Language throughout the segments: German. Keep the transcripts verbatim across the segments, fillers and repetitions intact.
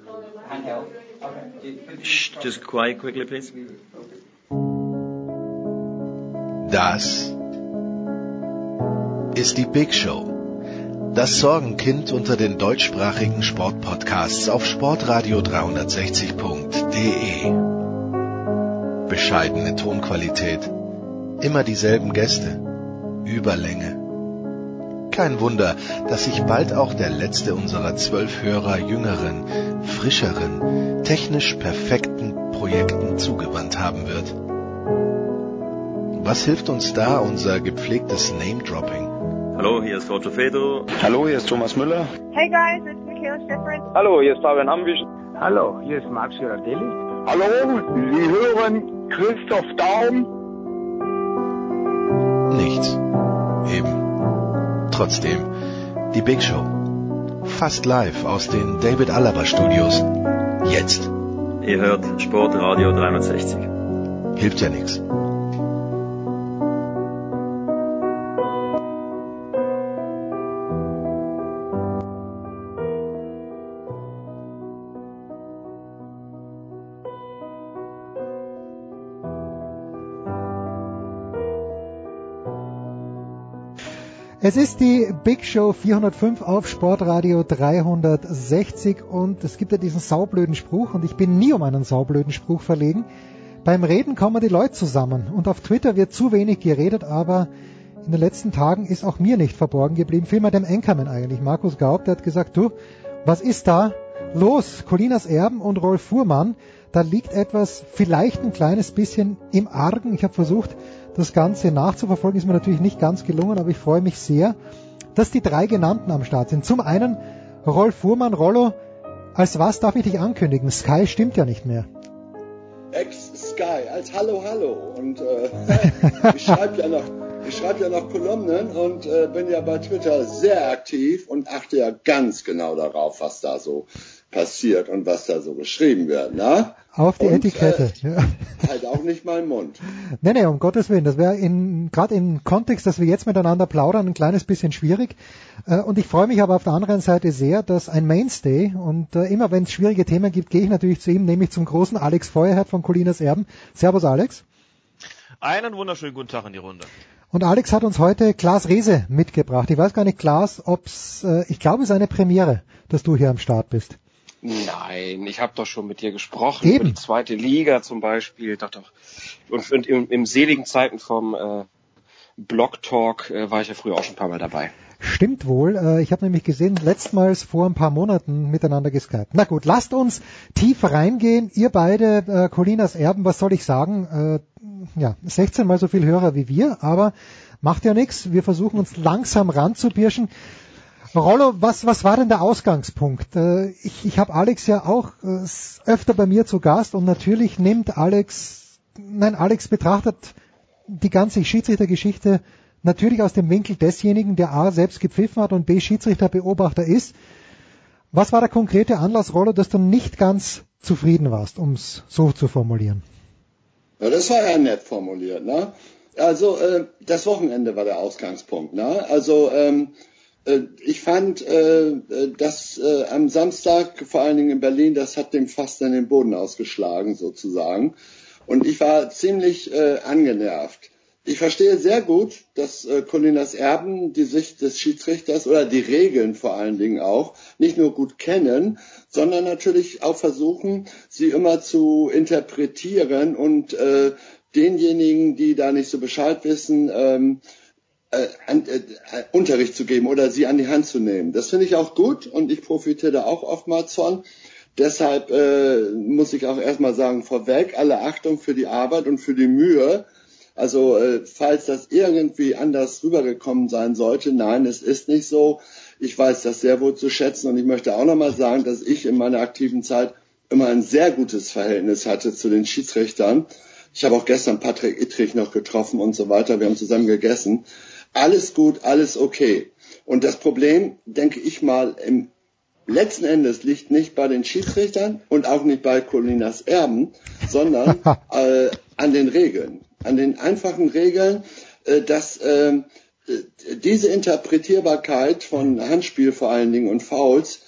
Shh, just quiet quickly, please. Das ist die Big Show. Das Sorgenkind unter den deutschsprachigen Sportpodcasts auf sportradio dreihundertsechzig punkt de. Bescheidene Tonqualität, immer dieselben Gäste, Überlänge. Kein Wunder, dass sich bald auch der letzte unserer zwölf Hörer jüngeren, frischeren, technisch perfekten Projekten zugewandt haben wird. Was hilft uns da unser gepflegtes Name-Dropping? Hallo, hier ist Roger Fedor. Hallo, hier ist Thomas Müller. Hey guys, it's Michaela Schifrin. Hallo, hier ist Fabian Ambich. Hallo, hier ist Max Girardelli. Hallo, Sie hören Christoph Daum. Nichts. Eben. Trotzdem, die Big Show. Fast live aus den David Alaba Studios. Jetzt. Ihr hört Sportradio dreihundertsechzig. Hilft ja nichts. Es ist die Big Show vierhundertfünf auf Sportradio dreihundertsechzig und es gibt ja diesen saublöden Spruch und ich bin nie um einen saublöden Spruch verlegen. Beim Reden kommen die Leute zusammen und auf Twitter wird zu wenig geredet, aber in den letzten Tagen ist auch mir nicht verborgen geblieben, vielmehr dem Anchorman eigentlich, Markus Gaub, der hat gesagt, du, was ist da los? Colinas Erben und Rolf Fuhrmann, da liegt etwas, vielleicht ein kleines bisschen im Argen. Ich habe versucht, das Ganze nachzuverfolgen, ist mir natürlich nicht ganz gelungen, aber ich freue mich sehr, dass die drei Genannten am Start sind. Zum einen Rolf Fuhrmann. Rollo, als was darf ich dich ankündigen? Sky stimmt ja nicht mehr. Ex-Sky, als Hallo Hallo. Und äh, ich schreibe ja noch, ich schreibe ja noch Kolumnen und äh, bin ja bei Twitter sehr aktiv und achte ja ganz genau darauf, was da so passiert und was da so geschrieben wird, ne? Auf die und, Etikette. Äh, ja. Halt auch nicht meinen Mund. Nee, nee, um Gottes Willen. Das wäre in, gerade im Kontext, dass wir jetzt miteinander plaudern, ein kleines bisschen schwierig. Äh, und ich freue mich aber auf der anderen Seite sehr, dass ein Mainstay, und äh, immer wenn es schwierige Themen gibt, gehe ich natürlich zu ihm, nämlich zum großen Alex Feuerherd von Colinas Erben. Servus Alex. Einen wunderschönen guten Tag in die Runde. Und Alex hat uns heute Klaas Rehse mitgebracht. Ich weiß gar nicht, Klaas, ob's, äh, ich glaube, es ist eine Premiere, dass du hier am Start bist. Nein, ich habe doch schon mit dir gesprochen. Eben. Über die zweite Liga zum Beispiel. Doch, doch. Und, und im, im seligen Zeiten vom äh, Blog Talk äh, war ich ja früher auch schon ein paar Mal dabei. Stimmt wohl. Äh, ich habe nämlich gesehen, letztmals vor ein paar Monaten miteinander geskypt. Na gut, lasst uns tief reingehen. Ihr beide, äh, Colinas Erben, was soll ich sagen? Äh, ja, sechzehn mal so viel Hörer wie wir, aber macht ja nichts. Wir versuchen uns langsam ranzubirschen. Rollo, was, was war denn der Ausgangspunkt? Äh, ich ich habe Alex ja auch äh, öfter bei mir zu Gast und natürlich nimmt Alex, nein, Alex betrachtet die ganze Schiedsrichtergeschichte natürlich aus dem Winkel desjenigen, der A selbst gepfiffen hat und B Schiedsrichterbeobachter ist. Was war der konkrete Anlass, Rollo, dass du nicht ganz zufrieden warst, um es so zu formulieren? Ja, das war ja nett formuliert, ne? Also äh, das Wochenende war der Ausgangspunkt, ne? Also ähm, ich fand, dass am Samstag, vor allen Dingen in Berlin, das hat dem fast in den Boden ausgeschlagen sozusagen. Und ich war ziemlich angenervt. Ich verstehe sehr gut, dass Colinas Erben die Sicht des Schiedsrichters oder die Regeln vor allen Dingen auch nicht nur gut kennen, sondern natürlich auch versuchen, sie immer zu interpretieren und denjenigen, die da nicht so Bescheid wissen, Äh, an, äh, Unterricht zu geben oder sie an die Hand zu nehmen. Das finde ich auch gut und ich profitiere da auch oftmals von. Deshalb äh, muss ich auch erstmal sagen, vorweg, alle Achtung für die Arbeit und für die Mühe. Also äh, falls das irgendwie anders rübergekommen sein sollte, nein, es ist nicht so. Ich weiß das sehr wohl zu schätzen und ich möchte auch nochmal sagen, dass ich in meiner aktiven Zeit immer ein sehr gutes Verhältnis hatte zu den Schiedsrichtern. Ich habe auch gestern Patrick Ittrich noch getroffen und so weiter. Wir haben zusammen gegessen. Alles gut, alles okay. Und das Problem, denke ich mal, im letzten Endes liegt nicht bei den Schiedsrichtern und auch nicht bei Colinas Erben, sondern äh, an den Regeln, an den einfachen Regeln, äh, dass äh, diese Interpretierbarkeit von Handspiel vor allen Dingen und Fouls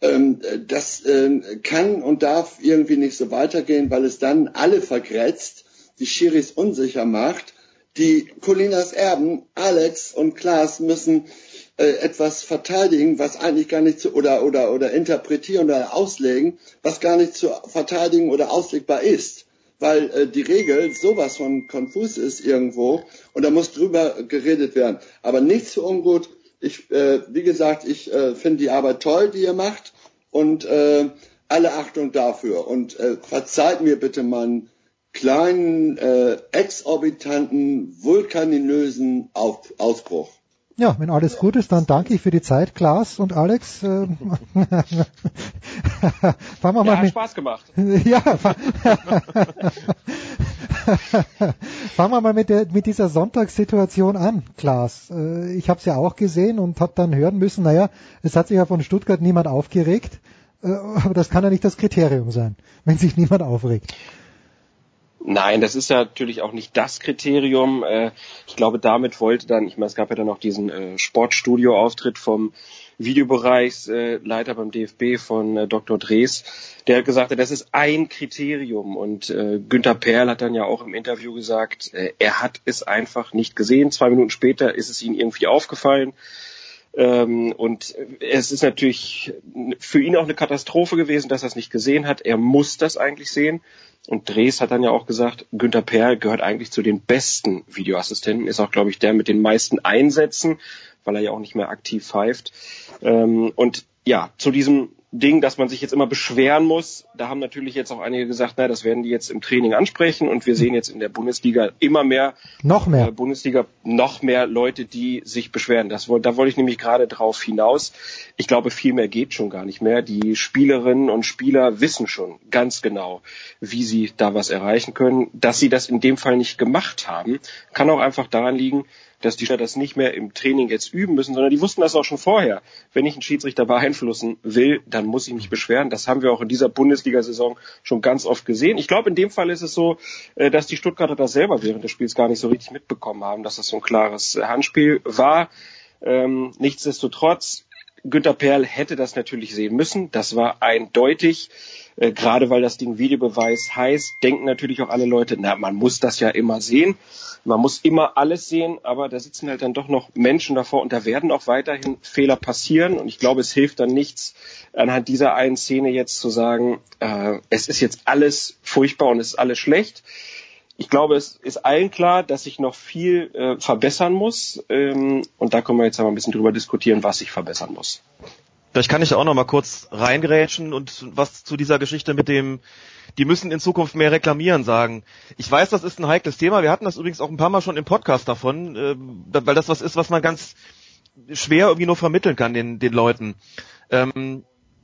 ähm, das ähm, kann und darf irgendwie nicht so weitergehen, weil es dann alle vergrätzt, die Schiris unsicher macht. Die Colinas Erben, Alex und Klaas müssen äh, etwas verteidigen, was eigentlich gar nicht zu, oder, oder, oder interpretieren oder auslegen, was gar nicht zu verteidigen oder auslegbar ist. Weil äh, die Regel sowas von konfus ist irgendwo und da muss drüber geredet werden. Aber nicht zu ungut. Ich, äh, wie gesagt, ich äh, finde die Arbeit toll, die ihr macht und äh, alle Achtung dafür. Und äh, verzeiht mir bitte meinen kleinen, äh, exorbitanten, vulkaninösen Auf- Ausbruch. Ja, wenn alles gut ist, dann danke ich für die Zeit, Klaas und Alex. Äh, fangen wir mal ja, hat mit, Spaß gemacht. ja, fa- fangen wir mal mit, der, mit dieser Sonntagssituation an, Klaas. Äh, ich habe es ja auch gesehen und habe dann hören müssen, naja, es hat sich ja von Stuttgart niemand aufgeregt, äh, aber das kann ja nicht das Kriterium sein, wenn sich niemand aufregt. Nein, das ist ja natürlich auch nicht das Kriterium. Ich glaube, damit wollte dann, ich meine, es gab ja dann noch diesen Sportstudio-Auftritt vom Videobereichsleiter beim D F B von Doktor Drees, der hat gesagt, das ist ein Kriterium. Und Günther Perl hat dann ja auch im Interview gesagt, er hat es einfach nicht gesehen. Zwei Minuten später ist es ihm irgendwie aufgefallen. Und es ist natürlich für ihn auch eine Katastrophe gewesen, dass er es nicht gesehen hat. Er muss das eigentlich sehen. Und Drees hat dann ja auch gesagt, Günther Perl gehört eigentlich zu den besten Videoassistenten, ist auch, glaube ich, der mit den meisten Einsätzen, weil er ja auch nicht mehr aktiv pfeift. Und ja, zu diesem Ding, dass man sich jetzt immer beschweren muss, da haben natürlich jetzt auch einige gesagt, na, das werden die jetzt im Training ansprechen und wir sehen jetzt in der Bundesliga immer mehr, noch mehr, äh, Bundesliga noch mehr Leute, die sich beschweren. Das, da wollte ich nämlich gerade drauf hinaus. Ich glaube, viel mehr geht schon gar nicht mehr. Die Spielerinnen und Spieler wissen schon ganz genau, wie sie da was erreichen können. Dass sie das in dem Fall nicht gemacht haben, kann auch einfach daran liegen, dass die das nicht mehr im Training jetzt üben müssen, sondern die wussten das auch schon vorher. Wenn ich einen Schiedsrichter beeinflussen will, dann muss ich mich beschweren. Das haben wir auch in dieser Bundesliga-Saison schon ganz oft gesehen. Ich glaube, in dem Fall ist es so, dass die Stuttgarter das selber während des Spiels gar nicht so richtig mitbekommen haben, dass das so ein klares Handspiel war. Ähm, nichtsdestotrotz, Günther Perl hätte das natürlich sehen müssen. Das war eindeutig. Äh, gerade weil das Ding Videobeweis heißt, denken natürlich auch alle Leute, na, man muss das ja immer sehen. Man muss immer alles sehen, aber da sitzen halt dann doch noch Menschen davor und da werden auch weiterhin Fehler passieren. Und ich glaube, es hilft dann nichts, anhand dieser einen Szene jetzt zu sagen, äh, es ist jetzt alles furchtbar und es ist alles schlecht. Ich glaube, es ist allen klar, dass sich noch viel äh, verbessern muss. Ähm, und da können wir jetzt aber ein bisschen drüber diskutieren, was sich verbessern muss. Vielleicht kann ich auch noch mal kurz reingrätschen und was zu dieser Geschichte mit dem, die müssen in Zukunft mehr reklamieren, sagen. Ich weiß, das ist ein heikles Thema. Wir hatten das übrigens auch ein paar Mal schon im Podcast davon, äh, weil das was ist, was man ganz schwer irgendwie nur vermitteln kann den, den Leuten. Ähm,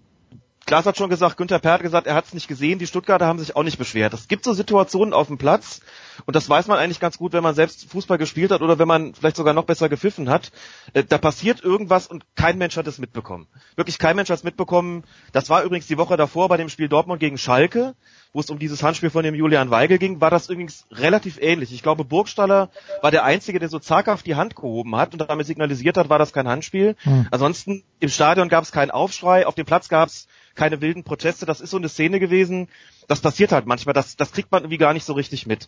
Klaas hat schon gesagt, Günther Perl hat gesagt, er hat es nicht gesehen, die Stuttgarter haben sich auch nicht beschwert. Es gibt so Situationen auf dem Platz, und das weiß man eigentlich ganz gut, wenn man selbst Fußball gespielt hat oder wenn man vielleicht sogar noch besser gepfiffen hat. Äh, da passiert irgendwas und kein Mensch hat es mitbekommen. Wirklich kein Mensch hat es mitbekommen. Das war übrigens die Woche davor bei dem Spiel Dortmund gegen Schalke, wo es um dieses Handspiel von dem Julian Weigel ging, war das übrigens relativ ähnlich. Ich glaube, Burgstaller war der Einzige, der so zaghaft die Hand gehoben hat und damit signalisiert hat, war das kein Handspiel. Mhm. Ansonsten im Stadion gab es keinen Aufschrei, auf dem Platz gab es keine wilden Proteste. Das ist so eine Szene gewesen, das passiert halt manchmal, das, das kriegt man irgendwie gar nicht so richtig mit.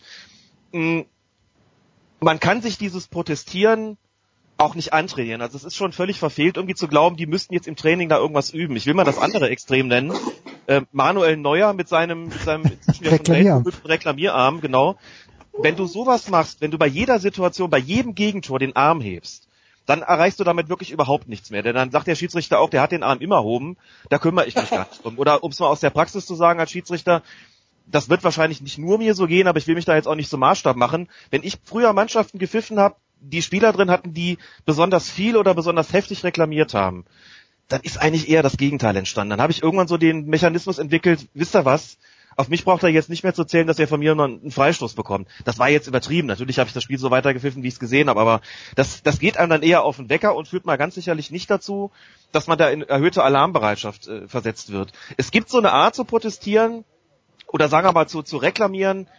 Man kann sich dieses Protestieren auch nicht antrainieren. Also es ist schon völlig verfehlt, irgendwie zu glauben, die müssten jetzt im Training da irgendwas üben. Ich will mal das andere Extrem nennen. Äh, Manuel Neuer mit seinem, mit seinem Reklamierarm. Reklamierarm, genau. Wenn du sowas machst, wenn du bei jeder Situation, bei jedem Gegentor den Arm hebst, dann erreichst du damit wirklich überhaupt nichts mehr. Denn dann sagt der Schiedsrichter auch, der hat den Arm immer erhoben, da kümmere ich mich gar nicht drum. Oder um es mal aus der Praxis zu sagen als Schiedsrichter, das wird wahrscheinlich nicht nur mir so gehen, aber ich will mich da jetzt auch nicht zum Maßstab machen. Wenn ich früher Mannschaften gepfiffen habe, die Spieler drin hatten, die besonders viel oder besonders heftig reklamiert haben, dann ist eigentlich eher das Gegenteil entstanden. Dann habe ich irgendwann so den Mechanismus entwickelt, wisst ihr was, auf mich braucht er jetzt nicht mehr zu zählen, dass er von mir noch einen Freistoß bekommt. Das war jetzt übertrieben. Natürlich habe ich das Spiel so weitergepfiffen, wie ich es gesehen habe, aber das, das geht einem dann eher auf den Wecker und führt mal ganz sicherlich nicht dazu, dass man da in erhöhte Alarmbereitschaft äh, versetzt wird. Es gibt so eine Art zu protestieren oder sagen wir mal zu, zu reklamieren,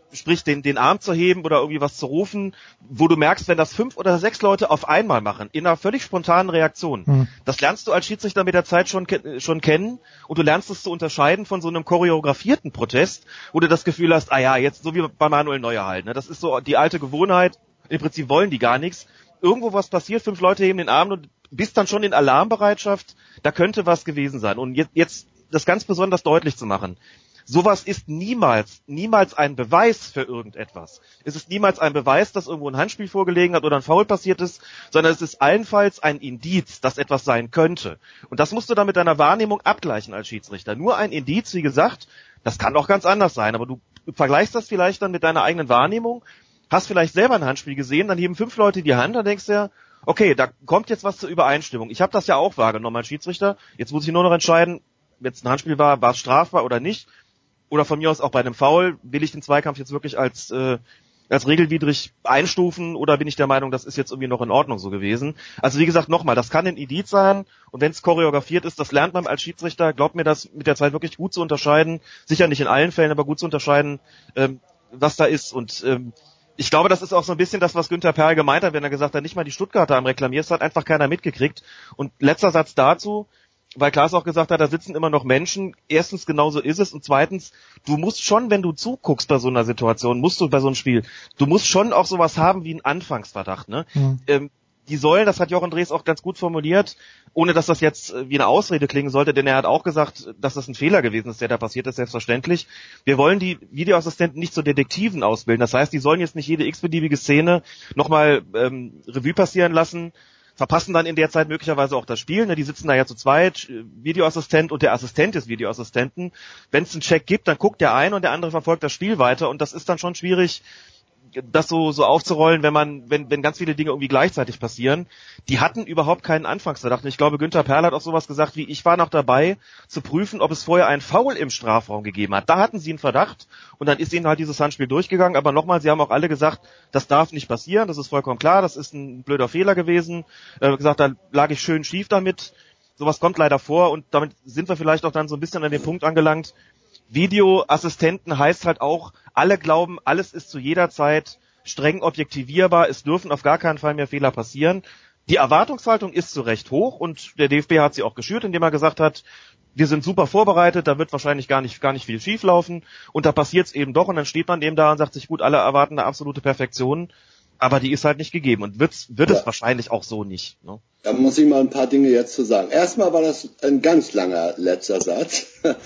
sprich den den Arm zu heben oder irgendwie was zu rufen, wo du merkst, wenn das fünf oder sechs Leute auf einmal machen, in einer völlig spontanen Reaktion, hm. das lernst du als Schiedsrichter mit der Zeit schon schon kennen und du lernst es zu unterscheiden von so einem choreografierten Protest, wo du das Gefühl hast, ah ja, jetzt so wie bei Manuel Neuer halt, ne, das ist so die alte Gewohnheit, im Prinzip wollen die gar nichts, irgendwo was passiert, fünf Leute heben den Arm und bist dann schon in Alarmbereitschaft, da könnte was gewesen sein und jetzt, jetzt das ganz besonders deutlich zu machen. Sowas ist niemals, niemals ein Beweis für irgendetwas. Es ist niemals ein Beweis, dass irgendwo ein Handspiel vorgelegen hat oder ein Foul passiert ist, sondern es ist allenfalls ein Indiz, dass etwas sein könnte. Und das musst du dann mit deiner Wahrnehmung abgleichen als Schiedsrichter. Nur ein Indiz, wie gesagt, das kann auch ganz anders sein, aber du vergleichst das vielleicht dann mit deiner eigenen Wahrnehmung, hast vielleicht selber ein Handspiel gesehen, dann heben fünf Leute die Hand, dann denkst du ja, okay, da kommt jetzt was zur Übereinstimmung. Ich habe das ja auch wahrgenommen als Schiedsrichter, jetzt muss ich nur noch entscheiden, wenn es ein Handspiel war, war es strafbar oder nicht. Oder von mir aus auch bei einem Foul, will ich den Zweikampf jetzt wirklich als äh, als regelwidrig einstufen oder bin ich der Meinung, das ist jetzt irgendwie noch in Ordnung so gewesen. Also wie gesagt, nochmal, das kann ein Indiz sein und wenn es choreografiert ist, das lernt man als Schiedsrichter, glaubt mir das mit der Zeit wirklich gut zu unterscheiden, sicher nicht in allen Fällen, aber gut zu unterscheiden, ähm, was da ist und ähm, ich glaube, das ist auch so ein bisschen das, was Günther Perl gemeint hat, wenn er gesagt hat, nicht mal die Stuttgarter am Reklamieren, das hat einfach keiner mitgekriegt. Und letzter Satz dazu, weil Klaas auch gesagt hat, da sitzen immer noch Menschen. Erstens, genauso ist es. Und zweitens, du musst schon, wenn du zuguckst bei so einer Situation, musst du bei so einem Spiel, du musst schon auch sowas haben wie einen Anfangsverdacht. Ne? Mhm. Ähm, die sollen, das hat Jochen Drees auch ganz gut formuliert, ohne dass das jetzt wie eine Ausrede klingen sollte, denn er hat auch gesagt, dass das ein Fehler gewesen ist, der da passiert ist, selbstverständlich. Wir wollen die Videoassistenten nicht zu Detektiven ausbilden. Das heißt, die sollen jetzt nicht jede x-beliebige Szene nochmal ähm, Revue passieren lassen, verpassen dann in der Zeit möglicherweise auch das Spiel. Ne? Die sitzen da ja zu zweit, Videoassistent und der Assistent des Videoassistenten. Wenn es einen Check gibt, dann guckt der eine und der andere verfolgt das Spiel weiter und das ist dann schon schwierig, das so so aufzurollen, wenn man wenn wenn ganz viele Dinge irgendwie gleichzeitig passieren. Die hatten überhaupt keinen Anfangsverdacht. Und ich glaube, Günther Perl hat auch sowas gesagt wie, ich war noch dabei zu prüfen, ob es vorher einen Foul im Strafraum gegeben hat. Da hatten sie einen Verdacht und dann ist ihnen halt dieses Handspiel durchgegangen. Aber nochmal, sie haben auch alle gesagt, das darf nicht passieren, das ist vollkommen klar, das ist ein blöder Fehler gewesen. Äh, gesagt, da lag ich schön schief damit. Sowas kommt leider vor und damit sind wir vielleicht auch dann so ein bisschen an den Punkt angelangt, Videoassistenten heißt halt auch, alle glauben, alles ist zu jeder Zeit streng objektivierbar, es dürfen auf gar keinen Fall mehr Fehler passieren. Die Erwartungshaltung ist zu Recht hoch und der D F B hat sie auch geschürt, indem er gesagt hat, wir sind super vorbereitet, da wird wahrscheinlich gar nicht gar nicht viel schieflaufen und da passiert's eben doch und dann steht man eben da und sagt sich, gut, alle erwarten eine absolute Perfektion, aber die ist halt nicht gegeben und wird's, wird ja. es wahrscheinlich auch so nicht. Ne? Da muss ich mal ein paar Dinge jetzt zu sagen. Erstmal war das ein ganz langer letzter Satz,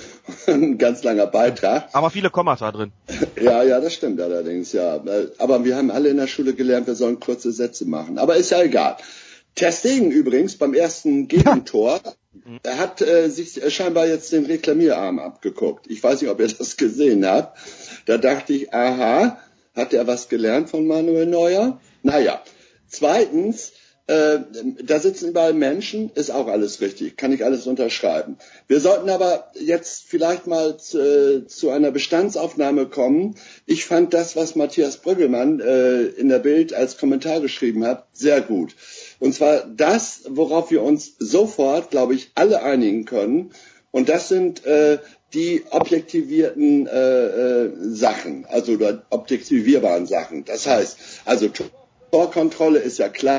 ein ganz langer Beitrag. Aber viele Kommata drin. Ja, ja, das stimmt allerdings, ja. Aber wir haben alle in der Schule gelernt, wir sollen kurze Sätze machen. Aber ist ja egal. Ter Stegen übrigens beim ersten Gegentor, er hat äh, sich scheinbar jetzt den Reklamierarm abgeguckt. Ich weiß nicht, ob ihr das gesehen habt. Da dachte ich, aha, hat er was gelernt von Manuel Neuer? Naja. Zweitens, äh, da sitzen überall Menschen, ist auch alles richtig, kann ich alles unterschreiben. Wir sollten aber jetzt vielleicht mal zu, äh, zu einer Bestandsaufnahme kommen. Ich fand das, was Matthias Brüggemann äh, in der Bild als Kommentar geschrieben hat, sehr gut. Und zwar das, worauf wir uns sofort, glaube ich, alle einigen können. Und das sind äh, die objektivierten äh, äh, Sachen, also oder objektivierbaren Sachen. Das heißt, also Torkontrolle ist ja klar,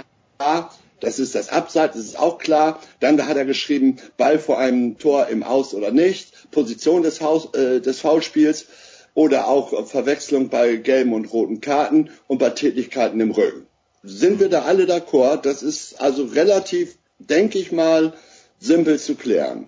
das ist das Abseits, das ist auch klar. Dann da hat er geschrieben, Ball vor einem Tor im Aus oder nicht, Position des, Haus, äh, des Foulspiels oder auch Verwechslung bei gelben und roten Karten und bei Tätigkeiten im Rücken. Sind wir da alle d'accord? Das ist also relativ, denke ich mal, simpel zu klären.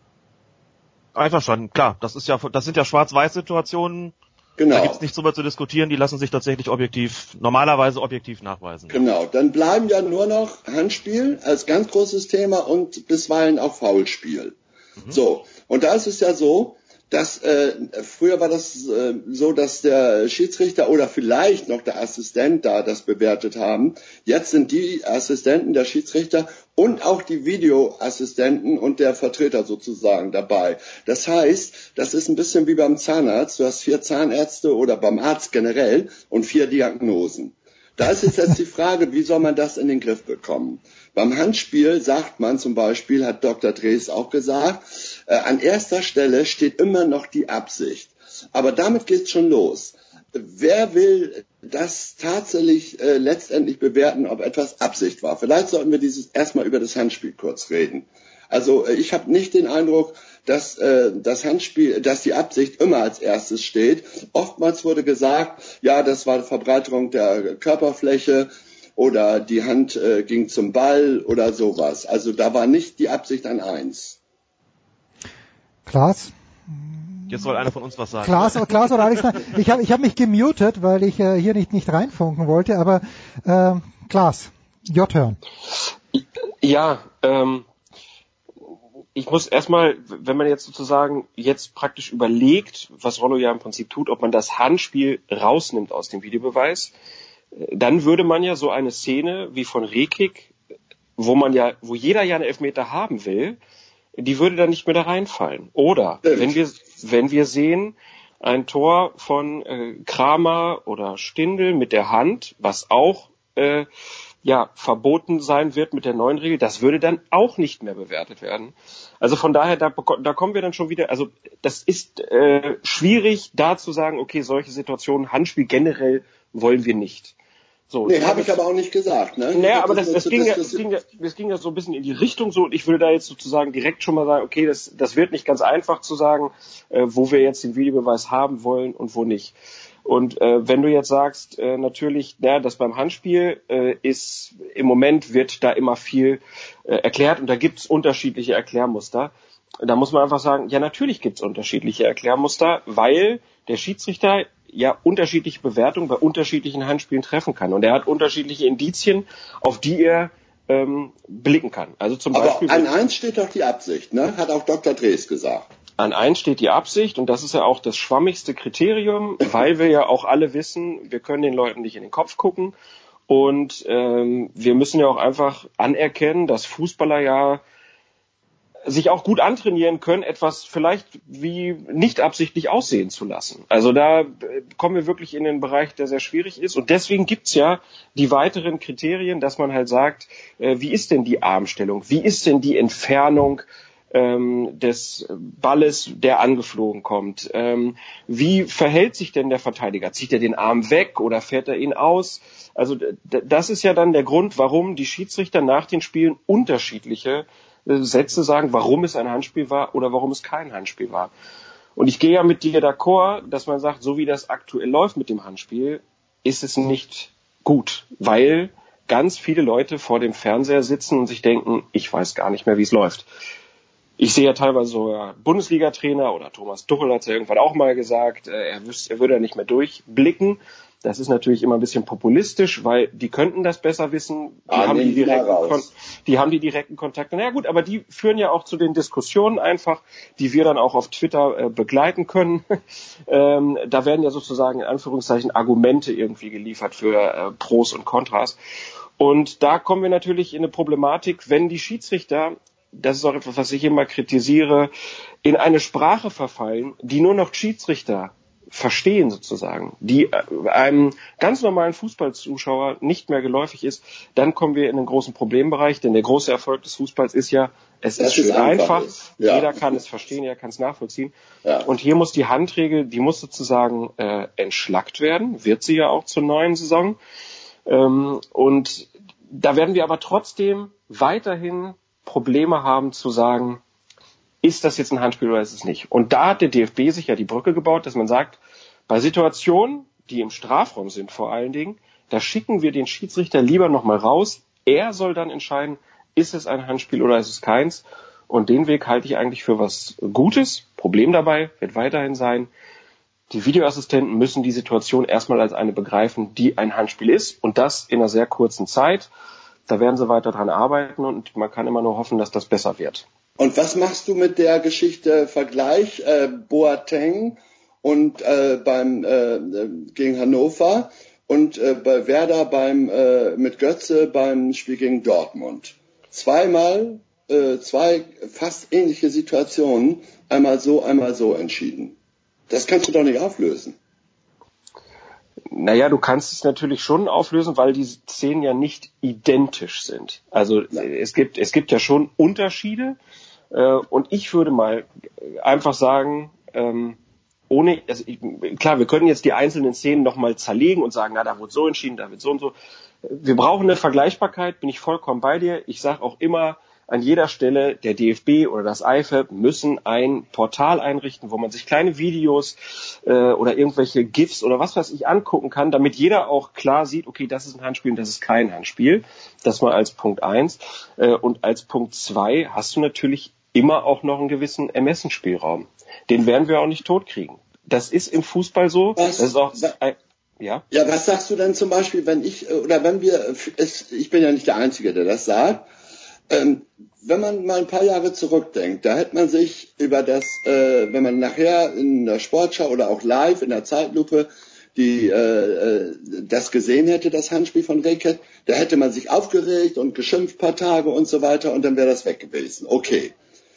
Einverstanden, klar. Das ist ja, das sind ja Schwarz-Weiß-Situationen. Genau. Da gibt's nichts drüber zu diskutieren. Die lassen sich tatsächlich objektiv, normalerweise objektiv nachweisen. Genau. Dann bleiben ja nur noch Handspiel als ganz großes Thema und bisweilen auch Foulspiel. Mhm. So. Und da ist es ja so, dass äh, früher war das äh, so, dass der Schiedsrichter oder vielleicht noch der Assistent da das bewertet haben. Jetzt sind die Assistenten, der Schiedsrichter und auch die Videoassistenten und der Vertreter sozusagen dabei. Das heißt, das ist ein bisschen wie beim Zahnarzt. Du hast vier Zahnärzte oder beim Arzt generell und vier Diagnosen. Da ist jetzt die Frage, wie soll man das in den Griff bekommen? Beim Handspiel sagt man zum Beispiel, hat Doktor Drees auch gesagt, äh, an erster Stelle steht immer noch die Absicht. Aber damit geht's schon los. wer will das tatsächlich äh, letztendlich bewerten, ob etwas Absicht war? Vielleicht sollten wir dieses erstmal über das Handspiel kurz reden. Also äh, ich habe nicht den Eindruck, dass äh, das Handspiel, dass die Absicht immer als erstes steht. Oftmals wurde gesagt, ja, das war Verbreiterung der Körperfläche oder die Hand äh, ging zum Ball oder sowas. Also da war nicht die Absicht an eins. Klaas? Jetzt soll einer von uns was sagen. Klaas, Klaas oder Alex? Ich habe ich hab mich gemutet, weil ich äh, hier nicht nicht reinfunken wollte, aber äh, Klaas, your turn. Ja, ähm, ich muss erstmal, wenn man jetzt sozusagen jetzt praktisch überlegt, was Rollo ja im Prinzip tut, ob man das Handspiel rausnimmt aus dem Videobeweis, dann würde man ja so eine Szene wie von Rekik, wo man ja, wo jeder ja einen Elfmeter haben will, die würde dann nicht mehr da reinfallen. Oder wenn wir, wenn wir sehen, ein Tor von äh, Kramer oder Stindl mit der Hand, was auch äh, ja verboten sein wird mit der neuen Regel, das würde dann auch nicht mehr bewertet werden. Also von daher, da, da kommen wir dann schon wieder, also das ist äh, schwierig, da zu sagen, okay, solche Situationen, Handspiel generell wollen wir nicht. So, nee, habe ich aber auch nicht gesagt. Ne? Naja, aber das, das, ging ja, das, ging ja, das ging ja so ein bisschen in die Richtung so und ich würde da jetzt sozusagen direkt schon mal sagen, okay, das, das wird nicht ganz einfach zu sagen, äh, wo wir jetzt den Videobeweis haben wollen und wo nicht. Und äh, wenn du jetzt sagst, äh, natürlich, ja, das beim Handspiel äh, ist, im Moment wird da immer viel äh, erklärt und da gibt's unterschiedliche Erklärmuster. Da muss man einfach sagen, ja, natürlich gibt's unterschiedliche Erklärmuster, weil der Schiedsrichter ja unterschiedliche Bewertungen bei unterschiedlichen Handspielen treffen kann. Und er hat unterschiedliche Indizien, auf die er ähm, blicken kann. Also zum Aber Beispiel, an eins steht doch die Absicht, ne? Hat auch Doktor Drees gesagt. An eins steht die Absicht und das ist ja auch das schwammigste Kriterium, weil wir ja auch alle wissen, wir können den Leuten nicht in den Kopf gucken und ähm, wir müssen ja auch einfach anerkennen, dass Fußballer ja sich auch gut antrainieren können, etwas vielleicht wie nicht absichtlich aussehen zu lassen. Also da kommen wir wirklich in den Bereich, der sehr schwierig ist. Und deswegen gibt's ja die weiteren Kriterien, dass man halt sagt, äh, wie ist denn die Armstellung? Wie ist denn die Entfernung ähm, des Balles, der angeflogen kommt? Ähm, wie verhält sich denn der Verteidiger? Zieht er den Arm weg oder fährt er ihn aus? Also d- das ist ja dann der Grund, warum die Schiedsrichter nach den Spielen unterschiedliche Sätze sagen, warum es ein Handspiel war oder warum es kein Handspiel war. Und ich gehe ja mit dir d'accord, dass man sagt, so wie das aktuell läuft mit dem Handspiel, ist es nicht gut, weil ganz viele Leute vor dem Fernseher sitzen und sich denken, ich weiß gar nicht mehr, wie es läuft. Ich sehe ja teilweise so Bundesliga-Trainer oder Thomas Tuchel hat es ja irgendwann auch mal gesagt, er, wüsste, er würde ja nicht mehr durchblicken. Das ist natürlich immer ein bisschen populistisch, weil die könnten das besser wissen. Die, ah, haben, die, direkten Kon- die haben die direkten Kontakte. Na ja, gut, aber die führen ja auch zu den Diskussionen einfach, die wir dann auch auf Twitter äh, begleiten können. ähm, da werden ja sozusagen in Anführungszeichen Argumente irgendwie geliefert für äh, Pros und Kontras. Und da kommen wir natürlich in eine Problematik, wenn die Schiedsrichter, das ist auch etwas, was ich immer kritisiere, in eine Sprache verfallen, die nur noch Schiedsrichter verstehen sozusagen, die einem ganz normalen Fußballzuschauer nicht mehr geläufig ist, dann kommen wir in einen großen Problembereich, denn der große Erfolg des Fußballs ist ja, es das ist schön einfach, einfach. Ja. Jeder kann es verstehen, jeder kann es nachvollziehen. Ja. Und hier muss die Handregel, die muss sozusagen äh, entschlackt werden, wird sie ja auch zur neuen Saison. Ähm, und da werden wir aber trotzdem weiterhin Probleme haben zu sagen, ist das jetzt ein Handspiel oder ist es nicht? Und da hat der D F B sich ja die Brücke gebaut, dass man sagt, bei Situationen, die im Strafraum sind vor allen Dingen, da schicken wir den Schiedsrichter lieber nochmal raus. Er soll dann entscheiden, ist es ein Handspiel oder ist es keins? Und den Weg halte ich eigentlich für was Gutes. Problem dabei wird weiterhin sein, die Videoassistenten müssen die Situation erstmal als eine begreifen, die ein Handspiel ist. Und das in einer sehr kurzen Zeit. Da werden sie weiter dran arbeiten und man kann immer nur hoffen, dass das besser wird. Und was machst du mit der Geschichte Vergleich äh, Boateng und äh, beim äh, gegen Hannover und äh, bei Werder beim äh, mit Götze beim Spiel gegen Dortmund? Zweimal äh, zwei fast ähnliche Situationen, einmal so, einmal so entschieden. Das kannst du doch nicht auflösen. Naja, du kannst es natürlich schon auflösen, weil die Szenen ja nicht identisch sind. Also ja. es gibt es gibt ja schon Unterschiede. Und ich würde mal einfach sagen, ohne, also ich, klar, wir können jetzt die einzelnen Szenen nochmal zerlegen und sagen, na, da wurde so entschieden, da wird so und so. Wir brauchen eine Vergleichbarkeit, bin ich vollkommen bei dir. Ich sage auch immer, an jeder Stelle, der D F B oder das I F A B müssen ein Portal einrichten, wo man sich kleine Videos äh, oder irgendwelche GIFs oder was weiß ich angucken kann, damit jeder auch klar sieht, okay, das ist ein Handspiel und das ist kein Handspiel. Das mal als Punkt eins. Äh, und als Punkt zwei hast du natürlich immer auch noch einen gewissen Ermessensspielraum. Den werden wir auch nicht totkriegen. Das ist im Fußball so. Was, das ist auch, was, äh, ja. Ja, was sagst du denn zum Beispiel, wenn ich, oder wenn wir, es, ich bin ja nicht der Einzige, der das sagt, ähm, wenn man mal ein paar Jahre zurückdenkt, da hätte man sich über das, äh, wenn man nachher in der Sportschau oder auch live in der Zeitlupe die äh, das gesehen hätte, das Handspiel von Reket, da hätte man sich aufgeregt und geschimpft paar Tage und so weiter und dann wäre das weg gewesen. Okay.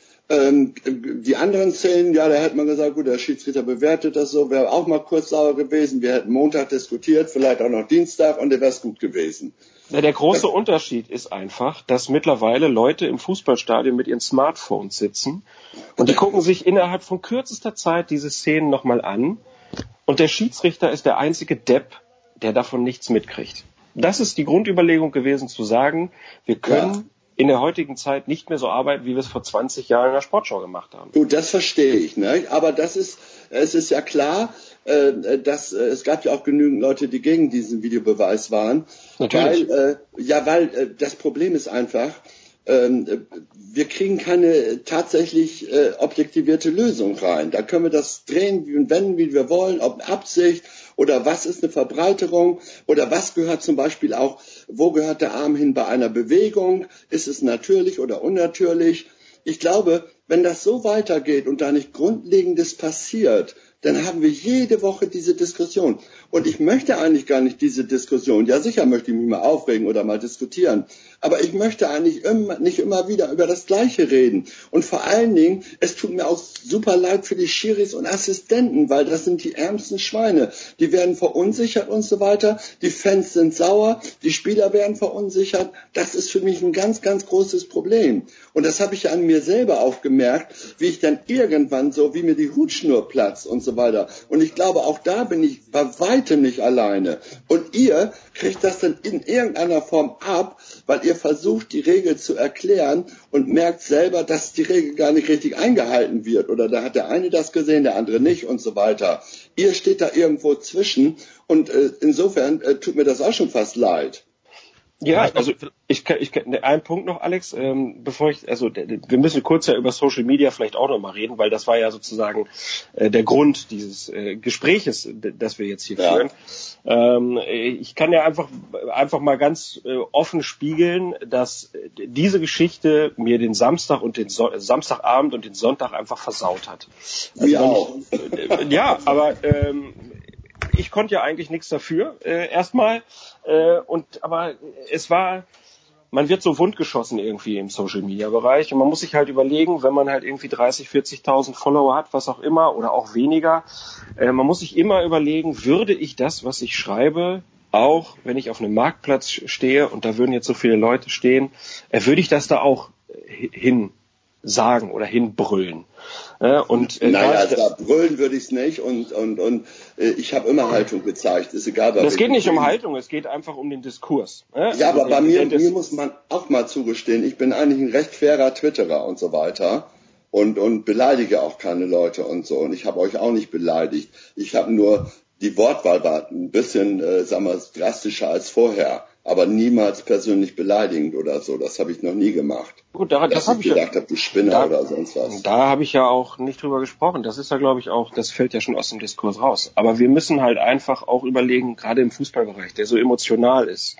Ähm, die anderen Szenen, ja, da hätte man gesagt, gut, der Schiedsrichter bewertet das so, wäre auch mal kurz sauer gewesen. Wir hätten Montag diskutiert, vielleicht auch noch Dienstag und dann wäre es gut gewesen. Ja, der große das Unterschied ist einfach, dass mittlerweile Leute im Fußballstadion mit ihren Smartphones sitzen und die gucken sich innerhalb von kürzester Zeit diese Szenen nochmal an und der Schiedsrichter ist der einzige Depp, der davon nichts mitkriegt. Das ist die Grundüberlegung gewesen, zu sagen, wir können ja. in der heutigen Zeit nicht mehr so arbeiten, wie wir es vor zwanzig Jahren in der Sportschau gemacht haben. Gut, das verstehe ich, ne? Aber das ist, es ist ja klar, äh, dass äh, es gab ja auch genügend Leute, die gegen diesen Videobeweis waren. Natürlich. Weil, äh, ja, weil äh, das Problem ist einfach, äh, wir kriegen keine tatsächlich äh, objektivierte Lösung rein. Da können wir das drehen und wenden, wie wir wollen, ob Absicht oder was ist eine Verbreiterung oder was gehört zum Beispiel auch, wo gehört der Arm hin bei einer Bewegung? Ist es natürlich oder unnatürlich? Ich glaube, wenn das so weitergeht und da nicht Grundlegendes passiert, dann haben wir jede Woche diese Diskussion. Und ich möchte eigentlich gar nicht diese Diskussion. Ja, sicher möchte ich mich mal aufregen oder mal diskutieren. Aber ich möchte eigentlich immer, nicht immer wieder über das Gleiche reden. Und vor allen Dingen, es tut mir auch super leid für die Schiris und Assistenten, weil das sind die ärmsten Schweine. Die werden verunsichert und so weiter. Die Fans sind sauer. Die Spieler werden verunsichert. Das ist für mich ein ganz, ganz großes Problem. Und das habe ich ja an mir selber auch gemerkt, wie ich dann irgendwann so, wie mir die Hutschnur platzt und so weiter. Und ich glaube, auch da bin ich bei weitem nicht alleine. Und ihr kriegt das dann in irgendeiner Form ab, weil ihr versucht, die Regel zu erklären und merkt selber, dass die Regel gar nicht richtig eingehalten wird. Oder da hat der eine das gesehen, der andere nicht und so weiter. Ihr steht da irgendwo zwischen und äh, insofern äh, tut mir das auch schon fast leid. Ja, also ich kann, ich kann, ein Punkt noch, Alex, ähm, bevor ich, also wir müssen kurz ja über Social Media vielleicht auch noch mal reden, weil das war ja sozusagen äh, der Grund dieses äh, Gespräches, das wir jetzt hier ja. führen. Ähm, ich kann ja einfach einfach mal ganz äh, offen spiegeln, dass diese Geschichte mir den Samstag und den so- Samstagabend und den Sonntag einfach versaut hat. Also wir auch. Ich, äh, ja, aber ähm, ich konnte ja eigentlich nichts dafür, äh, erstmal. Äh, und aber es war, man wird so wundgeschossen irgendwie im Social-Media-Bereich und man muss sich halt überlegen, wenn man halt irgendwie dreißig, vierzigtausend Follower hat, was auch immer oder auch weniger, äh, man muss sich immer überlegen, würde ich das, was ich schreibe, auch wenn ich auf einem Marktplatz stehe und da würden jetzt so viele Leute stehen, äh, würde ich das da auch hin sagen oder hinbrüllen. Ja, und, äh, naja, also da brüllen würde ich es nicht und, und, und äh, ich habe immer Haltung gezeigt, ist egal. Es geht nicht um Haltung, es geht einfach um den Diskurs. Ja, ja also aber bei mir, mir muss man auch mal zugestehen, ich bin eigentlich ein recht fairer Twitterer und so weiter und, und beleidige auch keine Leute und so und ich habe euch auch nicht beleidigt. Ich habe nur, die Wortwahl war ein bisschen, äh, sagen wir, drastischer als vorher. Aber niemals persönlich beleidigend oder so. Das habe ich noch nie gemacht. Gut, da, das habe ich gedacht, ja, hab, du Spinner da, oder sonst was. Da habe ich ja auch nicht drüber gesprochen. Das ist ja, glaube ich, auch, das fällt ja schon aus dem Diskurs raus. Aber wir müssen halt einfach auch überlegen, gerade im Fußballbereich, der so emotional ist.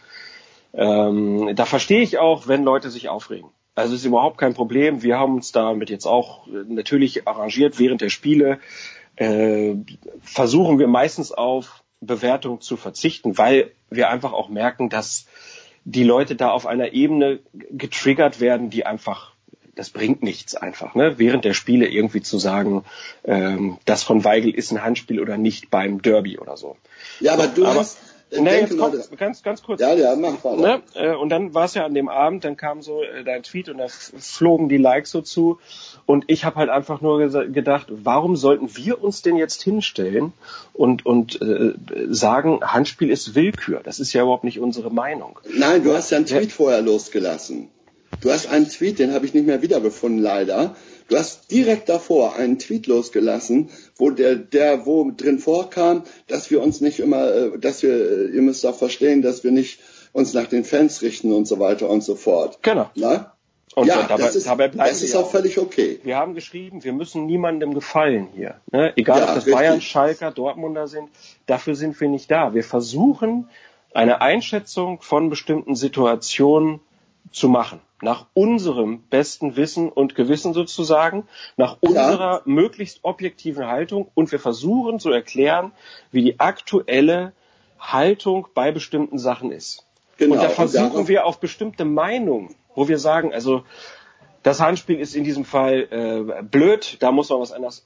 Ähm, da verstehe ich auch, wenn Leute sich aufregen. Also ist überhaupt kein Problem. Wir haben uns damit jetzt auch natürlich arrangiert während der Spiele. Äh, versuchen wir meistens auf Bewertung zu verzichten, weil wir einfach auch merken, dass die Leute da auf einer Ebene getriggert werden, die einfach, das bringt nichts einfach, ne? Während der Spiele irgendwie zu sagen, ähm, das von Weigl ist ein Handspiel oder nicht beim Derby oder so. Ja, aber du aber, hast, äh, nee, denke jetzt mal, kommt, das, ganz, ganz kurz. ja, ja, mach weiter. Ne? Und dann war es ja an dem Abend, dann kam so äh, dein Tweet und da flogen die Likes so zu. Und ich habe halt einfach nur gedacht, warum sollten wir uns denn jetzt hinstellen und, und äh, sagen, Handspiel ist Willkür? Das ist ja überhaupt nicht unsere Meinung. Nein, du hast ja einen Tweet ja. vorher losgelassen. Du hast einen Tweet, den habe ich nicht mehr wiedergefunden, leider. Du hast direkt davor einen Tweet losgelassen, wo der, der, wo drin vorkam, dass wir uns nicht immer, dass wir, ihr müsst auch verstehen, dass wir nicht uns nach den Fans richten und so weiter und so fort. Genau. Na? Und ja, dabei, das ist, dabei bleiben das ist wir auch völlig okay. Wir haben geschrieben, wir müssen niemandem gefallen hier. Ne? Egal, ja, ob das richtig. Bayern, Schalker, Dortmunder sind, dafür sind wir nicht da. Wir versuchen, eine Einschätzung von bestimmten Situationen zu machen. Nach unserem besten Wissen und Gewissen sozusagen, nach unserer ja. möglichst objektiven Haltung. Und wir versuchen zu erklären, wie die aktuelle Haltung bei bestimmten Sachen ist. Genau. Und da versuchen wir auf bestimmte Meinungen, wo wir sagen, also das Handspiel ist in diesem Fall äh, blöd, da muss man was anders,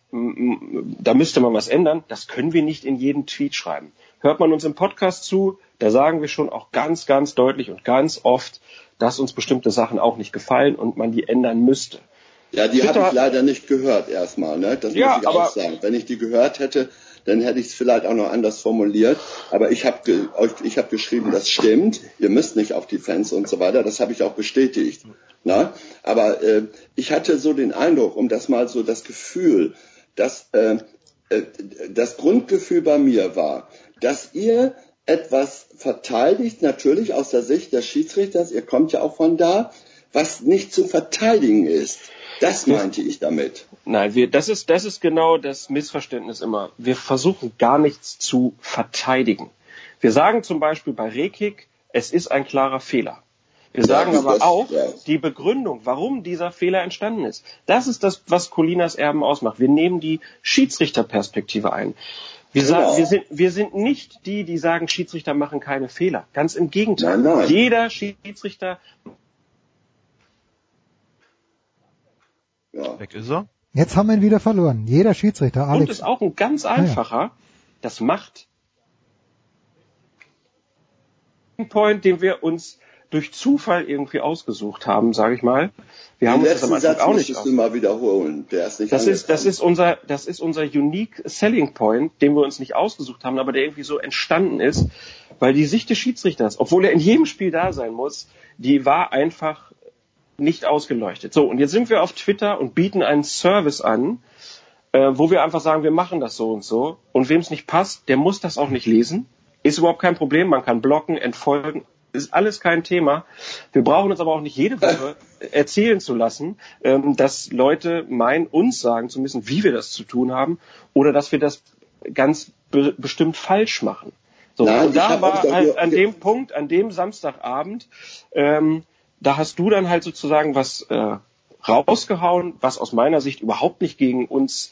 da müsste man was ändern. Das können wir nicht in jedem Tweet schreiben. Hört man uns im Podcast zu, da sagen wir schon auch ganz, ganz deutlich und ganz oft, dass uns bestimmte Sachen auch nicht gefallen und man die ändern müsste. Ja, die habe ich leider nicht gehört erstmal, ne? Das ja, muss ich auch sagen. Wenn ich die gehört hätte, dann hätte ich es vielleicht auch noch anders formuliert. Aber ich habe ge- euch, ich habe geschrieben, das stimmt. Ihr müsst nicht auf die Fans und so weiter. Das habe ich auch bestätigt. Na? Aber äh, ich hatte so den Eindruck, um das mal so das Gefühl, dass äh, äh, das Grundgefühl bei mir war, dass ihr etwas verteidigt, natürlich aus der Sicht des Schiedsrichters, ihr kommt ja auch von da, was nicht zu verteidigen ist. Das meinte ich damit. Nein, wir, das ist, das ist genau das Missverständnis immer. Wir versuchen gar nichts zu verteidigen. Wir sagen zum Beispiel bei Rekik, es ist ein klarer Fehler. Wir sagen ja, aber das, auch ja. die Begründung, warum dieser Fehler entstanden ist. Das ist das, was Colinas Erben ausmacht. Wir nehmen die Schiedsrichterperspektive ein. Wir, genau. sagen, wir, sind, wir sind nicht die, die sagen, Schiedsrichter machen keine Fehler. Ganz im Gegenteil. Nein, nein. Jeder Schiedsrichter... Ja. Weg ist er. Jetzt haben wir ihn wieder verloren. Jeder Schiedsrichter, Alex. Und ist auch ein ganz einfacher. Ah, ja. Das macht ein Point, den wir uns durch Zufall irgendwie ausgesucht haben, sage ich mal. Wir haben Den uns das am Anfang auch nicht ausgesucht. Mal wiederholen. Der ist nicht das ist das ist unser das ist unser unique Selling Point, den wir uns nicht ausgesucht haben, aber der irgendwie so entstanden ist, weil die Sicht des Schiedsrichters, obwohl er in jedem Spiel da sein muss, die war einfach nicht ausgeleuchtet. So, und jetzt sind wir auf Twitter und bieten einen Service an, äh, wo wir einfach sagen, wir machen das so und so. Und wem es nicht passt, der muss das auch nicht lesen. Ist überhaupt kein Problem. Man kann blocken, entfolgen. Ist alles kein Thema. Wir brauchen uns aber auch nicht jede Woche erzählen zu lassen, ähm, dass Leute meinen, uns sagen zu müssen, wie wir das zu tun haben oder dass wir das ganz be- bestimmt falsch machen. So, Nein, und da war halt an dem Punkt, an dem Samstagabend, ähm, da hast du dann halt sozusagen was äh, rausgehauen, was aus meiner Sicht überhaupt nicht gegen uns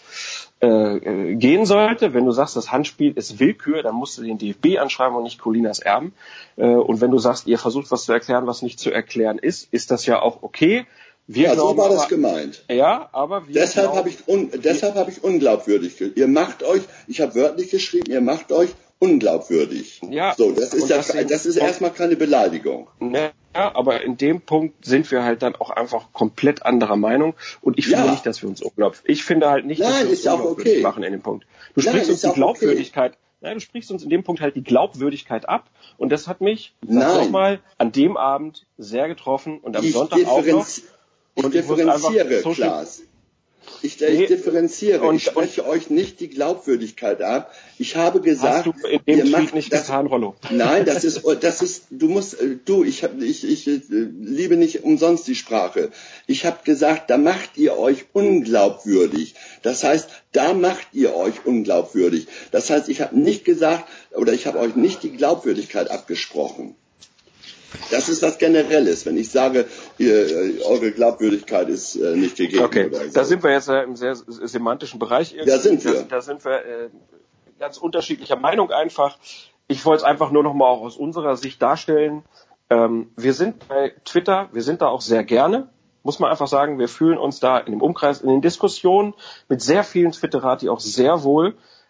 äh, gehen sollte. Wenn du sagst, das Handspiel ist Willkür, dann musst du den D F B anschreiben und nicht Colinas Erben. Äh, und wenn du sagst, ihr versucht was zu erklären, was nicht zu erklären ist, ist das ja auch okay. Wir ja, glauben, so war aber, das gemeint. Ja, aber wir deshalb habe ich un, deshalb habe ich unglaubwürdig. Ihr macht euch, ich habe wörtlich geschrieben, ihr macht euch unglaubwürdig. Ja. So, das ist ja, das, das ist erstmal keine Beleidigung. Ne, ja, aber in dem Punkt sind wir halt dann auch einfach komplett anderer Meinung. Und ich finde ja. nicht, dass wir uns unglaubwürdig. Ich finde halt nicht, Nein, dass wir uns unglaubwürdig okay. machen in dem Punkt. Du Nein, sprichst uns die Glaubwürdigkeit. Okay. Nein, du sprichst uns in dem Punkt halt die Glaubwürdigkeit ab. Und das hat mich, sag nochmal, an dem Abend sehr getroffen und am ich Sonntag auch noch. Ich und differenziere, ich Klaas. Ich, ich nee, differenziere. Und, ich spreche und, euch nicht die Glaubwürdigkeit ab. Ich habe gesagt, hast du in dem ihr Tweet macht nicht das, getan, Rollo. Nein, das ist, das ist, du musst, du, ich, hab, ich, ich, ich liebe nicht umsonst die Sprache. Ich habe gesagt, da macht ihr euch unglaubwürdig. Das heißt, da macht ihr euch unglaubwürdig. Das heißt, ich habe nicht gesagt, oder ich habe euch nicht die Glaubwürdigkeit abgesprochen. Das ist was Generelles, wenn ich sage, ihr, eure Glaubwürdigkeit ist äh, nicht gegeben. Okay, oder so. Da sind wir jetzt äh, im sehr semantischen Bereich. Da sind wir. Da, da sind wir äh, ganz unterschiedlicher Meinung einfach. Ich wollte es einfach nur noch mal auch aus unserer Sicht darstellen. Ähm, wir sind bei Twitter, wir sind da auch sehr gerne, muss man einfach sagen. Wir fühlen uns da in dem Umkreis, in den Diskussionen mit sehr vielen Twitterati auch sehr wohl.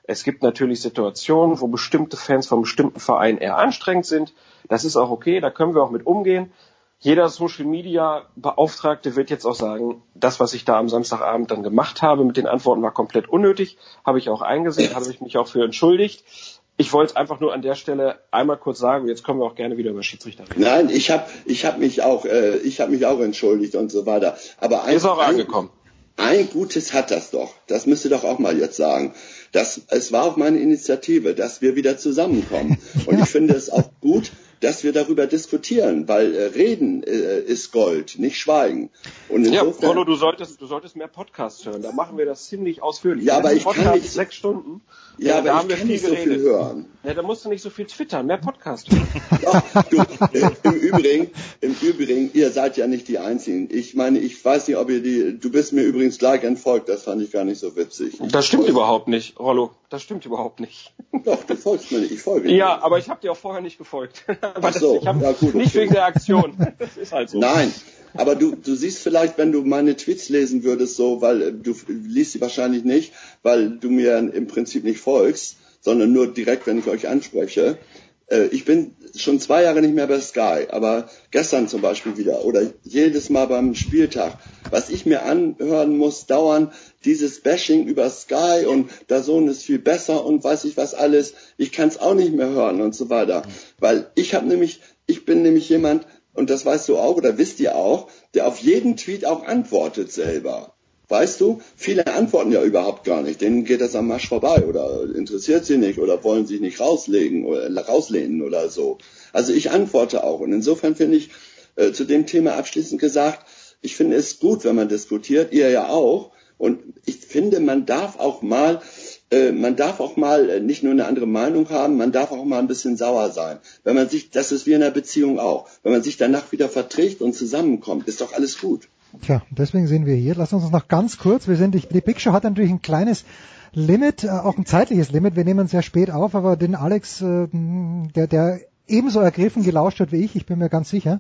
Es gibt natürlich Situationen, wo bestimmte Fans von bestimmten Vereinen eher anstrengend sind. Das ist auch okay, da können wir auch mit umgehen. Jeder Social-Media-Beauftragte wird jetzt auch sagen, das, was ich da am Samstagabend dann gemacht habe mit den Antworten, war komplett unnötig. Habe ich auch eingesehen, habe ich mich auch für entschuldigt. Ich wollte es einfach nur an der Stelle einmal kurz sagen, jetzt können wir auch gerne wieder über Schiedsrichter reden. Nein, ich habe ich hab mich auch äh, ich habe mich auch entschuldigt und so weiter. Aber ein, ist auch ein, angekommen. Ein Gutes hat das doch. Das müsst ihr doch auch mal jetzt sagen. Das, es war auch meine Initiative, dass wir wieder zusammenkommen. Und ich finde es auch gut, dass wir darüber diskutieren, weil äh, Reden äh, ist Gold, nicht Schweigen. Und insofern, ja, Rollo, du solltest, du solltest mehr Podcasts hören. Da machen wir das ziemlich ausführlich. Ja, aber ich Podcast kann nicht sechs Stunden. Ja, ja aber da ich haben wir kann viel nicht so geredet. viel hören. Ja, da musst du nicht so viel twittern, mehr Podcast hören. Doch, du, äh, im Übrigen, im Übrigen, ihr seid ja nicht die Einzigen. Ich meine, ich weiß nicht, ob ihr die. Du bist mir übrigens gleich entfolgt. Das fand ich gar nicht so witzig. Das stimmt überhaupt nicht, Rollo. Das stimmt überhaupt nicht. Doch, du folgst mir nicht. Ich folge dir. Ja, aber ich habe dir auch vorher nicht gefolgt. Ach so, das, ich hab, ja gut. Nicht wegen der Aktion. Das ist halt so. Nein, aber du, du siehst vielleicht, wenn du meine Tweets lesen würdest, so, weil äh, du liest sie wahrscheinlich nicht, weil du mir im Prinzip nicht folgst, sondern nur direkt, wenn ich euch anspreche. Äh, ich bin schon zwei Jahre nicht mehr bei Sky, aber gestern zum Beispiel wieder oder jedes Mal beim Spieltag, was ich mir anhören muss, dauernd dieses Bashing über Sky und DAZN ist viel besser und weiß ich was alles. Ich kann es auch nicht mehr hören und so weiter, weil ich habe nämlich, ich bin nämlich jemand, und das weißt du auch oder wisst ihr auch, der auf jeden Tweet auch antwortet selber. Weißt du, viele antworten ja überhaupt gar nicht. Denen geht das am Marsch vorbei oder interessiert sie nicht oder wollen sich nicht rauslegen oder rauslehnen oder so. Also ich antworte auch. Und insofern finde ich äh, zu dem Thema abschließend gesagt, ich finde es gut, wenn man diskutiert, ihr ja auch. Und ich finde, man darf auch mal Man darf auch mal nicht nur eine andere Meinung haben, man darf auch mal ein bisschen sauer sein. Wenn man sich, das ist wie in einer Beziehung auch. Wenn man sich danach wieder verträgt und zusammenkommt, ist doch alles gut. Tja, deswegen sind wir hier. Lass uns noch ganz kurz, wir sind, die Big Show hat natürlich ein kleines Limit, auch ein zeitliches Limit. Wir nehmen sehr spät auf, aber den Alex, der, der ebenso ergriffen gelauscht hat wie ich, ich bin mir ganz sicher,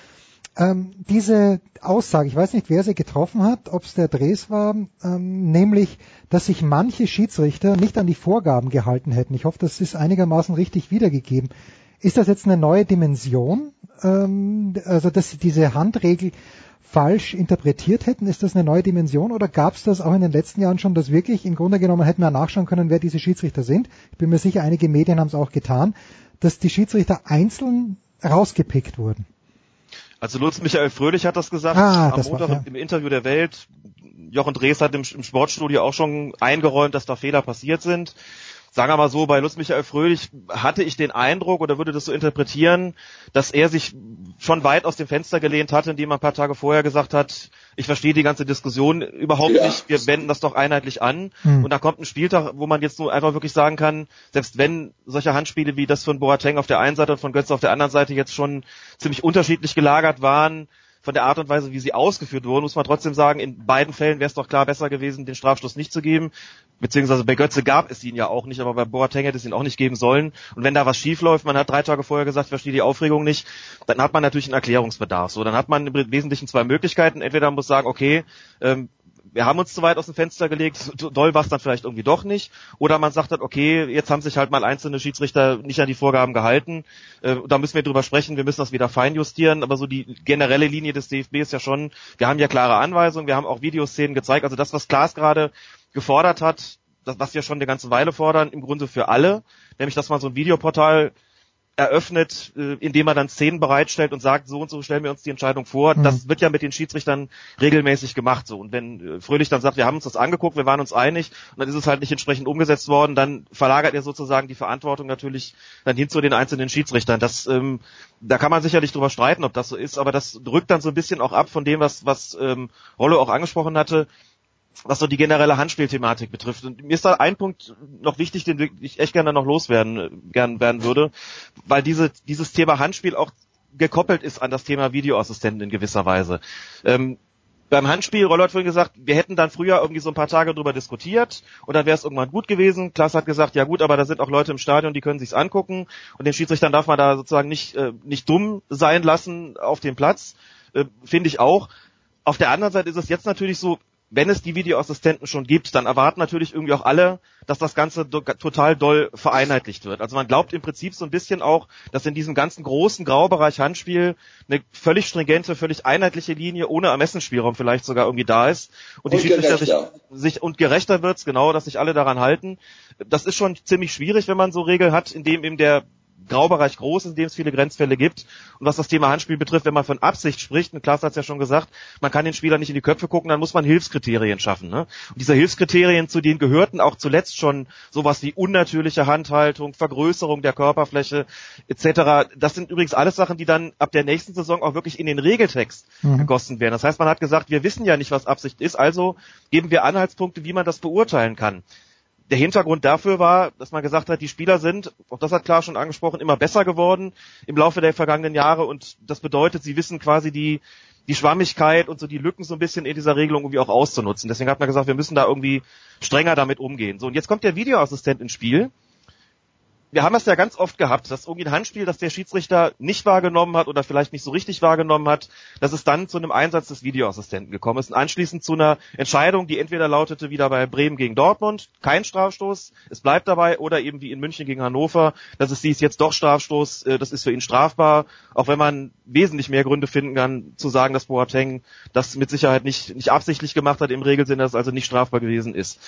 Ähm, diese Aussage, ich weiß nicht, wer sie getroffen hat, ob es der Drees war, ähm, nämlich, dass sich manche Schiedsrichter nicht an die Vorgaben gehalten hätten. Ich hoffe, das ist einigermaßen richtig wiedergegeben. Ist das jetzt eine neue Dimension, ähm, also dass sie diese Handregel falsch interpretiert hätten? Ist das eine neue Dimension oder gab es das auch in den letzten Jahren schon, dass wirklich im Grunde genommen hätten wir nachschauen können, wer diese Schiedsrichter sind? Ich bin mir sicher, einige Medien haben es auch getan, dass die Schiedsrichter einzeln rausgepickt wurden. Also Lutz Michael Fröhlich hat das gesagt ah, am das Montag war, ja. im Interview der Welt. Jochen Drees hat im, im Sportstudio auch schon eingeräumt, dass da Fehler passiert sind. Sagen wir mal so, bei Lutz Michael Fröhlich hatte ich den Eindruck oder würde das so interpretieren, dass er sich schon weit aus dem Fenster gelehnt hatte, indem er ein paar Tage vorher gesagt hat, ich verstehe die ganze Diskussion überhaupt ja. nicht, wir wenden das doch einheitlich an. Hm. Und da kommt ein Spieltag, wo man jetzt nur einfach wirklich sagen kann, selbst wenn solche Handspiele wie das von Boateng auf der einen Seite und von Götze auf der anderen Seite jetzt schon ziemlich unterschiedlich gelagert waren, von der Art und Weise, wie sie ausgeführt wurden, muss man trotzdem sagen, in beiden Fällen wäre es doch klar besser gewesen, den Strafstoß nicht zu geben. Beziehungsweise bei Götze gab es ihn ja auch nicht, aber bei Boateng hätte es ihn auch nicht geben sollen. Und wenn da was schief läuft, man hat drei Tage vorher gesagt, ich verstehe die Aufregung nicht, dann hat man natürlich einen Erklärungsbedarf. So, dann hat man im Wesentlichen zwei Möglichkeiten. Entweder man muss sagen, okay, ähm, wir haben uns zu weit aus dem Fenster gelegt, doll war es dann vielleicht irgendwie doch nicht. Oder man sagt halt, okay, jetzt haben sich halt mal einzelne Schiedsrichter nicht an die Vorgaben gehalten. Äh, da müssen wir drüber sprechen, wir müssen das wieder feinjustieren. Aber so die generelle Linie des D F B ist ja schon, wir haben ja klare Anweisungen, wir haben auch Videoszenen gezeigt. Also das, was Klaas gerade gefordert hat, das, was wir schon eine ganze Weile fordern, im Grunde für alle, nämlich dass man so ein Videoportal eröffnet, indem man dann Szenen bereitstellt und sagt, so und so stellen wir uns die Entscheidung vor. Mhm. Das wird ja mit den Schiedsrichtern regelmäßig gemacht. So. Und wenn Fröhlich dann sagt, wir haben uns das angeguckt, wir waren uns einig und dann ist es halt nicht entsprechend umgesetzt worden, dann verlagert er sozusagen die Verantwortung natürlich dann hin zu den einzelnen Schiedsrichtern. Das, ähm, da kann man sicherlich drüber streiten, ob das so ist, aber das drückt dann so ein bisschen auch ab von dem, was, was ähm, Rollo auch angesprochen hatte, was so die generelle Handspielthematik betrifft. Und mir ist da ein Punkt noch wichtig, den ich echt gerne noch loswerden gern werden würde, weil diese dieses Thema Handspiel auch gekoppelt ist an das Thema Videoassistenten in gewisser Weise. Ähm, beim Handspiel, Rollo hat vorhin gesagt, wir hätten dann früher irgendwie so ein paar Tage drüber diskutiert und dann wäre es irgendwann gut gewesen. Klaas hat gesagt, ja gut, aber da sind auch Leute im Stadion, die können sich's angucken und den Schiedsrichtern darf man da sozusagen nicht äh, nicht dumm sein lassen auf dem Platz, äh, finde ich auch. Auf der anderen Seite ist es jetzt natürlich so, wenn es die Videoassistenten schon gibt, dann erwarten natürlich irgendwie auch alle, dass das Ganze do- total doll vereinheitlicht wird. Also man glaubt im Prinzip so ein bisschen auch, dass in diesem ganzen großen Graubereich Handspiel eine völlig stringente, völlig einheitliche Linie ohne Ermessensspielraum vielleicht sogar irgendwie da ist. Und, und die Schiedsrichter sich, sich, und gerechter wird's, genau, dass sich alle daran halten. Das ist schon ziemlich schwierig, wenn man so Regeln hat, in dem eben der Graubereich groß ist, in dem es viele Grenzfälle gibt. Und was das Thema Handspiel betrifft, wenn man von Absicht spricht, und Klaas hat es ja schon gesagt, man kann den Spielern nicht in die Köpfe gucken, dann muss man Hilfskriterien schaffen. Ne? Und diese Hilfskriterien, zu denen gehörten auch zuletzt schon sowas wie unnatürliche Handhaltung, Vergrößerung der Körperfläche et cetera. Das sind übrigens alles Sachen, die dann ab der nächsten Saison auch wirklich in den Regeltext mhm. gegossen werden. Das heißt, man hat gesagt, wir wissen ja nicht, was Absicht ist, also geben wir Anhaltspunkte, wie man das beurteilen kann. Der Hintergrund dafür war, dass man gesagt hat, die Spieler sind, auch das hat Klaas schon angesprochen, immer besser geworden im Laufe der vergangenen Jahre und das bedeutet, sie wissen quasi die die Schwammigkeit und so die Lücken so ein bisschen in dieser Regelung irgendwie auch auszunutzen. Deswegen hat man gesagt, wir müssen da irgendwie strenger damit umgehen. So, und jetzt kommt der Videoassistent ins Spiel. Wir haben es ja ganz oft gehabt, dass irgendwie ein Handspiel, das der Schiedsrichter nicht wahrgenommen hat oder vielleicht nicht so richtig wahrgenommen hat, dass es dann zu einem Einsatz des Videoassistenten gekommen ist und anschließend zu einer Entscheidung, die entweder lautete, wieder bei Bremen gegen Dortmund, kein Strafstoß, es bleibt dabei, oder eben wie in München gegen Hannover, dass es hieß, jetzt doch Strafstoß, das ist für ihn strafbar, auch wenn man wesentlich mehr Gründe finden kann, zu sagen, dass Boateng das mit Sicherheit nicht, nicht absichtlich gemacht hat, im Regelsinne, dass es also nicht strafbar gewesen ist.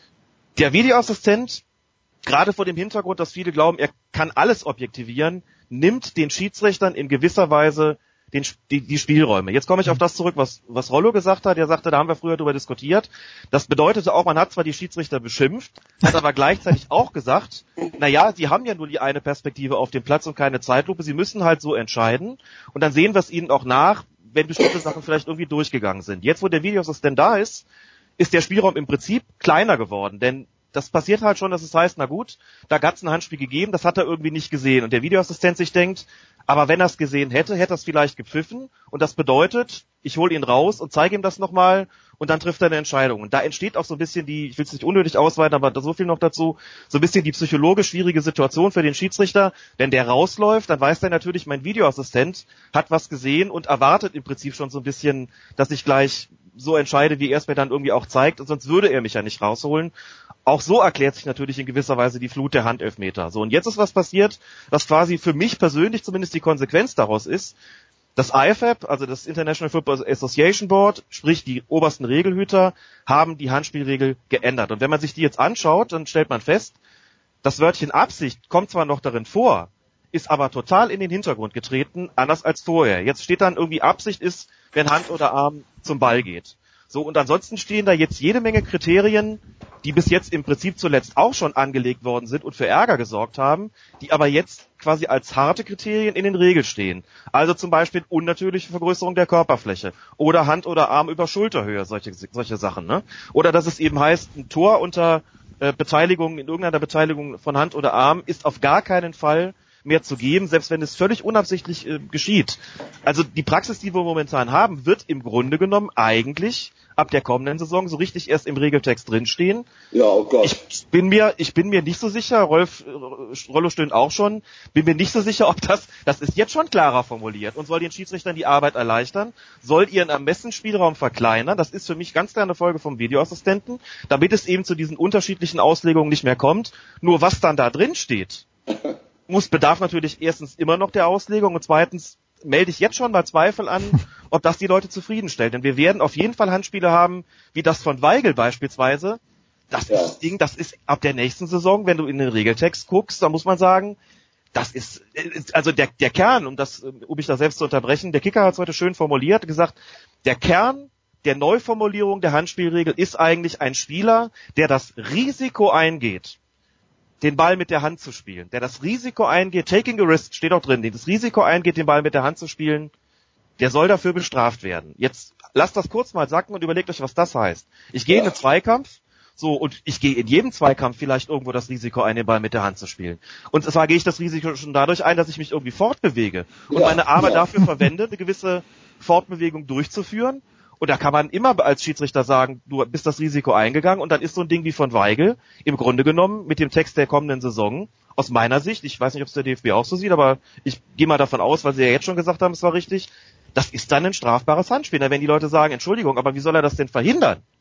Der Videoassistent, gerade vor dem Hintergrund, dass viele glauben, er kann alles objektivieren, nimmt den Schiedsrichtern in gewisser Weise den, die, die Spielräume. Jetzt komme ich auf das zurück, was, was Rollo gesagt hat. Er sagte, da haben wir früher drüber diskutiert. Das bedeutete auch, man hat zwar die Schiedsrichter beschimpft, hat aber gleichzeitig auch gesagt, na ja, sie haben ja nur die eine Perspektive auf dem Platz und keine Zeitlupe. Sie müssen halt so entscheiden. Und dann sehen wir es ihnen auch nach, wenn bestimmte Sachen vielleicht irgendwie durchgegangen sind. Jetzt, wo der Videoassistent da ist, ist der Spielraum im Prinzip kleiner geworden, denn das passiert halt schon, dass es heißt, na gut, da hat's ein Handspiel gegeben, das hat er irgendwie nicht gesehen. Und der Videoassistent sich denkt, aber wenn er es gesehen hätte, hätte er es vielleicht gepfiffen. Und das bedeutet, ich hole ihn raus und zeige ihm das nochmal und dann trifft er eine Entscheidung. Und da entsteht auch so ein bisschen die, ich will es nicht unnötig ausweiten, aber so viel noch dazu, so ein bisschen die psychologisch schwierige Situation für den Schiedsrichter. Wenn der rausläuft, dann weiß der natürlich, mein Videoassistent hat was gesehen und erwartet im Prinzip schon so ein bisschen, dass ich gleich so entscheide, wie er es mir dann irgendwie auch zeigt. Und sonst würde er mich ja nicht rausholen. Auch so erklärt sich natürlich in gewisser Weise die Flut der Handelfmeter. So, und jetzt ist was passiert, was quasi für mich persönlich zumindest die Konsequenz daraus ist. Das I F A B, also das International Football Association Board, sprich die obersten Regelhüter, haben die Handspielregel geändert. Und wenn man sich die jetzt anschaut, dann stellt man fest, das Wörtchen Absicht kommt zwar noch darin vor, ist aber total in den Hintergrund getreten, anders als vorher. Jetzt steht dann irgendwie, Absicht ist, wenn Hand oder Arm zum Ball geht. So, und ansonsten stehen da jetzt jede Menge Kriterien, die bis jetzt im Prinzip zuletzt auch schon angelegt worden sind und für Ärger gesorgt haben, die aber jetzt quasi als harte Kriterien in den Regeln stehen. Also zum Beispiel unnatürliche Vergrößerung der Körperfläche oder Hand oder Arm über Schulterhöhe, solche, solche Sachen, ne? Oder dass es eben heißt, ein Tor unter äh, Beteiligung, in irgendeiner Beteiligung von Hand oder Arm ist auf gar keinen Fall mehr zu geben, selbst wenn es völlig unabsichtlich äh, geschieht. Also die Praxis, die wir momentan haben, wird im Grunde genommen eigentlich ab der kommenden Saison so richtig erst im Regeltext drinstehen. Ja, oh Gott. Ich bin mir, ich bin mir nicht so sicher, Rolf, Rollo stöhnt auch schon, bin mir nicht so sicher, ob das, das ist jetzt schon klarer formuliert und soll den Schiedsrichtern die Arbeit erleichtern, soll ihren Ermessensspielraum verkleinern. Das ist für mich ganz klar eine Folge vom Videoassistenten, damit es eben zu diesen unterschiedlichen Auslegungen nicht mehr kommt. Nur was dann da drin steht, muss, bedarf natürlich erstens immer noch der Auslegung und zweitens melde ich jetzt schon mal Zweifel an, ob das die Leute zufriedenstellt. Denn wir werden auf jeden Fall Handspiele haben, wie das von Weigel beispielsweise. Das ja. ist Ding, das ist ab der nächsten Saison, wenn du in den Regeltext guckst, da muss man sagen, das ist, also der, der Kern, um das, um mich da selbst zu unterbrechen, der Kicker hat es heute schön formuliert, gesagt, der Kern der Neuformulierung der Handspielregel ist eigentlich ein Spieler, der das Risiko eingeht, den Ball mit der Hand zu spielen, der das Risiko eingeht, taking a risk, steht auch drin, der das Risiko eingeht, den Ball mit der Hand zu spielen, der soll dafür bestraft werden. Jetzt lasst das kurz mal sacken und überlegt euch, was das heißt. Ich gehe ja. in einen Zweikampf, so, und ich gehe in jedem Zweikampf vielleicht irgendwo das Risiko ein, den Ball mit der Hand zu spielen. Und zwar gehe ich das Risiko schon dadurch ein, dass ich mich irgendwie fortbewege und ja. meine Arme ja. dafür verwende, eine gewisse Fortbewegung durchzuführen. Und da kann man immer als Schiedsrichter sagen, du bist das Risiko eingegangen und dann ist so ein Ding wie von Weigel im Grunde genommen mit dem Text der kommenden Saison aus meiner Sicht, ich weiß nicht, ob es der D F B auch so sieht, aber ich gehe mal davon aus, weil sie ja jetzt schon gesagt haben, es war richtig, das ist dann ein strafbares Handspiel. Wenn die Leute sagen, Entschuldigung, aber wie soll er das denn verhindern?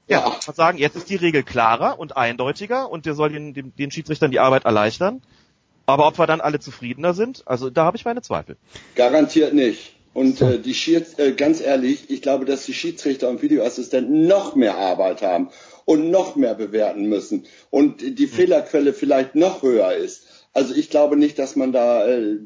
Ja, ja. Ich kann sagen, jetzt ist die Regel klarer und eindeutiger und der soll den, den, den Schiedsrichtern die Arbeit erleichtern. Aber ob wir dann alle zufriedener sind, also da habe ich meine Zweifel. Garantiert nicht. Und äh, die Schieds, äh, ganz ehrlich, ich glaube, dass die Schiedsrichter und Videoassistenten noch mehr Arbeit haben und noch mehr bewerten müssen und die Fehlerquelle vielleicht noch höher ist. Also ich glaube nicht, dass man da äh,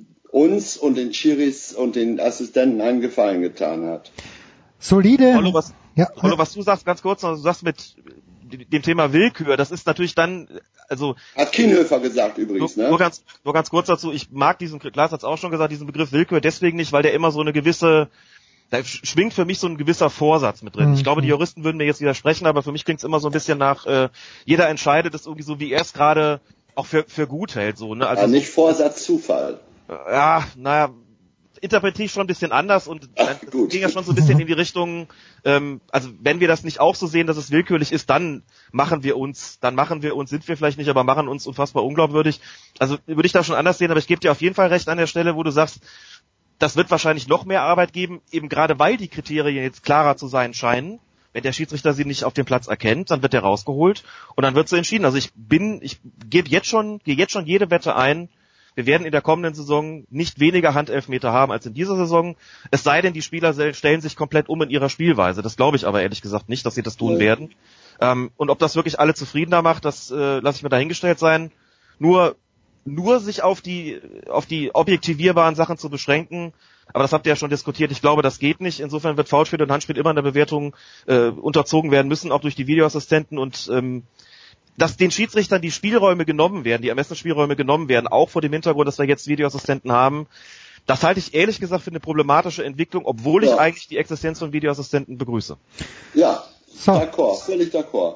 uns und den Schiris und den Assistenten einen Gefallen getan hat. Solide. Rollo, was, ja. Rollo, was du sagst, ganz kurz, du sagst mit dem Thema Willkür, das ist natürlich dann, also... Hat Kienhöfer gesagt übrigens, nur, ne? Nur ganz, nur ganz kurz dazu, ich mag diesen, Klaas hat es auch schon gesagt, diesen Begriff Willkür deswegen nicht, weil der immer so eine gewisse, da schwingt für mich so ein gewisser Vorsatz mit drin. Mhm. Ich glaube, die Juristen würden mir jetzt widersprechen, aber für mich klingt es immer so ein bisschen nach, äh, jeder entscheidet es irgendwie so, wie er es gerade auch für, für gut hält, so, ne? Also ja, nicht Vorsatz, Zufall. Ja, naja, interpretiere ich schon ein bisschen anders und Ach, das gut. ging ja schon so ein bisschen in die Richtung, ähm, also wenn wir das nicht auch so sehen, dass es willkürlich ist, dann machen wir uns, dann machen wir uns, sind wir vielleicht nicht, aber machen uns unfassbar unglaubwürdig. Also würde ich da schon anders sehen, aber ich gebe dir auf jeden Fall recht an der Stelle, wo du sagst, das wird wahrscheinlich noch mehr Arbeit geben, eben gerade weil die Kriterien jetzt klarer zu sein scheinen. Wenn der Schiedsrichter sie nicht auf dem Platz erkennt, dann wird der rausgeholt und dann wird so entschieden. Also ich bin, ich gebe jetzt schon, gehe jetzt schon jede Wette ein, wir werden in der kommenden Saison nicht weniger Handelfmeter haben als in dieser Saison. Es sei denn, die Spieler stellen sich komplett um in ihrer Spielweise. Das glaube ich aber ehrlich gesagt nicht, dass sie das tun ja. werden. Ähm, und ob das wirklich alle zufriedener macht, das äh, lasse ich mir dahingestellt sein. Nur, nur sich auf die, auf die objektivierbaren Sachen zu beschränken, aber das habt ihr ja schon diskutiert. Ich glaube, das geht nicht. Insofern wird Foulspiel und Handspiel immer in der Bewertung äh, unterzogen werden müssen, auch durch die Videoassistenten und ähm, dass den Schiedsrichtern die Spielräume genommen werden, die Ermessensspielräume genommen werden, auch vor dem Hintergrund, dass wir jetzt Videoassistenten haben, das halte ich ehrlich gesagt für eine problematische Entwicklung, obwohl ja. ich eigentlich die Existenz von Videoassistenten begrüße. Ja, so. d'accord, völlig d'accord.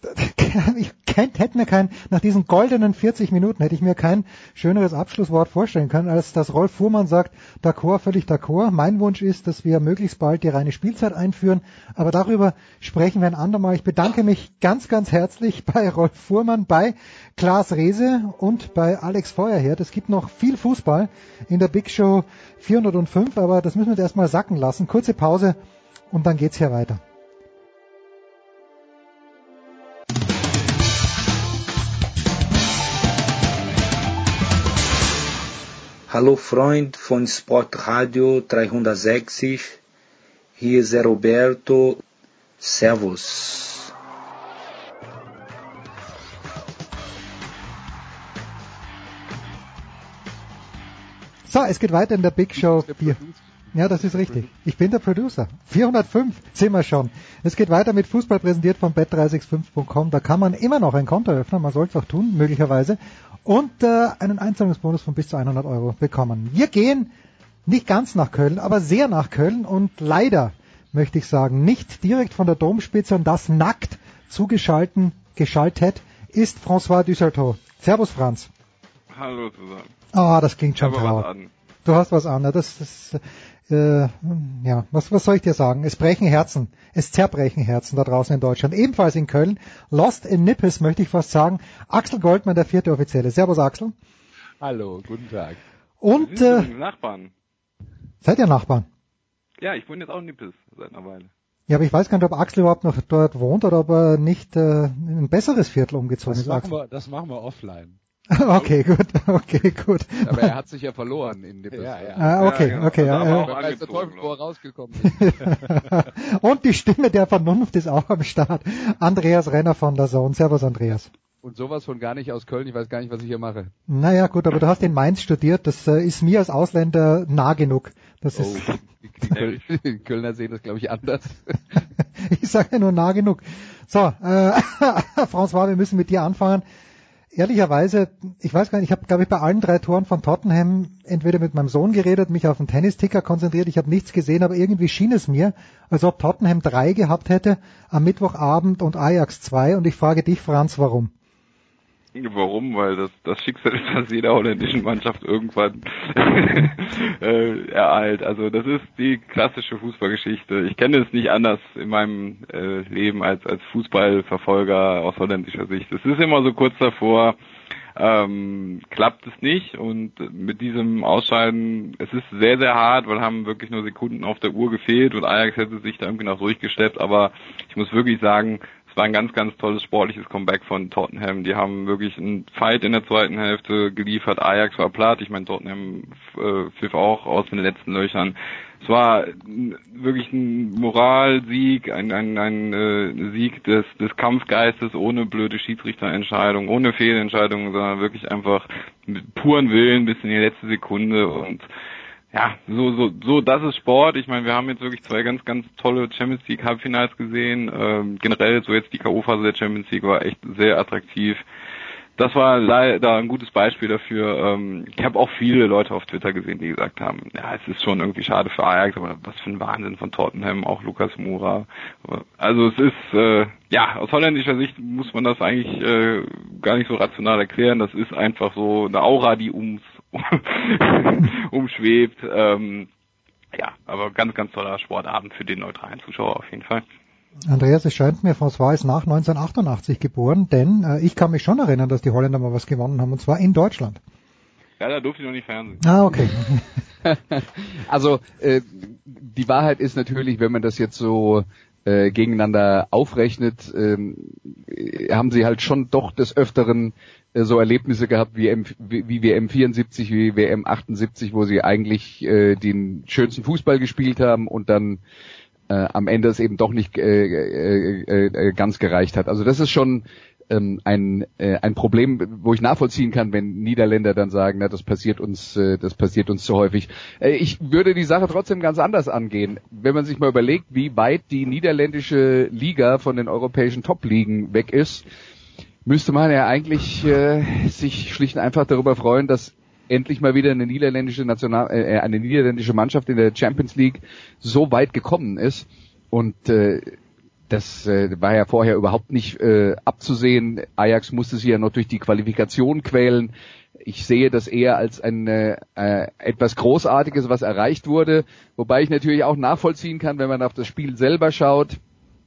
Ich hätte mir kein, nach diesen goldenen vierzig Minuten hätte ich mir kein schöneres Abschlusswort vorstellen können, als dass Rolf Fuhrmann sagt, d'accord, völlig d'accord. Mein Wunsch ist, dass wir möglichst bald die reine Spielzeit einführen, aber darüber sprechen wir ein andermal. Ich bedanke mich ganz, ganz herzlich bei Rolf Fuhrmann, bei Klaas Rehse und bei Alex Feuerherd. Es gibt noch viel Fußball in der Big Show vierhundertfünf, aber das müssen wir jetzt erstmal sacken lassen. Kurze Pause und dann geht's hier weiter. Hallo Freund von Sportradio dreihundertsechzig, hier ist Roberto, Servus. So, es geht weiter in der Big Show vier. Ja, das ist richtig. Ich bin der Producer. vierhundertfünf sind wir schon. Es geht weiter mit Fußball, präsentiert von bet drei sechs fünf punkt com. Da kann man immer noch ein Konto öffnen, man soll es auch tun, möglicherweise. Und äh, einen Einzahlungsbonus von bis zu hundert Euro bekommen. Wir gehen nicht ganz nach Köln, aber sehr nach Köln und leider, möchte ich sagen, nicht direkt von der Domspitze und das nackt zugeschalten, geschaltet ist François Düsseldorf. Servus Franz. Hallo zusammen. Ah, oh, das klingt schon traurig. Du hast was an, das ist, äh, ja, was, was soll ich dir sagen? Es brechen Herzen, es zerbrechen Herzen da draußen in Deutschland. Ebenfalls in Köln, Lost in Nippes, möchte ich fast sagen. Axel Goldmann, der vierte Offizielle. Servus Axel. Hallo, guten Tag. Und, Wir äh, sind Nachbarn. Seid ihr Nachbarn? Ja, ich wohne jetzt auch in Nippes seit einer Weile. Ja, aber ich weiß gar nicht, ob Axel überhaupt noch dort wohnt oder ob er nicht äh, in ein besseres Viertel umgezogen das ist. Machen wir, das machen wir offline. Okay, gut, okay, gut. Aber er hat sich ja verloren in Nippes. Ja, ja. Ah, okay, ja, genau. okay. Ja, Ja, auch da ist der Teufel vor rausgekommen. Und die Stimme der Vernunft ist auch am Start. Andreas Renner von der Zone. Servus, Andreas. Und sowas von gar nicht aus Köln. Ich weiß gar nicht, was ich hier mache. Naja, gut, aber du hast in Mainz studiert. Das äh, ist mir als Ausländer nah genug. Das oh, ist die, die, Köl- die Kölner sehen das, glaube ich, anders. Ich sage ja nur nah genug. So, äh, François, wir müssen mit dir anfangen. Ehrlicherweise, ich weiß gar nicht, ich habe, glaube ich, bei allen drei Toren von Tottenham entweder mit meinem Sohn geredet, mich auf den Tennisticker konzentriert, ich habe nichts gesehen, aber irgendwie schien es mir, als ob Tottenham drei gehabt hätte am Mittwochabend und Ajax zwei. Und ich frage dich, Franz, warum? Warum? Weil das, das Schicksal ist, dass jeder holländischen Mannschaft irgendwann äh, ereilt. Also das ist die klassische Fußballgeschichte. Ich kenne es nicht anders in meinem äh, Leben als als Fußballverfolger aus holländischer Sicht. Es ist immer so kurz davor, ähm, klappt es nicht. Und mit diesem Ausscheiden, es ist sehr, sehr hart, weil haben wirklich nur Sekunden auf der Uhr gefehlt und Ajax hätte sich da irgendwie noch durchgesteppt. Aber ich muss wirklich sagen, es war ein ganz, ganz tolles sportliches Comeback von Tottenham. Die haben wirklich einen Fight in der zweiten Hälfte geliefert. Ajax war platt. Ich meine, Tottenham äh, pfiff auch aus den letzten Löchern. Es war wirklich ein Moralsieg, ein, ein, ein äh, Sieg des, des Kampfgeistes ohne blöde Schiedsrichterentscheidungen, ohne Fehlentscheidungen, sondern wirklich einfach mit puren Willen bis in die letzte Sekunde. Und ja, so, so, so, das ist Sport. Ich meine, wir haben jetzt wirklich zwei ganz, ganz tolle Champions League Halbfinals gesehen. Ähm, generell so jetzt die K O-Phase der Champions League war echt sehr attraktiv. Das war leider ein gutes Beispiel dafür. Ähm, ich habe auch viele Leute auf Twitter gesehen, die gesagt haben, ja, es ist schon irgendwie schade für Ajax, aber was für ein Wahnsinn von Tottenham, auch Lucas Moura. Also es ist, äh, ja, aus holländischer Sicht muss man das eigentlich äh, gar nicht so rational erklären. Das ist einfach so eine Aura, die ums umschwebt. Ähm, ja, aber ganz, ganz toller Sportabend für den neutralen Zuschauer auf jeden Fall. Andreas, es scheint mir, François ist nach neunzehnhundertachtundachtzig geboren, denn äh, ich kann mich schon erinnern, dass die Holländer mal was gewonnen haben, und zwar in Deutschland. Ja, da durfte ich noch nicht fernsehen. Ah, okay. Also, äh, die Wahrheit ist natürlich, wenn man das jetzt so äh, gegeneinander aufrechnet, äh, haben sie halt schon doch des Öfteren äh, so Erlebnisse gehabt wie, M, wie, wie W M vierundsiebzig, wie W M achtundsiebzig, wo sie eigentlich äh, den schönsten Fußball gespielt haben und dann Äh, am Ende es eben doch nicht äh, äh, äh, ganz gereicht hat. Also das ist schon ähm, ein äh, ein Problem, wo ich nachvollziehen kann, wenn Niederländer dann sagen, na, das passiert uns, äh, das passiert uns zu häufig. Äh, ich würde die Sache trotzdem ganz anders angehen. Wenn man sich mal überlegt, wie weit die niederländische Liga von den europäischen Top-Ligen weg ist, müsste man ja eigentlich äh, sich schlicht und einfach darüber freuen, dass endlich mal wieder eine niederländische National äh, eine niederländische Mannschaft in der Champions League so weit gekommen ist. Und äh, das äh, war ja vorher überhaupt nicht äh, abzusehen. Ajax musste sich ja noch durch die Qualifikation quälen. Ich sehe das eher als ein äh, etwas Großartiges, was erreicht wurde. Wobei ich natürlich auch nachvollziehen kann, wenn man auf das Spiel selber schaut.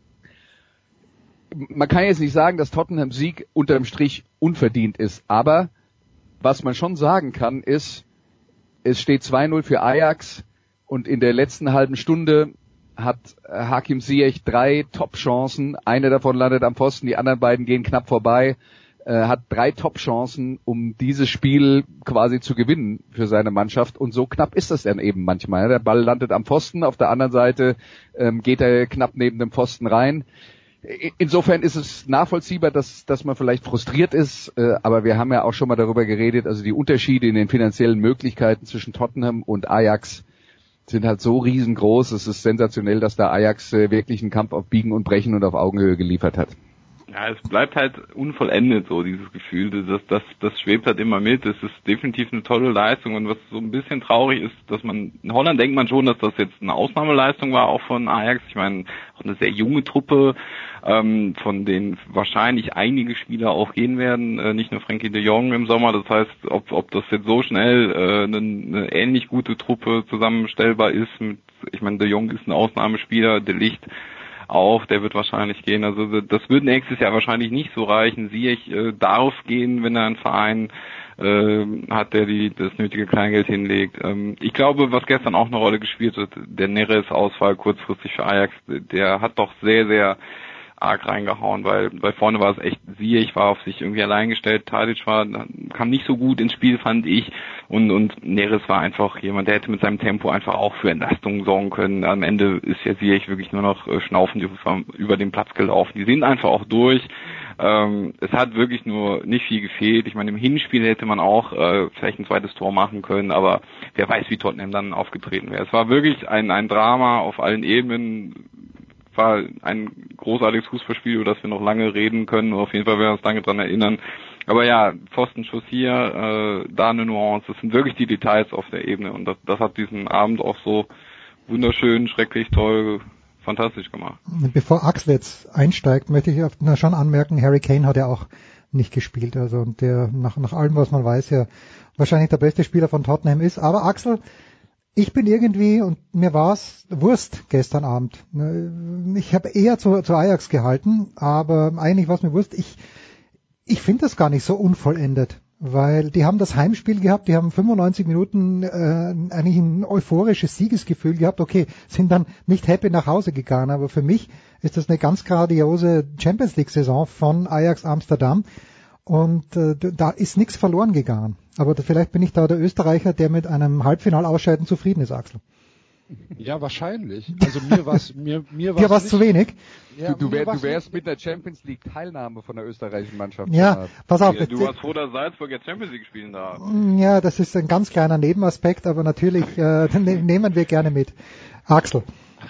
Man kann jetzt nicht sagen, dass Tottenhams Sieg unterm Strich unverdient ist, aber was man schon sagen kann, ist, es steht zwei null für Ajax und in der letzten halben Stunde hat Hakim Ziyech drei Top-Chancen. Eine davon landet am Pfosten, die anderen beiden gehen knapp vorbei. Äh, hat drei Top-Chancen, um dieses Spiel quasi zu gewinnen für seine Mannschaft. Und so knapp ist das dann eben manchmal. Der Ball landet am Pfosten, auf der anderen Seite ähm, geht er knapp neben dem Pfosten rein. Insofern ist es nachvollziehbar, dass, dass man vielleicht frustriert ist, äh, aber wir haben ja auch schon mal darüber geredet, also die Unterschiede in den finanziellen Möglichkeiten zwischen Tottenham und Ajax sind halt so riesengroß. Es ist sensationell, dass da Ajax äh, wirklich einen Kampf auf Biegen und Brechen und auf Augenhöhe geliefert hat. Ja, es bleibt halt unvollendet, so dieses Gefühl, das, das, das schwebt halt immer mit. Es ist definitiv eine tolle Leistung und was so ein bisschen traurig ist, dass man, in Holland denkt man schon, dass das jetzt eine Ausnahmeleistung war, auch von Ajax. Ich meine, auch eine sehr junge Truppe, ähm, von denen wahrscheinlich einige Spieler auch gehen werden, äh, nicht nur Frenkie de Jong im Sommer. Das heißt, ob, ob das jetzt so schnell äh, eine, eine ähnlich gute Truppe zusammenstellbar ist. Mit, ich meine, de Jong ist ein Ausnahmespieler, de Ligt auch, der wird wahrscheinlich gehen. Also das wird nächstes Jahr wahrscheinlich nicht so reichen. Ziyech äh, darf gehen, wenn er einen Verein äh, hat, der die das nötige Kleingeld hinlegt. Ähm, ich glaube, was gestern auch eine Rolle gespielt hat, der Neres-Ausfall kurzfristig für Ajax, der hat doch sehr, sehr arg reingehauen, weil weil vorne war es echt Ziyech, war auf sich irgendwie allein gestellt, Tadic war, kam nicht so gut ins Spiel, fand ich, und und Neres war einfach jemand, der hätte mit seinem Tempo einfach auch für Entlastung sorgen können. Am Ende ist ja Ziyech wirklich nur noch äh, schnaufend über den Platz gelaufen. Die sind einfach auch durch. Ähm, es hat wirklich nur nicht viel gefehlt. Ich meine, im Hinspiel hätte man auch äh, vielleicht ein zweites Tor machen können, aber wer weiß, wie Tottenham dann aufgetreten wäre. Es war wirklich ein ein Drama auf allen Ebenen. War ein großartiges Fußballspiel, über das wir noch lange reden können. Auf jeden Fall werden wir uns lange dran erinnern. Aber ja, Pfostenschuss hier, äh, da eine Nuance. Das sind wirklich die Details auf der Ebene. Und das, das hat diesen Abend auch so wunderschön, schrecklich, toll, fantastisch gemacht. Bevor Axel jetzt einsteigt, möchte ich na, schon anmerken, Harry Kane hat ja auch nicht gespielt. Also der nach, nach allem, was man weiß, ja wahrscheinlich der beste Spieler von Tottenham ist. Aber Axel, ich bin irgendwie, und mir war's Wurst gestern Abend. Ich habe eher zu, zu Ajax gehalten, aber eigentlich war's mir Wurst. Ich, ich finde das gar nicht so unvollendet. weil die haben das Heimspiel gehabt, die haben fünfundneunzig Minuten äh, eigentlich ein euphorisches Siegesgefühl gehabt. Okay, sind dann nicht happy nach Hause gegangen, aber für mich ist das eine ganz grandiose Champions League Saison von Ajax Amsterdam und äh, da ist nichts verloren gegangen. Aber da, vielleicht bin ich da der Österreicher, der mit einem Halbfinalausscheiden zufrieden ist, Axel. Ja, wahrscheinlich. Also mir war's mir mir Dir war's zu wenig. Ja, du, du, wär, du wärst mit der Champions League Teilnahme von der österreichischen Mannschaft. Ja, pass auf. Ja, du warst froh, dass Salzburg jetzt Champions League spielen darf. Ja, das ist ein ganz kleiner Nebenaspekt, aber natürlich äh, nehmen wir gerne mit. Axel.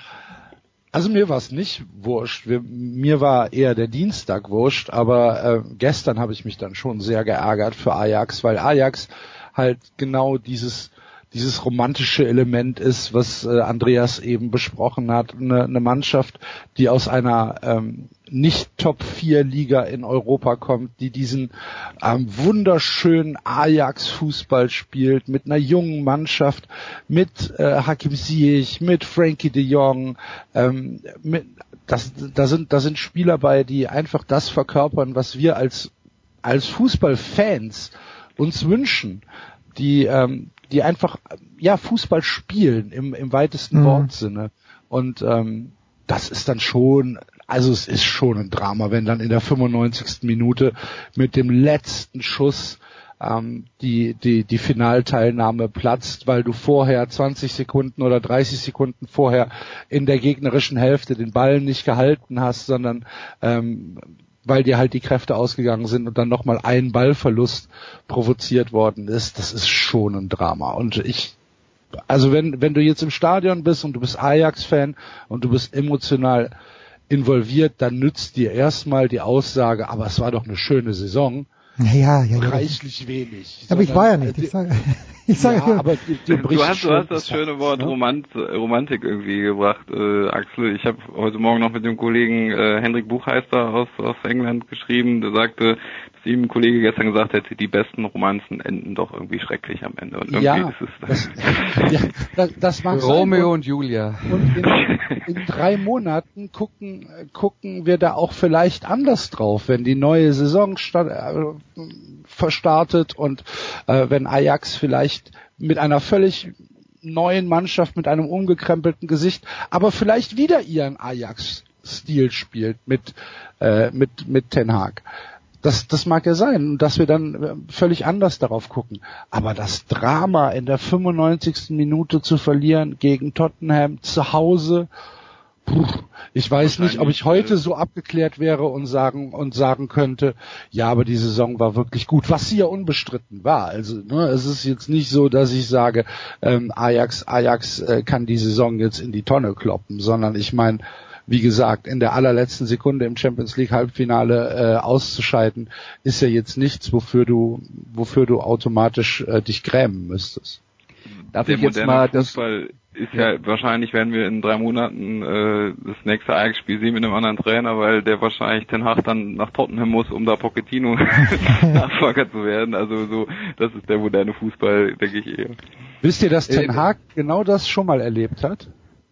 Also mir war's nicht wurscht. Wir, mir war eher der Dienstag wurscht, aber äh, gestern habe ich mich dann schon sehr geärgert für Ajax, weil Ajax halt genau dieses dieses romantische Element ist, was äh, Andreas eben besprochen hat. Eine, eine Mannschaft, die aus einer ähm, nicht Top vier Liga in Europa kommt, die diesen ähm, wunderschönen Ajax-Fußball spielt, mit einer jungen Mannschaft, mit äh, Hakim Ziyech, mit Frankie de Jong, ähm, mit, das, da sind, da sind Spieler bei, die einfach das verkörpern, was wir als, als Fußballfans uns wünschen, die, ähm, die einfach ja Fußball spielen im, im weitesten mhm. Wortsinne. Und ähm, das ist dann schon, also es ist schon ein Drama, wenn dann in der fünfundneunzigsten Minute mit dem letzten Schuss ähm, die die die Finalteilnahme platzt, weil du vorher zwanzig Sekunden oder dreißig Sekunden vorher in der gegnerischen Hälfte den Ball nicht gehalten hast, sondern ähm, weil dir halt die Kräfte ausgegangen sind und dann nochmal ein Ballverlust provoziert worden ist, das ist schon ein Drama. Und ich, also wenn, wenn du jetzt im Stadion bist und du bist Ajax-Fan und du bist emotional involviert, dann nützt dir erstmal die Aussage, aber es war doch eine schöne Saison. Ja, ja, ja. Reichlich wenig. Aber ich war ja nicht. Ich sage, ich sage ja, aber die, die du, hast, du hast das schöne Wort ne? Romant, Romantik irgendwie gebracht, äh, Axel. Ich habe heute Morgen noch mit dem Kollegen äh, Henrik Buchheister aus, aus England geschrieben, der sagte, dass ihm ein Kollege gestern gesagt hätte, die besten Romanzen enden doch irgendwie schrecklich am Ende. Und irgendwie ja, ist es das, ja, das, das mag Romeo sein. und Julia. Und in, in drei Monaten gucken, gucken wir da auch vielleicht anders drauf, wenn die neue Saison sta- äh, verstartet und äh, wenn Ajax vielleicht mit einer völlig neuen Mannschaft, mit einem umgekrempelten Gesicht, aber vielleicht wieder ihren Ajax-Stil spielt mit, äh, mit, mit Ten Hag. Das, das mag ja sein, dass wir dann völlig anders darauf gucken. Aber das Drama in der fünfundneunzigsten Minute zu verlieren gegen Tottenham zu Hause, puh, ich weiß nicht, ob ich heute so abgeklärt wäre und sagen und sagen könnte, ja, aber die Saison war wirklich gut, was sie ja unbestritten war. Also ne, es ist jetzt nicht so, dass ich sage, ähm, Ajax, Ajax äh, kann die Saison jetzt in die Tonne kloppen, sondern ich meine, wie gesagt, in der allerletzten Sekunde im Champions League Halbfinale äh, auszuscheiden, ist ja jetzt nichts, wofür du, wofür du automatisch äh, dich grämen müsstest. Darf der ich jetzt moderne mal Fußball das ist ja, ja wahrscheinlich werden wir in drei Monaten äh, das nächste Ajax-Spiel sehen mit einem anderen Trainer, weil der wahrscheinlich Ten Hag dann nach Tottenham muss, um da Pochettino Nachfolger zu werden. Also so, das ist der moderne Fußball, denke ich eher. Wisst ihr, dass Ten Hag genau das schon mal erlebt hat?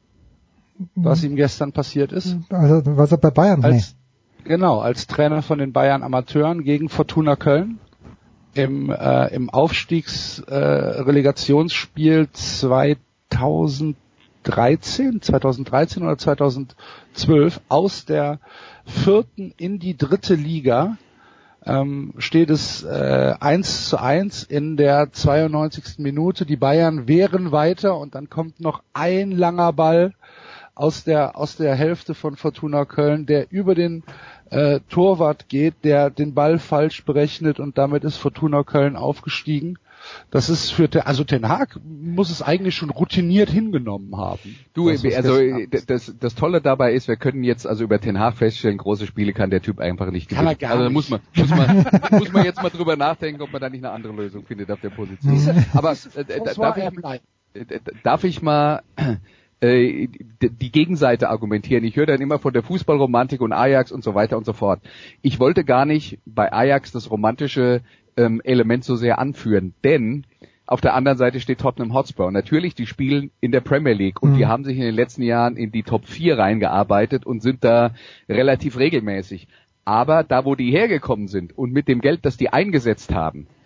Was ihm gestern passiert ist? Also was er bei Bayern? Als, nee. Genau, als Trainer von den Bayern Amateuren gegen Fortuna Köln im äh, im Aufstiegsrelegationsspiel äh, zweitausenddreizehn, zweitausenddreizehn oder zweitausendzwölf aus der vierten in die dritte Liga ähm, steht es äh, eins zu eins in der zweiundneunzigsten Minute. Die Bayern wehren weiter und dann kommt noch ein langer Ball aus der aus der Hälfte von Fortuna Köln, der über den äh, Torwart geht, der den Ball falsch berechnet und damit ist Fortuna Köln aufgestiegen. Das ist für also Ten Hag muss es eigentlich schon routiniert hingenommen haben. Du, das, also das, das Tolle dabei ist, wir können jetzt also über Ten Hag feststellen, große Spiele kann der Typ einfach nicht gewinnen. Kann er gar also da nicht. muss man muss man muss man jetzt mal drüber nachdenken, ob man da nicht eine andere Lösung findet auf der Position. Aber äh, darf, ich, äh, darf ich mal äh, die Gegenseite argumentieren? Ich höre dann immer von der Fußballromantik und Ajax und so weiter und so fort. Ich wollte gar nicht bei Ajax das romantische ähm, Element so sehr anführen, denn auf der anderen Seite steht Tottenham Hotspur. Und natürlich, die spielen in der Premier League und mhm. die haben sich in den letzten Jahren in die Top vier reingearbeitet und sind da relativ regelmäßig. Aber da, wo die hergekommen sind und mit dem Geld, das die eingesetzt haben,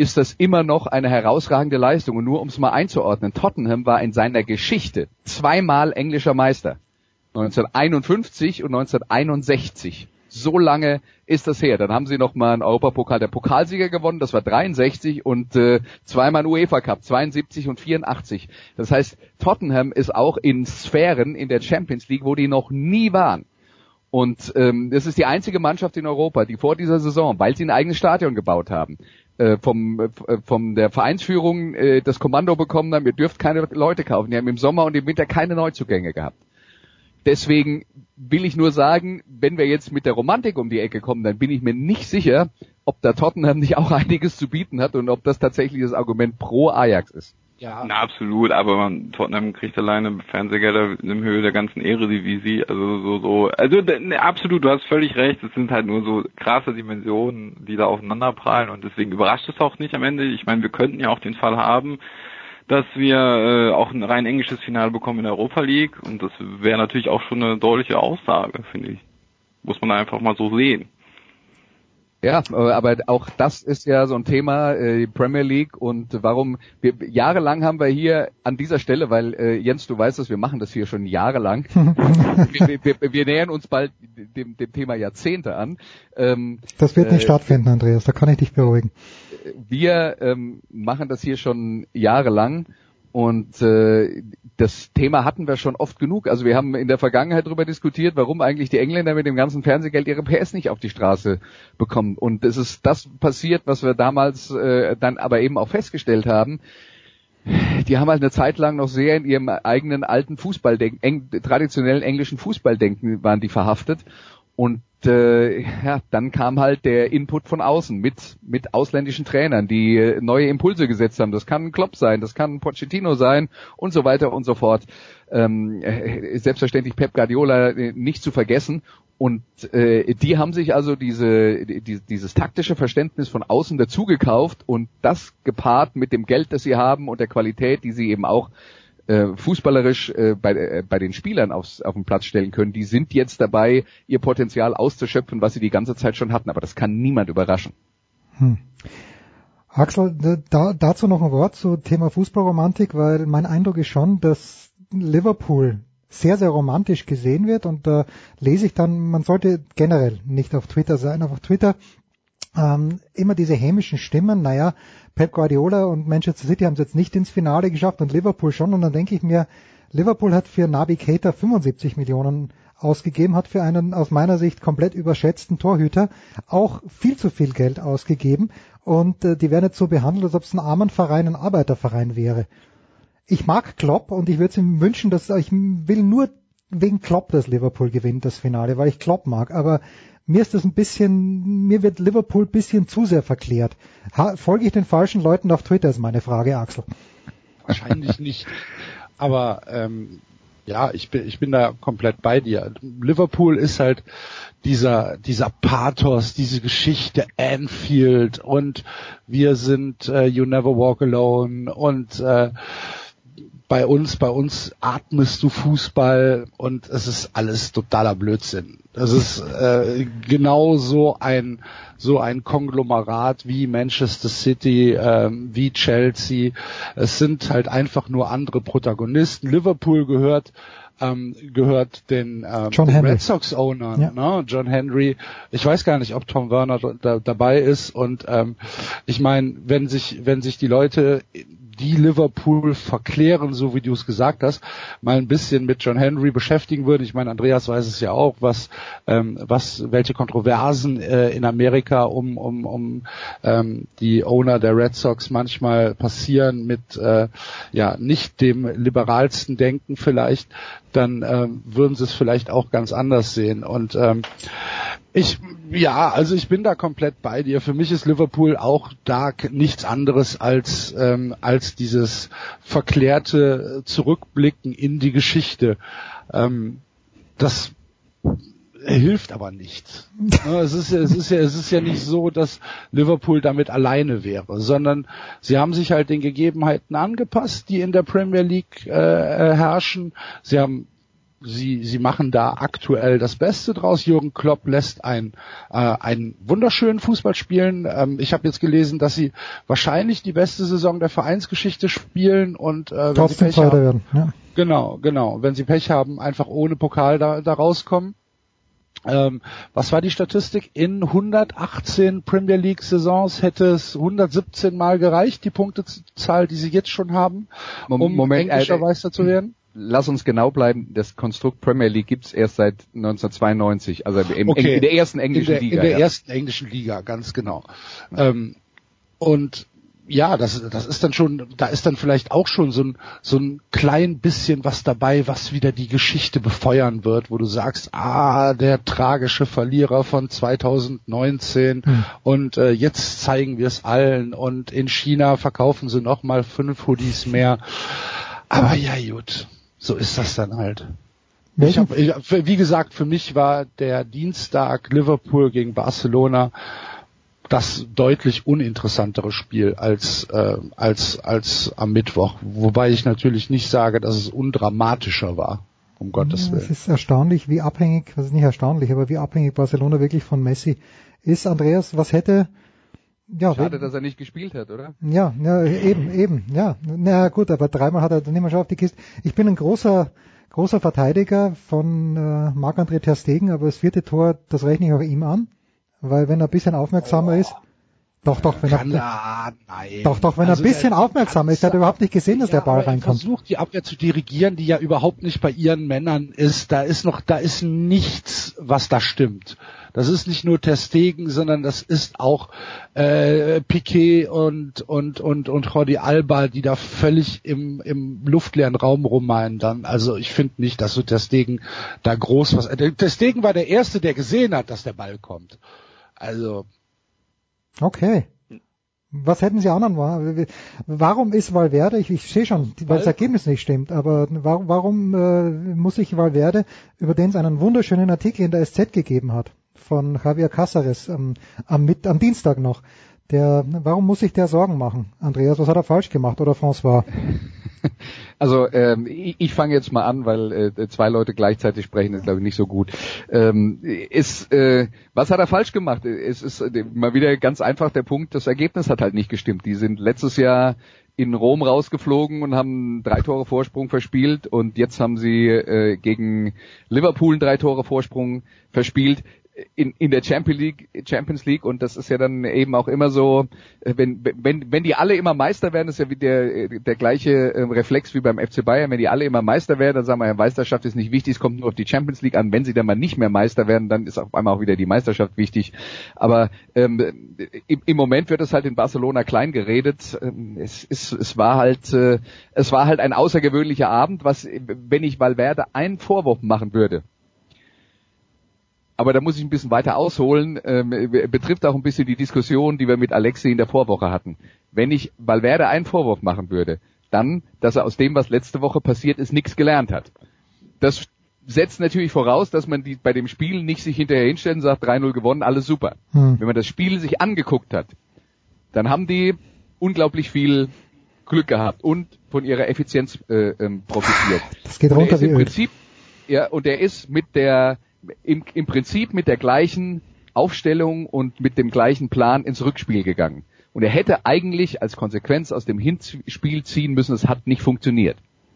ist das immer noch eine herausragende Leistung. Und nur um es mal einzuordnen, Tottenham war in seiner Geschichte zweimal englischer Meister. neunzehnhunderteinundfünfzig und neunzehnhunderteinundsechzig. So lange ist das her. Dann haben sie noch mal einen Europapokal der Pokalsieger gewonnen, das war dreiundsechzig, und äh, zweimal einen UEFA Cup, zweiundsiebzig und vierundachtzig. Das heißt, Tottenham ist auch in Sphären in der Champions League, wo die noch nie waren. Und ähm, das ist die einzige Mannschaft in Europa, die vor dieser Saison, weil sie ein eigenes Stadion gebaut haben, äh, vom äh, von der Vereinsführung äh, das Kommando bekommen haben, ihr dürft keine Leute kaufen. Die haben im Sommer und im Winter keine Neuzugänge gehabt. Deswegen will ich nur sagen, wenn wir jetzt mit der Romantik um die Ecke kommen, dann bin ich mir nicht sicher, ob da Tottenham nicht auch einiges zu bieten hat und ob das tatsächlich das Argument pro Ajax ist. Ja, na, absolut, aber man, Tottenham kriegt alleine Fernsehgelder in Höhe der ganzen Eredivisie, also so, so, also ne, absolut, du hast völlig recht, es sind halt nur so krasse Dimensionen, die da aufeinanderprallen, und deswegen überrascht es auch nicht am Ende. Ich meine, wir könnten ja auch den Fall haben, dass wir äh, auch ein rein englisches Finale bekommen in der Europa League, und das wäre natürlich auch schon eine deutliche Aussage, finde ich. Muss man einfach mal so sehen. Ja, aber auch das ist ja so ein Thema, äh, die Premier League, und warum wir jahrelang haben wir hier an dieser Stelle, weil äh, Jens, du weißt es, wir machen das hier schon jahrelang. wir, wir, wir nähern uns bald dem, dem Thema Jahrzehnte an. Ähm, das wird nicht äh, stattfinden, Andreas, da kann ich dich beruhigen. Wir ähm, machen das hier schon jahrelang, und äh, das Thema hatten wir schon oft genug. Also wir haben in der Vergangenheit darüber diskutiert, warum eigentlich die Engländer mit dem ganzen Fernsehgeld ihre P S nicht auf die Straße bekommen. Und es ist das passiert, was wir damals äh, dann aber eben auch festgestellt haben. Die haben halt eine Zeit lang noch sehr in ihrem eigenen alten Fußballdenken, eng, traditionellen englischen Fußballdenken waren die verhaftet. Und äh, ja, dann kam halt der Input von außen mit mit ausländischen Trainern, die äh, neue Impulse gesetzt haben. Das kann ein Klopp sein, das kann ein Pochettino sein und so weiter und so fort. Ähm, äh, selbstverständlich Pep Guardiola äh, nicht zu vergessen. Und äh, die haben sich also diese die, dieses taktische Verständnis von außen dazugekauft, und das gepaart mit dem Geld, das sie haben, und der Qualität, die sie eben auch äh, fußballerisch äh, bei, äh, bei den Spielern aufs, auf den Platz stellen können, die sind jetzt dabei, ihr Potenzial auszuschöpfen, was sie die ganze Zeit schon hatten. Aber das kann niemand überraschen. Hm. Axel, da, dazu noch ein Wort zu Thema Fußballromantik, weil mein Eindruck ist schon, dass Liverpool sehr, sehr romantisch gesehen wird, und da äh, lese ich dann, man sollte generell nicht auf Twitter sein, aber auf Twitter ähm, immer diese hämischen Stimmen, naja, Pep Guardiola und Manchester City haben es jetzt nicht ins Finale geschafft und Liverpool schon, und dann denke ich mir, Liverpool hat für Naby Keita fünfundsiebzig Millionen ausgegeben, hat für einen aus meiner Sicht komplett überschätzten Torhüter auch viel zu viel Geld ausgegeben, und äh, die werden jetzt so behandelt, als ob es ein Armenverein, ein Arbeiterverein wäre. Ich mag Klopp, und ich würde es ihm wünschen, dass ich will nur wegen Klopp, dass Liverpool gewinnt das Finale, weil ich Klopp mag, aber mir ist das ein bisschen, mir wird Liverpool ein bisschen zu sehr verklärt. Ha, folge ich den falschen Leuten auf Twitter, ist meine Frage, Axel. Wahrscheinlich nicht. Aber ähm, ja, ich bin ich bin da komplett bei dir. Liverpool ist halt dieser dieser Pathos, diese Geschichte Anfield, und wir sind äh, You Never Walk Alone, und äh, bei uns, bei uns atmest du Fußball, und es ist alles totaler Blödsinn. Das ist äh, genau so ein so ein Konglomerat wie Manchester City, äh, wie Chelsea. Es sind halt einfach nur andere Protagonisten. Liverpool gehört ähm, gehört den, ähm, den Red Sox Owner, ja. ne? John Henry. Ich weiß gar nicht, ob Tom Werner da, dabei ist. Und ähm, ich meine, wenn sich wenn sich die Leute, die Liverpool verklären, so wie du es gesagt hast, mal ein bisschen mit John Henry beschäftigen würden. Ich meine, Andreas weiß es ja auch, was, ähm, was, welche Kontroversen äh, in Amerika um, um, um ähm, die Owner der Red Sox manchmal passieren mit, äh, ja, nicht dem liberalsten Denken vielleicht, dann ähm, würden sie es vielleicht auch ganz anders sehen. Und ähm, ich, ja, also ich bin da komplett bei dir. Für mich ist Liverpool auch da nichts anderes als ähm, als dieses verklärte Zurückblicken in die Geschichte. Ähm, das hilft aber nicht. Es ist, es ist ja, es ist ja nicht so, dass Liverpool damit alleine wäre, sondern sie haben sich halt den Gegebenheiten angepasst, die in der Premier League äh, herrschen. Sie haben Sie, sie machen da aktuell das Beste draus. Jürgen Klopp lässt ein, äh, einen wunderschönen Fußball spielen. Ähm, ich habe jetzt gelesen, dass sie wahrscheinlich die beste Saison der Vereinsgeschichte spielen und äh, wenn sie Pech haben, werden. Ja. Genau, genau. Wenn sie Pech haben, einfach ohne Pokal da, da rauskommen. Ähm, was war die Statistik? In hundertachtzehn Premier League Saisons hätte es hundertsiebzehn Mal gereicht, die Punktezahl, die sie jetzt schon haben, um Moment, englischer äh, Meister zu werden. Lass uns genau bleiben, das Konstrukt Premier League gibt's erst seit neunzehnhundertzweiundneunzig, also im, okay. in der ersten englischen in der, Liga. In der ja. ersten englischen Liga, ganz genau. Ähm, und ja, das, das ist dann schon, da ist dann vielleicht auch schon so ein, so ein klein bisschen was dabei, was wieder die Geschichte befeuern wird, wo du sagst, ah, der tragische Verlierer von zweitausendneunzehn hm. und äh, jetzt zeigen wir es allen und in China verkaufen sie nochmal fünf Hoodies mehr. Aber ja, gut, so ist das dann halt. Ich hab, ich, wie gesagt, für mich war der Dienstag Liverpool gegen Barcelona das deutlich uninteressantere Spiel als äh, als als am Mittwoch, wobei ich natürlich nicht sage, dass es undramatischer war, um Gottes Willen. Es ist erstaunlich, wie abhängig, das ist nicht erstaunlich, aber wie abhängig Barcelona wirklich von Messi ist. Andreas, was hätte ja, schade, dass er nicht gespielt hat, oder? Ja, ja, eben, eben, ja. Na gut, aber dreimal hat er, dann nehmen wir schon auf die Kiste. Ich bin ein großer großer Verteidiger von äh, Marc-André ter Stegen, aber das vierte Tor, das rechne ich auch ihm an. Weil wenn er ein bisschen aufmerksamer oh. ist, doch, doch, wenn Kann er, er nein. doch, doch, wenn also er ein bisschen aufmerksamer ist, hat er überhaupt nicht gesehen, dass ja, der Ball aber reinkommt. Er versucht die Abwehr zu dirigieren, die ja überhaupt nicht bei ihren Männern ist. Da ist noch, da ist nichts, was da stimmt. Das ist nicht nur ter Stegen, sondern das ist auch äh, Piqué und und und und Jordi Alba, die da völlig im im luftleeren Raum rummalen dann. Also ich finde nicht, dass so ter Stegen da groß was. Äh, ter Stegen war der Erste, der gesehen hat, dass der Ball kommt. Also okay. Was hätten Sie anderen? Warum ist Valverde, ich, ich sehe schon, weil das Ergebnis nicht stimmt, aber warum, warum äh, muss sich Valverde, über den es einen wunderschönen Artikel in der S Z gegeben hat, von Javier Cáceres am, am, mit, am Dienstag noch, der, warum muss sich der Sorgen machen? Andreas, was hat er falsch gemacht oder François? Also ähm, ich, ich fange jetzt mal an, weil äh, zwei Leute gleichzeitig sprechen, ist glaube ich nicht so gut. Ähm, ist, äh, was hat er falsch gemacht? Es ist äh, mal wieder ganz einfach der Punkt, das Ergebnis hat halt nicht gestimmt. Die sind letztes Jahr in Rom rausgeflogen und haben drei Tore Vorsprung verspielt und jetzt haben sie äh, gegen Liverpool drei Tore Vorsprung verspielt. In, in der Champions League, Champions League, und das ist ja dann eben auch immer so, wenn, wenn, wenn die alle immer Meister werden, ist ja wie der, der gleiche Reflex wie beim F C Bayern, wenn die alle immer Meister werden, dann sagen wir, ja, Meisterschaft ist nicht wichtig, es kommt nur auf die Champions League an, wenn sie dann mal nicht mehr Meister werden, dann ist auf einmal auch wieder die Meisterschaft wichtig, aber ähm, im, im Moment wird es halt in Barcelona klein geredet, es ist, es war halt, äh, es war halt ein außergewöhnlicher Abend, was, wenn ich Valverde einen Vorwurf machen würde, aber da muss ich ein bisschen weiter ausholen, ähm, betrifft auch ein bisschen die Diskussion, die wir mit Alexi in der Vorwoche hatten. Wenn ich Valverde einen Vorwurf machen würde, dann, dass er aus dem, was letzte Woche passiert ist, nichts gelernt hat. Das setzt natürlich voraus, dass man die, bei dem Spiel nicht sich hinterher hinstellt und sagt, drei null gewonnen, alles super. Hm. Wenn man das Spiel sich angeguckt hat, dann haben die unglaublich viel Glück gehabt und von ihrer Effizienz äh, ähm, profitiert. Das geht runter wie im Prinzip, ja, und er ist mit der Im, im Prinzip mit der gleichen Aufstellung und mit dem gleichen Plan ins Rückspiel gegangen. Und er hätte eigentlich als Konsequenz aus dem Hinspiel ziehen müssen, es hat nicht funktioniert.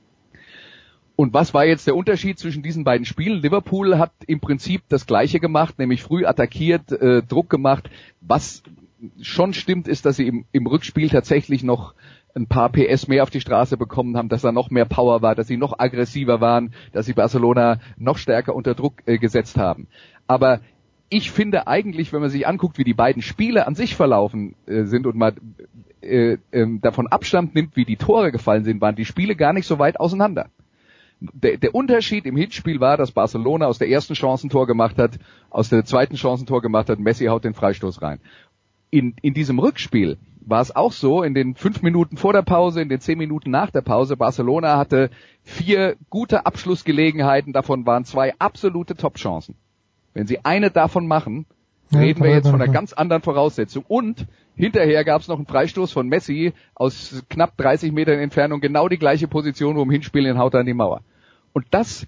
Und was war jetzt der Unterschied zwischen diesen beiden Spielen? Liverpool hat im Prinzip das Gleiche gemacht, nämlich früh attackiert, äh, Druck gemacht. Was schon stimmt, ist, dass sie im, im Rückspiel tatsächlich noch ein paar P S mehr auf die Straße bekommen haben, dass da noch mehr Power war, dass sie noch aggressiver waren, dass sie Barcelona noch stärker unter Druck äh, gesetzt haben. Aber ich finde eigentlich, wenn man sich anguckt, wie die beiden Spiele an sich verlaufen äh, sind und mal äh, äh, davon Abstand nimmt, wie die Tore gefallen sind, waren die Spiele gar nicht so weit auseinander. Der, der Unterschied im Hinspiel war, dass Barcelona aus der ersten Chance ein Tor gemacht hat, aus der zweiten Chance ein Tor gemacht hat, Messi haut den Freistoß rein. In, in diesem Rückspiel war es auch so, in den fünf Minuten vor der Pause, in den zehn Minuten nach der Pause, Barcelona hatte vier gute Abschlussgelegenheiten, davon waren zwei absolute Top-Chancen. Wenn sie eine davon machen, ja, reden wir jetzt von einer ganz anderen Voraussetzung. Und hinterher gab es noch einen Freistoß von Messi aus knapp dreißig Metern Entfernung, genau die gleiche Position, wo im Hinspiel den haut er an die Mauer. Und das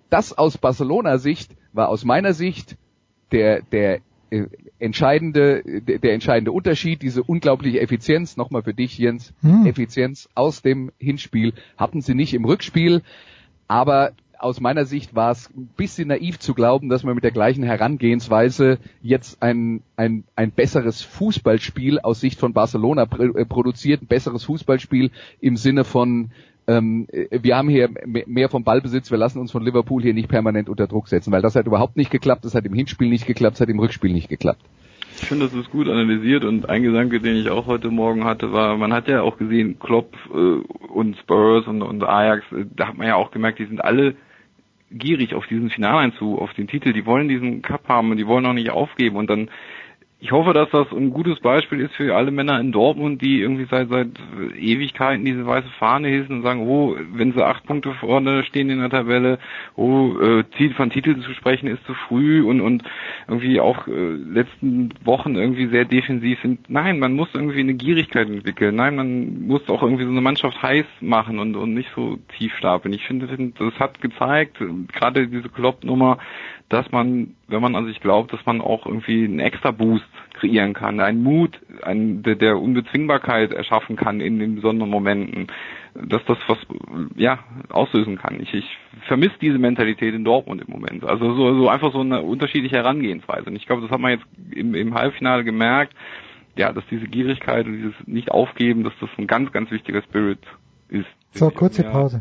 das aus Barcelona-Sicht war aus meiner Sicht der, der äh, entscheidende, der, der entscheidende Unterschied, diese unglaubliche Effizienz, nochmal für dich, Jens, hm. Effizienz aus dem Hinspiel hatten sie nicht im Rückspiel, aber aus meiner Sicht war es ein bisschen naiv zu glauben, dass man mit der gleichen Herangehensweise jetzt ein, ein, ein besseres Fußballspiel aus Sicht von Barcelona pr- produziert, ein besseres Fußballspiel im Sinne von Ähm, wir haben hier mehr vom Ballbesitz, wir lassen uns von Liverpool hier nicht permanent unter Druck setzen, weil das hat überhaupt nicht geklappt, das hat im Hinspiel nicht geklappt, das hat im Rückspiel nicht geklappt. Ich finde, das ist gut analysiert und ein Gedanke, den ich auch heute Morgen hatte, war, man hat ja auch gesehen, Klopp äh, und Spurs und, und Ajax, äh, da hat man ja auch gemerkt, die sind alle gierig auf diesen Finaleinzug, auf den Titel, die wollen diesen Cup haben und die wollen auch nicht aufgeben und dann ich hoffe, dass das ein gutes Beispiel ist für alle Männer in Dortmund, die irgendwie seit seit Ewigkeiten diese weiße Fahne hissen und sagen, oh, wenn sie acht Punkte vorne stehen in der Tabelle, oh, äh, von Titeln zu sprechen ist zu früh und und irgendwie auch äh, letzten Wochen irgendwie sehr defensiv sind. Nein, man muss irgendwie eine Gierigkeit entwickeln. Nein, man muss auch irgendwie so eine Mannschaft heiß machen und und nicht so tief stapeln. Ich finde, das hat gezeigt, gerade diese Klopp-Nummer, dass man, wenn man an sich glaubt, dass man auch irgendwie einen extra Boost kreieren kann, einen Mut, einen, der, der Unbezwingbarkeit erschaffen kann in den besonderen Momenten, dass das was, ja, auslösen kann. Ich, ich vermisse diese Mentalität in Dortmund im Moment. Also so, so einfach so eine unterschiedliche Herangehensweise. Und ich glaube, das hat man jetzt im, im Halbfinale gemerkt, ja, dass diese Gierigkeit und dieses Nicht-Aufgeben, dass das ein ganz, ganz wichtiger Spirit ist. So, kurze Pause.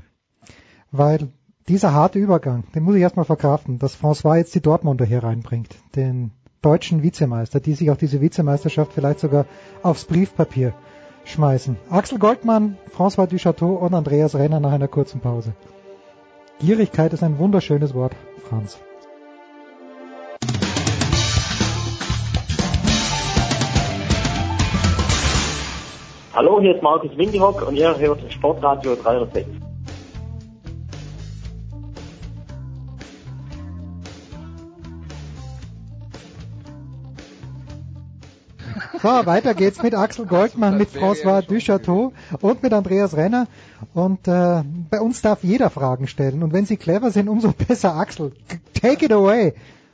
Weil dieser harte Übergang, den muss ich erstmal verkraften, dass François jetzt die Dortmunder hier reinbringt, den deutschen Vizemeister, die sich auch diese Vizemeisterschaft vielleicht sogar aufs Briefpapier schmeißen. Axel Goldmann, François Duchateau und Andreas Renner nach einer kurzen Pause. Gierigkeit ist ein wunderschönes Wort, Franz. Hallo, hier ist Markus Windihock und ihr hört Sportradio dreihundertsechs. So, weiter geht's mit Axel Goldmann, mit François Duchateau und mit Andreas Renner. Und äh, bei uns darf jeder Fragen stellen. Und wenn Sie clever sind, umso besser. Axel, take it away.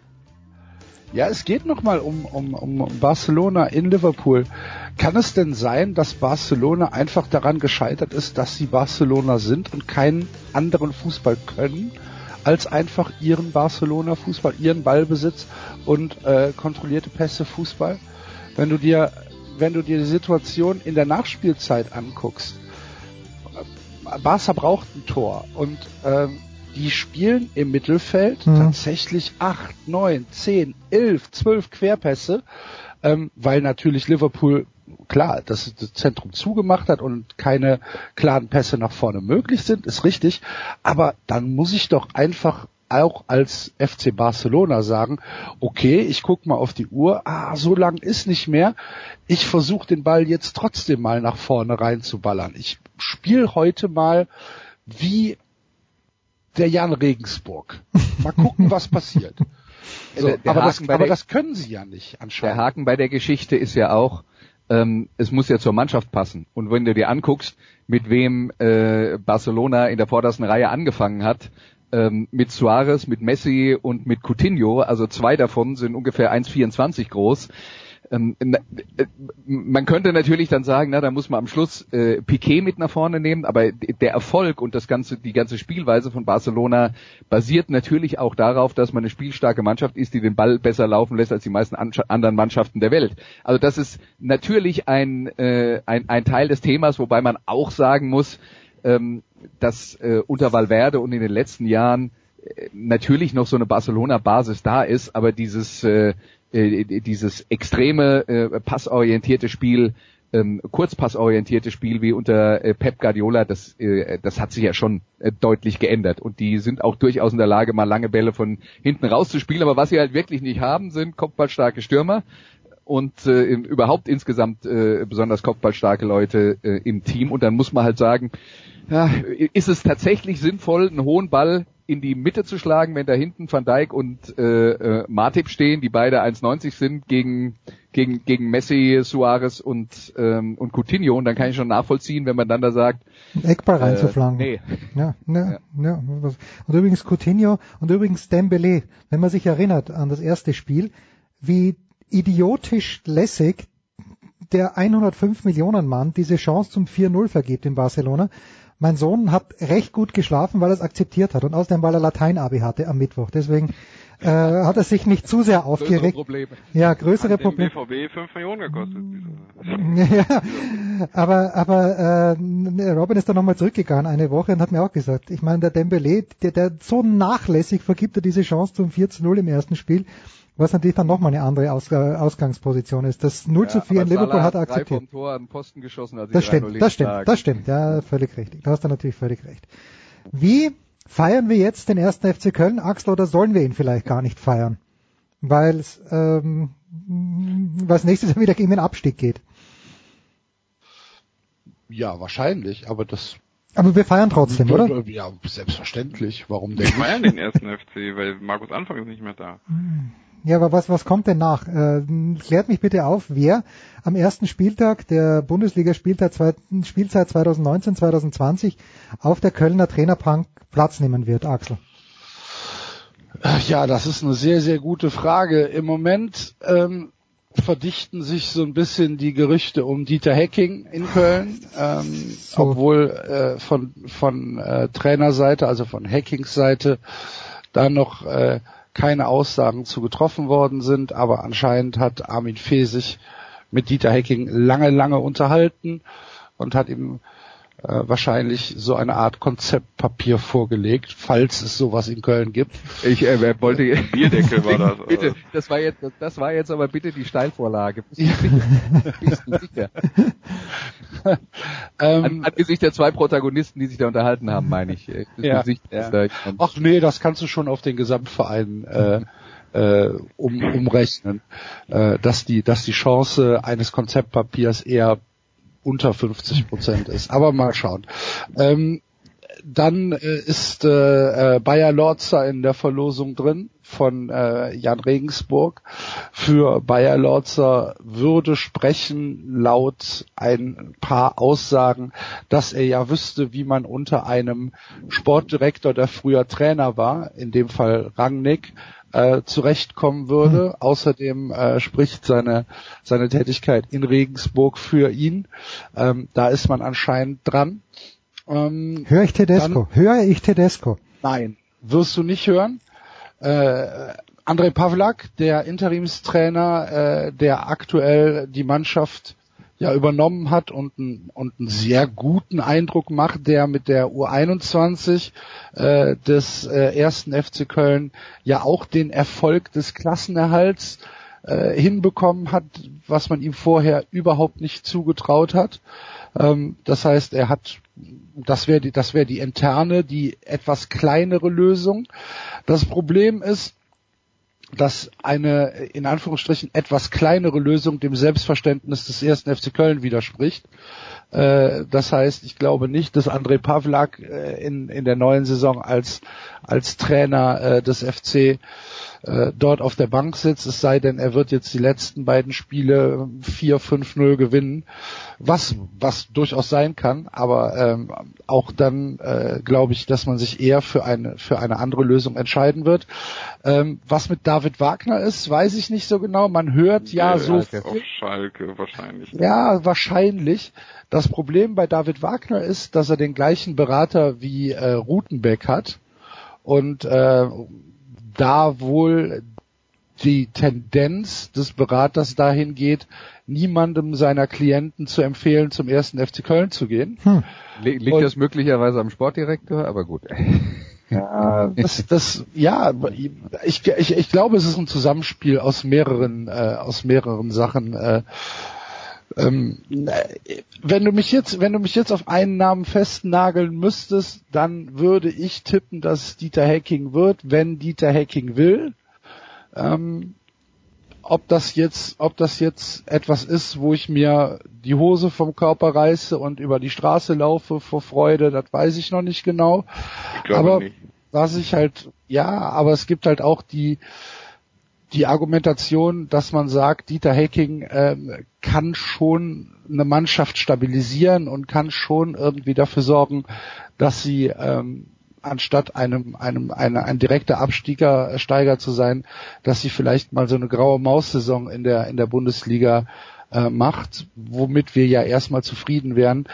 Ja, es geht nochmal um, um, um Barcelona in Liverpool. Kann es denn sein, dass Barcelona einfach daran gescheitert ist, dass sie Barcelona sind und keinen anderen Fußball können, als einfach ihren Barcelona-Fußball, ihren Ballbesitz und äh, kontrollierte Pässe Fußball? Wenn du dir, wenn du dir die Situation in der Nachspielzeit anguckst, Barca braucht ein Tor und äh, die spielen im Mittelfeld mhm. tatsächlich acht, neun, zehn, elf, zwölf Querpässe, ähm, weil natürlich Liverpool klar das, das Zentrum zugemacht hat und keine klaren Pässe nach vorne möglich sind, ist richtig, aber dann muss ich doch einfach auch als F C Barcelona sagen, okay, ich guck mal auf die Uhr, ah, so lang ist nicht mehr, ich versuche den Ball jetzt trotzdem mal nach vorne reinzuballern. Ich spiele heute mal wie der Jan Regensburg. Mal gucken, was passiert. So, der, der aber, das, aber der, das können sie ja nicht anscheinend. Der Haken bei der Geschichte ist ja auch, ähm, es muss ja zur Mannschaft passen. Und wenn du dir anguckst, mit wem äh, Barcelona in der vordersten Reihe angefangen hat, mit Suarez, mit Messi und mit Coutinho, also zwei davon sind ungefähr eins Komma vierundzwanzig groß. Ähm, man könnte natürlich dann sagen, na, da muss man am Schluss äh, Piqué mit nach vorne nehmen, aber der Erfolg und das ganze, die ganze Spielweise von Barcelona basiert natürlich auch darauf, dass man eine spielstarke Mannschaft ist, die den Ball besser laufen lässt als die meisten an- anderen Mannschaften der Welt. Also das ist natürlich ein, äh, ein, ein Teil des Themas, wobei man auch sagen muss, ähm, dass äh, unter Valverde und in den letzten Jahren äh, natürlich noch so eine Barcelona-Basis da ist, aber dieses äh, äh, dieses extreme äh, passorientierte Spiel, ähm, kurzpassorientierte Spiel wie unter äh, Pep Guardiola, das äh, das hat sich ja schon äh, deutlich geändert und die sind auch durchaus in der Lage, mal lange Bälle von hinten rauszuspielen, aber was sie halt wirklich nicht haben, sind kopfballstarke Stürmer und äh, überhaupt insgesamt äh, besonders kopfballstarke Leute äh, im Team und dann muss man halt sagen, ja, ist es tatsächlich sinnvoll, einen hohen Ball in die Mitte zu schlagen, wenn da hinten Van Dijk und äh, äh, Matip stehen, die beide eins Komma neunzig sind, gegen gegen gegen Messi, Suarez und ähm, und Coutinho, und dann kann ich schon nachvollziehen, wenn man dann da sagt, Eckball reinzuflanken. Äh, nee. Ja, ja, ja. Und übrigens Coutinho und übrigens Dembélé, wenn man sich erinnert an das erste Spiel, wie idiotisch lässig der hundertfünf Millionen Mann diese Chance zum vier null vergibt in Barcelona. Mein Sohn hat recht gut geschlafen, weil er es akzeptiert hat und außerdem, weil er Latein-Abi hatte am Mittwoch. Deswegen äh, hat er sich nicht zu sehr aufgeregt. Größere Probleme. Ja, größere Probleme. B V B fünf Millionen gekostet. Ja, aber aber äh, Robin ist dann nochmal zurückgegangen eine Woche und hat mir auch gesagt, ich meine, der Dembélé, der, der so nachlässig vergibt er diese Chance zum vier zu null im ersten Spiel, was natürlich dann nochmal eine andere Aus- Ausgangsposition ist. Das null zu vier ja, in Liverpool Salah hat er hat drei akzeptiert. vom Tor an den Posten geschossen, als das stimmt, das stimmt, das stimmt, ja, völlig richtig. Du hast da natürlich völlig recht. Wie feiern wir jetzt den ersten F C Köln, Axel, oder sollen wir ihn vielleicht gar nicht feiern? Weil es ähm, was nächstes Jahr wieder gegen den Abstieg geht. Ja, wahrscheinlich, aber das... Aber wir feiern trotzdem, oder? Ja, selbstverständlich. Warum denn Wir nicht? feiern den ersten F C, weil Markus Anfang ist nicht mehr da. Ja, aber was, was kommt denn nach? Äh, klärt mich bitte auf, wer am ersten Spieltag der Bundesliga-Spielzeit Spielzeit zwanzig neunzehn zwanzig zwanzig auf der Kölner Trainerbank Platz nehmen wird, Axel. Ja, das ist eine sehr, sehr gute Frage. Im Moment ähm, verdichten sich so ein bisschen die Gerüchte um Dieter Hecking in Köln, ähm, so. obwohl äh, von von äh, Trainerseite, also von Heckings Seite, da noch äh, keine Aussagen zu getroffen worden sind, aber anscheinend hat Armin Fee sich mit Dieter Hecking lange, lange unterhalten und hat ihm äh, wahrscheinlich so eine Art Konzeptpapier vorgelegt, falls es sowas in Köln gibt. Ich äh, wollte Bierdeckel war das. Bitte, oder? das war jetzt, das war jetzt aber bitte die Steilvorlage. Bist du sicher? Bist du sicher? ähm, An, angesichts der zwei Protagonisten, die sich da unterhalten haben, meine ich. Bist ja, du sicher, ja. Da Ach nee, das kannst du schon auf den Gesamtverein äh, äh, um, umrechnen, äh, dass die, dass die Chance eines Konzeptpapiers eher unter fünfzig Prozent ist. Aber mal schauen. Ähm, dann äh, ist äh, Bayer Lorzer in der Verlosung drin von äh, Jan Regensburg. Für Bayer Lorzer würde sprechen laut ein paar Aussagen, dass er ja wüsste, wie man unter einem Sportdirektor, der früher Trainer war, in dem Fall Rangnick, äh, zurechtkommen würde. Hm. Außerdem äh, spricht seine seine Tätigkeit in Regensburg für ihn. Ähm, da ist man anscheinend dran. Ähm, Höre ich Tedesco? Dann, Höre ich Tedesco? Nein, wirst du nicht hören. Äh, Andrej Pavlak, der Interimstrainer, äh, der aktuell die Mannschaft ja übernommen hat und, ein, und einen sehr guten Eindruck macht, der mit der U einundzwanzig äh, des äh, ersten F C Köln ja auch den Erfolg des Klassenerhalts äh, hinbekommen hat, was man ihm vorher überhaupt nicht zugetraut hat. Ähm, das heißt, er hat, das wäre die, das wäre die interne, die etwas kleinere Lösung. Das Problem ist, dass eine, in Anführungsstrichen, etwas kleinere Lösung dem Selbstverständnis des ersten F C Köln widerspricht. Äh, das heißt, ich glaube nicht, dass Andrej Pavlak äh, in, in der neuen Saison als, als Trainer äh, des F C äh, dort auf der Bank sitzt, es sei denn, er wird jetzt die letzten beiden Spiele vier fünf null gewinnen, was, was durchaus sein kann, aber ähm, auch dann äh, glaube ich, dass man sich eher für eine, für eine andere Lösung entscheiden wird. Ähm, was mit David Wagner ist, weiß ich nicht so genau. Man hört ja, ja so viel. Auf Schalke wahrscheinlich. Ja, wahrscheinlich. Das Problem bei David Wagner ist, dass er den gleichen Berater wie äh, Rutenbeck hat und äh, da wohl die Tendenz des Beraters dahin geht, niemandem seiner Klienten zu empfehlen, zum ersten F C Köln zu gehen. Hm. Liegt und, das möglicherweise am Sportdirektor? Aber gut. Ja, das, das, ja, ich, ich, ich glaube, es ist ein Zusammenspiel aus mehreren, äh, aus mehreren Sachen. Äh, ähm, wenn du mich jetzt, wenn du mich jetzt auf einen Namen festnageln müsstest, dann würde ich tippen, dass es Dieter Hecking wird, wenn Dieter Hecking will. Ähm, ob das jetzt, ob das jetzt etwas ist, wo ich mir die Hose vom Körper reiße und über die Straße laufe vor Freude, das weiß ich noch nicht genau. Ich glaube aber nicht. Was ich halt, ja, aber es gibt halt auch die die Argumentation, dass man sagt, Dieter Hecking ähm, kann schon eine Mannschaft stabilisieren und kann schon irgendwie dafür sorgen, dass sie ähm, anstatt einem einem eine, ein direkter Absteiger Steiger zu sein, dass sie vielleicht mal so eine graue Maus-Saison in der in der Bundesliga äh, macht, womit wir ja erstmal zufrieden wären.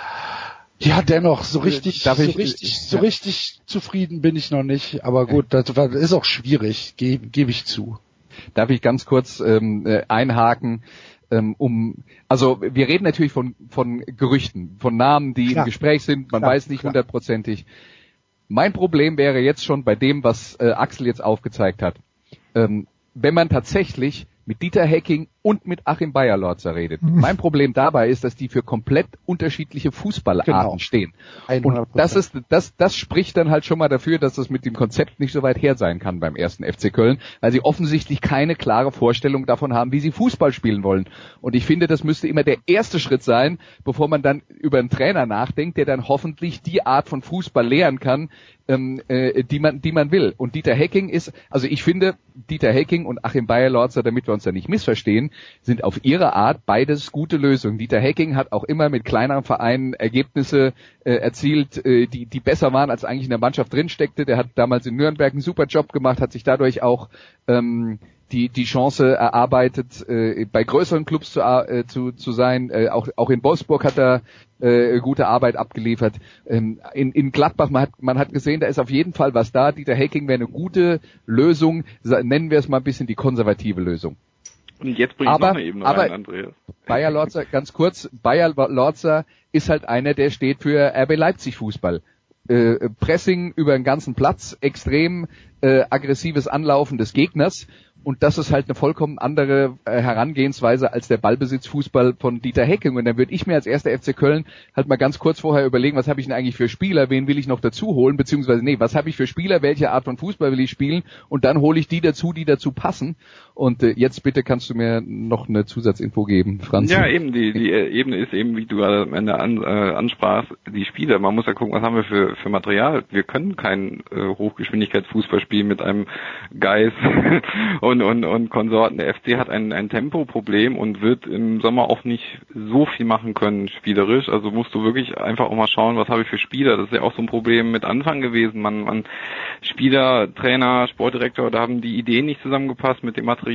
Ja, dennoch, so richtig, Darf so ich, richtig, so ja. richtig zufrieden bin ich noch nicht. Aber gut, das, das ist auch schwierig, gebe geb ich zu. Darf ich ganz kurz ähm, äh, einhaken? Ähm, um, also wir reden natürlich von von Gerüchten, von Namen, die Klar. im Gespräch sind. Man Klar, weiß nicht klar. hundertprozentig. Mein Problem wäre jetzt schon bei dem, was äh, Axel jetzt aufgezeigt hat. Ähm, wenn man tatsächlich mit Dieter Hecking und mit Achim Beyer-Lorzer redet. Mhm. Mein Problem dabei ist, dass die für komplett unterschiedliche Fußballarten Genau. stehen. hundert Prozent. Und das ist, das, das spricht dann halt schon mal dafür, dass das mit dem Konzept nicht so weit her sein kann beim ersten F C Köln, weil sie offensichtlich keine klare Vorstellung davon haben, wie sie Fußball spielen wollen. Und ich finde, das müsste immer der erste Schritt sein, bevor man dann über einen Trainer nachdenkt, der dann hoffentlich die Art von Fußball lehren kann, ähm, äh, die man, die man will. Und Dieter Hecking ist, also ich finde, Dieter Hecking und Achim Beyer-Lorzer, damit wir uns da nicht missverstehen, sind auf ihre Art beides gute Lösungen. Dieter Hecking hat auch immer mit kleineren Vereinen Ergebnisse äh, erzielt, äh, die die besser waren, als eigentlich in der Mannschaft drinsteckte. Der hat damals in Nürnberg einen super Job gemacht, hat sich dadurch auch ähm, die die Chance erarbeitet, äh, bei größeren Clubs zu äh, zu zu sein. Äh, auch auch in Wolfsburg hat er äh, gute Arbeit abgeliefert. Ähm, in in Gladbach, man hat man hat gesehen, da ist auf jeden Fall was da. Dieter Hecking wäre eine gute Lösung, nennen wir es mal ein bisschen die konservative Lösung. Und jetzt bringe ich aber, noch eine Ebene aber rein, Andreas. Beyer-Lorzer, ganz kurz, Beyer-Lorzer ist halt einer, der steht für R B Leipzig Fußball. Äh, Pressing über den ganzen Platz, extrem äh, aggressives Anlaufen des Gegners. Und das ist halt eine vollkommen andere äh, Herangehensweise als der Ballbesitzfußball von Dieter Hecking. Und dann würde ich mir als erster F C Köln halt mal ganz kurz vorher überlegen, was habe ich denn eigentlich für Spieler, wen will ich noch dazu holen, beziehungsweise nee, was habe ich für Spieler, welche Art von Fußball will ich spielen, und dann hole ich die dazu, die dazu passen. Und äh, jetzt bitte kannst du mir noch eine Zusatzinfo geben, Franz. Ja, eben, die, die Ebene ist eben, wie du gerade am Ende an, äh, ansprachst, die Spieler. Man muss ja gucken, was haben wir für, für Material. Wir können kein äh, Hochgeschwindigkeitsfußball spielen mit einem Geist und, und, und Konsorten. Der F C hat ein, ein Tempoproblem und wird im Sommer auch nicht so viel machen können spielerisch. Also musst du wirklich einfach auch mal schauen, was habe ich für Spieler. Das ist ja auch so ein Problem mit Anfang gewesen. Man, man Spieler, Trainer, Sportdirektor, da haben die Ideen nicht zusammengepasst mit dem Material.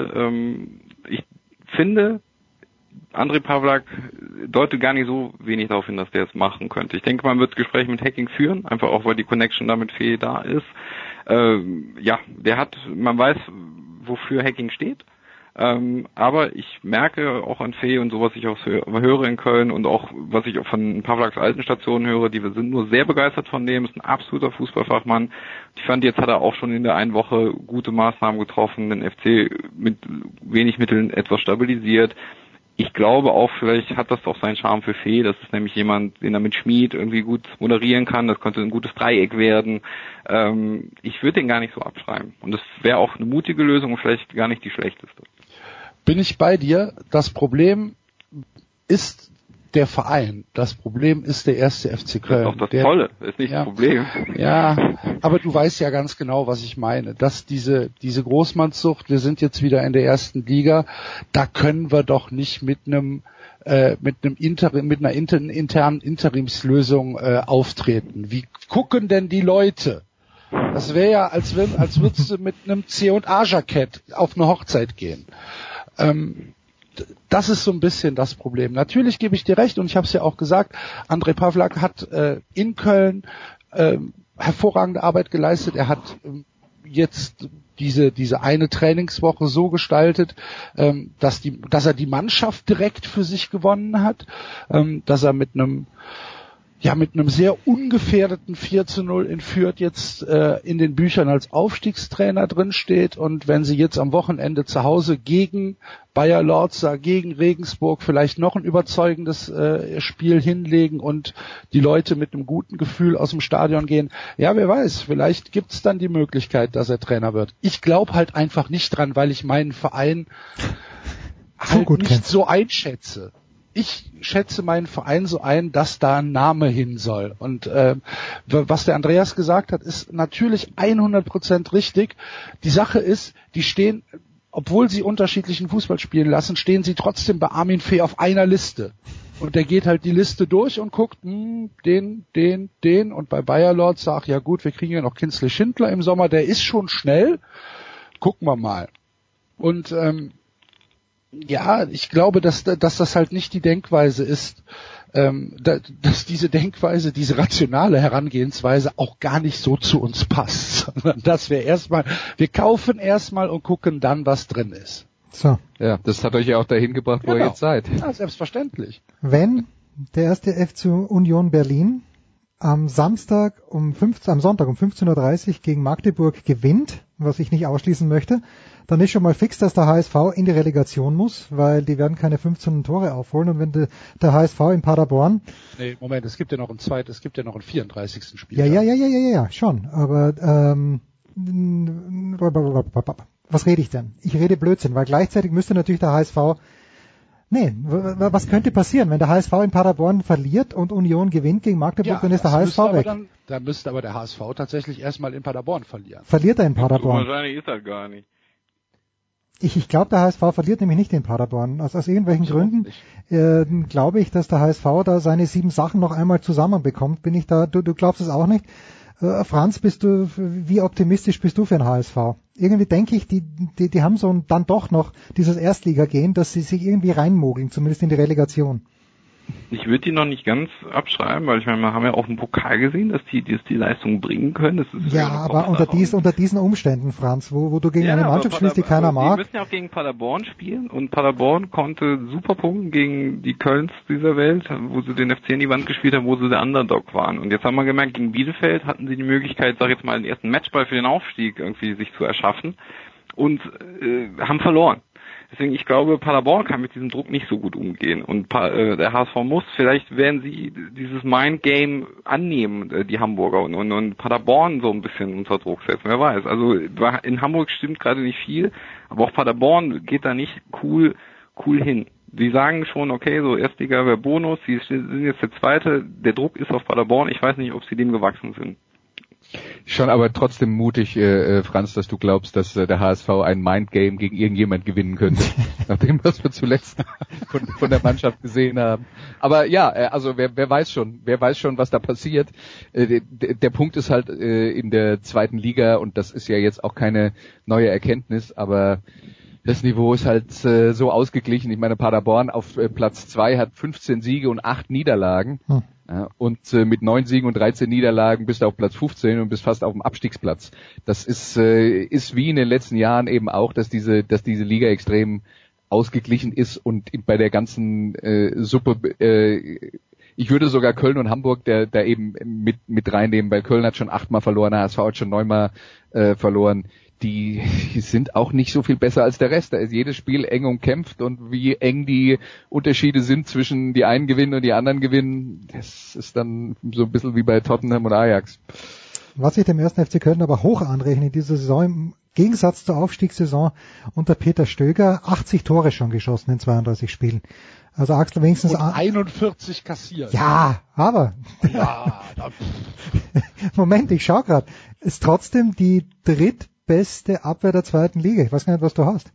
Ähm, ich finde, André Pavlak deutet gar nicht so wenig darauf hin, dass der es machen könnte. Ich denke, man wird Gespräche mit Hecking führen, einfach auch, weil die Connection damit Fee da ist. Ähm, ja, der hat, man weiß, wofür Hecking steht. Ähm, aber ich merke auch an Fee und so, was ich auch höre in Köln und auch was ich auch von Pavlaks alten Stationen höre, die wir sind nur sehr begeistert von dem, ist ein absoluter Fußballfachmann. Ich fand, jetzt hat er auch schon in der einen Woche gute Maßnahmen getroffen, den F C mit wenig Mitteln etwas stabilisiert. Ich glaube auch, vielleicht hat das doch seinen Charme für Fee. Das ist nämlich jemand, den er mit Schmid irgendwie gut moderieren kann. Das könnte ein gutes Dreieck werden. Ähm, ich würde den gar nicht so abschreiben. Und das wäre auch eine mutige Lösung und vielleicht gar nicht die schlechteste. Bin ich bei dir. Das Problem ist der Verein. Das Problem ist der erste F C Köln. Das ist auch das der, Tolle. Das ist nicht ja, das Problem. Ja, aber du weißt ja ganz genau, was ich meine. Dass diese, diese Großmannssucht, wir sind jetzt wieder in der ersten Liga, da können wir doch nicht mit einem, äh, mit einem Interim, mit einer inter, internen Interimslösung äh, auftreten. Wie gucken denn die Leute? Das wäre ja, als wenn, als würdest du mit einem C und A-Jackett auf eine Hochzeit gehen. Ähm, Das ist so ein bisschen das Problem. Natürlich gebe ich dir recht, und ich habe es ja auch gesagt, André Pavlak hat äh, in Köln äh, hervorragende Arbeit geleistet. Er hat äh, jetzt diese diese eine Trainingswoche so gestaltet, ähm, dass die dass er die Mannschaft direkt für sich gewonnen hat, ähm, dass er mit einem ja mit einem sehr ungefährdeten vier zu null in Fürth jetzt äh, in den Büchern als Aufstiegstrainer drin steht. Und wenn sie jetzt am Wochenende zu Hause gegen Beyer-Lorzer, gegen Regensburg vielleicht noch ein überzeugendes äh, Spiel hinlegen und die Leute mit einem guten Gefühl aus dem Stadion gehen, ja, wer weiß, vielleicht gibt's dann die Möglichkeit, dass er Trainer wird. Ich glaube halt einfach nicht dran, weil ich meinen Verein so halt gut nicht kennst. so einschätze. ich schätze meinen Verein so ein, dass da ein Name hin soll. Und äh, was der Andreas gesagt hat, ist natürlich hundert Prozent richtig. Die Sache ist, die stehen, obwohl sie unterschiedlichen Fußball spielen lassen, stehen sie trotzdem bei Armin Fee auf einer Liste. Und der geht halt die Liste durch und guckt, hm, den, den, den. Und bei Bayer Lords sagt, ja gut, wir kriegen ja noch Kinsley Schindler im Sommer, der ist schon schnell. Gucken wir mal. Und ähm, ja, ich glaube, dass, dass das halt nicht die Denkweise ist, ähm, dass diese Denkweise, diese rationale Herangehensweise auch gar nicht so zu uns passt, sondern dass wir erstmal, wir kaufen erstmal und gucken dann, was drin ist. So. Ja, das hat euch ja auch dahin gebracht, wo genau. ihr jetzt seid. Ja, selbstverständlich. Wenn der erste F C Union Berlin am Samstag um fünfzehn, am Sonntag um fünfzehn Uhr dreißig gegen Magdeburg gewinnt, was ich nicht ausschließen möchte, dann ist schon mal fix, dass der H S V in die Relegation muss, weil die werden keine fünfzehn Tore aufholen. Und wenn de, der H S V in Paderborn... Nee, Moment, es gibt ja noch ein zweites, es gibt ja noch einen vierunddreißigsten Spiel. Ja, ja, ja, ja, ja, ja, schon. Aber ähm, was rede ich denn? Ich rede Blödsinn, weil gleichzeitig müsste natürlich der H S V... Nee, was könnte passieren, wenn der H S V in Paderborn verliert und Union gewinnt gegen Magdeburg, ja, dann ist der H S V weg. Dann, dann müsste aber der H S V tatsächlich erstmal in Paderborn verlieren. Verliert er in Paderborn? Wahrscheinlich ist er gar nicht. Ich, ich glaube, der H S V verliert nämlich nicht in Paderborn. Aus, aus irgendwelchen Gründen äh, glaube ich, dass der H S V da seine sieben Sachen noch einmal zusammenbekommt. Bin ich da? Du, du glaubst es auch nicht? Äh, Franz, bist du? Wie optimistisch bist du für den H S V? Irgendwie denke ich, die, die, die haben so ein, dann doch noch dieses Erstliga-Gehen, dass sie sich irgendwie reinmogeln, zumindest in die Relegation. Ich würde die noch nicht ganz abschreiben, weil ich meine, wir haben ja auch im Pokal gesehen, dass die, dass die Leistung bringen können. Das ist ja, aber unter, dies, unter diesen Umständen, Franz, wo, wo du gegen ja, eine Mannschaft spielst, die keiner mag. Die müssen ja auch gegen Paderborn spielen und Paderborn konnte super punkten gegen die Kölns dieser Welt, wo sie den F C in die Wand gespielt haben, wo sie der Underdog waren. Und jetzt haben wir gemerkt, gegen Bielefeld hatten sie die Möglichkeit, sag ich jetzt mal, den ersten Matchball für den Aufstieg irgendwie sich zu erschaffen und äh, haben verloren. Deswegen, ich glaube, Paderborn kann mit diesem Druck nicht so gut umgehen. Und äh, der H S V muss, vielleicht werden sie dieses Mindgame annehmen, äh, die Hamburger, und, und, und Paderborn so ein bisschen unter Druck setzen. Wer weiß. Also in Hamburg stimmt gerade nicht viel, aber auch Paderborn geht da nicht cool, cool hin. Die sagen schon, okay, so Erstliga wäre Bonus, sie sind jetzt der Zweite, der Druck ist auf Paderborn, ich weiß nicht, ob sie dem gewachsen sind. Schon aber trotzdem mutig, äh, Franz, dass du glaubst, dass äh, der H S V ein Mindgame gegen irgendjemand gewinnen könnte, nach dem, was wir zuletzt von, von der Mannschaft gesehen haben. Aber ja, äh, also wer, wer weiß schon, wer weiß schon, was da passiert. Äh, der, der Punkt ist halt äh, in der zweiten Liga, und das ist ja jetzt auch keine neue Erkenntnis, aber das Niveau ist halt äh, so ausgeglichen. Ich meine, Paderborn auf äh, Platz zwei hat fünfzehn Siege und acht Niederlagen. Hm. Ja, und äh, mit neun Siegen und dreizehn Niederlagen bist du auf Platz fünfzehn und bist fast auf dem Abstiegsplatz. Das ist äh, ist wie in den letzten Jahren eben auch, dass diese dass diese Liga extrem ausgeglichen ist und bei der ganzen äh, Suppe, äh, ich würde sogar Köln und Hamburg da, da eben mit mit reinnehmen, weil Köln hat schon achtmal verloren, der H S V hat schon neunmal äh, verloren. Die sind auch nicht so viel besser als der Rest. Da ist jedes Spiel eng umkämpft, und wie eng die Unterschiede sind zwischen die einen gewinnen und die anderen gewinnen, das ist dann so ein bisschen wie bei Tottenham und Ajax. Was ich dem ersten F C Köln aber hoch anrechne in dieser Saison, im Gegensatz zur Aufstiegssaison unter Peter Stöger, achtzig Tore schon geschossen in zweiunddreißig Spielen. Also Axel wenigstens... Und einundvierzig kassiert. Ja, aber... Ja, Moment, ich schau grad. Ist trotzdem die dritt beste Abwehr der zweiten Liga. Ich weiß gar nicht, was du hast.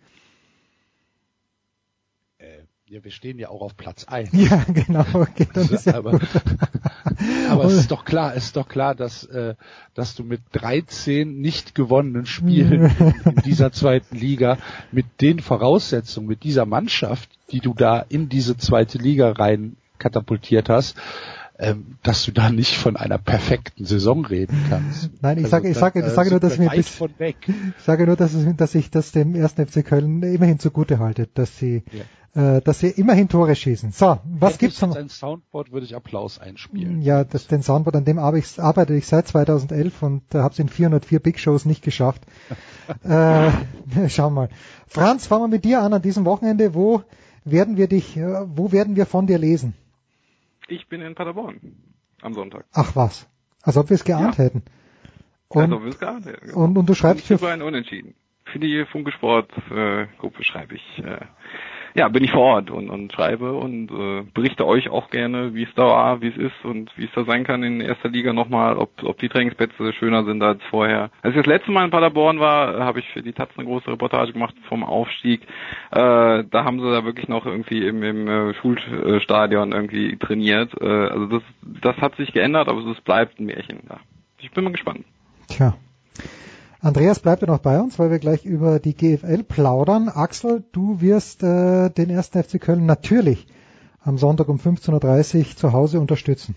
Äh, ja, wir stehen ja auch auf Platz eins. Ja, genau. Okay, dann ist ja aber aber es ist doch klar, es ist doch klar, dass äh, dass du mit dreizehn nicht gewonnenen Spielen in, in dieser zweiten Liga mit den Voraussetzungen, mit dieser Mannschaft, die du da in diese zweite Liga rein katapultiert hast, dass du da nicht von einer perfekten Saison reden kannst. Nein, ich sage, also, ich sage, ich sage nur, dass mir bis, von weg. ich sage nur, dass, es, dass ich das dem ersten F C Köln immerhin zugute halte, dass sie, ja. äh, dass sie immerhin Tore schießen. So, was Hätte gibt's noch? Ein Soundboard würde ich Applaus einspielen. Ja, das, den Soundboard, an dem arbeite ich seit zweitausendelf und äh, habe es in vierhundertvier Big Shows nicht geschafft. äh, schau mal. Franz, fangen wir mit dir an an diesem Wochenende. Wo werden wir dich, äh, wo werden wir von dir lesen? Ich bin in Paderborn am Sonntag. Ach was, als ob wir es geahnt ja. hätten. Und, als ob wir es geahnt hätten. Und, und du schreibst für ein Unentschieden. Für die Funke Sport äh, Gruppe schreibe ich äh, ja, bin ich vor Ort und, und schreibe und äh, berichte euch auch gerne, wie es da war, wie es ist und wie es da sein kann in erster Liga nochmal, ob, ob die Trainingsplätze schöner sind als vorher. Als ich das letzte Mal in Paderborn war, habe ich für die Taz eine große Reportage gemacht vom Aufstieg. Äh, da haben sie da wirklich noch irgendwie im, im äh, Schulstadion irgendwie trainiert. Äh, also das, das hat sich geändert, aber es bleibt ein Märchen. Ja. Ich bin mal gespannt. Tja. Andreas bleibt ja noch bei uns, weil wir gleich über die G F L plaudern. Axel, du wirst äh, den ersten F C Köln natürlich am Sonntag um fünfzehn Uhr dreißig zu Hause unterstützen.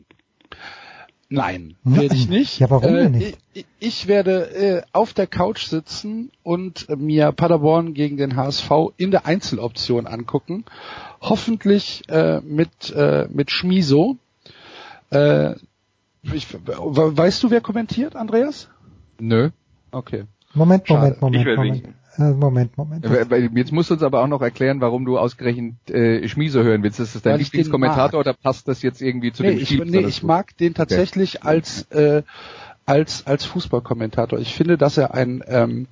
Nein, werde ich nicht. Ja, warum äh, denn nicht? Ich, ich werde äh, auf der Couch sitzen und mir Paderborn gegen den H S V in der Einzeloption angucken. Hoffentlich äh, mit äh, mit Schmiso. Äh, ich, weißt du, wer kommentiert, Andreas? Nö. Okay. Moment, Schade. Moment, Moment, Moment. Äh, Moment, Moment. Jetzt musst du uns aber auch noch erklären, warum du ausgerechnet äh, Schmiese hören willst. Ist das dein Weil ich den Lieblingskommentator mag. oder passt das jetzt irgendwie zu nee, dem ich, Spiel? Nee, ich mag den tatsächlich okay. als äh, als als Fußballkommentator. Ich finde, dass er ein ähm,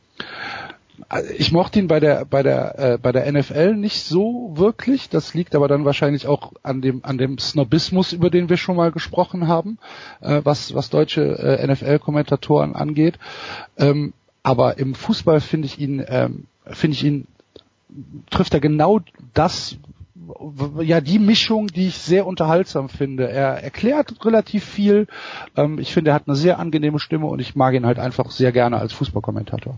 ich mochte ihn bei der bei der äh, bei der N F L nicht so wirklich. Das liegt aber dann wahrscheinlich auch an dem an dem Snobismus, über den wir schon mal gesprochen haben, äh, was was deutsche äh, N F L-Kommentatoren angeht. Ähm, aber im Fußball finde ich ihn ähm, finde ich ihn trifft er genau das, ja, die Mischung, die ich sehr unterhaltsam finde. Er erklärt relativ viel. Ähm, ich finde, er hat eine sehr angenehme Stimme und ich mag ihn halt einfach sehr gerne als Fußballkommentator.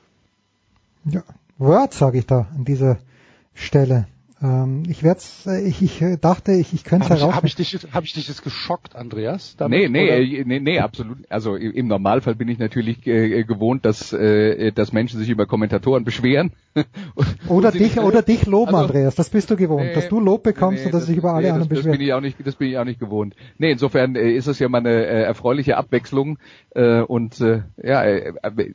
Ja, Word sage ich da an dieser Stelle. Ähm, ich werd's, ich, ich dachte, ich, ich könnte es heraus. Habe ich dich, habe ich dich jetzt geschockt, Andreas? Damit, nee, nee, äh, nee, nee, absolut. Also im Normalfall bin ich natürlich äh, gewohnt, dass, äh, dass Menschen sich über Kommentatoren beschweren. oder dich, oder dich loben, also, Andreas. Das bist du gewohnt, nee, dass du Lob bekommst nee, und dass das, sich über alle nee, anderen das, beschweren. Das bin ich auch nicht, das bin ich auch nicht gewohnt. Nee, insofern äh, ist es ja mal eine äh, erfreuliche Abwechslung äh, und äh, ja, äh, äh,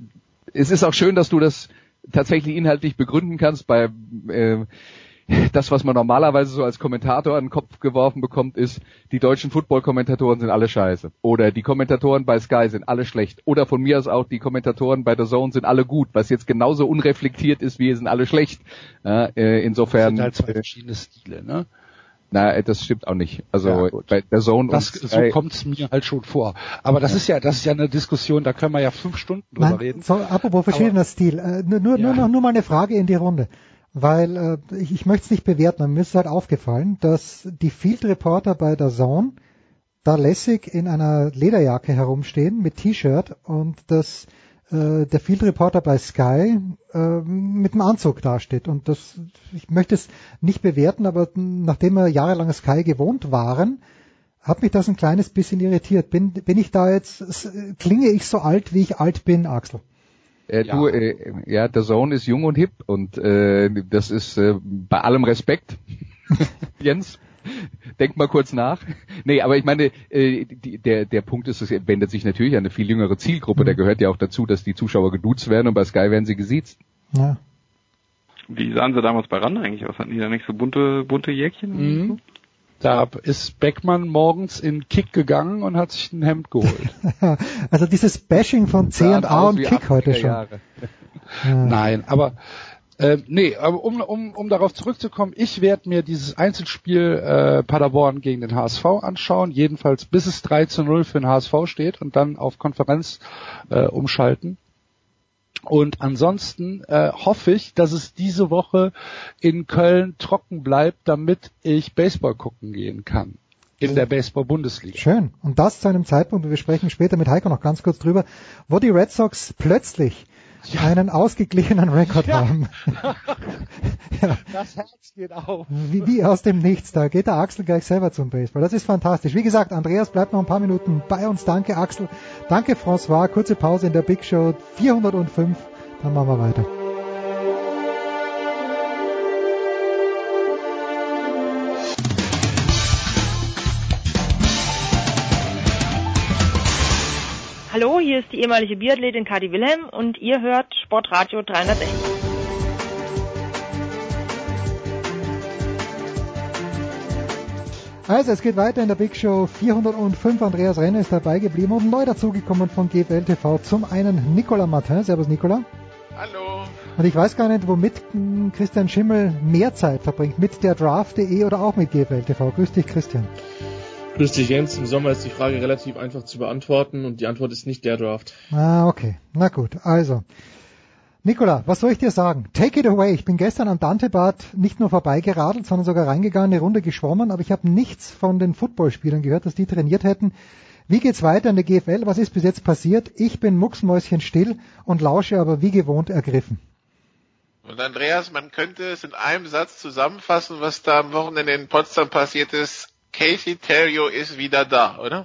es ist auch schön, dass du das tatsächlich inhaltlich begründen kannst. Bei äh, das, was man normalerweise so als Kommentator an den Kopf geworfen bekommt, ist, die deutschen Football-Kommentatoren sind alle scheiße. Oder die Kommentatoren bei Sky sind alle schlecht. Oder von mir aus auch, die Kommentatoren bei The Zone sind alle gut, was jetzt genauso unreflektiert ist, wie sind alle schlecht. Ja, äh, insofern. Das sind halt zwei verschiedene Stile, ne? Na, das stimmt auch nicht. Also ja, bei der Zone das, und so kommt's mir halt schon vor. Aber das ja. ist ja, das ist ja eine Diskussion, da können wir ja fünf Stunden drüber Nein, reden. So, apropos verschiedener Aber, Stil, äh, nur, nur, ja. nur, nur mal eine Frage in die Runde. Weil äh, ich, ich möchte es nicht bewerten, aber mir ist halt aufgefallen, dass die Field Reporter bei der Zone da lässig in einer Lederjacke herumstehen mit T-Shirt und dass äh, der Field Reporter bei Sky äh, mit dem Anzug dasteht. Und das, ich möchte es nicht bewerten, aber nachdem wir jahrelang Sky gewohnt waren, hat mich das ein kleines bisschen irritiert. Bin, bin ich da jetzt, klinge ich so alt, wie ich alt bin, Axel? Äh, ja. Du, äh, ja, der Zone ist jung und hip und äh, das ist äh, bei allem Respekt, Jens, denk mal kurz nach. Nee, aber ich meine, äh, die, der der Punkt ist, es wendet sich natürlich an eine viel jüngere Zielgruppe. Mhm. Da gehört ja auch dazu, dass die Zuschauer geduzt werden und bei Sky werden sie gesiezt. Ja. Wie sahen sie damals bei RAN eigentlich aus? Hatten die da nicht so bunte bunte Jäckchen? Mhm. So? Da ist Beckmann morgens in Kick gegangen und hat sich ein Hemd geholt. Also dieses Bashing von C und A und Kick heute schon. Ja. Nein, aber äh, nee, aber um, um, um darauf zurückzukommen, ich werde mir dieses Einzelspiel äh, Paderborn gegen den H S V anschauen, jedenfalls bis es drei zu null für den H S V steht und dann auf Konferenz äh, umschalten. Und ansonsten äh, hoffe ich, dass es diese Woche in Köln trocken bleibt, damit ich Baseball gucken gehen kann. In der Baseball-Bundesliga. Schön. Und das zu einem Zeitpunkt, wir sprechen später mit Heiko noch ganz kurz drüber, wo die Red Sox plötzlich ja. einen ausgeglichenen Rekord ja. haben. ja. Das Herz geht auf. Wie, wie aus dem Nichts. Da geht der Axel gleich selber zum Baseball. Das ist fantastisch. Wie gesagt, Andreas bleibt noch ein paar Minuten bei uns. Danke, Axel. Danke, François. Kurze Pause in der Big Show vierhundertfünf. Dann machen wir weiter. Hallo, hier ist die ehemalige Biathletin Kati Wilhelm und ihr hört Sportradio dreihundertsechzig. Also, es geht weiter in der Big Show vierhundertfünf. Andreas Renner ist dabei geblieben und neu dazugekommen von G F L T V. Zum einen Nicolas Martin. Servus, Nicolas. Hallo. Und ich weiß gar nicht, womit Christian Schimmel mehr Zeit verbringt. Mit der Draft punkt de oder auch mit G F L T V. Grüß dich, Christian. Grüß dich, Jens. Im Sommer ist die Frage relativ einfach zu beantworten und die Antwort ist nicht der Draft. Ah, okay. Na gut, also. Nicola, was soll ich dir sagen? Take it away. Ich bin gestern am Dantebad nicht nur vorbeigeradelt, sondern sogar reingegangen, eine Runde geschwommen, aber ich habe nichts von den Footballspielern gehört, dass die trainiert hätten. Wie geht's weiter in der G F L? Was ist bis jetzt passiert? Ich bin mucksmäuschenstill und lausche aber wie gewohnt ergriffen. Und Andreas, man könnte es in einem Satz zusammenfassen, was da am Wochenende in Potsdam passiert ist. Casey Terrio ist wieder da, oder?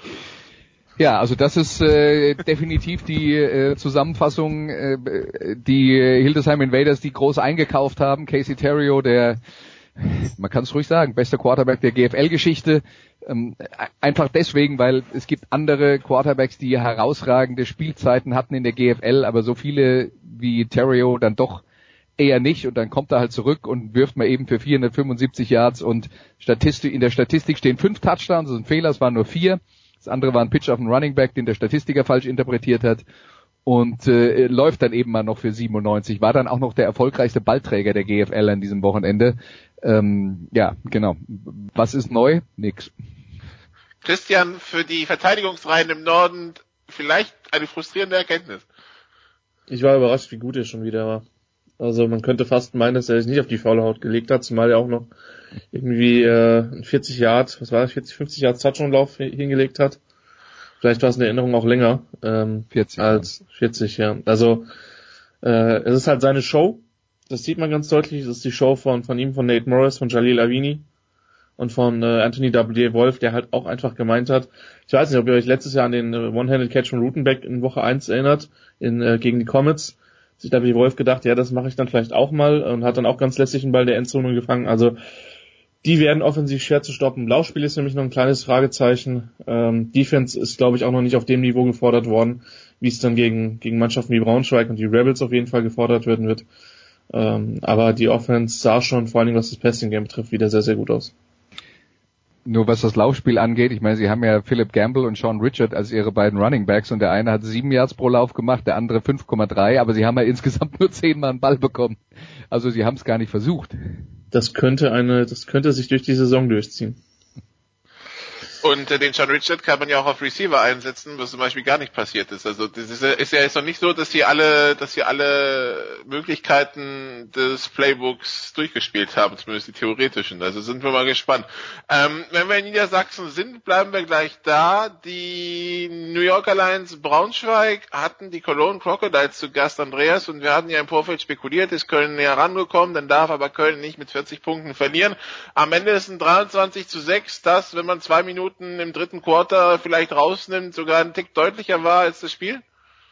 Ja, also das ist äh, definitiv die äh, Zusammenfassung, äh, die Hildesheim Invaders, die groß eingekauft haben. Casey Terrio, der, man kann es ruhig sagen, bester Quarterback der G F L-Geschichte. Ähm, einfach deswegen, weil es gibt andere Quarterbacks, die herausragende Spielzeiten hatten in der G F L, aber so viele wie Terrio dann doch eher nicht, und dann kommt er halt zurück und wirft mal eben für vierhundertfünfundsiebzig Yards, und Statistik, in der Statistik stehen fünf Touchdowns, das ist ein Fehler, es waren nur vier. Das andere war ein Pitch auf einen Running Back, den der Statistiker falsch interpretiert hat, und äh, läuft dann eben mal noch für siebenundneunzig. War dann auch noch der erfolgreichste Ballträger der G F L an diesem Wochenende. Ähm, ja, genau. Was ist neu? Nix. Christian, für die Verteidigungsreihen im Norden vielleicht eine frustrierende Erkenntnis. Ich war überrascht, wie gut er schon wieder war. Also man könnte fast meinen, dass er sich nicht auf die faule Haut gelegt hat, zumal er auch noch irgendwie äh, vierzig Yard, was war das, vierzig, fünfzig Yard Touchdown-Lauf hingelegt hat. Vielleicht war es in Erinnerung auch länger ähm, vierzig, als vierzig, ja. Also äh, es ist halt seine Show, das sieht man ganz deutlich. Es ist die Show von von ihm, von Nate Morris, von Jalil Avini und von äh, Anthony W. Wolf, der halt auch einfach gemeint hat, ich weiß nicht, ob ihr euch letztes Jahr an den äh, One-Handed Catch von Rutenbeck in Woche eins erinnert, in äh, gegen die Comets. Sich W. Wolf gedacht, ja, das mache ich dann vielleicht auch mal, und hat dann auch ganz lässig einen Ball der Endzone gefangen. Also die werden offensiv schwer zu stoppen. Laufspiel ist nämlich noch ein kleines Fragezeichen. Ähm, Defense ist, glaube ich, auch noch nicht auf dem Niveau gefordert worden, wie es dann gegen gegen Mannschaften wie Braunschweig und die Rebels auf jeden Fall gefordert werden wird. Ähm, aber die Offense sah schon, vor allem was das Passing-Game betrifft, wieder sehr, sehr gut aus. Nur was das Laufspiel angeht, ich meine, sie haben ja Philip Gamble und Sean Richard als ihre beiden Running Backs, und der eine hat sieben Yards pro Lauf gemacht, der andere fünf Komma drei, aber sie haben ja insgesamt nur zehnmal einen Ball bekommen. Also sie haben es gar nicht versucht. Das könnte eine, das könnte sich durch die Saison durchziehen. Und äh, den Sean Richard kann man ja auch auf Receiver einsetzen, was zum Beispiel gar nicht passiert ist. Also das ist, ist ja jetzt noch nicht so, dass sie alle, dass sie alle Möglichkeiten des Playbooks durchgespielt haben, zumindest die theoretischen. Also sind wir mal gespannt. Ähm, wenn wir in Niedersachsen sind, bleiben wir gleich da. Die New Yorker Lions Braunschweig hatten die Cologne Crocodiles zu Gast, Andreas, und wir hatten ja im Vorfeld spekuliert, ist Köln näher rangekommen, dann darf aber Köln nicht mit vierzig Punkten verlieren. Am Ende ist ein dreiundzwanzig zu sechs, das, wenn man zwei Minuten im dritten Quarter vielleicht rausnimmt, sogar ein Tick deutlicher war als das Spiel?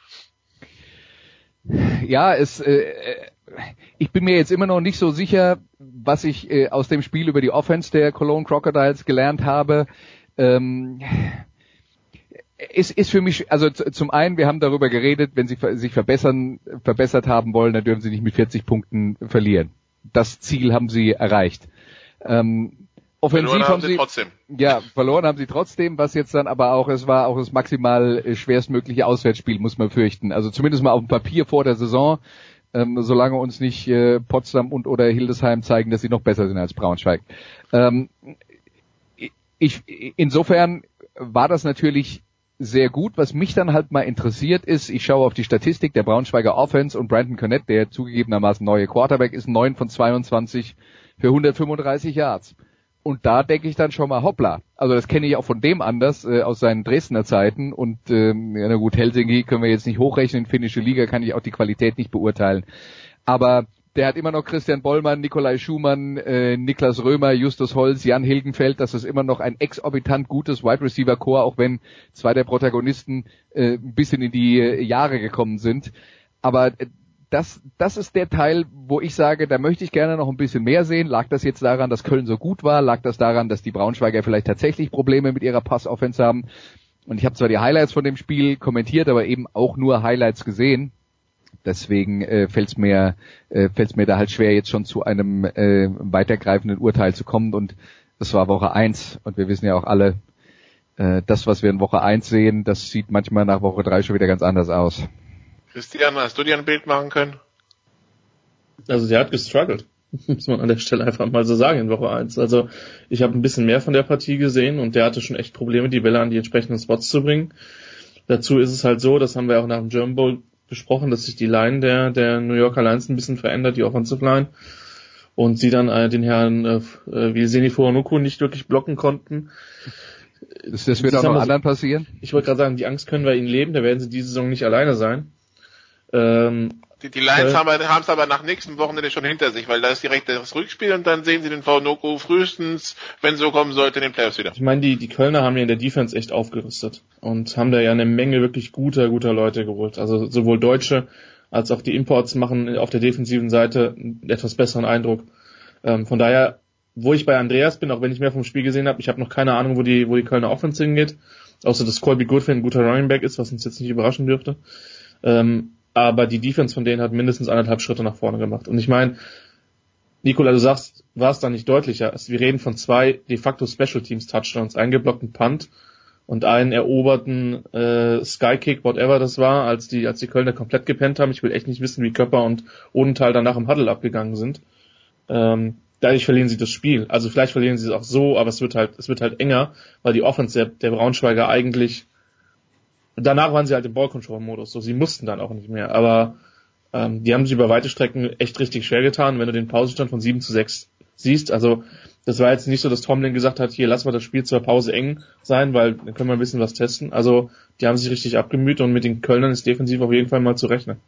Ja, es, äh, ich bin mir jetzt immer noch nicht so sicher, was ich äh, aus dem Spiel über die Offense der Cologne Crocodiles gelernt habe. Ähm, es ist für mich, also z- zum einen, wir haben darüber geredet, wenn sie ver- sich verbessern, verbessert haben wollen, dann dürfen sie nicht mit vierzig Punkten verlieren. Das Ziel haben sie erreicht. Ähm, Offensiv verloren haben, haben sie, sie trotzdem. Ja, verloren haben sie trotzdem, was jetzt dann aber auch, es war auch das maximal äh, schwerstmögliche Auswärtsspiel, muss man fürchten. Also zumindest mal auf dem Papier vor der Saison, ähm, solange uns nicht äh, Potsdam und oder Hildesheim zeigen, dass sie noch besser sind als Braunschweig. Ähm, ich, insofern war das natürlich sehr gut. Was mich dann halt mal interessiert ist, ich schaue auf die Statistik der Braunschweiger Offense, und Brandon Cornett, der zugegebenermaßen neue Quarterback ist, neun von zweiundzwanzig für hundertfünfunddreißig Yards. Und da denke ich dann schon mal, hoppla. Also das kenne ich auch von dem anders, äh, aus seinen Dresdner Zeiten. Und ähm, ja, na gut, Helsinki können wir jetzt nicht hochrechnen, finnische Liga kann ich auch die Qualität nicht beurteilen. Aber der hat immer noch Christian Bollmann, Nikolai Schumann, äh, Niklas Römer, Justus Holz, Jan Hilgenfeld. Das ist immer noch ein exorbitant gutes Wide Receiver Core, auch wenn zwei der Protagonisten äh, ein bisschen in die äh, Jahre gekommen sind. Aber äh, Das, das ist der Teil, wo ich sage, da möchte ich gerne noch ein bisschen mehr sehen. Lag das jetzt daran, dass Köln so gut war? Lag das daran, dass die Braunschweiger vielleicht tatsächlich Probleme mit ihrer Passoffense haben? Und ich habe zwar die Highlights von dem Spiel kommentiert, aber eben auch nur Highlights gesehen. Deswegen äh, fällt es mir, äh, fällt's mir da halt schwer, jetzt schon zu einem äh, weitergreifenden Urteil zu kommen. Und das war Woche eins. Und wir wissen ja auch alle, äh, das, was wir in Woche eins sehen, das sieht manchmal nach Woche drei schon wieder ganz anders aus. Christian, hast du dir ein Bild machen können? Also der hat gestruggelt, muss man an der Stelle einfach mal so sagen in Woche eins. Also ich habe ein bisschen mehr von der Partie gesehen und der hatte schon echt Probleme, die Bälle an die entsprechenden Spots zu bringen. Dazu ist es halt so, das haben wir auch nach dem German Bowl besprochen, dass sich die Line der, der New Yorker Lions ein bisschen verändert, die Offensive Line. Und sie dann äh, den Herrn äh, wie Seni Fuonuku nicht wirklich blocken konnten. Das, das wird auch noch anderen so, passieren? Ich wollte gerade sagen, die Angst können wir ihnen leben, da werden sie diese Saison nicht alleine sein. Ähm, die, die Lions äh, haben es aber nach nächsten Wochenende schon hinter sich, weil da ist direkt das Rückspiel und dann sehen sie den Fuonuku frühestens, wenn so kommen sollte, in den Playoffs wieder. Ich meine, die, die Kölner haben ja in der Defense echt aufgerüstet und haben da ja eine Menge wirklich guter, guter Leute geholt. Also sowohl Deutsche als auch die Imports machen auf der defensiven Seite einen etwas besseren Eindruck. Ähm, von daher, wo ich bei Andreas bin, auch wenn ich mehr vom Spiel gesehen habe, ich habe noch keine Ahnung, wo die wo die Kölner Offense hingeht, außer dass Colby Goodwin ein guter Running Back ist, was uns jetzt nicht überraschen dürfte. Ähm, aber die Defense von denen hat mindestens anderthalb Schritte nach vorne gemacht. Und ich meine, Nikola, du sagst, war es da nicht deutlicher? Also wir reden von zwei de facto Special Teams Touchdowns, einen geblockten Punt und einen eroberten äh, Skykick, whatever das war, als die als die Kölner komplett gepennt haben. Ich will echt nicht wissen, wie Köpper und Odenthal danach im Huddle abgegangen sind. Ähm, dadurch verlieren sie das Spiel. Also vielleicht verlieren sie es auch so, aber es wird halt es wird halt enger, weil die Offense der, der Braunschweiger eigentlich, danach waren sie halt im Ball-Control-Modus, so sie mussten dann auch nicht mehr. Aber ähm, die haben sich über weite Strecken echt richtig schwer getan, wenn du den Pausenstand von sieben zu sechs siehst. Also das war jetzt nicht so, dass Tomlin gesagt hat, hier lassen wir das Spiel zur Pause eng sein, weil dann können wir ein bisschen was testen. Also die haben sich richtig abgemüht und mit den Kölnern ist defensiv auf jeden Fall mal zu rechnen.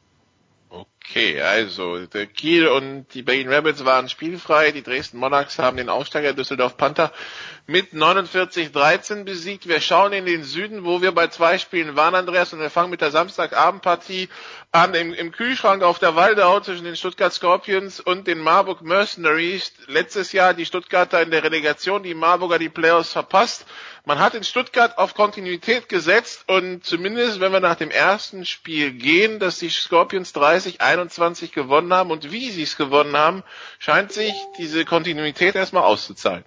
Okay, also der Kiel und die Berlin Rebels waren spielfrei. Die Dresden Monarchs haben den Aufsteiger Düsseldorf Panther mit neunundvierzig dreizehn besiegt. Wir schauen in den Süden, wo wir bei zwei Spielen waren, Andreas, und wir fangen mit der Samstagabendpartie an im, im Kühlschrank auf der Waldau zwischen den Stuttgart Scorpions und den Marburg Mercenaries. Letztes Jahr die Stuttgarter in der Relegation, die Marburger die Playoffs verpasst. Man hat in Stuttgart auf Kontinuität gesetzt und zumindest, wenn wir nach dem ersten Spiel gehen, dass die Scorpions dreißig einundzwanzig gewonnen haben und wie sie es gewonnen haben, scheint sich diese Kontinuität erstmal auszuzahlen.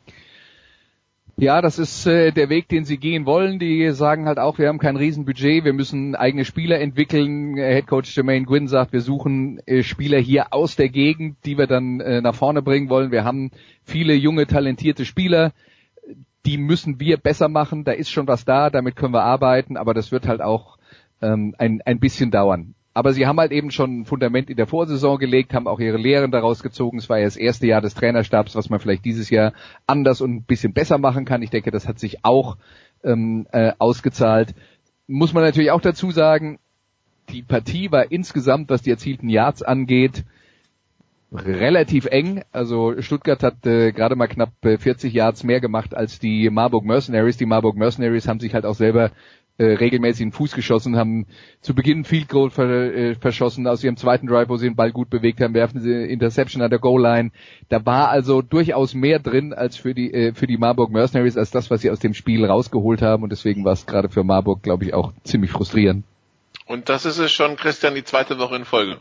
Ja, das ist äh, der Weg, den sie gehen wollen. Die sagen halt auch, wir haben kein Riesenbudget, wir müssen eigene Spieler entwickeln. Headcoach Jermaine Gwynn sagt, wir suchen äh, Spieler hier aus der Gegend, die wir dann äh, nach vorne bringen wollen. Wir haben viele junge, talentierte Spieler. Die müssen wir besser machen, da ist schon was da, damit können wir arbeiten, aber das wird halt auch ähm, ein, ein bisschen dauern. Aber sie haben halt eben schon ein Fundament in der Vorsaison gelegt, haben auch ihre Lehren daraus gezogen. Es war ja das erste Jahr des Trainerstabs, was man vielleicht dieses Jahr anders und ein bisschen besser machen kann. Ich denke, das hat sich auch ähm, äh, ausgezahlt. Muss man natürlich auch dazu sagen, die Partie war insgesamt, was die erzielten Yards angeht, relativ eng. Also Stuttgart hat äh, gerade mal knapp äh, vierzig Yards mehr gemacht als die Marburg Mercenaries. Die Marburg Mercenaries haben sich halt auch selber äh, regelmäßig in den Fuß geschossen, haben zu Beginn Field Goal ver, äh, verschossen aus ihrem zweiten Drive, wo sie den Ball gut bewegt haben, werfen sie Interception an der Goal-Line. Da war also durchaus mehr drin als für die äh, für die Marburg Mercenaries, als das, was sie aus dem Spiel rausgeholt haben. Und deswegen war es gerade für Marburg, glaube ich, auch ziemlich frustrierend. Und das ist es schon, Christian, die zweite Woche in Folge.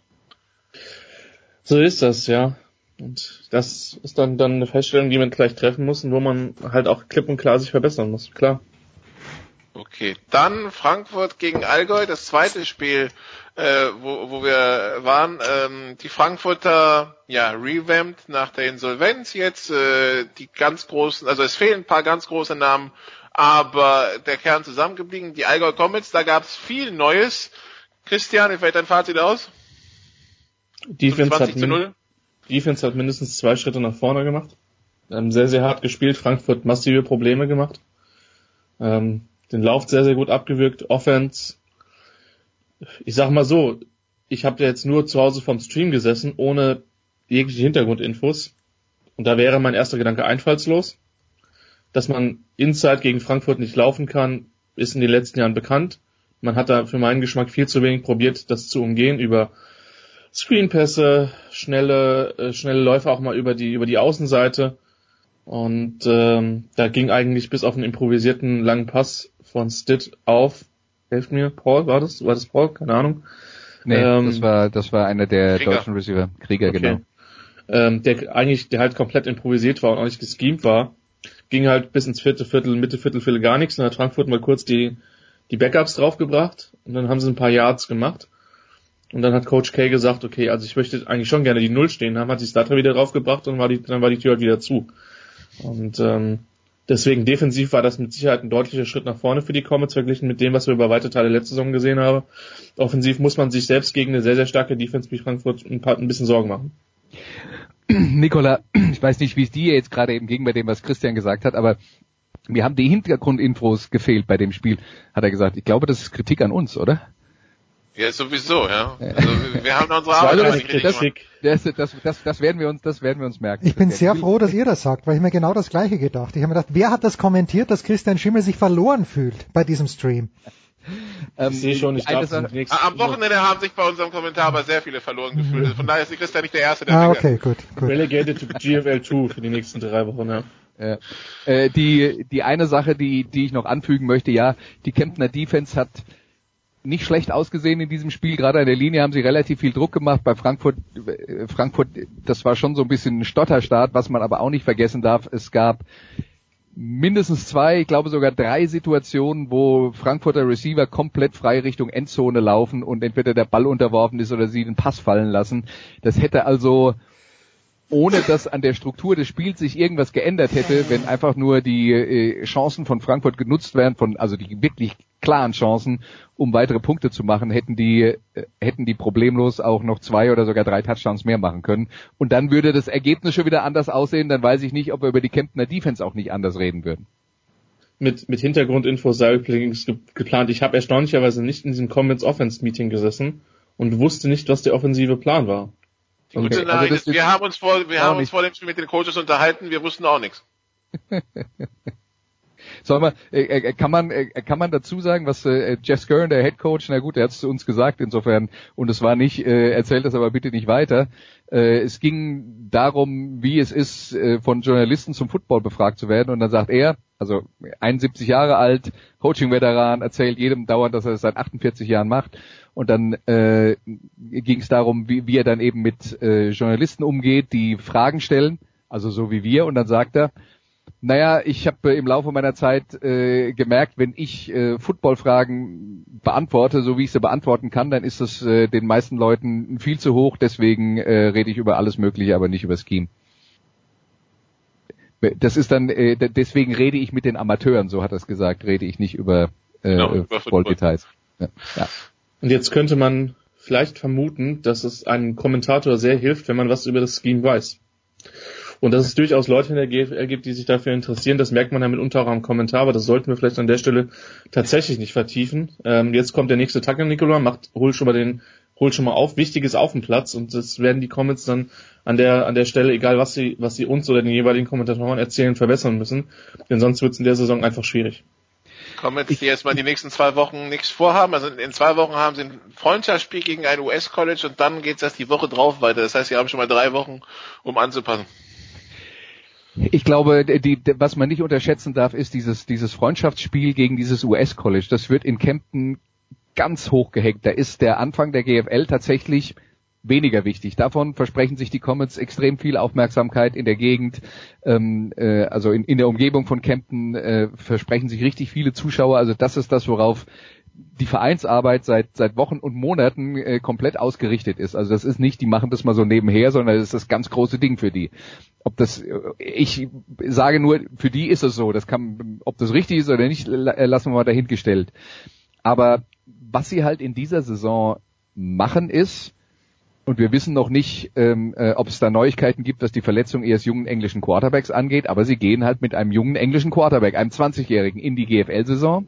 So ist das, ja. Und das ist dann, dann eine Feststellung, die man gleich treffen muss und wo man halt auch klipp und klar sich verbessern muss, klar. Okay, dann Frankfurt gegen Allgäu, das zweite Spiel, äh, wo, wo wir waren. Ähm, die Frankfurter, ja, revamped nach der Insolvenz jetzt. Äh, die ganz großen, also es fehlen ein paar ganz große Namen, aber der Kern zusammengeblieben. Die Allgäu Comets, da gab es viel Neues. Christian, wie fällt dein Fazit aus? Defense hat, min- Defense hat mindestens zwei Schritte nach vorne gemacht. Ähm, sehr, sehr hart gespielt. Frankfurt massive Probleme gemacht. Ähm, den Lauf sehr, sehr gut abgewürgt. Offense, ich sag mal so, ich habe ja jetzt nur zu Hause vom Stream gesessen, ohne jegliche Hintergrundinfos. Und da wäre mein erster Gedanke einfallslos. Dass man Inside gegen Frankfurt nicht laufen kann, ist in den letzten Jahren bekannt. Man hat da für meinen Geschmack viel zu wenig probiert, das zu umgehen über Screenpässe, schnelle, äh, schnelle Läufe auch mal über die über die Außenseite und ähm, da ging eigentlich bis auf einen improvisierten langen Pass von Stitt auf. Helft mir, Paul, war das? War das Paul? Keine Ahnung. Nee, ähm, das war das war einer der Krieger. deutschen Receiver, Krieger, okay. genau. Ähm, der eigentlich der halt komplett improvisiert war und auch nicht geschemt war. Ging halt bis ins vierte Viertel, Mitte Viertel, Viertel gar nichts und hat Frankfurt mal kurz die die Backups draufgebracht und dann haben sie ein paar Yards gemacht. Und dann hat Coach K gesagt, okay, also ich möchte eigentlich schon gerne die Null stehen haben, hat die Starter wieder draufgebracht und war die, dann war die Tür halt wieder zu. Und ähm, deswegen defensiv war das mit Sicherheit ein deutlicher Schritt nach vorne für die Comets verglichen mit dem, was wir über weite Teile letzte Saison gesehen haben. Offensiv muss man sich selbst gegen eine sehr, sehr starke Defense wie Frankfurt ein, paar, ein bisschen Sorgen machen. Nikola, ich weiß nicht, wie es dir jetzt gerade eben ging bei dem, was Christian gesagt hat, aber mir haben die Hintergrundinfos gefehlt bei dem Spiel, hat er gesagt. Ich glaube, das ist Kritik an uns, oder? Ja, sowieso, ja. Also, wir haben unsere Arbeit das, richtig das, gemacht. Das, das, das, das werden wir uns, das werden wir uns merken. Ich bin sehr froh, dass ihr das sagt, weil ich mir genau das Gleiche gedacht. Ich habe mir gedacht, wer hat das kommentiert, dass Christian Schimmel sich verloren fühlt bei diesem Stream? Ähm, ich sehe schon, ich darf nächsten Am Wochenende haben sich bei unserem Kommentar aber sehr viele verloren gefühlt. Also von daher ist Christian nicht der Erste, der Ah, okay, gut, gut. Relegated to G F L zwei für die nächsten drei Wochen, ja. Ja. Äh, die, die eine Sache, die, die ich noch anfügen möchte, ja, die Kemptner Defense hat nicht schlecht ausgesehen in diesem Spiel. Gerade an der Linie haben sie relativ viel Druck gemacht. Bei Frankfurt, Frankfurt, das war schon so ein bisschen ein Stotterstart, was man aber auch nicht vergessen darf. Es gab mindestens zwei, ich glaube sogar drei Situationen, wo Frankfurter Receiver komplett frei Richtung Endzone laufen und entweder der Ball unterworfen ist oder sie den Pass fallen lassen. Das hätte also, ohne dass an der Struktur des Spiels sich irgendwas geändert hätte, wenn einfach nur die äh, Chancen von Frankfurt genutzt wären, von also die wirklich klaren Chancen, um weitere Punkte zu machen, hätten die äh, hätten die problemlos auch noch zwei oder sogar drei Touchdowns mehr machen können. Und dann würde das Ergebnis schon wieder anders aussehen. Dann weiß ich nicht, ob wir über die Kemptner Defense auch nicht anders reden würden. Mit mit Hintergrundinfos sei übrigens ge- geplant. Ich habe erstaunlicherweise nicht in diesem Comments Offense Meeting gesessen und wusste nicht, was der offensive Plan war. Die gute Okay, Nachricht also ist, wir haben uns vor, wir haben uns nicht. vor dem Spiel mit den Coaches unterhalten, wir wussten auch nichts. Sag mal, äh, kann man äh, kann man dazu sagen, was äh, Jeff Skern, der Head Coach, na gut, er hat es zu uns gesagt, insofern, und es war nicht, äh, erzählt das aber bitte nicht weiter. Äh, es ging darum, wie es ist, äh, von Journalisten zum Football befragt zu werden, und dann sagt er, also einundsiebzig Jahre alt, Coaching-Veteran, erzählt jedem dauernd, dass er es seit achtundvierzig Jahren macht, und dann äh, ging es darum, wie, wie er dann eben mit äh, Journalisten umgeht, die Fragen stellen, also so wie wir, und dann sagt er, naja, ich habe äh, im Laufe meiner Zeit äh, gemerkt, wenn ich äh, Football-Fragen beantworte, so wie ich sie beantworten kann, dann ist das äh, den meisten Leuten viel zu hoch, deswegen äh, rede ich über alles Mögliche, aber nicht über Scheme. Das ist dann, äh, deswegen rede ich mit den Amateuren, so hat er es gesagt, rede ich nicht über, äh, genau, über Football-Details. Ja. Ja. Und jetzt könnte man vielleicht vermuten, dass es einem Kommentator sehr hilft, wenn man was über das Scheme weiß. Und dass es durchaus Leute in der G F L gibt, die sich dafür interessieren. Das merkt man ja mitunter auch am Kommentar, aber das sollten wir vielleicht an der Stelle tatsächlich nicht vertiefen. Ähm, jetzt kommt der nächste Tackle, Nikola, macht, holt schon mal den, holt schon mal auf. Wichtiges auf dem Platz, und das werden die Comments dann an der, an der Stelle, egal was sie, was sie uns oder den jeweiligen Kommentatoren erzählen, verbessern müssen. Denn sonst wird es in der Saison einfach schwierig. Comments, die erstmal die nächsten zwei Wochen nichts vorhaben. Also in zwei Wochen haben sie ein Freundschaftsspiel gegen ein U S-College und dann geht es erst die Woche drauf weiter. Das heißt, sie haben schon mal drei Wochen, um anzupassen. Ich glaube, die, was man nicht unterschätzen darf, ist dieses, dieses Freundschaftsspiel gegen dieses U S-College. Das wird in Kempten ganz hoch gehängt. Da ist der Anfang der G F L tatsächlich weniger wichtig. Davon versprechen sich die Comets extrem viel Aufmerksamkeit in der Gegend, ähm, äh, also in, in der Umgebung von Kempten äh, versprechen sich richtig viele Zuschauer. Also das ist das, worauf die Vereinsarbeit seit seit Wochen und Monaten äh, komplett ausgerichtet ist. Also das ist nicht, die machen das mal so nebenher, sondern das ist das ganz große Ding für die. Ob das, ich sage nur, für die ist es so. Das kann, ob das richtig ist oder nicht, lassen wir mal dahingestellt. Aber was sie halt in dieser Saison machen ist, und wir wissen noch nicht, ähm, äh, ob es da Neuigkeiten gibt, was die Verletzung ihres jungen englischen Quarterbacks angeht, aber sie gehen halt mit einem jungen englischen Quarterback, einem zwanzigjährigen, in die G F L-Saison.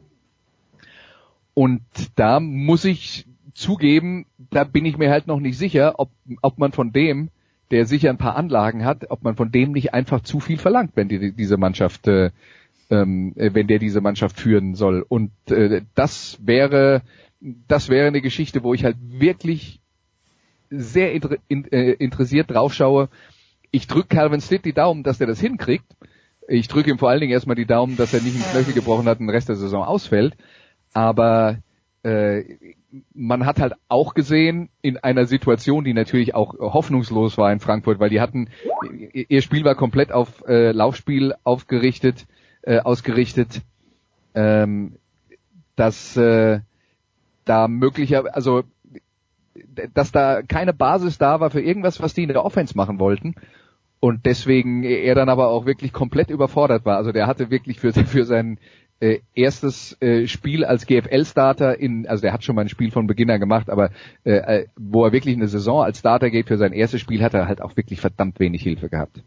Und da muss ich zugeben, da bin ich mir halt noch nicht sicher, ob, ob man von dem, der sicher ein paar Anlagen hat, ob man von dem nicht einfach zu viel verlangt, wenn die, diese Mannschaft, äh, ähm, wenn der diese Mannschaft führen soll. Und äh, das wäre, das wäre eine Geschichte, wo ich halt wirklich sehr inter, in, äh, interessiert drauf schaue. Ich drücke Calvin Stitt die Daumen, dass der das hinkriegt. Ich drücke ihm vor allen Dingen erstmal die Daumen, dass er nicht einen Knöchel gebrochen hat und den Rest der Saison ausfällt. Aber äh, man hat halt auch gesehen, in einer Situation, die natürlich auch hoffnungslos war in Frankfurt, weil die hatten, ihr Spiel war komplett auf äh, Laufspiel aufgerichtet, äh, ausgerichtet. Ähm, dass äh, da möglicherweise, also dass da keine Basis da war für irgendwas, was die in der Offense machen wollten. Und deswegen er dann aber auch wirklich komplett überfordert war. Also der hatte wirklich für, für sein äh, erstes äh, Spiel als G F L-Starter in, also der hat schon mal ein Spiel von Beginn an gemacht, aber äh, wo er wirklich eine Saison als Starter geht für sein erstes Spiel, hat er halt auch wirklich verdammt wenig Hilfe gehabt.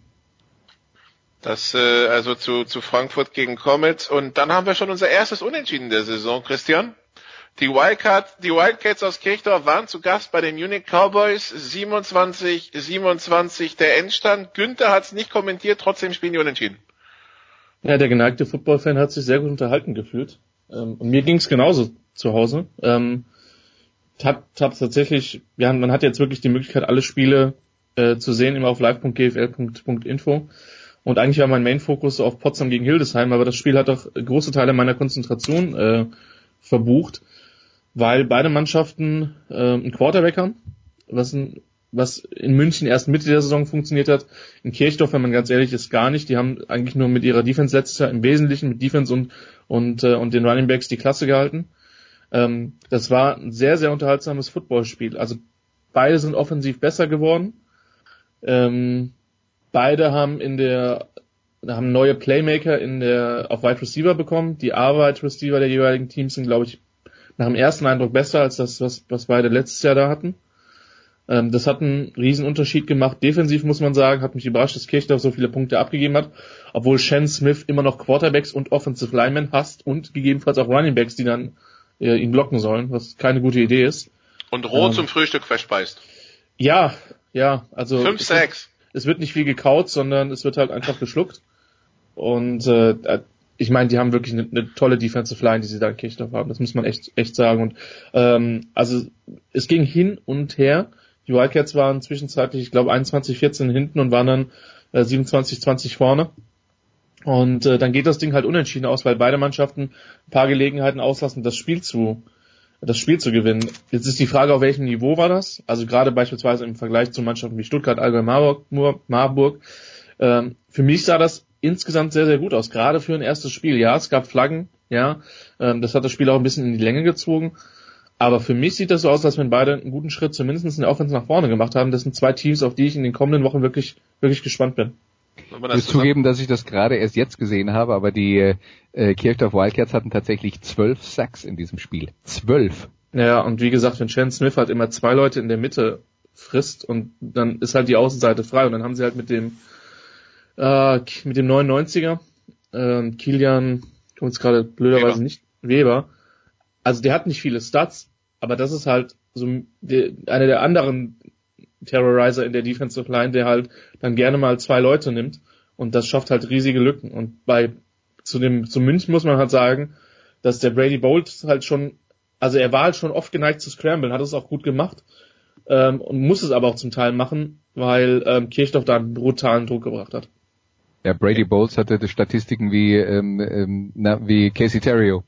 Das äh, also zu, zu Frankfurt gegen Comets. Und dann haben wir schon unser erstes Unentschieden der Saison, Christian. Die Wildcat, die Wildcats aus Kirchdorf waren zu Gast bei den Munich Cowboys. siebenundzwanzig siebenundzwanzig der Endstand. Günther hat es nicht kommentiert, trotzdem spielen die unentschieden. Ja, der geneigte Football-Fan hat sich sehr gut unterhalten gefühlt. Ähm, und mir ging es genauso zu Hause. Ähm, hab, hab tatsächlich, ja, man hat jetzt wirklich die Möglichkeit, alle Spiele äh, zu sehen, immer auf live punkt g f l punkt info. Und eigentlich war mein Main-Fokus auf Potsdam gegen Hildesheim, aber das Spiel hat auch große Teile meiner Konzentration äh, verbucht, weil beide Mannschaften äh, einen Quarterback haben, was, ein, was in München erst Mitte der Saison funktioniert hat. In Kirchdorf, wenn man ganz ehrlich ist, gar nicht. Die haben eigentlich nur mit ihrer Defense letztes Jahr im Wesentlichen mit Defense und und äh, und den Running Backs die Klasse gehalten. Ähm, das war ein sehr, sehr unterhaltsames Footballspiel. Also beide sind offensiv besser geworden. Ähm, beide haben in der haben neue Playmaker in der auf Wide Receiver bekommen. Die A-Wide Receiver der jeweiligen Teams sind, glaube ich, nach dem ersten Eindruck besser als das, was, was beide letztes Jahr da hatten. Ähm, das hat einen riesen Unterschied gemacht. Defensiv muss man sagen, hat mich überrascht, dass Kirchdorf so viele Punkte abgegeben hat, obwohl Shen Smith immer noch Quarterbacks und Offensive Linemen hasst und gegebenenfalls auch Running Backs, die dann äh, ihn blocken sollen, was keine gute Idee ist. Und roh ähm, zum Frühstück verspeist. Ja, ja, also fünf sechs. Es wird nicht viel gekaut, sondern es wird halt einfach geschluckt. Und äh, ich meine, die haben wirklich eine, eine tolle Defensive Line, die sie da in Kirchdorf haben. Das muss man echt echt sagen. Und ähm, also es ging hin und her. Die Wildcats waren zwischenzeitlich, ich glaube, einundzwanzig vierzehn hinten und waren dann äh, siebenundzwanzig zwanzig vorne. Und äh, dann geht das Ding halt unentschieden aus, weil beide Mannschaften ein paar Gelegenheiten auslassen, das Spiel zu das Spiel zu gewinnen. Jetzt ist die Frage, auf welchem Niveau war das? Also gerade beispielsweise im Vergleich zu Mannschaften wie Stuttgart, Allgäu, Marburg. Marburg. Ähm, für mich sah das insgesamt sehr, sehr gut aus, gerade für ein erstes Spiel. Ja, es gab Flaggen, ja, ähm, das hat das Spiel auch ein bisschen in die Länge gezogen. Aber für mich sieht das so aus, als wenn beide einen guten Schritt zumindest in der Offense nach vorne gemacht haben. Das sind zwei Teams, auf die ich in den kommenden Wochen wirklich, wirklich gespannt bin. Ich muss zugeben, dass ich das gerade erst jetzt gesehen habe, aber die äh, Kirchdorf Wildcats hatten tatsächlich zwölf Sacks in diesem Spiel. Zwölf. Ja, und wie gesagt, wenn Shen Smith halt immer zwei Leute in der Mitte frisst und dann ist halt die Außenseite frei und dann haben sie halt mit dem äh, mit dem neunundneunziger äh, Kilian, kommt jetzt gerade blöderweise Weber. nicht, Weber, also der hat nicht viele Stats, aber das ist halt so der, einer der anderen Terrorizer in der Defensive Line, der halt dann gerne mal zwei Leute nimmt und das schafft halt riesige Lücken. Und bei zu dem zu München muss man halt sagen, dass der Brady Bolt halt schon, also er war halt schon oft geneigt zu scramblen, hat es auch gut gemacht ähm, und muss es aber auch zum Teil machen, weil ähm, Kirchdorf da einen brutalen Druck gebracht hat. Ja, Brady Bowles hatte die Statistiken wie ähm, ähm, na, wie Casey Terrio.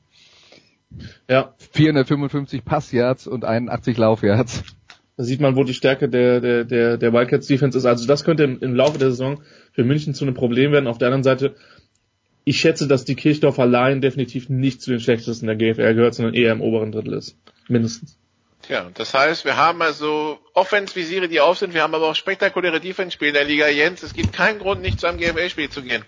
Ja. vierhundertfünfundfünfzig Passyards und einundachtzig Laufyards. Da sieht man, wo die Stärke der der der, der Wildcats Defense ist. Also das könnte im, im Laufe der Saison für München zu einem Problem werden. Auf der anderen Seite, ich schätze, dass die Kirchdorfer Line definitiv nicht zu den schlechtesten der G F L gehört, sondern eher im oberen Drittel ist. Mindestens. Tja, das heißt, wir haben also Offense-Visiere, die auf sind, wir haben aber auch spektakuläre Defense-Spiele in der Liga. Jens, es gibt keinen Grund, nicht zu einem G F L-Spiel zu gehen.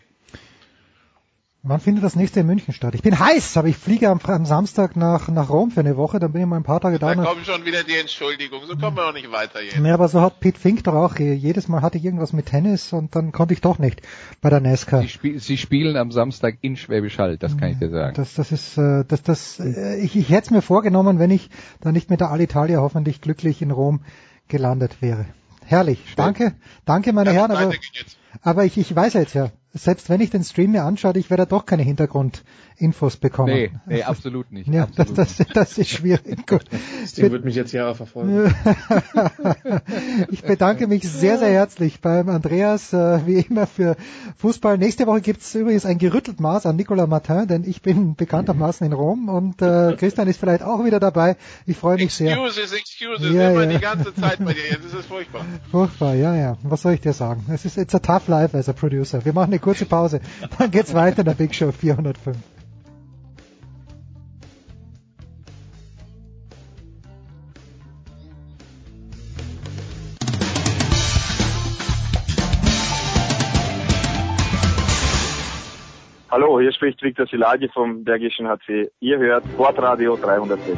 Wann findet das nächste in München statt? Ich bin heiß, aber ich fliege am, am Samstag nach, nach Rom für eine Woche, dann bin ich mal ein paar Tage da. Da kommt schon wieder die Entschuldigung, so kommen wir noch nicht weiter jetzt. Ja, aber so hat Pete Fink doch auch, jedes Mal hatte ich irgendwas mit Tennis und dann konnte ich doch nicht bei der NASCAR. Sie, spiel, sie spielen am Samstag in Schwäbisch Hall, das kann ich dir sagen. Das, das ist, das, das, ich, ich hätte es mir vorgenommen, wenn ich da nicht mit der Alitalia hoffentlich glücklich in Rom gelandet wäre. Herrlich, Stimmt. danke, danke meine ja, Herren, aber, aber ich, ich weiß ja jetzt ja, selbst wenn ich den Stream mir anschaue, ich werde doch keine Hintergrundinfos bekommen. Nee, nee, absolut nicht. Ja, absolut das, das, das ist schwierig. Gut. Das Ding wird mich jetzt Jahre verfolgen. Ich bedanke mich sehr, sehr herzlich beim Andreas, äh, wie immer, für Fußball. Nächste Woche gibt's übrigens ein gerüttelt Maß an Nicolas Martin, denn ich bin bekanntermaßen in Rom und äh, Christian ist vielleicht auch wieder dabei. Ich freue mich sehr. Excuses, excuses, ja, immer ja. die ganze Zeit bei dir. Jetzt ist es furchtbar. Furchtbar, ja, ja. Was soll ich dir sagen? Es ist it's a tough life as a producer. Wir machen eine kurze Pause. Dann geht's weiter in der Big Show vierhundertfünf. hier spricht Viktor Silagi vom Bergischen H C. Ihr hört Sportradio dreihundertsechzig.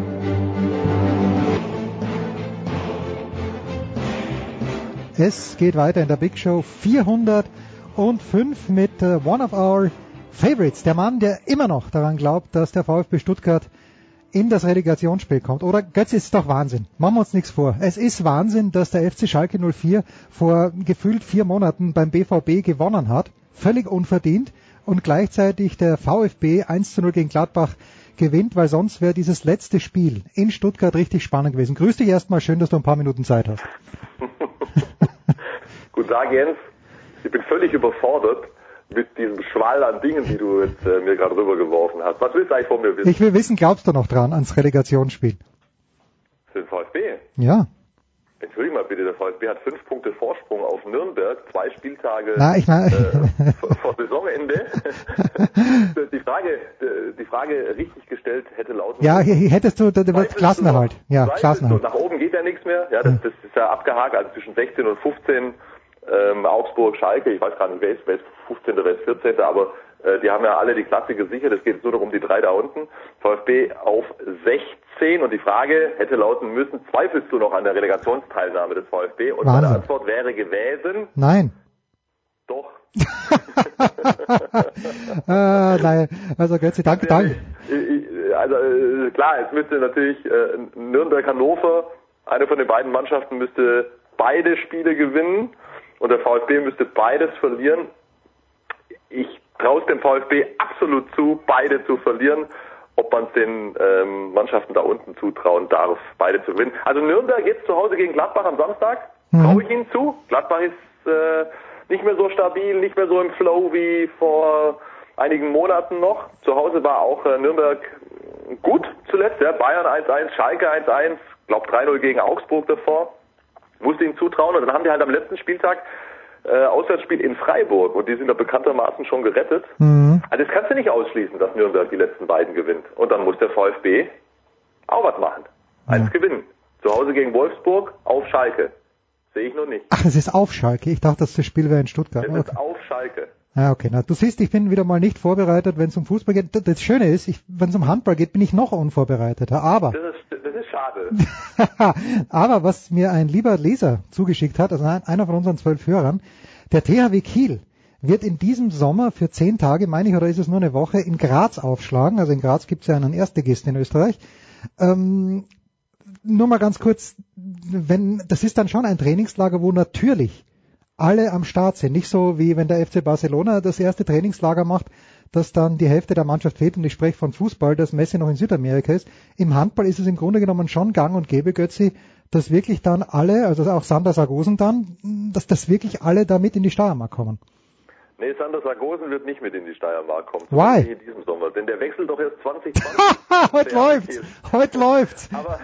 Es geht weiter in der Big Show vierhundertfünf mit uh, One of Our Favorites. Der Mann, der immer noch daran glaubt, dass der VfB Stuttgart in das Relegationsspiel kommt. Oder Götz, ist doch Wahnsinn. Machen wir uns nichts vor. Es ist Wahnsinn, dass der F C Schalke null vier vor gefühlt vier Monaten beim B V B gewonnen hat. Völlig unverdient. Und gleichzeitig der VfB eins zu null gegen Gladbach gewinnt, weil sonst wäre dieses letzte Spiel in Stuttgart richtig spannend gewesen. Grüß dich erstmal, schön, dass du ein paar Minuten Zeit hast. Guten Tag, Jens. Ich bin völlig überfordert mit diesem Schwall an Dingen, die du jetzt äh, mir gerade rübergeworfen hast. Was willst du eigentlich von mir wissen? Ich will wissen, glaubst du noch dran ans Relegationsspiel? Für den VfB? Ja. Entschuldigung mal bitte, der VfB hat fünf Punkte Vorsprung auf Nürnberg, zwei Spieltage Na, ich mein, äh, vor, vor Saisonende. die Frage, die Frage richtig gestellt hätte lauten Ja, hättest du, das wird Klassenerhalt. Ja, Klassenerhalt. Nach oben geht ja nichts mehr. Ja, das, das ist ja abgehakt, also zwischen sechzehn und fünfzehn. Ähm, Augsburg, Schalke, ich weiß gar nicht, wer ist, wer ist fünfzehnter, wer ist vierzehnter, aber äh, die haben ja alle die Klasse gesichert, es geht nur noch um die drei da unten. VfB auf sechzehn und die Frage hätte lauten müssen, zweifelst du noch an der Relegationsteilnahme des VfB? Und Wahnsinn. meine Antwort wäre gewesen... Nein. Doch. ah, nein, also Götze, danke, danke. Also äh, klar, es müsste natürlich äh, Nürnberg-Hannover, eine von den beiden Mannschaften müsste beide Spiele gewinnen. Und der VfB müsste beides verlieren. Ich traue es dem VfB absolut zu, beide zu verlieren. Ob man es den ähm, Mannschaften da unten zutrauen darf, beide zu gewinnen. Also Nürnberg jetzt zu Hause gegen Gladbach am Samstag, mhm. traue ich ihnen zu. Gladbach ist äh, nicht mehr so stabil, nicht mehr so im Flow wie vor einigen Monaten noch. Zu Hause war auch äh, Nürnberg gut zuletzt. Ja. Bayern eins eins, Schalke eins eins, glaube drei null gegen Augsburg davor. Musste ihnen zutrauen und dann haben die halt am letzten Spieltag äh, Auswärtsspiel in Freiburg und die sind da bekanntermaßen schon gerettet. Mhm. Also das kannst du nicht ausschließen, dass Nürnberg die letzten beiden gewinnt. Und dann muss der VfB auch was machen. Eins ja. gewinnen. Zu Hause gegen Wolfsburg auf Schalke. Sehe ich noch nicht. Ach, es ist auf Schalke. Ich dachte, das Spiel wäre in Stuttgart. Es okay. ist auf Schalke. Ja, okay. Na, du siehst, ich bin wieder mal nicht vorbereitet, wenn es um Fußball geht. Das Schöne ist, wenn es um Handball geht, bin ich noch unvorbereiteter. Aber das ist, das ist schade. Aber was mir ein lieber Leser zugeschickt hat, also einer von unseren zwölf Hörern, der T H W Kiel wird in diesem Sommer für zehn Tage, meine ich, oder ist es nur eine Woche, in Graz aufschlagen. Also in Graz gibt es ja einen Erstligisten in Österreich. Ähm, nur mal ganz kurz, wenn das ist dann schon ein Trainingslager, wo natürlich alle am Start sind. Nicht so wie wenn der F C Barcelona das erste Trainingslager macht, dass dann die Hälfte der Mannschaft fehlt und ich spreche von Fußball, dass Messi noch in Südamerika ist. Im Handball ist es im Grunde genommen schon gang und gäbe, Götzi, dass wirklich dann alle, also auch Sander Sargosen dann, dass das wirklich alle da mit in die Steiermark kommen. Nee, Sander Sargosen wird nicht mit in die Steiermark kommen. Why? In diesem Sommer, denn der wechselt doch erst zwanzig zwanzig. Heute läuft's, heute läuft's. Aber,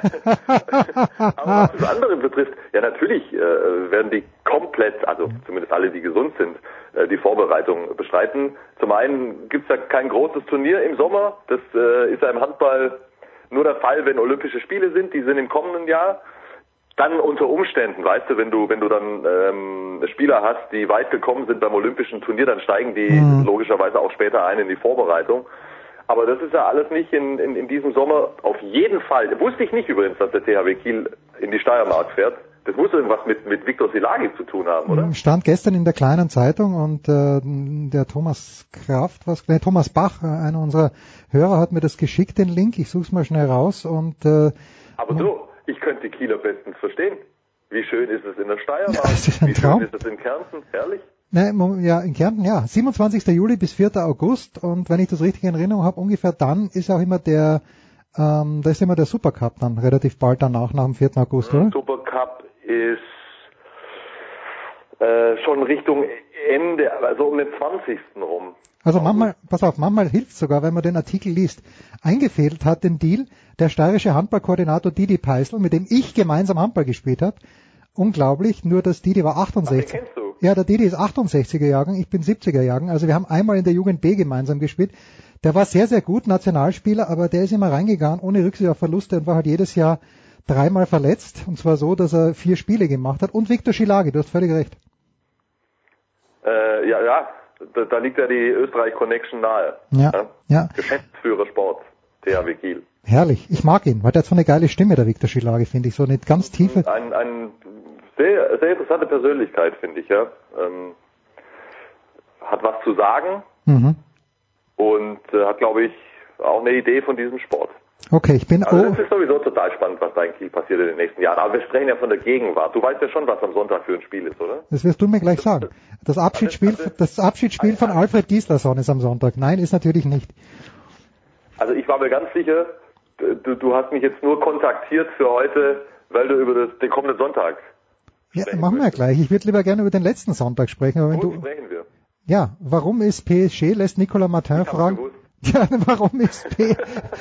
aber was das andere betrifft, ja natürlich äh, werden die komplett, also zumindest alle, die gesund sind, äh, die Vorbereitung bestreiten. Zum einen gibt's ja kein großes Turnier im Sommer, das äh, ist ja im Handball nur der Fall, wenn Olympische Spiele sind, die sind im kommenden Jahr. Dann unter Umständen, weißt du, wenn du wenn du dann ähm, Spieler hast, die weit gekommen sind beim Olympischen Turnier, dann steigen die mhm. logischerweise auch später ein in die Vorbereitung. Aber das ist ja alles nicht in, in, in diesem Sommer auf jeden Fall. Wusste ich nicht übrigens, dass der T H W Kiel in die Steiermark fährt. Das muss irgendwas mit mit Viktor Silagi zu tun haben, oder? Stand gestern in der kleinen Zeitung und äh, der Thomas Kraft, was, nee, Thomas Bach, äh, einer unserer Hörer, hat mir das geschickt, den Link. Ich such's mal schnell raus und. Äh, Aber so. Ich könnte die Kieler bestens verstehen. Wie schön ist es in der Steiermark? Ja, das ist ein Wie Traum. schön ist es in Kärnten? Herrlich? Nein, ja, in Kärnten, ja. siebenundzwanzigster Juli bis vierter August und wenn ich das richtig in Erinnerung habe, ungefähr dann ist auch immer der, ähm, da ist immer der Supercup dann relativ bald danach, nach dem vierten August, oder? Supercup ist äh, schon Richtung Ende, also um den zwanzigsten rum. Also manchmal, pass auf, manchmal hilft sogar, wenn man den Artikel liest. Eingefädelt hat den Deal der steirische Handballkoordinator Didi Peißl, mit dem ich gemeinsam Handball gespielt habe. Unglaublich, nur dass Didi war achtundsechzig. Ach, den kennst du? Ja, der Didi ist achtundsechziger Jahrgang, ich bin siebziger Jahrgang. Also wir haben einmal in der Jugend B gemeinsam gespielt. Der war sehr, sehr gut, Nationalspieler, aber der ist immer reingegangen, ohne Rücksicht auf Verluste und war halt jedes Jahr dreimal verletzt. Und zwar so, dass er vier Spiele gemacht hat. Und Viktor Silagi, du hast völlig recht. Äh, ja, ja. da, da liegt ja die Österreich-Connection nahe. Ja, ja? ja. Geschäftsführer Sport, T H W Kiel. Herrlich, ich mag ihn, weil der hat so eine geile Stimme, der Viktor Schilagi, finde ich, so eine ganz tiefe. Ein, ein sehr, sehr interessante Persönlichkeit, finde ich, ja. Ähm, hat was zu sagen Mhm. und äh, hat, glaube ich, auch eine Idee von diesem Sport. Okay, ich bin... Also oh, das ist sowieso total spannend, was da in Kiel passiert in den nächsten Jahren. Aber wir sprechen ja von der Gegenwart. Du weißt ja schon, was am Sonntag für ein Spiel ist, oder? das wirst du mir gleich sagen. Das Abschiedsspiel, das Abschiedsspiel von Alfred Gislason ist am Sonntag. Nein, ist natürlich nicht. Also ich war mir ganz sicher, du, du hast mich jetzt nur kontaktiert für heute, weil du über das, den kommenden Sonntag... Ja, machen wir ja gleich. Ich würde lieber gerne über den letzten Sonntag sprechen. Aber wenn Gut, du, sprechen wir. ja, warum ist P S G, lässt Nicolas Martin fragen. Ja, warum ist P...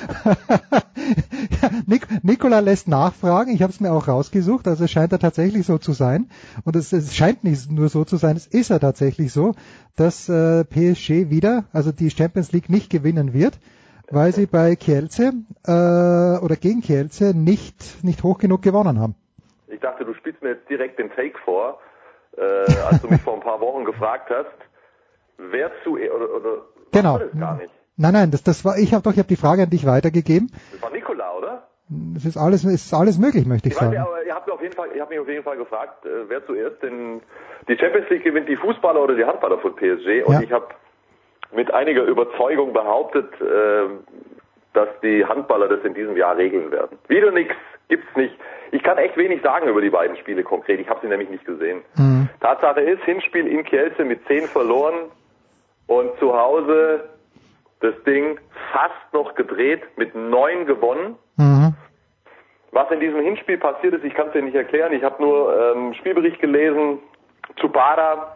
Nic Nicolas lässt nachfragen, ich habe es mir auch rausgesucht, also es scheint ja tatsächlich so zu sein. Und es, es scheint nicht nur so zu sein, es ist ja tatsächlich so, dass äh, P S G wieder, also die Champions League nicht gewinnen wird, weil sie bei Kielce äh, oder gegen Kielce nicht, nicht hoch genug gewonnen haben. Ich dachte, du spielst mir jetzt direkt den Take vor, äh, als du mich vor ein paar Wochen gefragt hast, wer zu... oder, oder Genau. das gar nicht. Nein, nein, das, das war, ich habe doch, ich habe die Frage an dich weitergegeben. Das war Nikola, oder? Es ist alles, es ist alles möglich, möchte ich, Ich sagen. weiß, aber ihr habt mir auf jeden Fall, ihr habt mich auf jeden Fall gefragt, äh, wer zuerst denn die Champions League gewinnt, die Fußballer oder die Handballer von P S G. Und Ja. ich habe mit einiger Überzeugung behauptet, äh, dass die Handballer das in diesem Jahr regeln werden. Wieder nix, gibt's nicht. Ich kann echt wenig sagen über die beiden Spiele konkret. Ich habe sie nämlich nicht gesehen. Mhm. Tatsache ist, Hinspiel in Kielce mit zehn verloren und zu Hause das Ding fast noch gedreht, mit neun gewonnen. Mhm. Was in diesem Hinspiel passiert ist, ich kann es dir nicht erklären. Ich habe nur ähm, Spielbericht gelesen. Tsubara,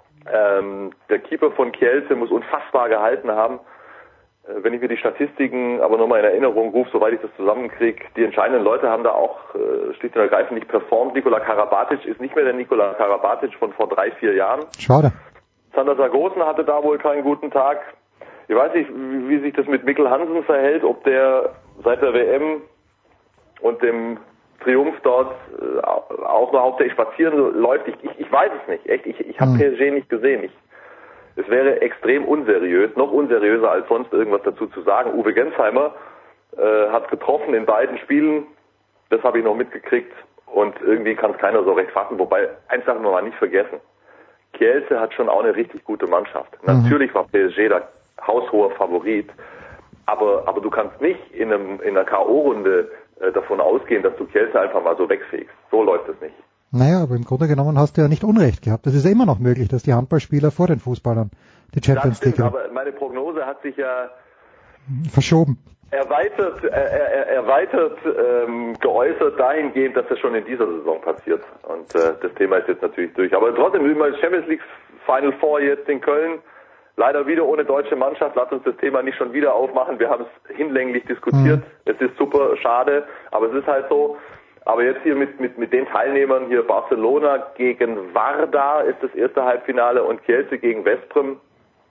ähm, der Keeper von Kielce, muss unfassbar gehalten haben. Äh, wenn ich mir die Statistiken aber nochmal in Erinnerung rufe, soweit ich das zusammenkriege, die entscheidenden Leute haben da auch äh, schlicht und ergreifend nicht performt. Nikola Karabatic ist nicht mehr der Nikola Karabatic von vor drei, vier Jahren. Schade. Sander Sargosen hatte da wohl keinen guten Tag. Ich weiß nicht, wie, wie sich das mit Mikkel Hansen verhält, ob der seit der W M und dem Triumph dort äh, auch nur hauptsächlich spazieren läuft. Ich, ich, ich weiß es nicht. Echt, ich, ich habe Hm. P S G nicht gesehen. Ich, es wäre extrem unseriös, noch unseriöser als sonst irgendwas dazu zu sagen. Uwe Gensheimer äh, hat getroffen in beiden Spielen. Das habe ich noch mitgekriegt. Und irgendwie kann es keiner so recht fassen. Wobei, eins darf man mal nicht vergessen. Kielce hat schon auch eine richtig gute Mannschaft. Mhm. Natürlich war P S G der haushoher Favorit. Aber, aber du kannst nicht in, einem, in einer K O-Runde äh, davon ausgehen, dass du Kielce einfach mal so wegfegst. So läuft es nicht. Naja, aber im Grunde genommen hast du ja nicht Unrecht gehabt. Es ist ja immer noch möglich, dass die Handballspieler vor den Fußballern die Champions Das League stimmt, gewinnen. aber meine Prognose hat sich ja Verschoben. erweitert, äh, er, erweitert ähm, geäußert dahingehend, dass das schon in dieser Saison passiert. Und äh, das Thema ist jetzt natürlich durch. Aber trotzdem, das Champions League Final Four jetzt in Köln, leider wieder ohne deutsche Mannschaft. Lass uns das Thema nicht schon wieder aufmachen. Wir haben es hinlänglich diskutiert. Mhm. Es ist super schade, aber es ist halt so. Aber jetzt hier mit, mit, mit den Teilnehmern hier Barcelona gegen Varda ist das erste Halbfinale und Kielce gegen Veszprem.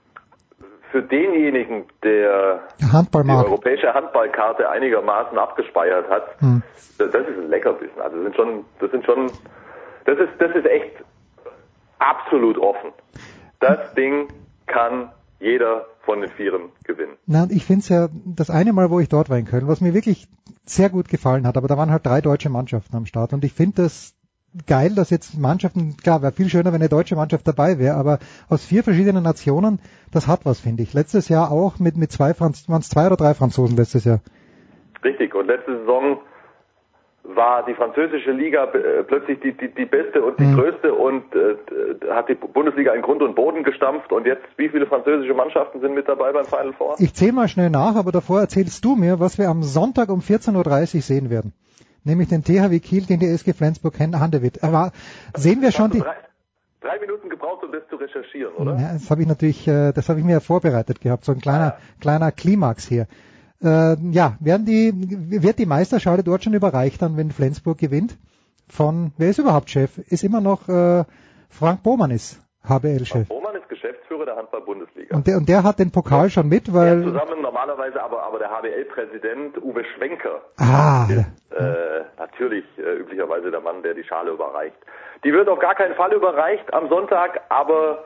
Für denjenigen, der die europäische Handballkarte einigermaßen abgespeichert hat, hm. das, das ist ein Leckerbissen. Also das sind schon, das sind schon, das ist, das ist echt absolut offen. Das Ding kann jeder von den Vieren gewinnen. Na, ich finde es ja, das eine Mal, wo ich dort war in Köln, was mir wirklich sehr gut gefallen hat, aber da waren halt drei deutsche Mannschaften am Start und ich finde das geil, dass jetzt Mannschaften, klar, wäre viel schöner, wenn eine deutsche Mannschaft dabei wäre, aber aus vier verschiedenen Nationen, das hat was, finde ich. Letztes Jahr auch mit, mit zwei, waren es zwei oder drei Franzosen letztes Jahr? Richtig, und letzte Saison war die französische Liga äh, plötzlich die, die, die beste und die mhm. größte und äh, hat die Bundesliga in Grund und Boden gestampft und jetzt, wie viele französische Mannschaften sind mit dabei beim Final Four? Ich zähle mal schnell nach, aber davor erzählst du mir, was wir am Sonntag um vierzehn Uhr dreißig sehen werden. Nämlich den T H W Kiel gegen die S G Flensburg-Handewitt. Aber sehen wir schon die... Drei, drei Minuten gebraucht, um das zu recherchieren, oder? Ja, das habe ich natürlich, äh, das habe ich mir ja vorbereitet gehabt, so ein kleiner, ja. kleiner Klimax hier. Äh, ja, werden die, wird die Meisterschale dort schon überreicht dann, wenn Flensburg gewinnt? Von, wer ist überhaupt Chef? Ist immer noch äh, Frank Bohmann ist H B L-Chef. Frank Bohmann ist Geschäftsführer der Handball-Bundesliga. Und der, und der hat den Pokal ja. schon mit, weil... Ja, zusammen normalerweise aber, aber der H B L-Präsident Uwe Schwenker. Ah, ist, äh, natürlich äh, üblicherweise der Mann, der die Schale überreicht. Die wird auf gar keinen Fall überreicht am Sonntag, aber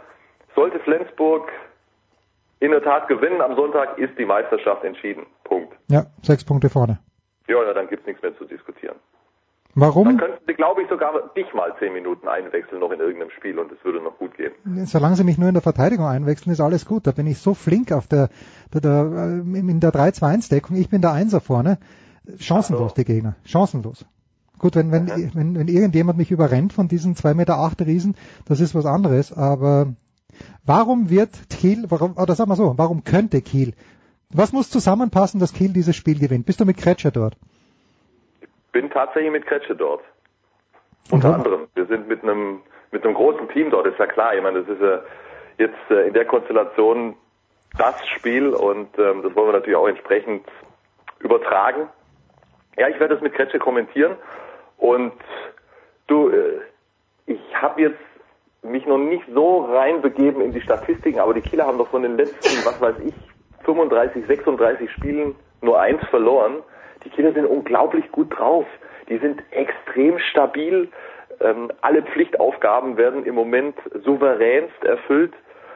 sollte Flensburg in der Tat gewinnen am Sonntag, ist die Meisterschaft entschieden. Punkt. Ja, sechs Punkte vorne. Ja, ja, dann gibt's nichts mehr zu diskutieren. Warum? Dann könnten sie, glaube ich, sogar dich mal zehn Minuten einwechseln noch in irgendeinem Spiel und es würde noch gut gehen. Solange sie mich nur in der Verteidigung einwechseln, ist alles gut. Da bin ich so flink auf der, der, der in der drei zwei eins Deckung. Ich bin der Einser vorne. Chancenlos, die Gegner. Chancenlos. Gut, wenn, wenn, mhm. wenn, wenn irgendjemand mich überrennt von diesen zwei Meter acht Riesen, das ist was anderes. Aber warum wird Kiel, warum, oder sag mal so, warum könnte Kiel, was muss zusammenpassen, dass Kiel dieses Spiel gewinnt? Bist du mit Kretscher dort? Ich bin tatsächlich mit Kretsche dort. Unter mhm. anderem. Wir sind mit einem, mit einem großen Team dort, ist ja klar. Ich meine, das ist ja jetzt äh, in der Konstellation das Spiel und ähm, das wollen wir natürlich auch entsprechend übertragen. Ja, ich werde das mit Kretsche kommentieren und du, äh, ich habe jetzt mich noch nicht so reinbegeben in die Statistiken, aber die Kieler haben doch von den letzten, was weiß ich, fünfunddreißig, sechsunddreißig Spielen nur eins verloren. Die Kieler sind unglaublich gut drauf. Die sind extrem stabil. Ähm, alle Pflichtaufgaben werden im Moment souveränst erfüllt.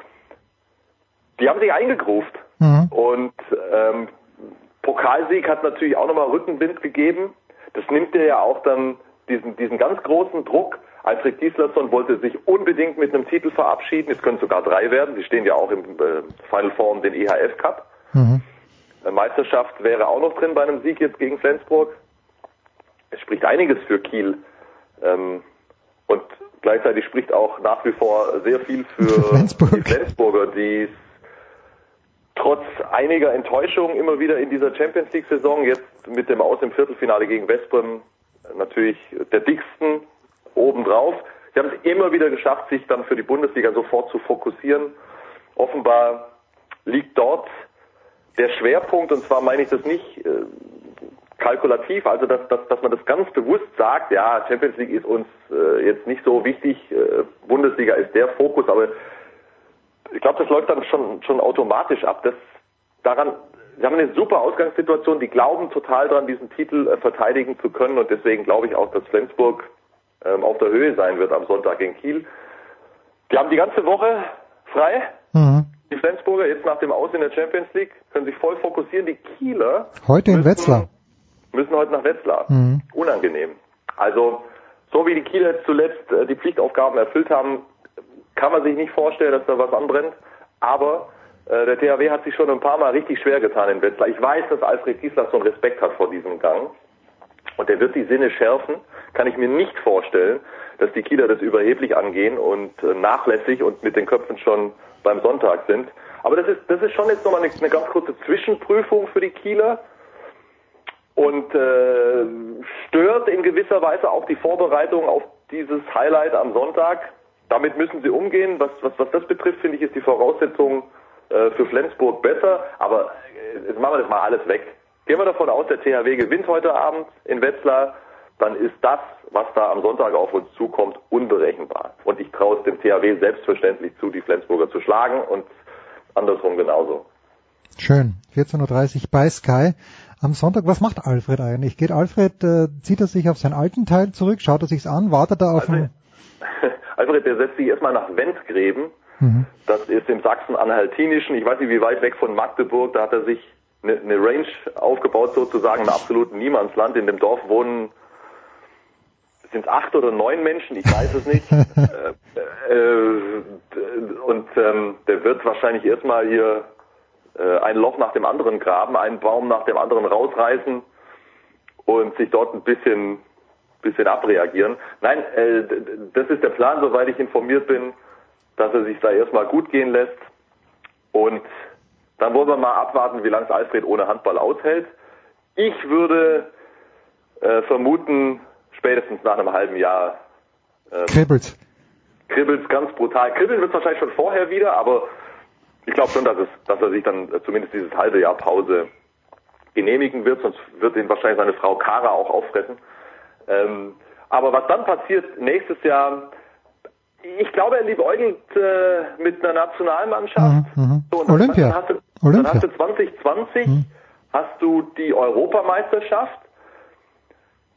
Die haben sich eingegruft. Mhm. Und ähm, Pokalsieg hat natürlich auch nochmal Rückenwind gegeben. Das nimmt dir ja auch dann diesen, diesen ganz großen Druck. Alfred Gislason wollte sich unbedingt mit einem Titel verabschieden. Es können sogar drei werden. Sie stehen ja auch im äh, Final Four um den E H F Cup. Mhm. Meisterschaft wäre auch noch drin bei einem Sieg jetzt gegen Flensburg. Es spricht einiges für Kiel. Ähm, und gleichzeitig spricht auch nach wie vor sehr viel für Flensburg. Die Flensburger, die trotz einiger Enttäuschungen immer wieder in dieser Champions League Saison, jetzt mit dem Aus im Viertelfinale gegen Westbrem, natürlich der dicksten obendrauf. Sie haben es immer wieder geschafft, sich dann für die Bundesliga sofort zu fokussieren. Offenbar liegt dort der Schwerpunkt, und zwar meine ich das nicht äh, kalkulativ, also dass, dass, dass man das ganz bewusst sagt, ja, Champions League ist uns äh, jetzt nicht so wichtig, äh, Bundesliga ist der Fokus, aber ich glaube, das läuft dann schon schon automatisch ab. Das daran, sie haben eine super Ausgangssituation, die glauben total daran, diesen Titel äh, verteidigen zu können und deswegen glaube ich auch, dass Flensburg ähm, auf der Höhe sein wird am Sonntag gegen Kiel. Die haben die ganze Woche frei. Mhm. Die Flensburger jetzt nach dem Aus in der Champions League können sich voll fokussieren. Die Kieler heute in müssen, Wetzlar müssen heute nach Wetzlar. Mhm. Unangenehm. Also so wie die Kieler jetzt zuletzt äh, die Pflichtaufgaben erfüllt haben, kann man sich nicht vorstellen, dass da was anbrennt. Aber äh, der T H W hat sich schon ein paar Mal richtig schwer getan in Wetzlar. Ich weiß, dass Alfred Gislason Respekt hat vor diesem Gang. Und der wird die Sinne schärfen. Kann ich mir nicht vorstellen, dass die Kieler das überheblich angehen und äh, nachlässig und mit den Köpfen schon beim Sonntag sind. Aber das ist, das ist schon jetzt nochmal eine, eine ganz kurze Zwischenprüfung für die Kieler und äh, stört in gewisser Weise auch die Vorbereitung auf dieses Highlight am Sonntag. Damit müssen sie umgehen. Was, was, was das betrifft, finde ich, ist die Voraussetzung äh, für Flensburg besser. Aber äh, jetzt machen wir das mal alles weg. Gehen wir davon aus, der T H W gewinnt heute Abend in Wetzlar, dann ist das, was da am Sonntag auf uns zukommt, unberechenbar. Und ich traue es dem T H W selbstverständlich zu, die Flensburger zu schlagen und andersrum genauso. Schön. vierzehn Uhr dreißig bei Sky. Am Sonntag, was macht Alfred eigentlich? Geht Alfred, äh, zieht er sich auf seinen alten Teil zurück, schaut er sich's an, wartet er auf Alfred, Alfred, der setzt sich erstmal nach Wendgräben. Mhm. Das ist im Sachsen-Anhaltinischen, ich weiß nicht, wie weit weg von Magdeburg, da hat er sich eine, eine Range aufgebaut, sozusagen im absoluten Niemandsland. In dem Dorf wohnen, sind es acht oder neun Menschen, ich weiß es nicht. äh, äh, und ähm, der wird wahrscheinlich erstmal hier äh, ein Loch nach dem anderen graben, einen Baum nach dem anderen rausreißen und sich dort ein bisschen bisschen abreagieren. Nein, äh, das ist der Plan, soweit ich informiert bin, dass er sich da erstmal gut gehen lässt. Und dann wollen wir mal abwarten, wie lange es Alfred ohne Handball aushält. Ich würde äh, vermuten, spätestens nach einem halben Jahr ähm, kribbelt's. Kribbelt's ganz brutal. Kribbeln wird es wahrscheinlich schon vorher wieder, aber ich glaube schon, dass es, dass er sich dann äh, zumindest dieses halbe Jahr Pause genehmigen wird, sonst wird ihn wahrscheinlich seine Frau Kara auch auffressen. Ähm, aber was dann passiert nächstes Jahr, ich glaube, er liebäugelt äh, mit einer Nationalmannschaft. Mhm, so, und dann, Olympia. Dann hast du, Olympia. Dann hast du zwanzig zwanzig, mhm. hast du die Europameisterschaft.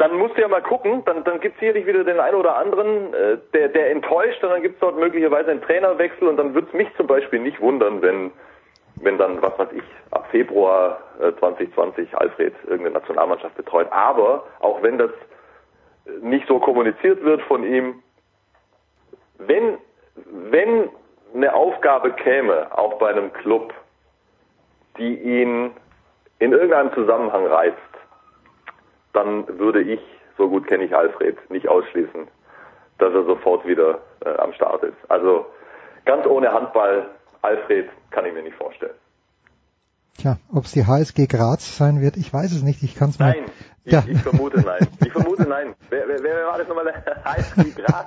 dann musst du ja mal gucken, dann, dann gibt es sicherlich wieder den einen oder anderen, äh, der, der enttäuscht, und dann gibt es dort möglicherweise einen Trainerwechsel, und dann würde es mich zum Beispiel nicht wundern, wenn, wenn dann, was weiß ich, ab Februar äh, zwanzig zwanzig Alfred irgendeine Nationalmannschaft betreut. Aber auch wenn das nicht so kommuniziert wird von ihm, wenn, wenn eine Aufgabe käme, auch bei einem Club, die ihn in irgendeinem Zusammenhang reizt, dann würde ich, so gut kenne ich Alfred, nicht ausschließen, dass er sofort wieder äh, am Start ist. Also ganz ohne Handball, Alfred, kann ich mir nicht vorstellen. Tja, ob es die H S G Graz sein wird, ich weiß es nicht. Ich kann es mal. Nein, ich, ja. ich vermute nein. Ich vermute nein. Wer, wer, wer war das nochmal? H S G Graz?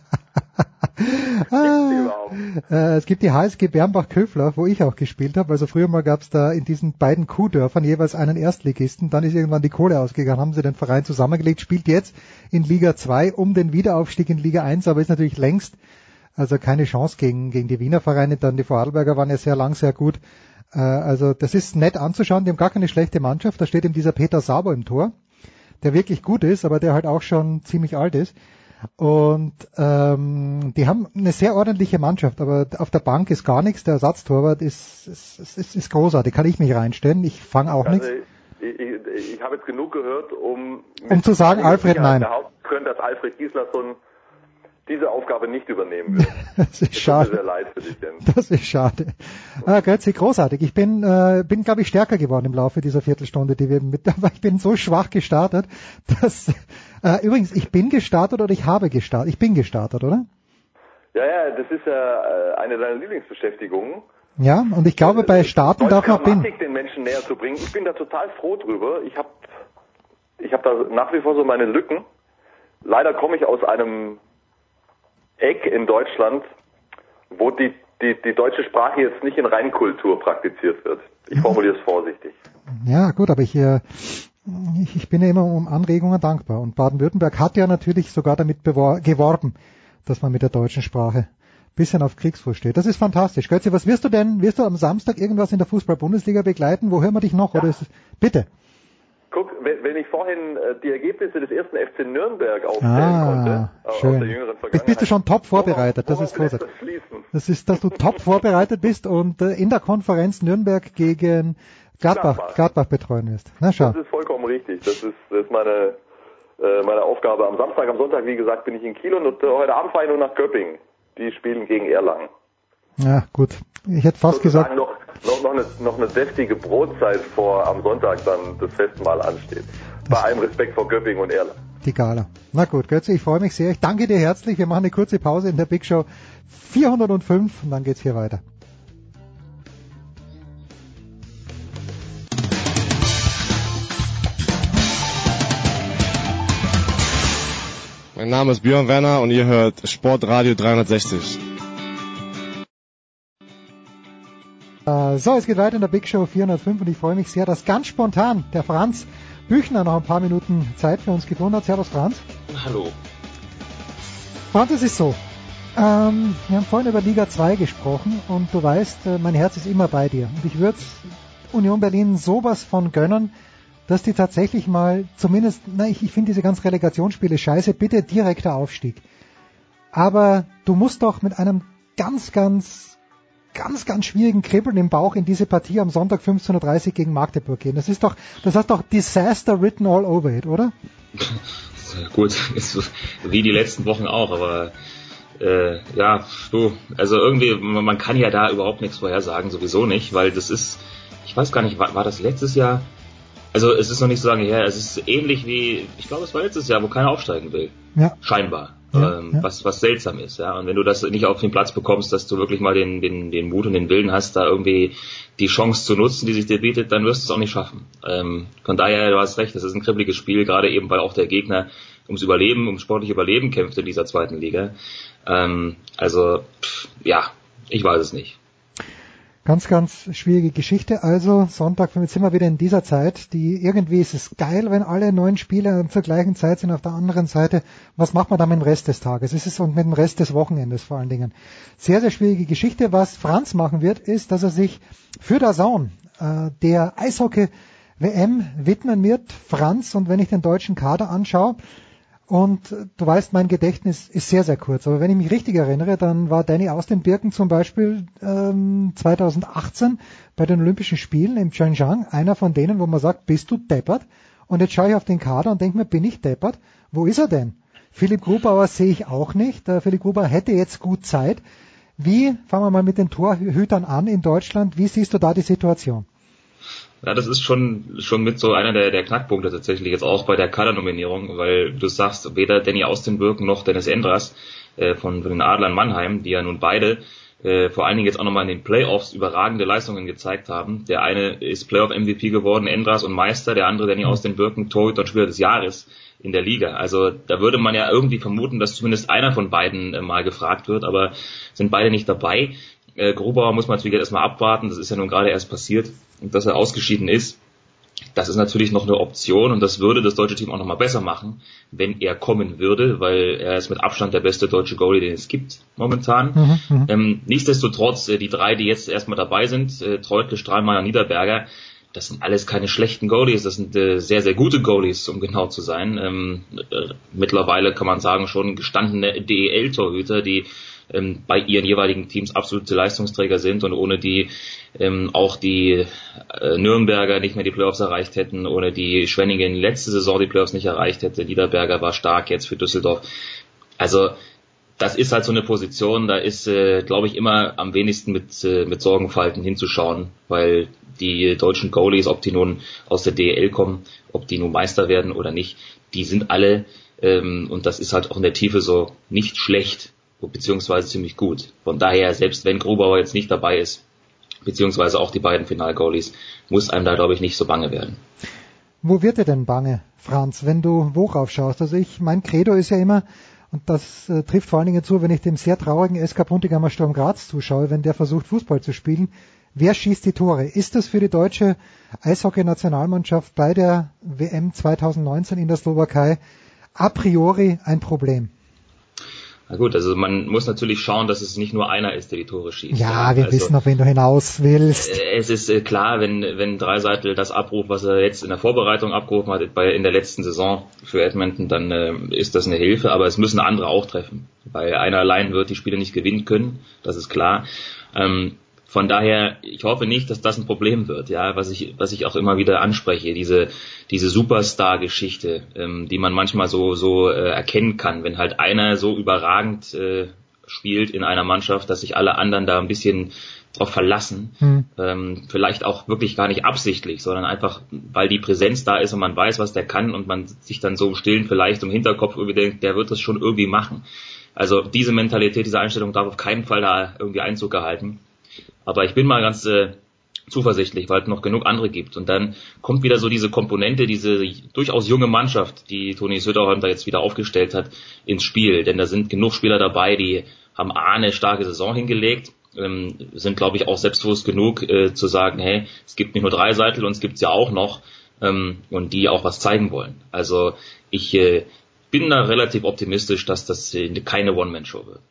Ah, äh, es gibt die H S G Bernbach-Köfler, wo ich auch gespielt habe. Also früher mal gab es da in diesen beiden Kuhdörfern jeweils einen Erstligisten. Dann ist irgendwann die Kohle ausgegangen, haben sie den Verein zusammengelegt, spielt jetzt in Liga zwei um den Wiederaufstieg in Liga eins, aber ist natürlich längst also keine Chance gegen, gegen die Wiener Vereine. Dann die Vorarlberger waren ja sehr lang, sehr gut. Äh, also das ist nett anzuschauen. Die haben gar keine schlechte Mannschaft. Da steht eben dieser Peter Sabo im Tor, der wirklich gut ist, aber der halt auch schon ziemlich alt ist. Und ähm, die haben eine sehr ordentliche Mannschaft, aber auf der Bank ist gar nichts. Der Ersatztorwart ist, ist, ist, ist großartig, kann ich mich reinstellen. Ich fange auch also, nichts. Ich, ich, ich habe jetzt genug gehört, um, um zu sagen, Alfred, nein. behaupten können, dass Alfred Gislason diese Aufgabe nicht übernehmen wird. Das ist schade. Tut mir sehr leid für dich, denn. Das ist schade. Ah, Götzi, großartig. Ich bin, äh, bin, glaube ich, stärker geworden im Laufe dieser Viertelstunde, die wir mit, aber ich bin so schwach gestartet, dass, äh, übrigens, ich bin gestartet oder ich habe gestartet? Ich bin gestartet, oder? Ja, ja, das ist ja äh, eine deiner Lieblingsbeschäftigungen. Ja, und ich glaube, bei Starten darf man bin. Den Menschen näher zu bringen. Ich bin da total froh drüber. Ich habe, ich habe da nach wie vor so meine Lücken. Leider komme ich aus einem Eck in Deutschland, wo die, die, die deutsche Sprache jetzt nicht in Reinkultur praktiziert wird. Ich formuliere es vorsichtig. Ja, gut, aber ich, äh, ich, ich bin ja immer um Anregungen dankbar. Und Baden-Württemberg hat ja natürlich sogar damit bewor- geworben, dass man mit der deutschen Sprache ein bisschen auf Kriegsfuß steht. Das ist fantastisch. Götze, was wirst du denn, wirst du am Samstag irgendwas in der Fußball-Bundesliga begleiten? Wo hören wir dich noch? Ja. Oder ist es, bitte. Guck, wenn ich vorhin äh, die Ergebnisse des ersten F C Nürnberg aufzählen ah, konnte, äh, schön. aus der jüngeren Vergangenheit. Bist du schon top vorbereitet, worauf, das ist großartig. Das, das ist, dass du top vorbereitet bist und äh, in der Konferenz Nürnberg gegen Gladbach, Gladbach, Gladbach betreuen wirst. Na schau. Das ist vollkommen richtig. Das ist, das ist meine, äh, meine Aufgabe am Samstag. Am Sonntag, wie gesagt, bin ich in Kiel, und äh, heute Abend fahre ich nur nach Göppingen. Die spielen gegen Erlangen. Ja, gut. Ich hätte fast Sozusagen gesagt... Noch, noch, noch, eine, noch eine deftige Brotzeit vor am Sonntag dann das Festmahl ansteht. Bei allem Respekt vor Göppingen und Erlangen. Die Gala. Na gut, Götze, ich freue mich sehr. Ich danke dir herzlich. Wir machen eine kurze Pause in der Big Show vierhundertfünf und dann geht's hier weiter. Mein Name ist Björn Werner und ihr hört Sportradio dreihundertsechzig. So, es geht weiter in der Big Show vierhundertfünf und ich freue mich sehr, dass ganz spontan der Franz Büchner noch ein paar Minuten Zeit für uns gefunden hat. Servus, Franz. Hallo. Franz, es ist so. Ähm, wir haben vorhin über Liga zwei gesprochen und du weißt, mein Herz ist immer bei dir. Und ich würde Union Berlin sowas von gönnen, dass die tatsächlich mal zumindest, na, ich, ich finde diese ganzen Relegationsspiele scheiße, bitte direkter Aufstieg. Aber du musst doch mit einem ganz, ganz ganz, ganz schwierigen Kribbeln im Bauch in diese Partie am Sonntag fünfzehn Uhr dreißig gegen Magdeburg gehen. Das ist doch, das heißt doch Disaster written all over it, oder? Gut, ist wie die letzten Wochen auch, aber äh, ja, du, also irgendwie, man kann ja da überhaupt nichts vorhersagen, sowieso nicht, weil das ist, ich weiß gar nicht, war, war das letztes Jahr? Also es ist noch nicht so lange her, es ist ähnlich wie, ich glaube, es war letztes Jahr, wo keiner aufsteigen will. Ja. Scheinbar. Ja, ähm, ja. Was, was seltsam ist, ja. Und wenn du das nicht auf den Platz bekommst, dass du wirklich mal den, den, den Mut und den Willen hast, da irgendwie die Chance zu nutzen, die sich dir bietet, dann wirst du es auch nicht schaffen. Ähm, von daher, du hast recht, das ist ein kribbeliges Spiel, gerade eben, weil auch der Gegner ums Überleben, ums sportliche Überleben kämpft in dieser zweiten Liga. Ähm, also, pff, ja, ich weiß es nicht. Ganz, ganz schwierige Geschichte. Also Sonntag, jetzt sind wir wieder in dieser Zeit, die irgendwie ist es geil, wenn alle neuen Spieler zur gleichen Zeit sind. Auf der anderen Seite, was macht man dann mit dem Rest des Tages? Es ist und mit dem Rest des Wochenendes vor allen Dingen. Sehr, sehr schwierige Geschichte. Was Franz machen wird, ist, dass er sich für D A Z N, äh, der Eishockey W M widmen wird, Franz, und wenn ich den deutschen Kader anschaue, und du weißt, mein Gedächtnis ist sehr, sehr kurz, aber wenn ich mich richtig erinnere, dann war Danny aus den Birken zum Beispiel ähm, zweitausendachtzehn bei den Olympischen Spielen in Pyeongchang einer von denen, wo man sagt, bist du deppert? Und jetzt schaue ich auf den Kader und denke mir, bin ich deppert? Wo ist er denn? Philipp Grubauer sehe ich auch nicht. Der Philipp Grubauer hätte jetzt gut Zeit. Wie, fangen wir mal mit den Torhütern an in Deutschland, wie siehst du da die Situation? Ja, das ist schon schon mit so einer der, der Knackpunkte tatsächlich jetzt auch bei der Kadernominierung, weil du sagst, weder Danny aus den Birken noch Dennis Endras äh, von, von den Adlern Mannheim, die ja nun beide äh, vor allen Dingen jetzt auch nochmal in den Playoffs überragende Leistungen gezeigt haben. Der eine ist Playoff-M V P geworden, Endras und Meister, der andere Danny aus den Birken, Torhüter und Spieler des Jahres in der Liga. Also da würde man ja irgendwie vermuten, dass zumindest einer von beiden äh, mal gefragt wird, aber sind beide nicht dabei. Äh, Grubauer muss man natürlich erstmal abwarten, das ist ja nun gerade erst passiert, und dass er ausgeschieden ist. Das ist natürlich noch eine Option und das würde das deutsche Team auch nochmal besser machen, wenn er kommen würde, weil er ist mit Abstand der beste deutsche Goalie, den es gibt momentan. Mhm, ähm, nichtsdestotrotz, äh, die drei, die jetzt erstmal dabei sind, äh, Treutle, Strahlmeier und Niederberger, das sind alles keine schlechten Goalies, das sind äh, sehr, sehr gute Goalies, um genau zu sein. Ähm, äh, mittlerweile kann man sagen, schon gestandene D E L-Torhüter, die ähm, bei ihren jeweiligen Teams absolute Leistungsträger sind und ohne die ähm, auch die äh, Nürnberger nicht mehr die Playoffs erreicht hätten, ohne die Schwenningen letzte Saison die Playoffs nicht erreicht hätte. Niederberger war stark jetzt für Düsseldorf. Also das ist halt so eine Position, da ist, äh, glaube ich, immer am wenigsten mit, äh, mit Sorgenfalten hinzuschauen, weil die deutschen Goalies, ob die nun aus der D E L kommen, ob die nun Meister werden oder nicht, die sind alle, ähm, und das ist halt auch in der Tiefe so, nicht schlecht, beziehungsweise ziemlich gut. Von daher, selbst wenn Grubauer jetzt nicht dabei ist, beziehungsweise auch die beiden Final-Goalies, muss einem da, glaube ich, nicht so bange werden. Wo wird dir denn bange, Franz, wenn du worauf schaust? Also ich, mein Credo ist ja immer, und das äh, trifft vor allen Dingen zu, wenn ich dem sehr traurigen S K Puntigamer Sturm Graz zuschaue, wenn der versucht, Fußball zu spielen. Wer schießt die Tore? Ist das für die deutsche Eishockey-Nationalmannschaft bei der W M zweitausendneunzehn in der Slowakei a priori ein Problem? Na gut, also man muss natürlich schauen, dass es nicht nur einer ist, der die Tore schießt. Ja, wir also, wissen, auf wen du hinaus willst. Es ist äh, klar, wenn wenn Dreiseitel das abruft, was er jetzt in der Vorbereitung abgerufen hat, bei in der letzten Saison für Edmonton, dann äh, ist das eine Hilfe, aber es müssen andere auch treffen, weil einer allein wird die Spiele nicht gewinnen können, das ist klar. Ähm, Von daher, ich hoffe nicht, dass das ein Problem wird, ja, was ich, was ich auch immer wieder anspreche, diese, diese Superstar-Geschichte, ähm, die man manchmal so, so äh, erkennen kann, wenn halt einer so überragend äh, spielt in einer Mannschaft, dass sich alle anderen da ein bisschen drauf verlassen, hm. ähm, vielleicht auch wirklich gar nicht absichtlich, sondern einfach, weil die Präsenz da ist und man weiß, was der kann und man sich dann so im Stillen vielleicht im Hinterkopf irgendwie denkt, der wird das schon irgendwie machen. Also diese Mentalität, diese Einstellung darf auf keinen Fall da irgendwie Einzug erhalten. Aber ich bin mal ganz äh, zuversichtlich, weil es noch genug andere gibt. Und dann kommt wieder so diese Komponente, diese durchaus junge Mannschaft, die Toni Söderholm da jetzt wieder aufgestellt hat, ins Spiel. Denn da sind genug Spieler dabei, die haben A, eine starke Saison hingelegt, ähm, sind, glaube ich, auch selbstbewusst genug äh, zu sagen, hey, es gibt nicht nur Dreiseitel und es gibt's ja auch noch, ähm, und die auch was zeigen wollen. Also ich äh, bin da relativ optimistisch, dass das äh, keine One-Man-Show wird.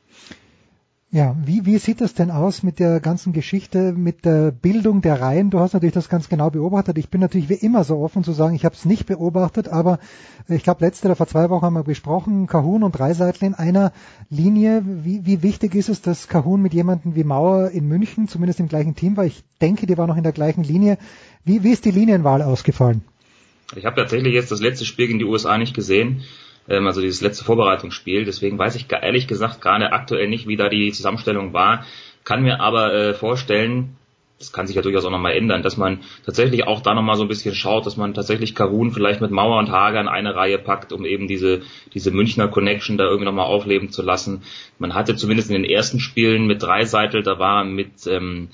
Ja, wie, wie sieht das denn aus mit der ganzen Geschichte, mit der Bildung der Reihen? Du hast natürlich das ganz genau beobachtet. Ich bin natürlich wie immer so offen zu sagen, ich habe es nicht beobachtet, aber ich glaube, letzte oder vor zwei Wochen haben wir besprochen, Kahun und Dreiseitel in einer Linie. Wie, wie wichtig ist es, dass Kahun mit jemandem wie Mauer in München zumindest im gleichen Team war? Ich denke, die war noch in der gleichen Linie. Wie, wie ist die Linienwahl ausgefallen? Ich habe tatsächlich jetzt das letzte Spiel gegen die U S A nicht gesehen. Also dieses letzte Vorbereitungsspiel, deswegen weiß ich ehrlich gesagt gerade aktuell nicht, wie da die Zusammenstellung war, kann mir aber äh, vorstellen, das kann sich ja durchaus auch nochmal ändern, dass man tatsächlich auch da nochmal so ein bisschen schaut, dass man tatsächlich Kahun vielleicht mit Mauer und Hager in eine Reihe packt, um eben diese diese Münchner Connection da irgendwie nochmal aufleben zu lassen. Man hatte zumindest in den ersten Spielen mit Dreiseitel, da war mit ähm,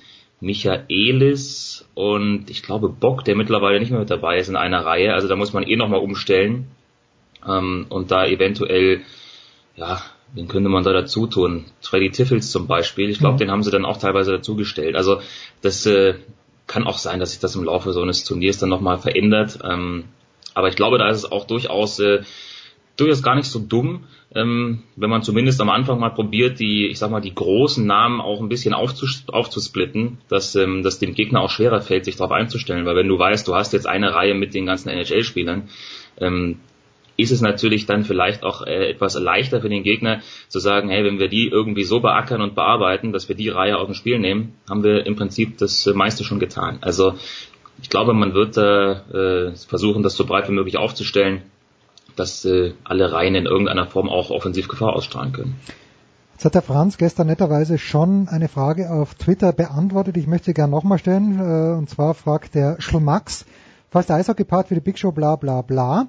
Michaelis und ich glaube Bock, der mittlerweile nicht mehr mit dabei ist, in einer Reihe, also da muss man eh nochmal umstellen. Um, und da eventuell, ja, wen könnte man da dazu tun? Freddy Tiffels zum Beispiel, ich glaube, mhm. den haben sie dann auch teilweise dazugestellt. Also das äh, kann auch sein, dass sich das im Laufe so eines Turniers dann nochmal verändert. Ähm, aber ich glaube, da ist es auch durchaus äh, durchaus gar nicht so dumm, ähm, wenn man zumindest am Anfang mal probiert, die, ich sag mal, die großen Namen auch ein bisschen aufzus- aufzusplitten, dass ähm, dass dem Gegner auch schwerer fällt, sich darauf einzustellen. Weil wenn du weißt, du hast jetzt eine Reihe mit den ganzen N H L-Spielern, ähm, ist es natürlich dann vielleicht auch äh, etwas leichter für den Gegner zu sagen, hey, wenn wir die irgendwie so beackern und bearbeiten, dass wir die Reihe aus dem Spiel nehmen, haben wir im Prinzip das äh, meiste schon getan. Also ich glaube, man wird äh, versuchen, das so breit wie möglich aufzustellen, dass äh, alle Reihen in irgendeiner Form auch Offensivgefahr ausstrahlen können. Jetzt hat der Franz gestern netterweise schon eine Frage auf Twitter beantwortet. Ich möchte sie gerne nochmal stellen. Äh, und zwar fragt der Schlumax, falls der Eishockey-Part für die Big Show bla bla bla,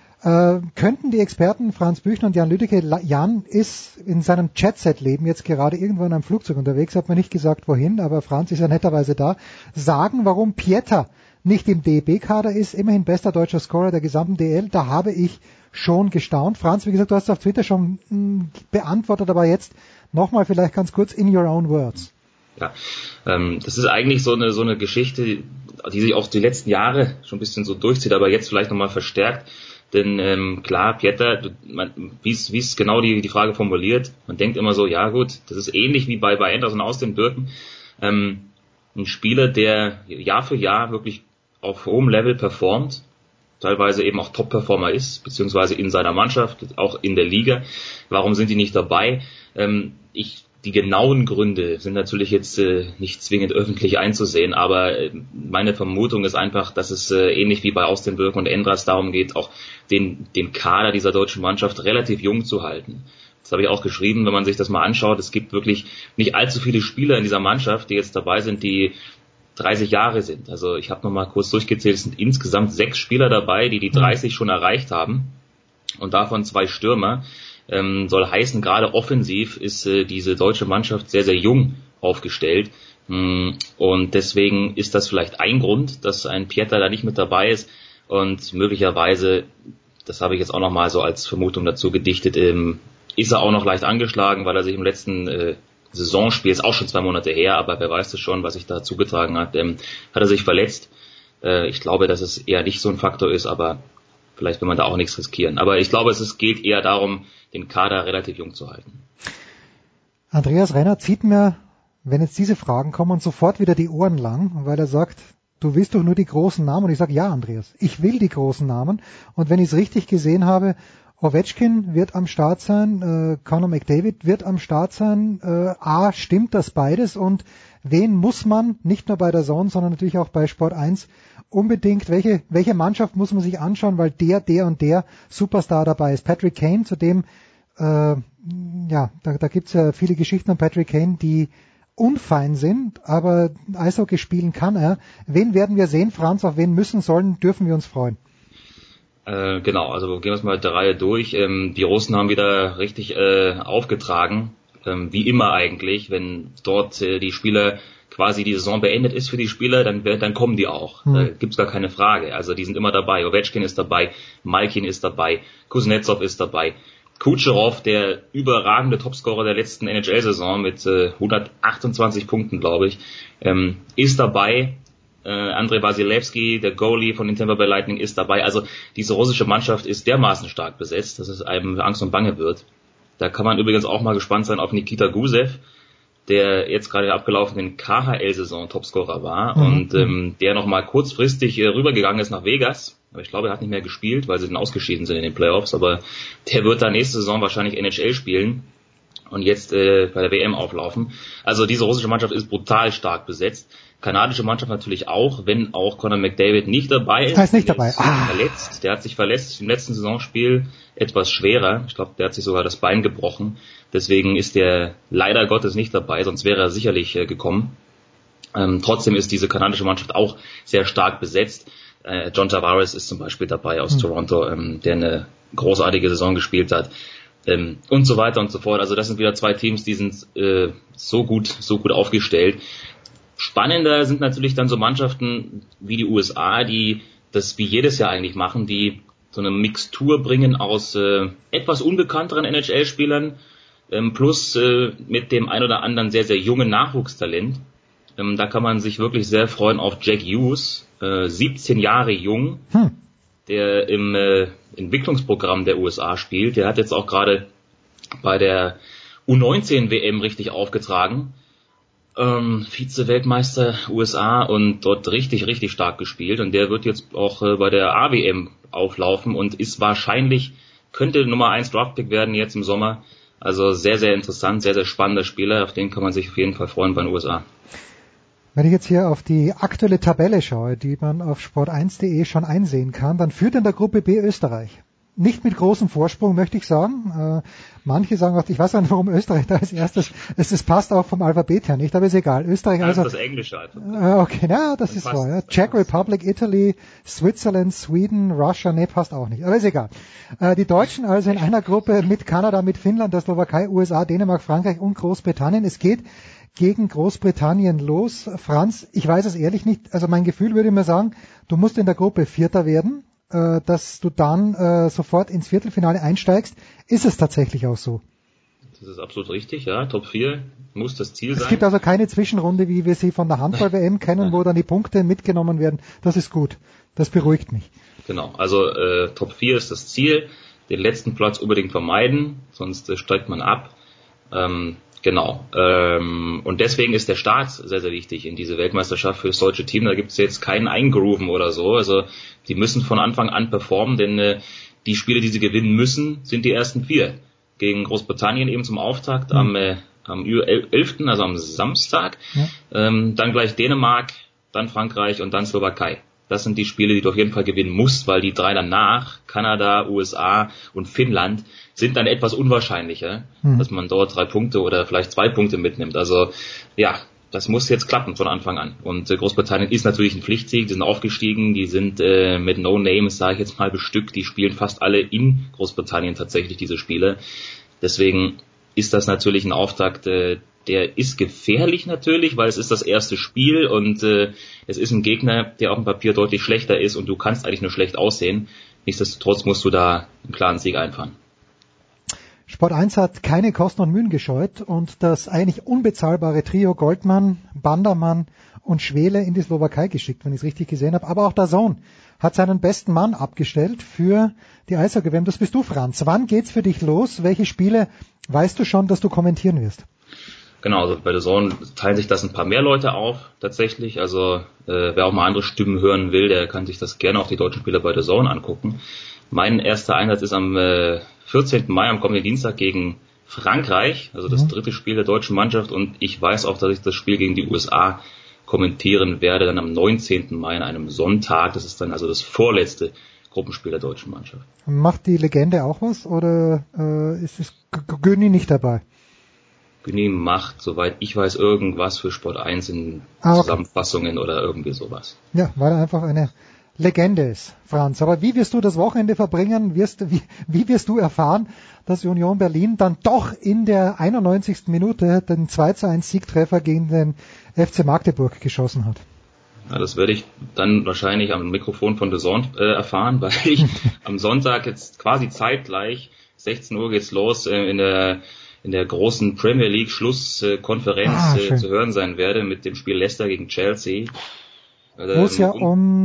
äh, könnten die Experten Franz Büchner und Jan Lüdecke, Jan ist in seinem Jet-Set-Leben jetzt gerade irgendwo in einem Flugzeug unterwegs, hat man nicht gesagt wohin, aber Franz ist ja netterweise da, sagen, warum Pieter nicht im D E B-Kader ist, immerhin bester deutscher Scorer der gesamten D L, da habe ich schon gestaunt. Franz, wie gesagt, du hast es auf Twitter schon mh, beantwortet, aber jetzt nochmal vielleicht ganz kurz in your own words. Ja, ähm, das ist eigentlich so eine so eine Geschichte, die sich auch die letzten Jahre schon ein bisschen so durchzieht, aber jetzt vielleicht nochmal verstärkt. Denn ähm, klar, Pieter, wie es genau die, die Frage formuliert, man denkt immer so, ja gut, das ist ähnlich wie bei, bei Anderson aus den Birken. Ähm, ein Spieler, der Jahr für Jahr wirklich auf hohem Level performt, teilweise eben auch Top-Performer ist, beziehungsweise in seiner Mannschaft, auch in der Liga. Warum sind die nicht dabei? Ähm, ich, die genauen Gründe sind natürlich jetzt äh, nicht zwingend öffentlich einzusehen, aber äh, meine Vermutung ist einfach, dass es äh, ähnlich wie bei Austin Birken und Endras darum geht, auch den, den Kader dieser deutschen Mannschaft relativ jung zu halten. Das habe ich auch geschrieben, wenn man sich das mal anschaut. Es gibt wirklich nicht allzu viele Spieler in dieser Mannschaft, die jetzt dabei sind, die dreißig Jahre sind. Also ich habe nochmal kurz durchgezählt, es sind insgesamt sechs Spieler dabei, die die dreißig schon erreicht haben und davon zwei Stürmer. Ähm, soll heißen, gerade offensiv ist äh, diese deutsche Mannschaft sehr, sehr jung aufgestellt. Mm, und deswegen ist das vielleicht ein Grund, dass ein Pieter da nicht mit dabei ist und möglicherweise, das habe ich jetzt auch nochmal so als Vermutung dazu gedichtet, ähm, ist er auch noch leicht angeschlagen, weil er sich im letzten äh, Saisonspiel, ist auch schon zwei Monate her, aber wer weiß es schon, was sich da zugetragen hat, ähm, hat er sich verletzt. Äh, ich glaube, dass es eher nicht so ein Faktor ist, aber vielleicht will man da auch nichts riskieren. Aber ich glaube, es ist, geht eher darum, den Kader relativ jung zu halten. Andreas Renner zieht mir, wenn jetzt diese Fragen kommen, sofort wieder die Ohren lang, weil er sagt, du willst doch nur die großen Namen. Und ich sage, ja, Andreas, ich will die großen Namen. Und wenn ich es richtig gesehen habe, Ovechkin wird am Start sein, äh, Connor McDavid wird am Start sein. Äh, A, stimmt das beides? Und wen muss man, nicht nur bei der Zone, sondern natürlich auch bei Sport eins, unbedingt, welche welche Mannschaft muss man sich anschauen, weil der, der und der Superstar dabei ist? Patrick Kane, zu dem, äh, ja, da, da gibt's ja viele Geschichten an Patrick Kane, die unfein sind, aber Eishockey spielen kann er. Wen werden wir sehen, Franz? Auf wen müssen, sollen, dürfen wir uns freuen? Äh, genau, also gehen wir es mal der Reihe durch. Ähm, die Russen haben wieder richtig äh, aufgetragen, ähm, wie immer eigentlich, wenn dort äh, die Spieler quasi die Saison beendet ist für die Spieler, dann dann kommen die auch. Hm. Da gibt's gar keine Frage. Also die sind immer dabei. Ovechkin ist dabei, Malkin ist dabei, Kuznetsov ist dabei, Kucherov, der überragende Topscorer der letzten N H L-Saison mit äh, hundertachtundzwanzig Punkten, glaube ich, ähm, ist dabei. Äh, Andrei Vasilevsky, der Goalie von den Tampa Bay Lightning, ist dabei. Also diese russische Mannschaft ist dermaßen stark besetzt, dass es einem Angst und Bange wird. Da kann man übrigens auch mal gespannt sein auf Nikita Gusev, der jetzt gerade abgelaufenen K H L-Saison Topscorer war mhm. und ähm, der nochmal kurzfristig äh, rübergegangen ist nach Vegas. Aber ich glaube, er hat nicht mehr gespielt, weil sie dann ausgeschieden sind in den Playoffs. Aber der wird da nächste Saison wahrscheinlich N H L spielen und jetzt äh, bei der W M auflaufen. Also diese russische Mannschaft ist brutal stark besetzt. Kanadische Mannschaft natürlich auch, wenn auch Connor McDavid nicht dabei ist. Er ist nicht dabei. Ah. Verletzt. Der hat sich verletzt im letzten Saisonspiel etwas schwerer. Ich glaube, der hat sich sogar das Bein gebrochen. Deswegen ist der leider Gottes nicht dabei, sonst wäre er sicherlich äh, gekommen. Ähm, trotzdem ist diese kanadische Mannschaft auch sehr stark besetzt. Äh, John Tavares ist zum Beispiel dabei aus mhm. Toronto, ähm, der eine großartige Saison gespielt hat. Ähm, und so weiter und so fort. Also das sind wieder zwei Teams, die sind äh, so gut, so gut aufgestellt. Spannender sind natürlich dann so Mannschaften wie die U S A, die das wie jedes Jahr eigentlich machen, die so eine Mixtur bringen aus äh, etwas unbekannteren N H L-Spielern ähm, plus äh, mit dem ein oder anderen sehr, sehr jungen Nachwuchstalent. Ähm, da kann man sich wirklich sehr freuen auf Jack Hughes, äh, siebzehn Jahre jung, hm. der im, äh, Entwicklungsprogramm der U S A spielt. Der hat jetzt auch gerade bei der U neunzehn W M richtig aufgetragen. Ähm, Vize-Weltmeister U S A und dort richtig, richtig stark gespielt. Und der wird jetzt auch äh, bei der A W M auflaufen und ist wahrscheinlich, könnte Nummer eins Draftpick werden jetzt im Sommer. Also sehr, sehr interessant, sehr, sehr spannender Spieler. Auf den kann man sich auf jeden Fall freuen bei den U S A. Wenn ich jetzt hier auf die aktuelle Tabelle schaue, die man auf sport eins punkt de schon einsehen kann, dann führt in der Gruppe B Österreich. Nicht mit großem Vorsprung, möchte ich sagen. Äh, manche sagen auch, ich weiß nicht, warum Österreich da als erstes, es, es passt auch vom Alphabet her nicht, aber ist egal. Österreich das also. Das ist das englische Alphabet. Äh, okay, na, das dann ist wahr. Ja. Czech Republic, Italy, Switzerland, Sweden, Russia, nee, passt auch nicht, aber ist egal. Äh, die Deutschen also in einer Gruppe mit Kanada, mit Finnland, der Slowakei, U S A, Dänemark, Frankreich und Großbritannien. Es geht gegen Großbritannien los. Franz, ich weiß es ehrlich nicht, also mein Gefühl würde mir sagen, du musst in der Gruppe Vierter werden, äh, dass du dann äh, sofort ins Viertelfinale einsteigst. Ist es tatsächlich auch so? Das ist absolut richtig, ja. Top vier muss das Ziel es sein. Es gibt also keine Zwischenrunde, wie wir sie von der Handball-W M kennen, wo dann die Punkte mitgenommen werden. Das ist gut. Das beruhigt mich. Genau, also äh, Top vier ist das Ziel. Den letzten Platz unbedingt vermeiden, sonst äh, steigt man ab. Ähm, Genau. Ähm, und deswegen ist der Start sehr, sehr wichtig in diese Weltmeisterschaft für das deutsche Team. Da gibt es jetzt keinen Eingrooven oder so. Also die müssen von Anfang an performen, denn äh, die Spiele, die sie gewinnen müssen, sind die ersten vier. Gegen Großbritannien eben zum Auftakt mhm. am, äh, am elften, also am Samstag. Ja. Ähm, dann gleich Dänemark, dann Frankreich und dann Slowakei. Das sind die Spiele, die du auf jeden Fall gewinnen musst, weil die drei danach, Kanada, U S A und Finnland, sind dann etwas unwahrscheinlicher, mhm. dass man dort drei Punkte oder vielleicht zwei Punkte mitnimmt. Also ja, das muss jetzt klappen von Anfang an. Und äh, Großbritannien ist natürlich ein Pflichtsieg, die sind aufgestiegen, die sind äh, mit No Names, sage ich jetzt mal, bestückt, die spielen fast alle in Großbritannien tatsächlich diese Spiele. Deswegen ist das natürlich ein Auftakt, äh, der ist gefährlich natürlich, weil es ist das erste Spiel und äh, es ist ein Gegner, der auf dem Papier deutlich schlechter ist und du kannst eigentlich nur schlecht aussehen. Nichtsdestotrotz musst du da einen klaren Sieg einfahren. Sport eins hat keine Kosten und Mühen gescheut und das eigentlich unbezahlbare Trio Goldmann, Bandermann und Schwele in die Slowakei geschickt, wenn ich es richtig gesehen habe. Aber auch der Sohn hat seinen besten Mann abgestellt für die Eishockey-W M. Das bist du, Franz. Wann geht's für dich los? Welche Spiele weißt du schon, dass du kommentieren wirst? Genau, also bei der Zone teilen sich das ein paar mehr Leute auf, tatsächlich. Also äh, wer auch mal andere Stimmen hören will, der kann sich das gerne auch die deutschen Spieler bei der Zone angucken. Mein erster Einsatz ist am äh, vierzehnten Mai, am kommenden Dienstag gegen Frankreich, also das mhm. dritte Spiel der deutschen Mannschaft. Und ich weiß auch, dass ich das Spiel gegen die U S A kommentieren werde, dann am neunzehnten Mai an einem Sonntag. Das ist dann also das vorletzte Gruppenspiel der deutschen Mannschaft. Macht die Legende auch was oder äh, ist es Göni nicht dabei? Göni macht, soweit ich weiß, irgendwas für Sport eins in ah, okay. Zusammenfassungen oder irgendwie sowas. Ja, weil er einfach eine Legende ist, Franz. Aber wie wirst du das Wochenende verbringen? Wirst, wie, wie wirst du erfahren, dass Union Berlin dann doch in der einundneunzigsten Minute den zwei zu eins Siegtreffer gegen den F C Magdeburg geschossen hat? Ja, das werde ich dann wahrscheinlich am Mikrofon von The Zone äh, erfahren, weil ich am Sonntag jetzt quasi zeitgleich, sechzehn Uhr geht's los, äh, in der in der großen Premier League Schlusskonferenz ah, äh, zu hören sein werde mit dem Spiel Leicester gegen Chelsea. Wo es ja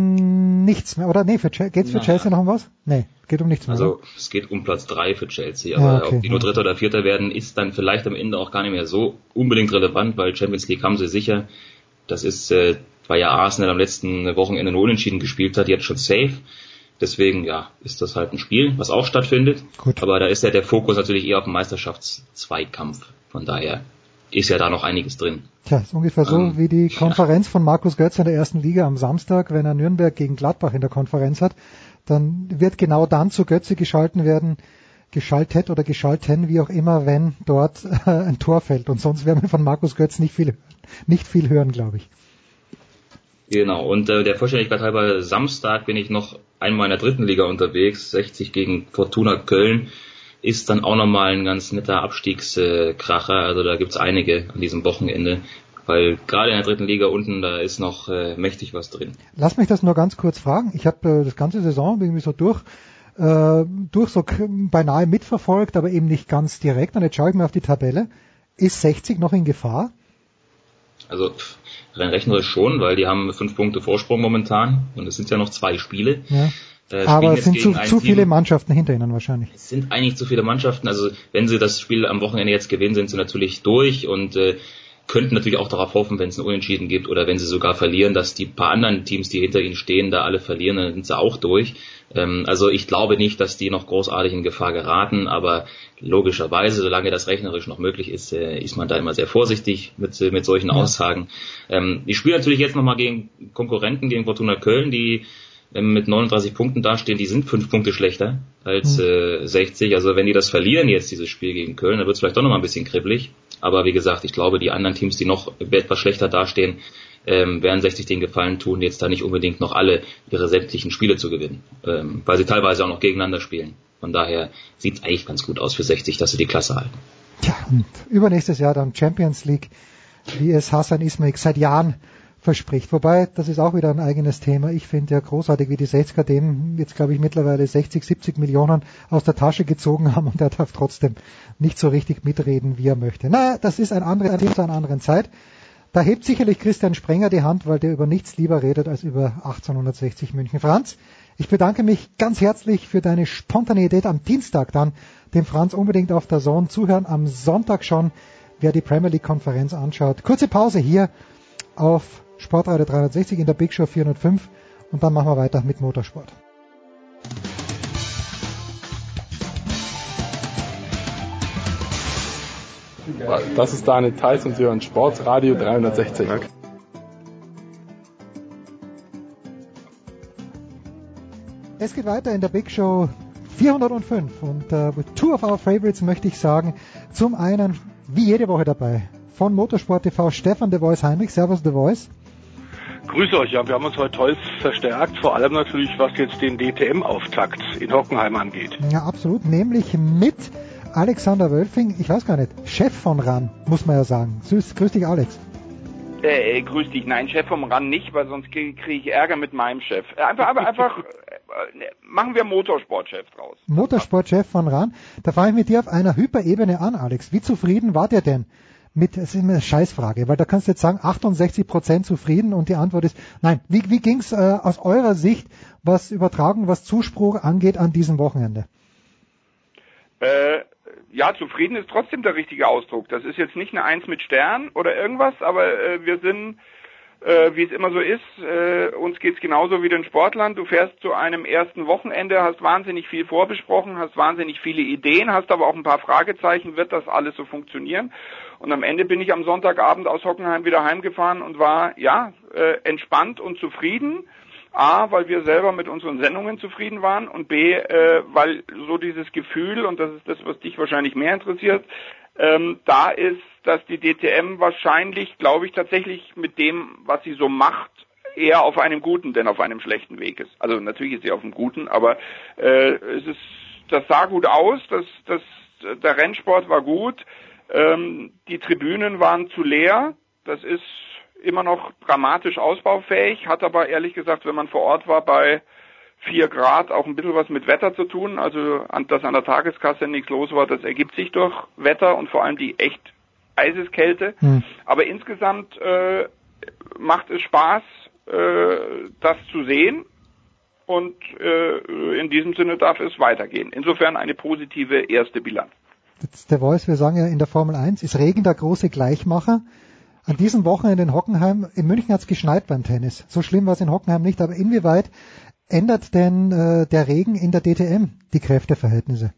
um nichts mehr, oder nee, für Ch- geht's für na, Chelsea noch um was? Nee, geht um nichts mehr. Also oder? Es geht um Platz drei für Chelsea, aber ja, okay, ob die nur Dritter oder Vierter werden, ist dann vielleicht am Ende auch gar nicht mehr so unbedingt relevant, weil Champions League haben sie sicher. Das ist, äh, weil ja Arsenal am letzten Wochenende nur unentschieden gespielt hat, jetzt schon safe. Deswegen, ja, ist das halt ein Spiel, was auch stattfindet. Gut. Aber da ist ja der Fokus natürlich eher auf dem Meisterschaftszweikampf. Von daher ist ja da noch einiges drin. Tja, ist ungefähr so ähm, wie die Konferenz ja. von Markus Götz in der ersten Liga am Samstag, wenn er Nürnberg gegen Gladbach in der Konferenz hat. Dann wird genau dann zu Götze geschalten werden, geschaltet oder geschalten, wie auch immer, wenn dort äh, ein Tor fällt. Und sonst werden wir von Markus Götz nicht viel, nicht viel hören, glaube ich. Genau, und äh, der Vollständigkeit halber, Samstag bin ich noch einmal in der dritten Liga unterwegs, sechzig gegen Fortuna Köln, ist dann auch nochmal ein ganz netter Abstiegskracher, also da gibt's einige an diesem Wochenende, weil gerade in der dritten Liga unten, da ist noch äh, mächtig was drin. Lass mich das nur ganz kurz fragen, ich habe äh, das ganze Saison irgendwie so durch, äh, durch so k- beinahe mitverfolgt, aber eben nicht ganz direkt, und jetzt schaue ich mir auf die Tabelle, ist sechzig noch in Gefahr? Also pff, rein rechnerisch schon, weil die haben fünf Punkte Vorsprung momentan und es sind ja noch zwei Spiele. Ja. Äh, Aber es sind zu, zu Team. viele Mannschaften hinter ihnen wahrscheinlich. Es sind eigentlich zu viele Mannschaften. Also wenn sie das Spiel am Wochenende jetzt gewinnen, sind sie natürlich durch und äh, könnten natürlich auch darauf hoffen, wenn es ein Unentschieden gibt oder wenn sie sogar verlieren, dass die paar anderen Teams, die hinter ihnen stehen, da alle verlieren, dann sind sie auch durch. Ähm, also ich glaube nicht, dass die noch großartig in Gefahr geraten, aber logischerweise, solange das rechnerisch noch möglich ist, äh, ist man da immer sehr vorsichtig mit, mit solchen ja. Aussagen. Ähm, die spielen natürlich jetzt nochmal gegen Konkurrenten, gegen Fortuna Köln, die mit neununddreißig Punkten dastehen, die sind fünf Punkte schlechter als äh, sechzig. Also wenn die das verlieren jetzt, dieses Spiel gegen Köln, dann wird es vielleicht doch nochmal ein bisschen kribbelig. Aber wie gesagt, ich glaube, die anderen Teams, die noch etwas schlechter dastehen, ähm, werden sechzig den Gefallen tun, jetzt da nicht unbedingt noch alle ihre sämtlichen Spiele zu gewinnen. Ähm, weil sie teilweise auch noch gegeneinander spielen. Von daher sieht es eigentlich ganz gut aus für sechzig, dass sie die Klasse halten. Tja, und übernächstes Jahr dann Champions League, wie es Hasan Ismail seit Jahren verspricht. Wobei, das ist auch wieder ein eigenes Thema. Ich finde ja großartig, wie die sechziger dem jetzt, glaube ich, mittlerweile sechzig, siebzig Millionen aus der Tasche gezogen haben und er darf trotzdem nicht so richtig mitreden, wie er möchte. Naja, das ist ein anderes Thema zu einer anderen Zeit. Da hebt sicherlich Christian Sprenger die Hand, weil der über nichts lieber redet als über achtzehnhundertsechzig München. Franz, ich bedanke mich ganz herzlich für deine Spontaneität am Dienstag dann. Dem Franz unbedingt auf der Zone zuhören. Am Sonntag schon, wer die Premier League Konferenz anschaut. Kurze Pause hier auf Sportradio dreihundertsechzig in der Big Show vierhundertfünf und dann machen wir weiter mit Motorsport. Das ist Daniel Theiss und Sie hören Sportradio dreihundertsechzig. Es geht weiter in der Big Show vierhundertfünf und uh, with two of our favorites möchte ich sagen, zum einen wie jede Woche dabei von Motorsport T V Stefan The Voice Heinrich. Servus The Voice. Grüß euch, ja, wir haben uns heute toll verstärkt, vor allem natürlich, was jetzt den D T M-Auftakt in Hockenheim angeht. Ja, absolut, nämlich mit Alexander Wölfing, ich weiß gar nicht, Chef von R A N, muss man ja sagen. Süß, grüß dich, Alex. Äh, grüß dich, nein, Chef vom R A N nicht, weil sonst kriege krieg ich Ärger mit meinem Chef. Einfach, aber einfach, äh, machen wir Motorsportchef draus. Motorsportchef von R A N, da fange ich mit dir auf einer Hyperebene an, Alex. Wie zufrieden wart ihr denn? Mit, es ist immer eine Scheißfrage, weil da kannst du jetzt sagen, achtundsechzig Prozent zufrieden und die Antwort ist, nein. Wie, wie ging's äh, aus eurer Sicht, was Übertragung, was Zuspruch angeht an diesem Wochenende? Äh, ja, zufrieden ist trotzdem der richtige Ausdruck. Das ist jetzt nicht eine Eins mit Stern oder irgendwas, aber äh, wir sind, äh, wie es immer so ist, äh, uns geht's genauso wie den Sportlern. Du fährst zu einem ersten Wochenende, hast wahnsinnig viel vorbesprochen, hast wahnsinnig viele Ideen, hast aber auch ein paar Fragezeichen, wird das alles so funktionieren? Und am Ende bin ich am Sonntagabend aus Hockenheim wieder heimgefahren und war, ja, äh, entspannt und zufrieden. A, weil wir selber mit unseren Sendungen zufrieden waren und B, äh, weil so dieses Gefühl, und das ist das, was dich wahrscheinlich mehr interessiert, ähm, da ist, dass die D T M wahrscheinlich, glaube ich, tatsächlich mit dem, was sie so macht, eher auf einem guten, denn auf einem schlechten Weg ist. Also natürlich ist sie auf einem guten, aber äh, es ist, das sah gut aus, das, das, der Rennsport war gut, ähm, die Tribünen waren zu leer, das ist immer noch dramatisch ausbaufähig, hat aber ehrlich gesagt, wenn man vor Ort war, bei vier Grad auch ein bisschen was mit Wetter zu tun. Also, dass an der Tageskasse nichts los war, das ergibt sich durch Wetter und vor allem die echt Eiseskälte. Hm. Aber insgesamt äh, macht es Spaß, äh, das zu sehen und äh, in diesem Sinne darf es weitergehen. Insofern eine positive erste Bilanz. Jetzt der Voice, wir sagen ja in der Formel eins, ist Regen der große Gleichmacher. An diesem Wochenende in Hockenheim, in München hat es geschneit beim Tennis. So schlimm war es in Hockenheim nicht, aber inwieweit ändert denn äh, der Regen in der D T M die Kräfteverhältnisse?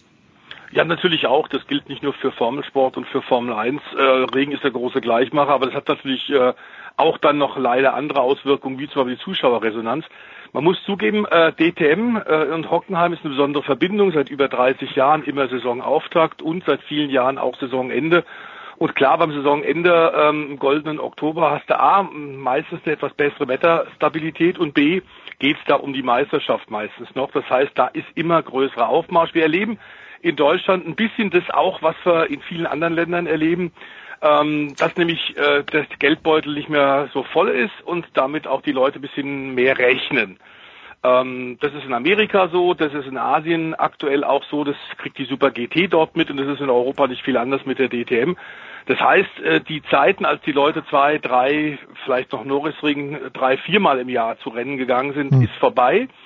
Ja, natürlich auch. Das gilt nicht nur für Formelsport und für Formel eins. Äh, Regen ist der große Gleichmacher, aber das hat natürlich äh, auch dann noch leider andere Auswirkungen, wie zum Beispiel die Zuschauerresonanz. Man muss zugeben, äh, D T M äh, und Hockenheim ist eine besondere Verbindung, seit über dreißig Jahren immer Saisonauftakt und seit vielen Jahren auch Saisonende. Und klar, beim Saisonende ähm, im goldenen Oktober hast du A, meistens eine etwas bessere Wetterstabilität und B, geht's da um die Meisterschaft meistens noch. Das heißt, da ist immer größerer Aufmarsch. Wir erleben in Deutschland ein bisschen das auch, was wir in vielen anderen Ländern erleben, ähm, dass nämlich äh, das Geldbeutel nicht mehr so voll ist und damit auch die Leute ein bisschen mehr rechnen. Ähm, das ist in Amerika so, das ist in Asien aktuell auch so, das kriegt die Super G T dort mit und das ist in Europa nicht viel anders mit der D T M. Das heißt, äh, die Zeiten, als die Leute zwei, drei, vielleicht noch Norrisring, drei, viermal im Jahr zu Rennen gegangen sind, mhm. ist vorbei.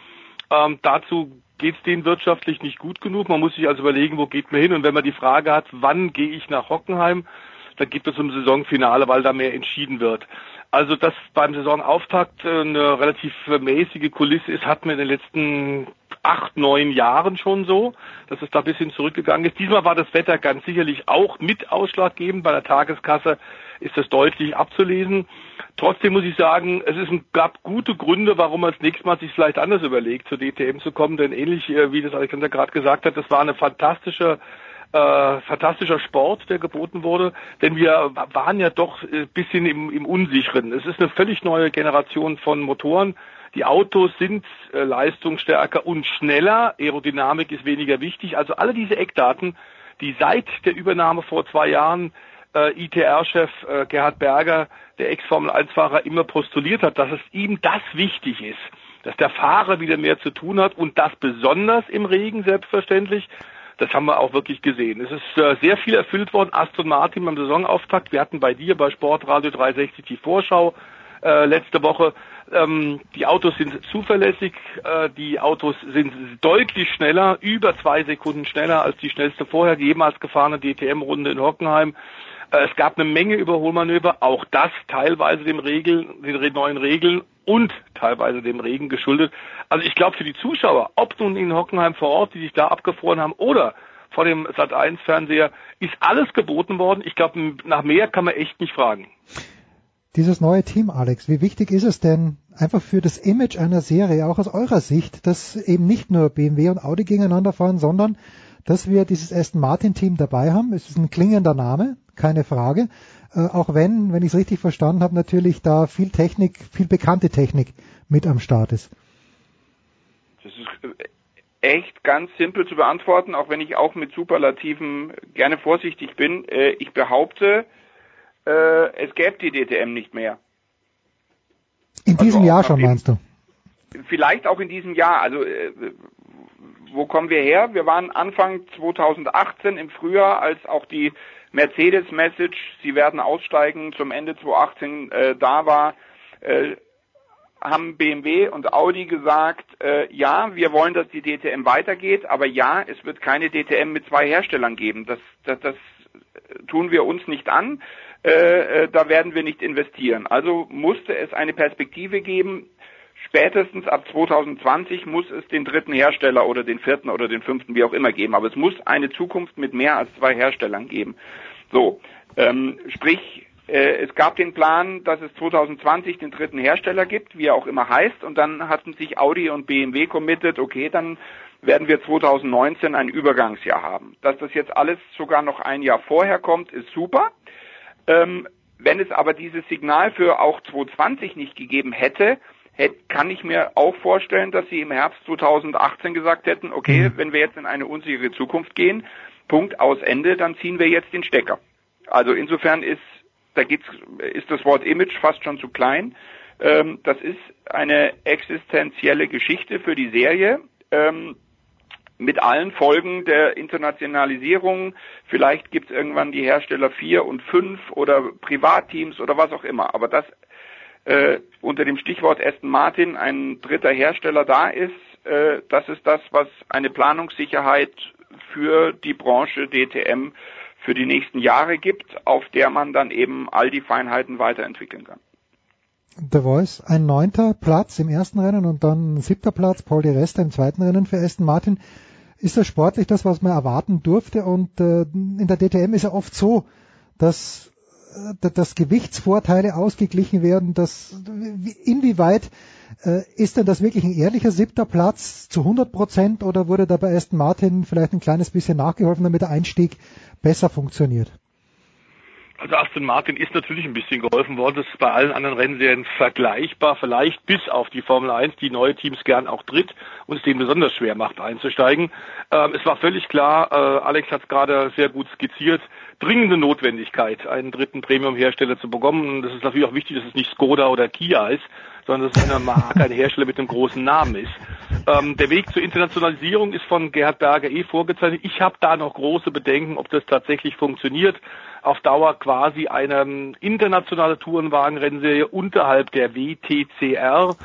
Ähm, dazu geht es denen wirtschaftlich nicht gut genug. Man muss sich also überlegen, wo geht man hin? Und wenn man die Frage hat, wann gehe ich nach Hockenheim, dann geht es um Saisonfinale, weil da mehr entschieden wird. Also, dass beim Saisonauftakt eine relativ mäßige Kulisse ist, hatten wir in den letzten acht, neun Jahren schon so, dass es da ein bisschen zurückgegangen ist. Diesmal war das Wetter ganz sicherlich auch mit ausschlaggebend. Bei der Tageskasse ist das deutlich abzulesen. Trotzdem muss ich sagen, es ist ein, gab gute Gründe, warum man das nächste Mal sich vielleicht anders überlegt, zur D T M zu kommen. Denn ähnlich wie das Alexander gerade gesagt hat, das war eine fantastische Äh, fantastischer Sport, der geboten wurde, denn wir waren ja doch ein bisschen im, im Unsicheren. Es ist eine völlig neue Generation von Motoren. Die Autos sind äh, leistungsstärker und schneller. Aerodynamik ist weniger wichtig. Also alle diese Eckdaten, die seit der Übernahme vor zwei Jahren äh, I T R-Chef äh, Gerhard Berger, der Ex-Formel eins Fahrer, immer postuliert hat, dass es ihm das wichtig ist, dass der Fahrer wieder mehr zu tun hat und das besonders im Regen selbstverständlich. Das haben wir auch wirklich gesehen. Es ist äh, sehr viel erfüllt worden. Aston Martin beim Saisonauftakt. Wir hatten bei dir bei Sportradio dreihundertsechzig die Vorschau äh, letzte Woche. Ähm, die Autos sind zuverlässig. Äh, die Autos sind deutlich schneller, über zwei Sekunden schneller als die schnellste vorher jemals gefahrene D T M-Runde in Hockenheim. Äh, es gab eine Menge Überholmanöver. Auch das teilweise dem Regeln, den neuen Regeln und teilweise dem Regen geschuldet. Also ich glaube für die Zuschauer, ob nun in Hockenheim vor Ort, die sich da abgefroren haben, oder vor dem Sat eins Fernseher, ist alles geboten worden. Ich glaube, nach mehr kann man echt nicht fragen. Dieses neue Team, Alex, wie wichtig ist es denn einfach für das Image einer Serie, auch aus eurer Sicht, dass eben nicht nur B M W und Audi gegeneinander fahren, sondern dass wir dieses Aston Martin Team dabei haben? Es ist ein klingender Name, keine Frage. Äh, auch wenn, wenn ich es richtig verstanden habe, natürlich da viel Technik, viel bekannte Technik mit am Start ist. Das ist echt ganz simpel zu beantworten, auch wenn ich auch mit Superlativen gerne vorsichtig bin. Ich behaupte, es gäbe die D T M nicht mehr. In diesem also Jahr schon, meinst du? Vielleicht auch in diesem Jahr. Also wo kommen wir her? Wir waren Anfang zweitausendachtzehn im Frühjahr, als auch die Mercedes-Message, sie werden aussteigen, zum Ende zweitausendachtzehn äh, da war, äh, haben B M W und Audi gesagt, äh, ja, wir wollen, dass die D T M weitergeht, aber ja, es wird keine D T M mit zwei Herstellern geben. Das, das, das tun wir uns nicht an, äh, äh, da werden wir nicht investieren. Also musste es eine Perspektive geben. Spätestens ab zweitausendzwanzig muss es den dritten Hersteller oder den vierten oder den fünften, wie auch immer, geben. Aber es muss eine Zukunft mit mehr als zwei Herstellern geben. So, ähm, sprich, äh, es gab den Plan, dass es zweitausendzwanzig den dritten Hersteller gibt, wie er auch immer heißt. Und dann hatten sich Audi und B M W committed, okay, dann werden wir zweitausendneunzehn ein Übergangsjahr haben. Dass das jetzt alles sogar noch ein Jahr vorher kommt, ist super. Ähm, wenn es aber dieses Signal für auch zweitausendzwanzig nicht gegeben hätte, kann ich mir auch vorstellen, dass sie im Herbst zweitausendachtzehn gesagt hätten, okay, wenn wir jetzt in eine unsichere Zukunft gehen, Punkt, aus, Ende, dann ziehen wir jetzt den Stecker. Also insofern ist, da geht's, ist das Wort Image fast schon zu klein. Ähm, das ist eine existenzielle Geschichte für die Serie, ähm, mit allen Folgen der Internationalisierung. Vielleicht gibt's irgendwann die Hersteller vier und fünf oder Privatteams oder was auch immer. Aber das Äh, unter dem Stichwort Aston Martin ein dritter Hersteller da ist, äh, das ist das, was eine Planungssicherheit für die Branche D T M für die nächsten Jahre gibt, auf der man dann eben all die Feinheiten weiterentwickeln kann. The Voice, ein neunter Platz im ersten Rennen und dann ein siebter Platz, Paul di Resta im zweiten Rennen für Aston Martin. Ist das sportlich das, was man erwarten durfte? Und äh, in der D T M ist ja oft so, dass dass Gewichtsvorteile ausgeglichen werden, dass inwieweit äh, ist denn das wirklich ein ehrlicher siebter Platz zu hundert Prozent oder wurde da bei Aston Martin vielleicht ein kleines bisschen nachgeholfen, damit der Einstieg besser funktioniert? Also Aston Martin ist natürlich ein bisschen geholfen worden. Das ist bei allen anderen Rennserien vergleichbar, vielleicht bis auf die Formel eins, die neue Teams gern auch tritt und es denen besonders schwer macht, einzusteigen. Ähm, es war völlig klar, äh, Alex hat es gerade sehr gut skizziert, dringende Notwendigkeit, einen dritten Premium-Hersteller zu bekommen. Und das ist natürlich auch wichtig, dass es nicht Skoda oder Kia ist, sondern dass es einer Marke, ein Hersteller mit einem großen Namen ist. Ähm, der Weg zur Internationalisierung ist von Gerhard Berger eh vorgezeichnet. Ich habe da noch große Bedenken, ob das tatsächlich funktioniert. Auf Dauer quasi eine internationale Tourenwagen-Rennserie unterhalb der W T C R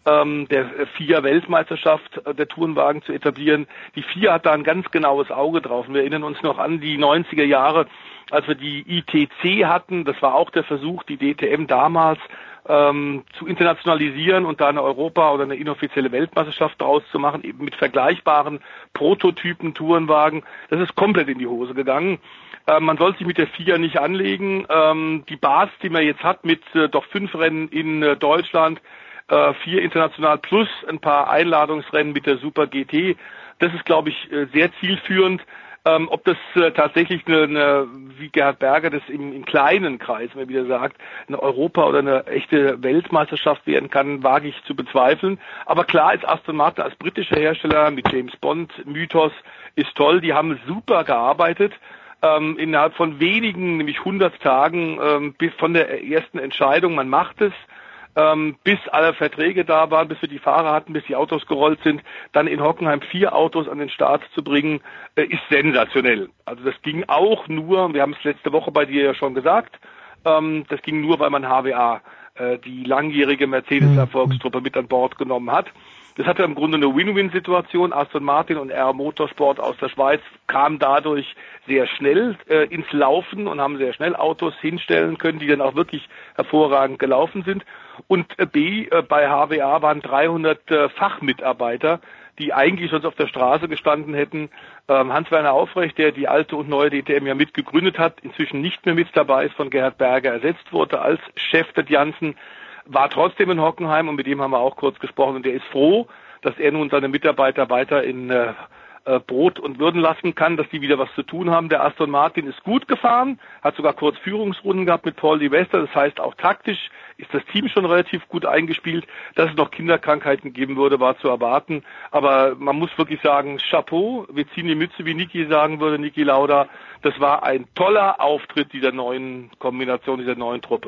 ähm, der F I A-Weltmeisterschaft der Tourenwagen zu etablieren. Die F I A hat da ein ganz genaues Auge drauf. Wir erinnern uns noch an die neunziger Jahre, als wir die I T C hatten. Das war auch der Versuch, die D T M damals ähm, zu internationalisieren und da eine Europa- oder eine inoffizielle Weltmeisterschaft daraus zu machen, eben mit vergleichbaren Prototypen Tourenwagen. Das ist komplett in die Hose gegangen. Äh, man soll sich mit der F I A nicht anlegen. Ähm, die Basis, die man jetzt hat mit äh, doch fünf Rennen in äh, Deutschland, äh, vier international plus ein paar Einladungsrennen mit der Super G T, das ist, glaube ich, äh, sehr zielführend. Ähm, ob das äh, tatsächlich eine, eine, wie Gerhard Berger das im, im kleinen Kreis immer wieder sagt, eine Europa- oder eine echte Weltmeisterschaft werden kann, wage ich zu bezweifeln. Aber klar ist Aston Martin als britischer Hersteller mit James Bond, Mythos, ist toll. Die haben super gearbeitet. Ähm, innerhalb von wenigen, nämlich hundert Tagen, ähm, bis von der ersten Entscheidung, man macht es, Ähm, bis alle Verträge da waren, bis wir die Fahrer hatten, bis die Autos gerollt sind, dann in Hockenheim vier Autos an den Start zu bringen, äh, ist sensationell. Also das ging auch nur, wir haben es letzte Woche bei dir ja schon gesagt, ähm, das ging nur, weil man H W A, äh, die langjährige Mercedes-Erfolgstruppe, mit an Bord genommen hat. Das hatte im Grunde eine Win-Win-Situation. Aston Martin und R Motorsport aus der Schweiz kamen dadurch sehr schnell äh, ins Laufen und haben sehr schnell Autos hinstellen können, die dann auch wirklich hervorragend gelaufen sind. Und äh, B, äh, bei H W A waren dreihundert äh, Fachmitarbeiter, die eigentlich sonst auf der Straße gestanden hätten. Ähm, Hans-Werner Aufrecht, der die alte und neue D T M ja mitgegründet hat, inzwischen nicht mehr mit dabei ist, von Gerhard Berger ersetzt wurde als Chef der Janssen, war trotzdem in Hockenheim und mit dem haben wir auch kurz gesprochen und der ist froh, dass er nun seine Mitarbeiter weiter in äh, äh, Brot und Würden lassen kann, dass die wieder was zu tun haben. Der Aston Martin ist gut gefahren, hat sogar kurz Führungsrunden gehabt mit Paul Di Wester, das heißt auch taktisch ist das Team schon relativ gut eingespielt. Dass es noch Kinderkrankheiten geben würde, war zu erwarten, aber man muss wirklich sagen, Chapeau, wir ziehen die Mütze, wie Niki sagen würde, Niki Lauda, das war ein toller Auftritt dieser neuen Kombination, dieser neuen Truppe.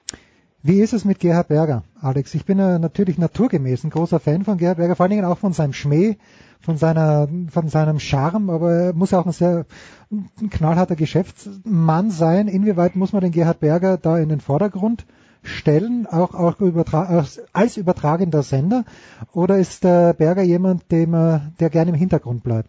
Wie ist es mit Gerhard Berger, Alex? Ich bin ja natürlich naturgemäß ein großer Fan von Gerhard Berger, vor allen Dingen auch von seinem Schmäh, von seiner, von seinem Charme, aber er muss auch ein sehr ein knallharter Geschäftsmann sein. Inwieweit muss man den Gerhard Berger da in den Vordergrund stellen, auch, auch übertra- als übertragender Sender? Oder ist der Berger jemand, dem, der gerne im Hintergrund bleibt?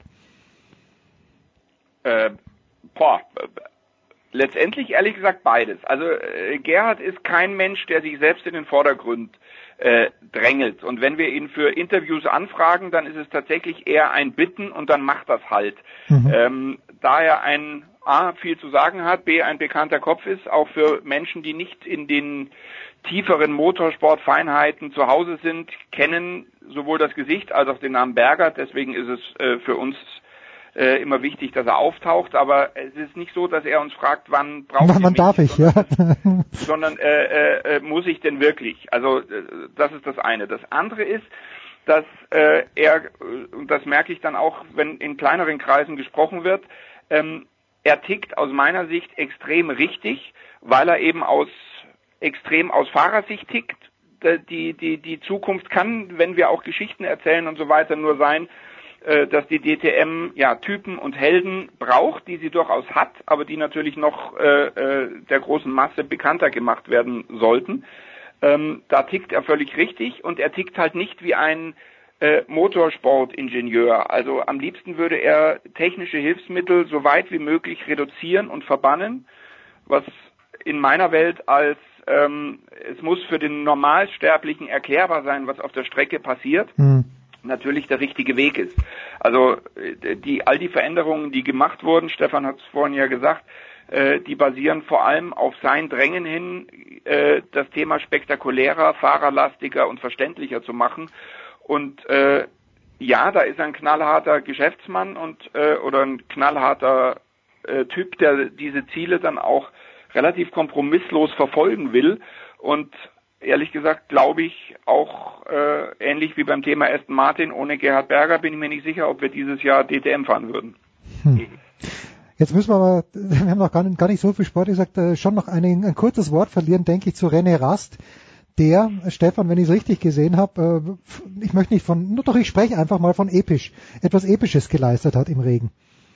Äh, boah, letztendlich ehrlich gesagt beides. Also äh, Gerhard ist kein Mensch, der sich selbst in den Vordergrund äh, drängelt. Und wenn wir ihn für Interviews anfragen, dann ist es tatsächlich eher ein Bitten und dann macht das halt. Mhm. Ähm, da er ein A, viel zu sagen hat, B, ein bekannter Kopf ist, auch für Menschen, die nicht in den tieferen Motorsportfeinheiten zu Hause sind, kennen sowohl das Gesicht als auch den Namen Berger. Deswegen ist es äh, für uns äh, immer wichtig, dass er auftaucht. Aber es ist nicht so, dass er uns fragt, wann braucht wann, ihr wann mich, darf ich, sondern, ja. sondern äh, äh, muss ich denn wirklich? Also äh, das ist das eine. Das andere ist, dass äh, er, und das merke ich dann auch, wenn in kleineren Kreisen gesprochen wird, ähm, er tickt aus meiner Sicht extrem richtig, weil er eben aus extrem aus Fahrersicht tickt. Die, die, die Zukunft kann, wenn wir auch Geschichten erzählen und so weiter, nur sein, dass die D T M ja Typen und Helden braucht, die sie durchaus hat, aber die natürlich noch äh, der großen Masse bekannter gemacht werden sollten. Ähm, da tickt er völlig richtig und er tickt halt nicht wie ein äh, Motorsportingenieur. Also am liebsten würde er technische Hilfsmittel so weit wie möglich reduzieren und verbannen, was in meiner Welt als ähm, es muss für den Normalsterblichen erklärbar sein, was auf der Strecke passiert. Mhm. Natürlich der richtige Weg ist. Also die all die Veränderungen, die gemacht wurden, Stefan hat es vorhin ja gesagt, äh, die basieren vor allem auf sein Drängen hin, äh, das Thema spektakulärer, fahrerlastiger und verständlicher zu machen. Und äh, ja, da ist ein knallharter Geschäftsmann und äh, oder ein knallharter äh, Typ, der diese Ziele dann auch relativ kompromisslos verfolgen will. Und ehrlich gesagt glaube ich auch äh, ähnlich wie beim Thema Aston Martin, ohne Gerhard Berger bin ich mir nicht sicher, ob wir dieses Jahr D T M fahren würden. Hm. Jetzt müssen wir aber, wir haben noch gar nicht, gar nicht so viel Sport gesagt, äh, schon noch ein, ein kurzes Wort verlieren, denke ich, zu René Rast, der, Stefan, wenn ich es richtig gesehen habe, äh, ich möchte nicht von, nur doch ich spreche einfach mal von episch, etwas Episches geleistet hat im Regen.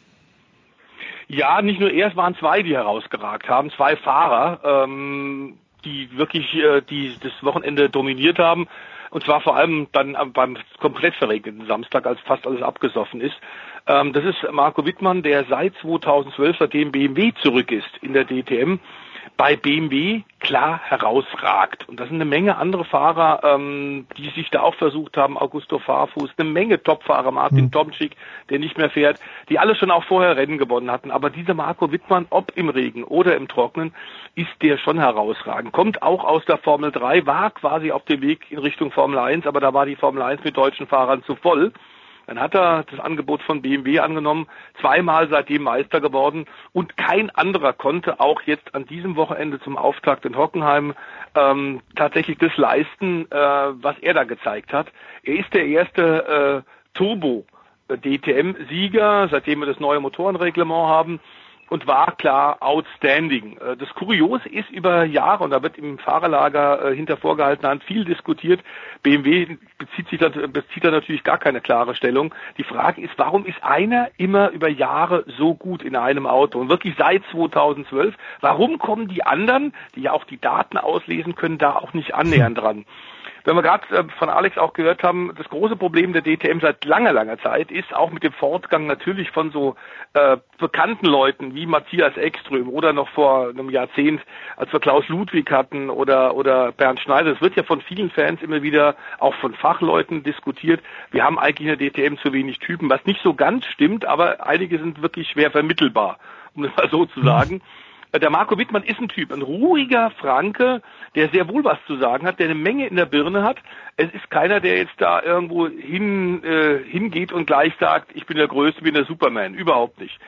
Ja, nicht nur er, es waren zwei, die herausgeragt haben, zwei Fahrer, ähm, die wirklich äh, die das Wochenende dominiert haben. Und zwar vor allem dann beim komplett verregneten Samstag, als fast alles abgesoffen ist. Ähm, das ist Marco Wittmann, der seit zweitausendzwölf, seitdem B M W zurück ist in der D T M, bei B M W klar herausragt. Und das sind eine Menge andere Fahrer, ähm, die sich da auch versucht haben, Augusto Farfus, eine Menge Topfahrer, Martin mhm. Tomczyk, der nicht mehr fährt, die alle schon auch vorher Rennen gewonnen hatten. Aber dieser Marco Wittmann, ob im Regen oder im Trocknen, ist der schon herausragend. Kommt auch aus der Formel drei, war quasi auf dem Weg in Richtung Formel eins, aber da war die Formel eins mit deutschen Fahrern zu voll. Dann hat er das Angebot von B M W angenommen, zweimal seitdem Meister geworden und kein anderer konnte auch jetzt an diesem Wochenende zum Auftakt in Hockenheim ähm, tatsächlich das leisten, äh, was er da gezeigt hat. Er ist der erste äh, Turbo-D T M-Sieger, seitdem wir das neue Motorenreglement haben. Und war klar outstanding. Das Kuriose ist über Jahre, und da wird im Fahrerlager hinter vorgehaltener Hand viel diskutiert, B M W bezieht sich da, bezieht da natürlich gar keine klare Stellung. Die Frage ist, warum ist einer immer über Jahre so gut in einem Auto? Und wirklich seit zweitausendzwölf, warum kommen die anderen, die ja auch die Daten auslesen können, da auch nicht annähernd dran? Wenn wir gerade äh, von Alex auch gehört haben, das große Problem der D T M seit langer, langer Zeit ist auch mit dem Fortgang natürlich von so äh, bekannten Leuten wie Matthias Ekström oder noch vor einem Jahrzehnt, als wir Klaus Ludwig hatten oder oder Bernd Schneider. Es wird ja von vielen Fans immer wieder auch von Fachleuten diskutiert. Wir haben eigentlich in der D T M zu wenig Typen, was nicht so ganz stimmt, aber einige sind wirklich schwer vermittelbar, um das mal so zu sagen. Der Marco Wittmann ist ein Typ, ein ruhiger Franke, der sehr wohl was zu sagen hat, der eine Menge in der Birne hat. Es ist keiner, der jetzt da irgendwo hin äh, hingeht und gleich sagt, ich bin der Größte, bin der Superman. Überhaupt nicht.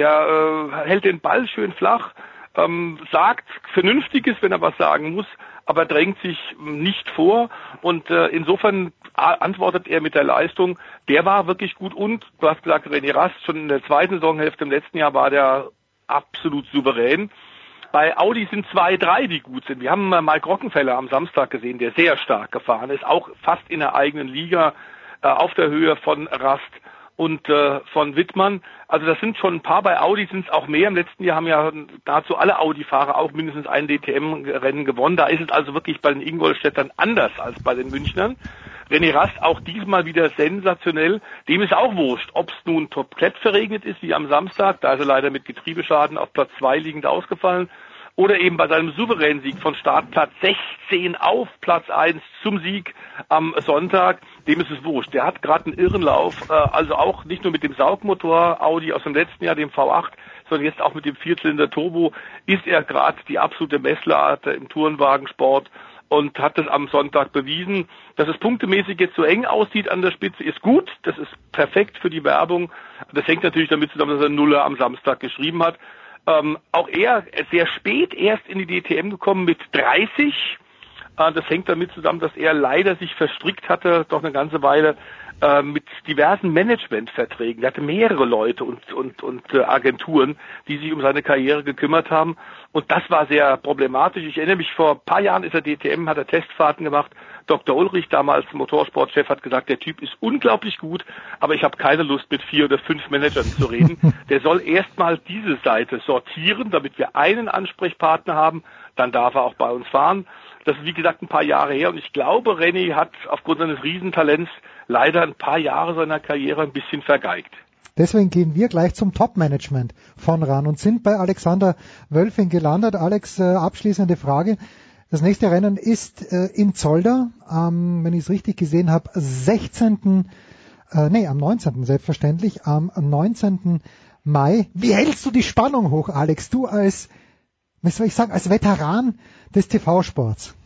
Der äh, hält den Ball schön flach, ähm, sagt Vernünftiges, wenn er was sagen muss, aber drängt sich nicht vor. Und äh, insofern antwortet er mit der Leistung. Der war wirklich gut. Und du hast gesagt, René Rast, schon in der zweiten Saisonhälfte im letzten Jahr war der absolut souverän. Bei Audi sind zwei, drei, die gut sind. Wir haben Mike Rockenfeller am Samstag gesehen, der sehr stark gefahren ist, auch fast in der eigenen Liga, äh, auf der Höhe von Rast und äh, von Wittmann. Also das sind schon ein paar. Bei Audi sind es auch mehr. Im letzten Jahr haben ja nahezu alle Audi-Fahrer auch mindestens ein D T M-Rennen gewonnen. Da ist es also wirklich bei den Ingolstädtern anders als bei den Münchnern. René Rast auch diesmal wieder sensationell. Dem ist auch wurscht, ob es nun komplett verregnet ist, wie am Samstag, da ist er leider mit Getriebeschaden auf Platz zwei liegend ausgefallen, oder eben bei seinem souveränen Sieg von Startplatz sechzehn auf Platz eins zum Sieg am Sonntag. Dem ist es wurscht. Der hat gerade einen irren Lauf, also auch nicht nur mit dem Saugmotor Audi aus dem letzten Jahr, dem V acht, sondern jetzt auch mit dem Vierzylinder Turbo ist er gerade die absolute Messlatte im Tourenwagensport und hat es am Sonntag bewiesen. Dass es punktemäßig jetzt so eng aussieht an der Spitze, ist gut. Das ist perfekt für die Werbung. Das hängt natürlich damit zusammen, dass er Nuller am Samstag geschrieben hat. Ähm, auch er sehr spät erst in die D T M gekommen mit dreißig. Äh, das hängt damit zusammen, dass er leider sich verstrickt hatte, doch eine ganze Weile, äh, mit diversen Managementverträgen. Er hatte mehrere Leute und, und, und äh, Agenturen, die sich um seine Karriere gekümmert haben. Und das war sehr problematisch. Ich erinnere mich, vor ein paar Jahren ist er D T M, hat er Testfahrten gemacht. Doktor Ulrich, damals Motorsportchef, hat gesagt, der Typ ist unglaublich gut, aber ich habe keine Lust, mit vier oder fünf Managern zu reden. Der soll erstmal diese Seite sortieren, damit wir einen Ansprechpartner haben. Dann darf er auch bei uns fahren. Das ist, wie gesagt, ein paar Jahre her. Und ich glaube, René hat aufgrund seines Riesentalents leider ein paar Jahre seiner Karriere ein bisschen vergeigt. Deswegen gehen wir gleich zum Top-Management von RAN und sind bei Alexander Wölfing gelandet. Alex, äh, abschließende Frage. Das nächste Rennen ist äh, in Zolder, ähm, wenn ich es richtig gesehen habe, sechzehnten Äh, nee, am neunzehnten selbstverständlich, am neunzehnten Mai. Wie hältst du die Spannung hoch, Alex? Du als, was soll ich sagen, als Veteran des T V-Sports.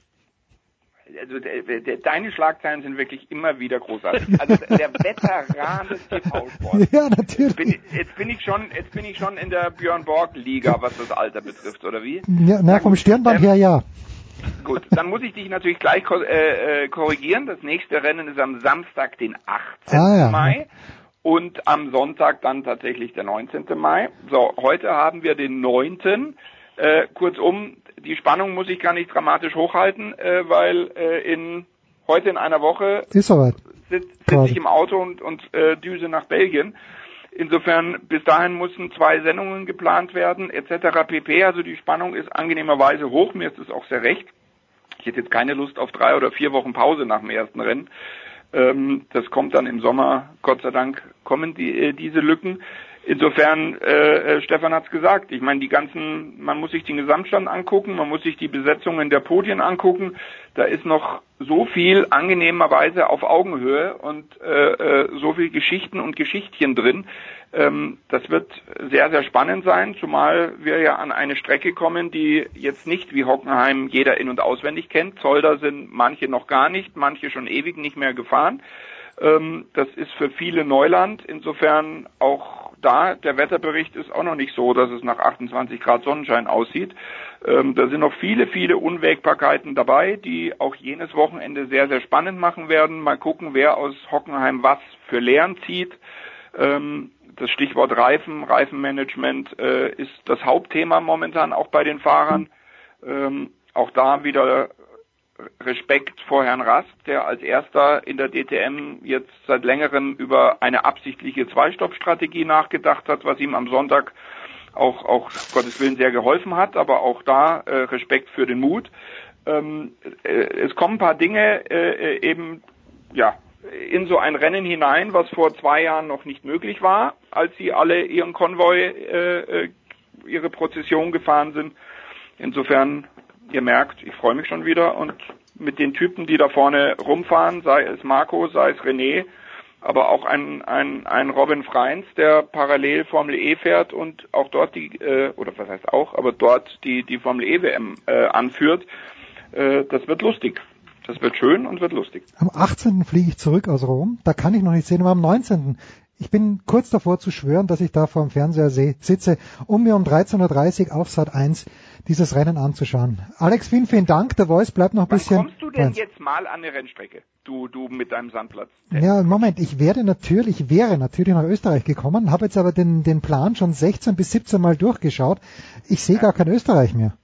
Also de, de, deine Schlagzeilen sind wirklich immer wieder großartig. Also der Veteran des T V-Sports. Ja, natürlich. Jetzt bin, ich, jetzt bin ich schon, jetzt bin ich schon in der Björn Borg-Liga, was das Alter betrifft, oder wie? Ja, na, vom Stirnband ähm, her, ja. Gut, dann muss ich dich natürlich gleich äh, korrigieren. Das nächste Rennen ist am Samstag, den achtzehnten Ah, ja. Mai. Und am Sonntag dann tatsächlich der neunzehnten Mai. So, heute haben wir den neunten Äh, kurzum, die Spannung muss ich gar nicht dramatisch hochhalten, äh, weil äh, in heute in einer Woche sitze sitz, sitz ich im Auto und, und äh, düse nach Belgien. Insofern, bis dahin mussten zwei Sendungen geplant werden, et cetera pp. Also die Spannung ist angenehmerweise hoch, mir ist es auch sehr recht. Ich hätte jetzt keine Lust auf drei oder vier Wochen Pause nach dem ersten Rennen. Ähm, das kommt dann im Sommer, Gott sei Dank kommen die, äh, diese Lücken. Insofern, äh, Stefan hat's gesagt, ich meine, die ganzen, man muss sich den Gesamtstand angucken, man muss sich die Besetzungen der Podien angucken, da ist noch so viel angenehmerweise auf Augenhöhe und äh, so viel Geschichten und Geschichtchen drin. Ähm, das wird sehr, sehr spannend sein, zumal wir ja an eine Strecke kommen, die jetzt nicht wie Hockenheim jeder in- und auswendig kennt. Zolder sind manche noch gar nicht, manche schon ewig nicht mehr gefahren. Ähm, das ist für viele Neuland, insofern auch da, der Wetterbericht ist auch noch nicht so, dass es nach achtundzwanzig Grad Sonnenschein aussieht. Ähm, da sind noch viele, viele Unwägbarkeiten dabei, die auch jenes Wochenende sehr, sehr spannend machen werden. Mal gucken, wer aus Hockenheim was für Lehren zieht. Ähm, das Stichwort Reifen, Reifenmanagement äh, ist das Hauptthema momentan auch bei den Fahrern. Ähm, auch da wieder Respekt vor Herrn Rast, der als erster in der D T M jetzt seit längerem über eine absichtliche Zwei-Stopp-Strategie nachgedacht hat, was ihm am Sonntag auch, auch Gottes Willen sehr geholfen hat, aber auch da äh, Respekt für den Mut. Ähm, äh, es kommen ein paar Dinge äh, eben ja in so ein Rennen hinein, was vor zwei Jahren noch nicht möglich war, als sie alle ihren Konvoi, äh, ihre Prozession gefahren sind. Insofern, ihr merkt, ich freue mich schon wieder und mit den Typen, die da vorne rumfahren, sei es Marco, sei es René, aber auch ein, ein, ein Robin Freins, der parallel Formel E fährt und auch dort die, äh, oder was heißt auch, aber dort die, die Formel E W M äh, anführt. Äh, das wird lustig. Das wird schön und wird lustig. Am achtzehnten fliege ich zurück aus Rom. Da kann ich noch nicht sehen, aber am neunzehnten Ich bin kurz davor zu schwören, dass ich da vor dem Fernseher sitze, um mir um dreizehn Uhr dreißig auf Sat eins dieses Rennen anzuschauen. Alex, vielen, vielen Dank. Der Voice bleibt noch ein Wann bisschen... kommst du denn Nein. jetzt mal an eine Rennstrecke? Du, du mit deinem Sandplatz. Ja, Moment, ich werde natürlich, wäre natürlich nach Österreich gekommen, habe jetzt aber den, den Plan schon sechzehn bis siebzehn Mal durchgeschaut. Ich sehe ja. gar kein Österreich mehr.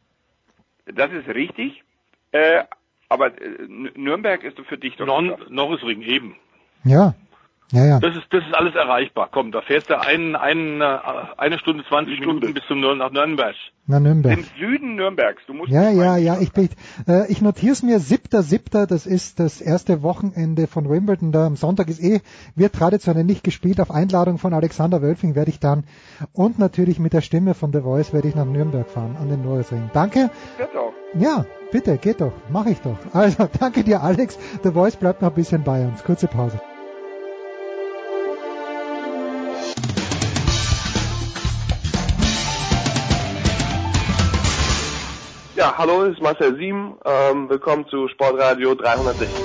Das ist richtig. Äh, aber äh, Nürnberg ist für dich doch... Non- Norrisring eben. Ja. Ja, ja. Das ist, das ist alles erreichbar. Komm, da fährst du ein, ein, eine Stunde, zwanzig Minuten bis zum nach Nürnberg. Na, Nürnberg. Im Süden Nürnbergs. Du musst ja, ja, ja, ich, äh, ich notiere es mir, siebter siebter das ist das erste Wochenende von Wimbledon. Da am Sonntag ist eh, wird traditionell nicht gespielt. Auf Einladung von Alexander Wölfing werde ich dann und natürlich mit der Stimme von The Voice werde ich nach Nürnberg fahren, an den Norrisring. Danke. Geht auch. Ja, bitte, geht doch, mache ich doch. Also, danke dir, Alex. The Voice bleibt noch ein bisschen bei uns. Kurze Pause. Ja, hallo, es ist Marcel Sieben. Ähm, willkommen zu Sportradio dreihundertsechzig.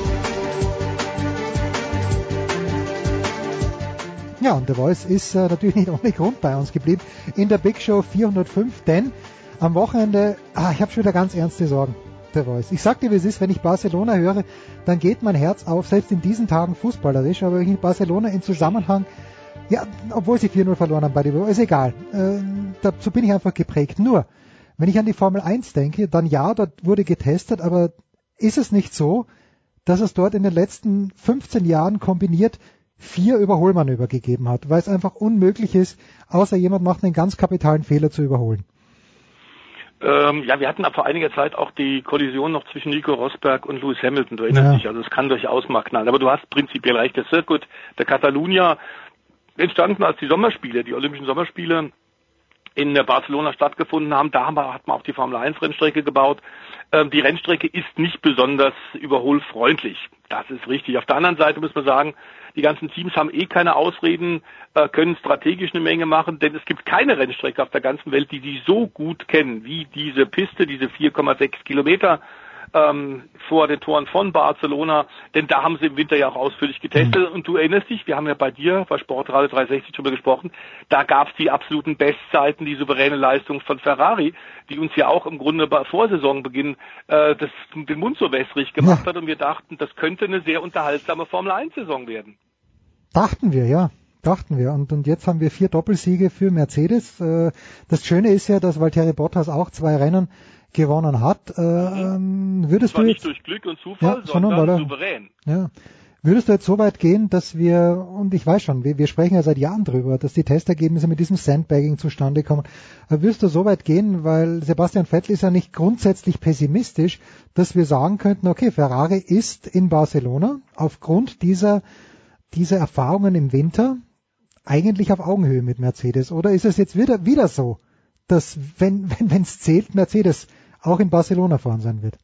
Ja, und The Voice ist äh, natürlich nicht ohne Grund bei uns geblieben in der Big Show vierhundertfünf, denn am Wochenende, ah, ich habe schon wieder ganz ernste Sorgen, The Voice. Ich sag dir, wie es ist, wenn ich Barcelona höre, dann geht mein Herz auf, selbst in diesen Tagen fußballerisch, aber wenn ich Barcelona in Zusammenhang, ja, obwohl sie vier null verloren haben bei der Woche, ist egal, äh, dazu bin ich einfach geprägt. Nur, wenn ich an die Formel eins denke, dann ja, dort wurde getestet, aber ist es nicht so, dass es dort in den letzten fünfzehn Jahren kombiniert vier Überholmanöver gegeben hat, weil es einfach unmöglich ist, außer jemand macht einen ganz kapitalen Fehler zu überholen? Ähm, ja, wir hatten vor einiger Zeit auch die Kollision noch zwischen Nico Rosberg und Lewis Hamilton, du erinnerst ja. dich, also es kann durchaus mal knallen. Aber du hast prinzipiell recht, der Circuit der Catalunya entstanden als die Sommerspiele, die Olympischen Sommerspiele in Barcelona stattgefunden haben. Da haben wir, hat man auch die Formel eins Rennstrecke gebaut. Ähm, die Rennstrecke ist nicht besonders überholfreundlich. Das ist richtig. Auf der anderen Seite muss man sagen, die ganzen Teams haben eh keine Ausreden, äh, können strategisch eine Menge machen, denn es gibt keine Rennstrecke auf der ganzen Welt, die die so gut kennen wie diese Piste, diese vier Komma sechs Kilometer ähm, vor den Toren von Barcelona, denn da haben sie im Winter ja auch ausführlich getestet. Mhm. Und du erinnerst dich, wir haben ja bei dir bei Sportradio dreihundertsechzig drüber gesprochen, da gab es die absoluten Bestzeiten, die souveräne Leistung von Ferrari, die uns ja auch im Grunde bei Vorsaisonbeginn äh, das, den Mund so wässrig gemacht ja. hat, und wir dachten, das könnte eine sehr unterhaltsame Formel eins Saison werden. Dachten wir, ja. Dachten wir. Und, und jetzt haben wir vier Doppelsiege für Mercedes. Äh, das Schöne ist ja, dass Valtteri Bottas auch zwei Rennen gewonnen hat. Äh, würdest das war du nicht jetzt, durch Glück und Zufall, ja, sondern, sondern er, souverän. Ja. Würdest du jetzt so weit gehen, dass wir, und ich weiß schon, wir, wir sprechen ja seit Jahren drüber, dass die Testergebnisse mit diesem Sandbagging zustande kommen, aber würdest du so weit gehen, weil Sebastian Vettel ist ja nicht grundsätzlich pessimistisch, dass wir sagen könnten, okay, Ferrari ist in Barcelona aufgrund dieser, dieser Erfahrungen im Winter eigentlich auf Augenhöhe mit Mercedes, oder ist es jetzt wieder, wieder so, dass, wenn, wenn, wenn es zählt, Mercedes auch in Barcelona fahren sein wird?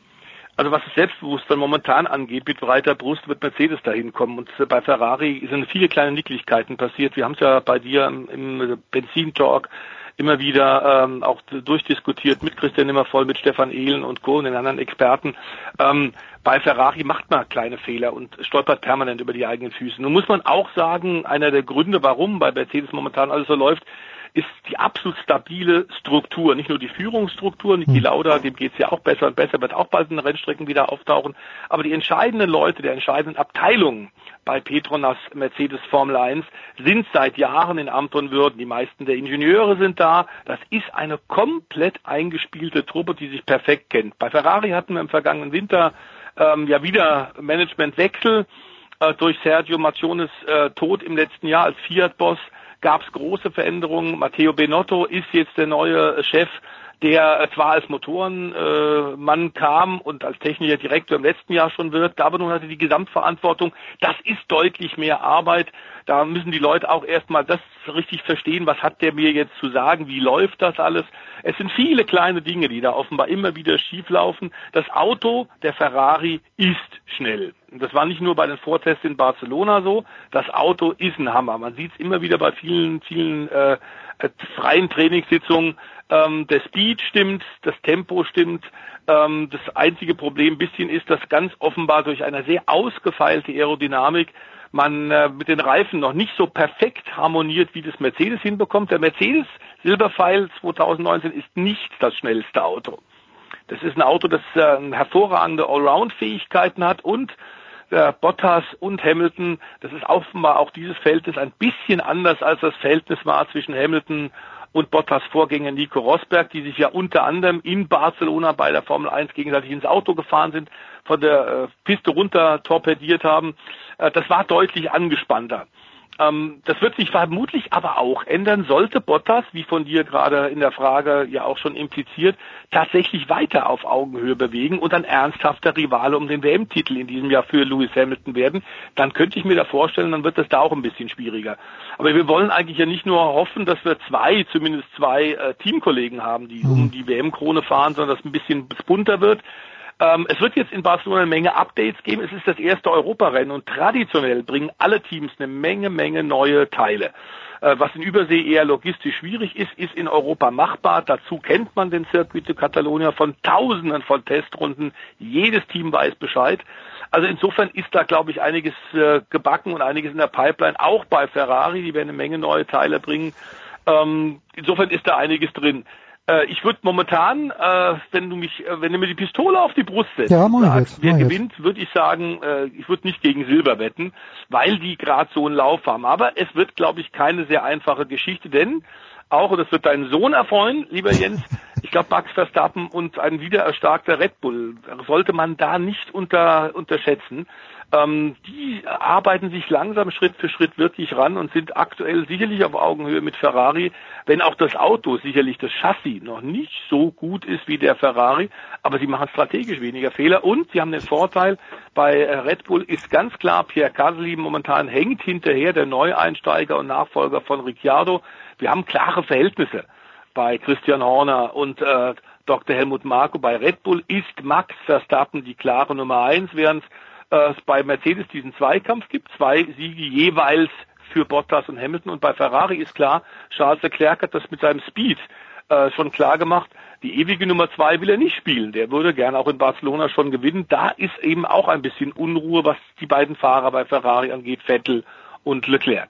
Also was das Selbstbewusstsein momentan angeht, mit breiter Brust wird Mercedes dahin kommen. Und bei Ferrari sind viele kleine Nicklichkeiten passiert. Wir haben es ja bei dir im, im Benzin-Talk immer wieder ähm, auch durchdiskutiert mit Christian Nimmervoll, mit Stefan Ehlen und Co. und den anderen Experten. Ähm, bei Ferrari macht man kleine Fehler und stolpert permanent über die eigenen Füße. Nun muss man auch sagen, einer der Gründe, warum bei Mercedes momentan alles so läuft, ist die absolut stabile Struktur, nicht nur die Führungsstruktur. Niki Lauda, dem geht's ja auch besser und besser, wird auch bald in den Rennstrecken wieder auftauchen. Aber die entscheidenden Leute der entscheidenden Abteilungen bei Petronas Mercedes Formel eins sind seit Jahren in Amt und Würden. Die meisten der Ingenieure sind da. Das ist eine komplett eingespielte Truppe, die sich perfekt kennt. Bei Ferrari hatten wir im vergangenen Winter ähm, ja wieder Managementwechsel äh, durch Sergio Marchiones äh, Tod im letzten Jahr als Fiat-Boss. Gab es große Veränderungen. Matteo Binotto ist jetzt der neue Chef, der zwar als Motorenmann äh, kam und als technischer Direktor im letzten Jahr schon wirkt, aber nun hatte die Gesamtverantwortung. Das ist deutlich mehr Arbeit. Da müssen die Leute auch erstmal das richtig verstehen, was hat der mir jetzt zu sagen, wie läuft das alles. Es sind viele kleine Dinge, die da offenbar immer wieder schief laufen. Das Auto der Ferrari ist schnell. Und das war nicht nur bei den Vortests in Barcelona so. Das Auto ist ein Hammer. Man sieht es immer wieder bei vielen, vielen äh, freien Trainingssitzungen. Ähm, der Speed stimmt, das Tempo stimmt. Ähm, das einzige Problem ein bisschen ist, dass ganz offenbar durch eine sehr ausgefeilte Aerodynamik man äh, mit den Reifen noch nicht so perfekt harmoniert, wie das Mercedes hinbekommt. Der Mercedes Silberpfeil zwanzig neunzehn ist nicht das schnellste Auto. Das ist ein Auto, das äh, hervorragende Allround-Fähigkeiten hat und äh, Bottas und Hamilton, das ist offenbar auch dieses Verhältnis ein bisschen anders, als das Verhältnis war zwischen Hamilton und Bottas Vorgänger Nico Rosberg, die sich ja unter anderem in Barcelona bei der Formel eins gegenseitig ins Auto gefahren sind, von der äh, Piste runter torpediert haben. Äh, das war deutlich angespannter. Ähm, das wird sich vermutlich aber auch ändern, sollte Bottas, wie von dir gerade in der Frage ja auch schon impliziert, tatsächlich weiter auf Augenhöhe bewegen und ein ernsthafter Rivale um den W M-Titel in diesem Jahr für Lewis Hamilton werden, dann könnte ich mir da vorstellen, dann wird das da auch ein bisschen schwieriger. Aber wir wollen eigentlich ja nicht nur hoffen, dass wir zwei, zumindest zwei äh, Teamkollegen haben, die um die W M-Krone fahren, sondern dass es ein bisschen bunter wird. Ähm, es wird jetzt in Barcelona eine Menge Updates geben. Es ist das erste Europarennen und traditionell bringen alle Teams eine Menge, Menge neue Teile. Äh, was in Übersee eher logistisch schwierig ist, ist in Europa machbar. Dazu kennt man den Circuit de Catalunya von Tausenden von Testrunden. Jedes Team weiß Bescheid. Also insofern ist da, glaube ich, einiges äh, gebacken und einiges in der Pipeline, auch bei Ferrari. Die werden eine Menge neue Teile bringen. Ähm, insofern ist da einiges drin. Ich würde momentan, äh, wenn du mich, äh, wenn du mir die Pistole auf die Brust setzt, ja, und sagst, jetzt, wer jetzt. gewinnt, würde ich sagen, äh, ich würde nicht gegen Silber wetten, weil die gerade so einen Lauf haben. Aber es wird, glaube ich, keine sehr einfache Geschichte, denn auch, und das wird deinen Sohn erfreuen, lieber Jens, ich glaube, Max Verstappen und ein wiedererstarkter Red Bull sollte man da nicht unter, unterschätzen. Ähm, die arbeiten sich langsam Schritt für Schritt wirklich ran und sind aktuell sicherlich auf Augenhöhe mit Ferrari, wenn auch das Auto, sicherlich das Chassis, noch nicht so gut ist wie der Ferrari, aber sie machen strategisch weniger Fehler und sie haben den Vorteil, bei Red Bull ist ganz klar, Pierre Gasly momentan hängt hinterher, der Neueinsteiger und Nachfolger von Ricciardo. Wir haben klare Verhältnisse bei Christian Horner und äh, Doktor Helmut Marko. Bei Red Bull ist Max Verstappen die klare Nummer eins, während es bei Mercedes diesen Zweikampf gibt, zwei Siege jeweils für Bottas und Hamilton. Und bei Ferrari ist klar, Charles Leclerc hat das mit seinem Speed äh, schon klar gemacht. Die ewige Nummer zwei will er nicht spielen. Der würde gerne auch in Barcelona schon gewinnen. Da ist eben auch ein bisschen Unruhe, was die beiden Fahrer bei Ferrari angeht, Vettel und Leclerc.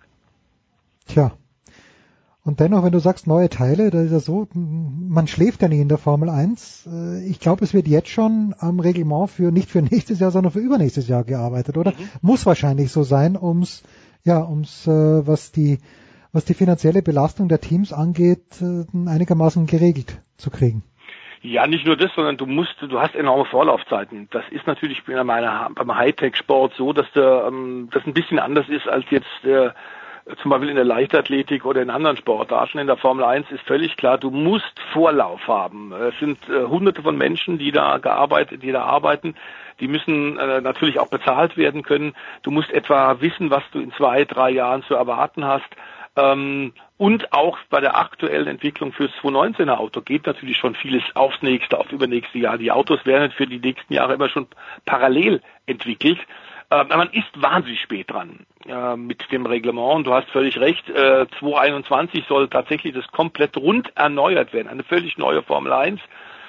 Tja. Und dennoch, wenn du sagst neue Teile, da ist ja so, man schläft ja nicht in der Formel eins. Ich glaube, es wird jetzt schon am Reglement für, nicht für nächstes Jahr, sondern für übernächstes Jahr gearbeitet, oder? Mhm. Muss wahrscheinlich so sein, ums, ja, ums, was die, was die finanzielle Belastung der Teams angeht, einigermaßen geregelt zu kriegen. Ja, nicht nur das, sondern du musst, du hast enorme Vorlaufzeiten. Das ist natürlich bei meiner, beim Hightech-Sport so, dass der, ähm, das ein bisschen anders ist als jetzt äh, zum Beispiel in der Leichtathletik oder in anderen Sportarten. In der Formel eins ist völlig klar, du musst Vorlauf haben. Es sind äh, hunderte von Menschen, die da gearbeitet, die da arbeiten. Die müssen äh, natürlich auch bezahlt werden können. Du musst etwa wissen, was du in zwei, drei Jahren zu erwarten hast. Ähm, und auch bei der aktuellen Entwicklung fürs zweitausendneunzehner Auto geht natürlich schon vieles aufs nächste, auf übernächste Jahr. Die Autos werden für die nächsten Jahre immer schon parallel entwickelt. Aber man ist wahnsinnig spät dran äh, mit dem Reglement. Und du hast völlig recht, äh, zweitausendeinundzwanzig soll tatsächlich das komplett rund erneuert werden. Eine völlig neue Formel eins,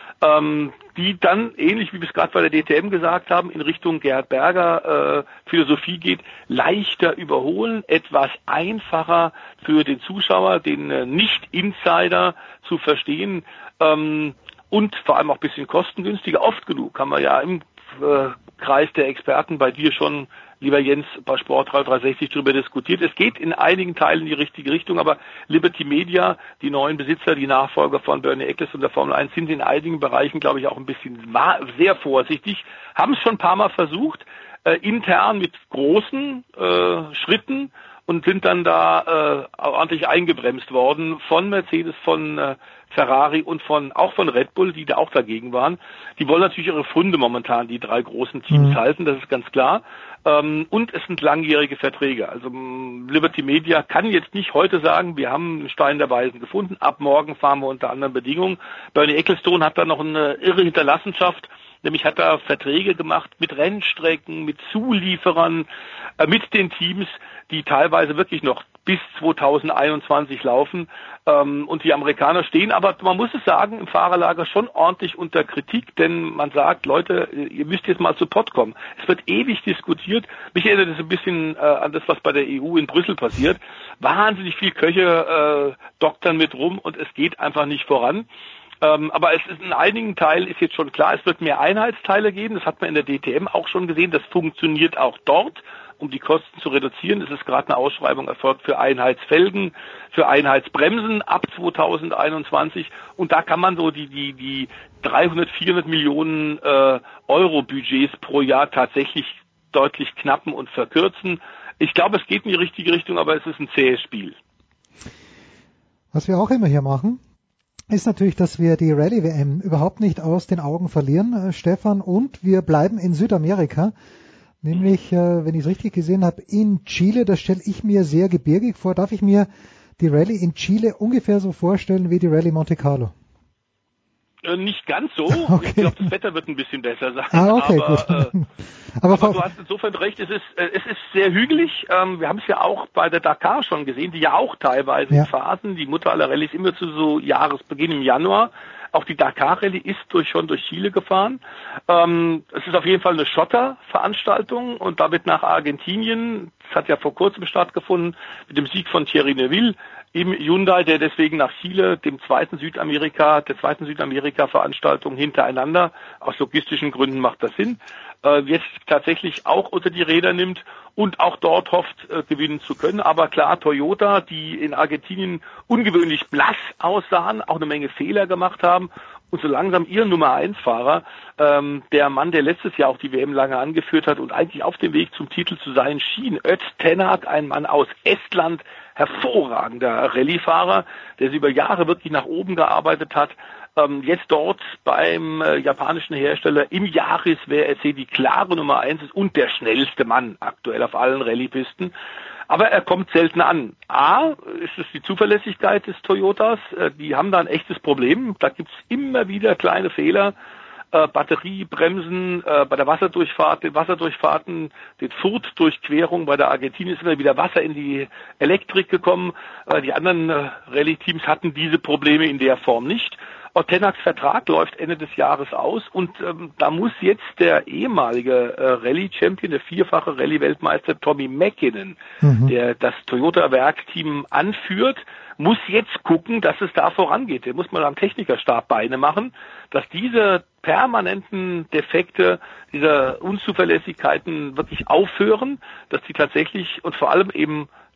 ähm, die dann, ähnlich wie wir es gerade bei der D T M gesagt haben, in Richtung Gerhard Berger äh, Philosophie geht, leichter überholen, etwas einfacher für den Zuschauer, den äh, Nicht-Insider zu verstehen ähm, und vor allem auch ein bisschen kostengünstiger. Oft genug haben wir ja im äh, Kreis der Experten bei dir schon, lieber Jens, bei Sportradio dreihundertsechzig darüber diskutiert. Es geht in einigen Teilen in die richtige Richtung, aber Liberty Media, die neuen Besitzer, die Nachfolger von Bernie Ecclestone und der Formel eins, sind in einigen Bereichen, glaube ich, auch ein bisschen sehr vorsichtig, haben es schon ein paar Mal versucht, äh, intern mit großen äh, Schritten, und sind dann da äh, ordentlich eingebremst worden von Mercedes, von äh, Ferrari und von auch von Red Bull, die da auch dagegen waren. Die wollen natürlich ihre Funde momentan, die drei großen Teams, mhm. halten, das ist ganz klar. Ähm, und es sind langjährige Verträge. Also Liberty Media kann jetzt nicht heute sagen, wir haben einen Stein der Weisen gefunden, ab morgen fahren wir unter anderen Bedingungen. Bernie Ecclestone hat da noch eine irre Hinterlassenschaft. Nämlich hat er Verträge gemacht mit Rennstrecken, mit Zulieferern, äh, mit den Teams, die teilweise wirklich noch bis zweitausendeinundzwanzig laufen. Ähm, und die Amerikaner stehen aber, man muss es sagen, im Fahrerlager schon ordentlich unter Kritik, denn man sagt, Leute, ihr müsst jetzt mal zu Pott kommen. Es wird ewig diskutiert. Mich erinnert es ein bisschen äh, an das, was bei der E U in Brüssel passiert. Wahnsinnig viel Köche äh, doktern mit rum und es geht einfach nicht voran. Ähm, aber es ist in einigen Teilen ist jetzt schon klar, es wird mehr Einheitsteile geben. Das hat man in der D T M auch schon gesehen. Das funktioniert auch dort, um die Kosten zu reduzieren. Es ist gerade eine Ausschreibung erfolgt für Einheitsfelgen, für Einheitsbremsen ab zweitausendeinundzwanzig. Und da kann man so die die die dreihundert, vierhundert Millionen äh, Euro Budgets pro Jahr tatsächlich deutlich knappen und verkürzen. Ich glaube, es geht in die richtige Richtung, aber es ist ein zähes Spiel. Was wir auch immer hier machen, ist natürlich, dass wir die Rallye-W M überhaupt nicht aus den Augen verlieren, äh, Stefan, und wir bleiben in Südamerika, nämlich, äh, wenn ich es richtig gesehen habe, in Chile. Das stelle ich mir sehr gebirgig vor. Darf ich mir die Rallye in Chile ungefähr so vorstellen wie die Rallye Monte Carlo? Äh, nicht ganz so. Okay. Ich glaube, das Wetter wird ein bisschen besser sein. Ah, okay, aber, gut. Äh, aber, aber du hast insofern recht, es ist, äh, es ist sehr hügelig. Ähm, wir haben es ja auch bei der Dakar schon gesehen, die ja auch teilweise ja. in Phasen, die Mutter aller Rallyes immer zu so Jahresbeginn im Januar. Auch die Dakar-Rallye ist durch, schon durch Chile gefahren. Ähm, es ist auf jeden Fall eine Schotterveranstaltung und damit nach Argentinien. Das hat ja vor kurzem stattgefunden mit dem Sieg von Thierry Neuville im Hyundai, der deswegen nach Chile, dem zweiten Südamerika, der zweiten Südamerika-Veranstaltung hintereinander, aus logistischen Gründen macht das Sinn, äh, jetzt tatsächlich auch unter die Räder nimmt und auch dort hofft, äh, gewinnen zu können. Aber klar, Toyota, die in Argentinien ungewöhnlich blass aussahen, auch eine Menge Fehler gemacht haben und so langsam ihr Nummer eins Fahrer, ähm, der Mann, der letztes Jahr auch die W M lange angeführt hat und eigentlich auf dem Weg zum Titel zu sein schien, Öztenak, ein Mann aus Estland, hervorragender Rallye-Fahrer, der sie über Jahre wirklich nach oben gearbeitet hat, ähm, jetzt dort beim äh, japanischen Hersteller im Yaris W R C die klare Nummer eins ist und der schnellste Mann aktuell auf allen Rallye-Pisten. Aber er kommt selten an. A, ist es die Zuverlässigkeit des Toyotas. Äh, die haben da ein echtes Problem. Da gibt's immer wieder kleine Fehler. Äh, Batterie, Bremsen, äh, bei der Wasserdurchfahrt, den Wasserdurchfahrten, den Furtdurchquerung bei der Argentinien ist immer wieder Wasser in die Elektrik gekommen. Äh, die anderen äh, Rallye-Teams hatten diese Probleme in der Form nicht. Ottenaks Vertrag läuft Ende des Jahres aus und ähm, da muss jetzt der ehemalige äh, Rallye-Champion, der vierfache Rallye-Weltmeister Tommy Mäkinen, mhm. der das Toyota-Werkteam anführt, muss jetzt gucken, dass es da vorangeht. Der muss mal am Technikerstab Beine machen, dass diese permanenten Defekte, diese Unzuverlässigkeiten wirklich aufhören, dass die tatsächlich und vor allem eben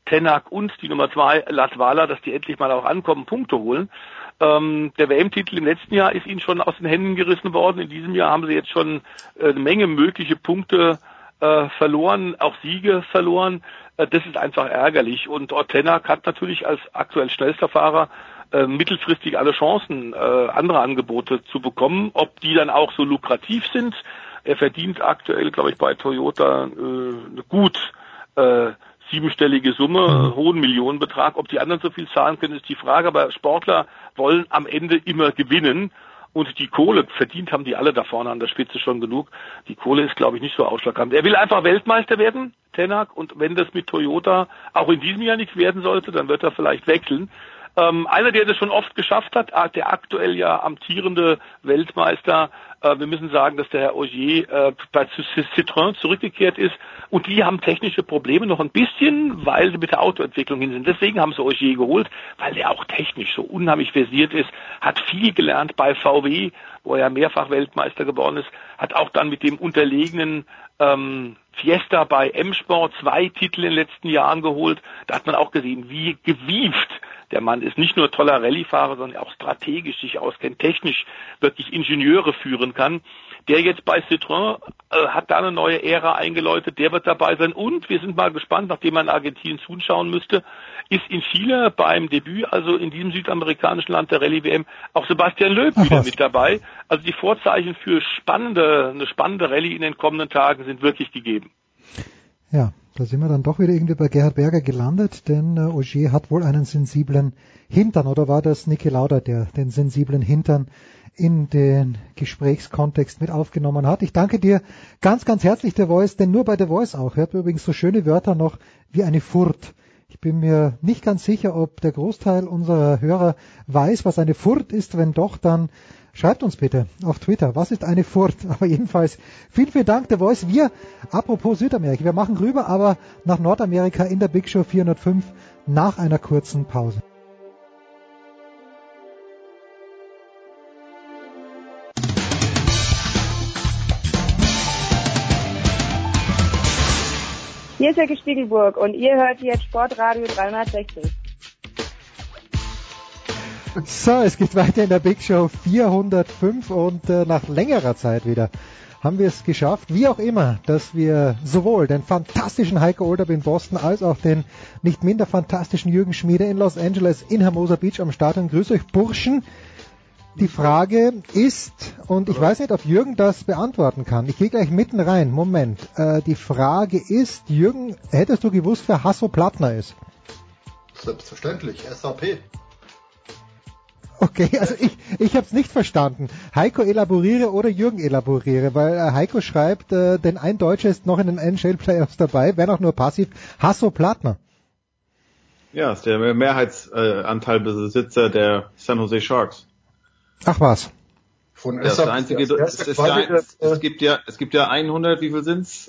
Tänak und die Nummer zwei Latvala, dass die endlich mal auch ankommen, Punkte holen. Ähm, der W M-Titel im letzten Jahr ist ihnen schon aus den Händen gerissen worden. In diesem Jahr haben sie jetzt schon äh, eine Menge mögliche Punkte äh, verloren, auch Siege verloren. Äh, das ist einfach ärgerlich. Und Tänak hat natürlich als aktuell schnellster Fahrer äh, mittelfristig alle Chancen, äh, andere Angebote zu bekommen. Ob die dann auch so lukrativ sind, er verdient aktuell, glaube ich, bei Toyota äh, gut äh, siebenstellige Summe, hohen Millionenbetrag. Ob die anderen so viel zahlen können, ist die Frage. Aber Sportler wollen am Ende immer gewinnen. Und die Kohle, verdient haben die alle da vorne an der Spitze schon genug. Die Kohle ist, glaube ich, nicht so ausschlaggebend. Er will einfach Weltmeister werden, Tänak. Und wenn das mit Toyota auch in diesem Jahr nichts werden sollte, dann wird er vielleicht wechseln. Ähm, einer, der das schon oft geschafft hat, der aktuell ja amtierende Weltmeister, äh, wir müssen sagen, dass der Herr Ogier äh, bei Citroën zurückgekehrt ist und die haben technische Probleme noch ein bisschen, weil sie mit der Autoentwicklung hin sind. Deswegen haben sie Ogier geholt, weil der auch technisch so unheimlich versiert ist, hat viel gelernt bei V W, wo er mehrfach Weltmeister geworden ist, hat auch dann mit dem unterlegenen ähm, Fiesta bei M-Sport zwei Titel in den letzten Jahren geholt. Da hat man auch gesehen, wie gewieft der Mann ist. Nicht nur toller Rallye-Fahrer, sondern auch strategisch sich auskennt, technisch wirklich Ingenieure führen kann. Der jetzt bei Citroën äh, hat da eine neue Ära eingeläutet, der wird dabei sein. Und wir sind mal gespannt, nachdem man in Argentinien zuschauen müsste, ist in Chile beim Debüt, also in diesem südamerikanischen Land der Rallye-W M, auch Sebastian Loeb Ach, wieder was. mit dabei. Also die Vorzeichen für spannende, eine spannende Rallye in den kommenden Tagen sind wirklich gegeben. Ja, da sind wir dann doch wieder irgendwie bei Gerhard Berger gelandet, denn äh, Ogier hat wohl einen sensiblen Hintern, oder war das Niki Lauda, der den sensiblen Hintern in den Gesprächskontext mit aufgenommen hat? Ich danke dir ganz, ganz herzlich, The Voice, denn nur bei The Voice auch hört man übrigens so schöne Wörter noch wie eine Furt. Ich bin mir nicht ganz sicher, ob der Großteil unserer Hörer weiß, was eine Furt ist. Wenn doch, dann schreibt uns bitte auf Twitter, was ist eine Furt? Aber jedenfalls, vielen, vielen Dank, The Voice. Wir, apropos Südamerika, wir machen rüber, aber nach Nordamerika in der Big Show vierhundertfünf nach einer kurzen Pause. Hier ist Jörg Spiegelburg und ihr hört jetzt Sportradio dreihundertsechzig. So, es geht weiter in der Big Show vierhundertfünf und äh, nach längerer Zeit wieder haben wir es geschafft, wie auch immer, dass wir sowohl den fantastischen Heiko Olderb in Boston als auch den nicht minder fantastischen Jürgen Schmiede in Los Angeles in Hermosa Beach am Start haben. Grüß euch, Burschen. Die Frage ist, und ich weiß nicht, ob Jürgen das beantworten kann. Ich gehe gleich mitten rein. Moment. Äh, die Frage ist, Jürgen, hättest du gewusst, wer Hasso Plattner ist? Selbstverständlich, S A P. Okay, also ich, ich habe es nicht verstanden. Heiko elaboriere oder Jürgen elaboriere, weil äh, Heiko schreibt, äh, denn ein Deutscher ist noch in den N H L-Playoffs dabei, wenn auch nur passiv, Hasso Plattner. Ja, ist der Mehrheitsanteilbesitzer der San Jose Sharks. Ach was. Von das S A P, einzige, das es, ist ja, es, es gibt ja, es gibt ja hundert, wie viel sind's?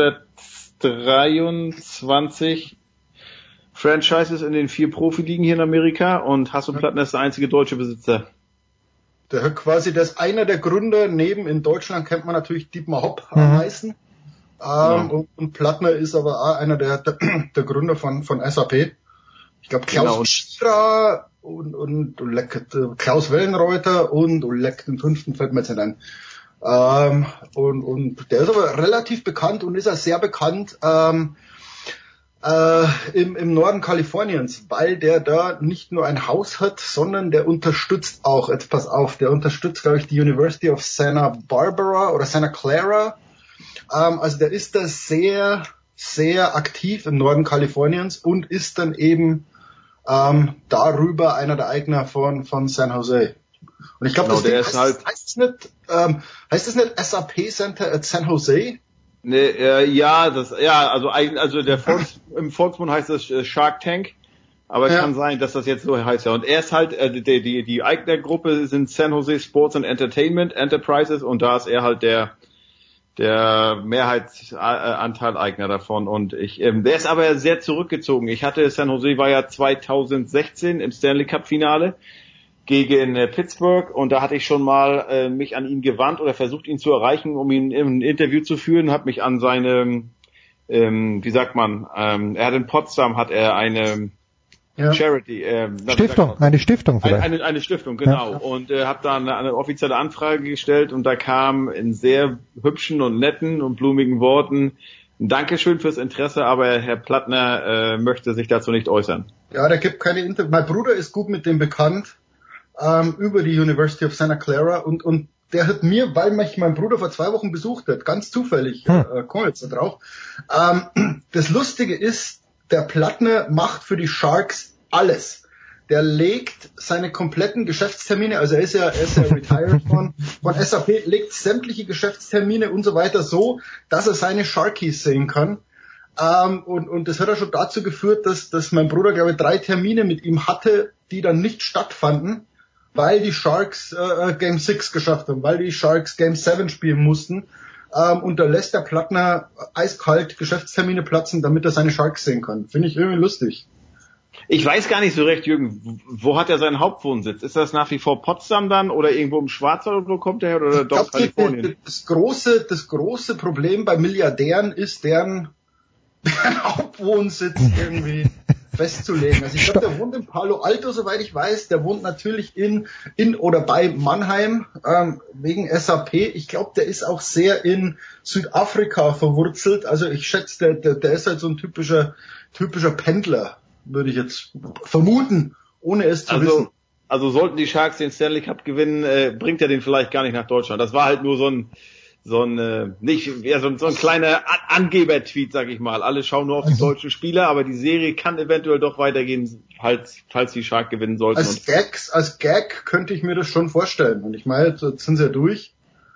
hundertdreiundzwanzig Franchises in den vier Profiligen hier in Amerika und Hasso Plattner ist der einzige deutsche Besitzer. Der hat quasi, das ist einer der Gründer, neben in Deutschland kennt man natürlich Dietmar Hopp am Mhm. meisten. Ähm, Ja. und, und Plattner ist aber auch einer der, der, der Gründer von, von S A P. Ich glaube Klaus Genau. Schira und, und, und leck, Klaus Wellenreuter und, und leck, den fünften fällt mir jetzt nicht ein. Ähm, und, und der ist aber relativ bekannt und ist auch sehr bekannt ähm, äh, im, im Norden Kaliforniens, weil der da nicht nur ein Haus hat, sondern der unterstützt auch, jetzt pass auf, der unterstützt, glaube ich, die University of Santa Barbara oder Santa Clara. Ähm, also der ist da sehr, sehr aktiv im Norden Kaliforniens und ist dann eben ähm, darüber einer der Eigner von, von San Jose. Und ich glaube, Genau, das Ding der ist heißt, halt- heißt es nicht, ähm, heißt es nicht S A P Center at San Jose? Ne, äh, ja, das, ja, also eigentlich, also der Volks, im Volksmund heißt das äh, Shark Tank, aber es Ja. kann sein, dass das jetzt so heißt, ja. Und er ist halt, äh, die, die, die Eignergruppe sind San Jose Sports and Entertainment Enterprises und da ist er halt der, der Mehrheitsanteilleigner davon und ich, ähm, der ist aber sehr zurückgezogen. Ich hatte, San Jose war ja zweitausendsechzehn im Stanley Cup Finale gegen äh, Pittsburgh und da hatte ich schon mal äh, mich an ihn gewandt oder versucht ihn zu erreichen, um ihn im Interview zu führen, habe mich an seine ähm, wie sagt man, ähm, er hat in Potsdam hat er eine ja. Charity, äh, Stiftung, eine Stiftung vielleicht. Eine, eine Stiftung, genau. Ja. Und äh, habe da eine, eine offizielle Anfrage gestellt und da kam in sehr hübschen und netten und blumigen Worten ein Dankeschön fürs Interesse, aber Herr Plattner äh, möchte sich dazu nicht äußern. Ja, der gibt keine Inter. Mein Bruder ist gut mit dem bekannt ähm, über die University of Santa Clara und und der hat mir, weil mich mein Bruder vor zwei Wochen besucht hat, ganz zufällig, hm. äh, komm jetzt da drauf. Ähm, das Lustige ist, der Plattner macht für die Sharks alles. Der legt seine kompletten Geschäftstermine, also er ist ja, er ist ja retired von, von S A P, legt sämtliche Geschäftstermine und so weiter so, dass er seine Sharkies sehen kann. Ähm, und, und das hat ja schon dazu geführt, dass, dass mein Bruder, glaube ich, drei Termine mit ihm hatte, die dann nicht stattfanden, weil die Sharks äh, Game six geschafft haben, weil die Sharks Game seven spielen mussten. Ähm, und da lässt der Plattner eiskalt Geschäftstermine platzen, damit er seine Sharks sehen kann. Finde ich irgendwie lustig. Ich weiß gar nicht so recht, Jürgen, wo hat er seinen Hauptwohnsitz? Ist das nach wie vor Potsdam dann oder irgendwo im Schwarzwald oder wo kommt er her oder doch ich glaub, Kalifornien? Das große, das große Problem bei Milliardären ist, deren, deren Hauptwohnsitz irgendwie festzulegen. Also ich glaube, der wohnt in Palo Alto, soweit ich weiß. Der wohnt natürlich in in oder bei Mannheim ähm, wegen S A P. Ich glaube, der ist auch sehr in Südafrika verwurzelt. Also ich schätze, der, der, der ist halt so ein typischer typischer Pendler, würde ich jetzt vermuten, ohne es zu also, wissen. Also sollten die Sharks den Stanley Cup gewinnen, äh, bringt er den vielleicht gar nicht nach Deutschland. Das war halt nur so ein so ein äh, nicht ja, so, ein, so ein kleiner An- Angeber-Tweet, sag ich mal. Alle schauen nur auf die deutschen Spieler, aber die Serie kann eventuell doch weitergehen, falls falls die Sharks gewinnen sollten. Als Gags, als Gag könnte ich mir das schon vorstellen. Und ich meine, jetzt sind sie ja durch.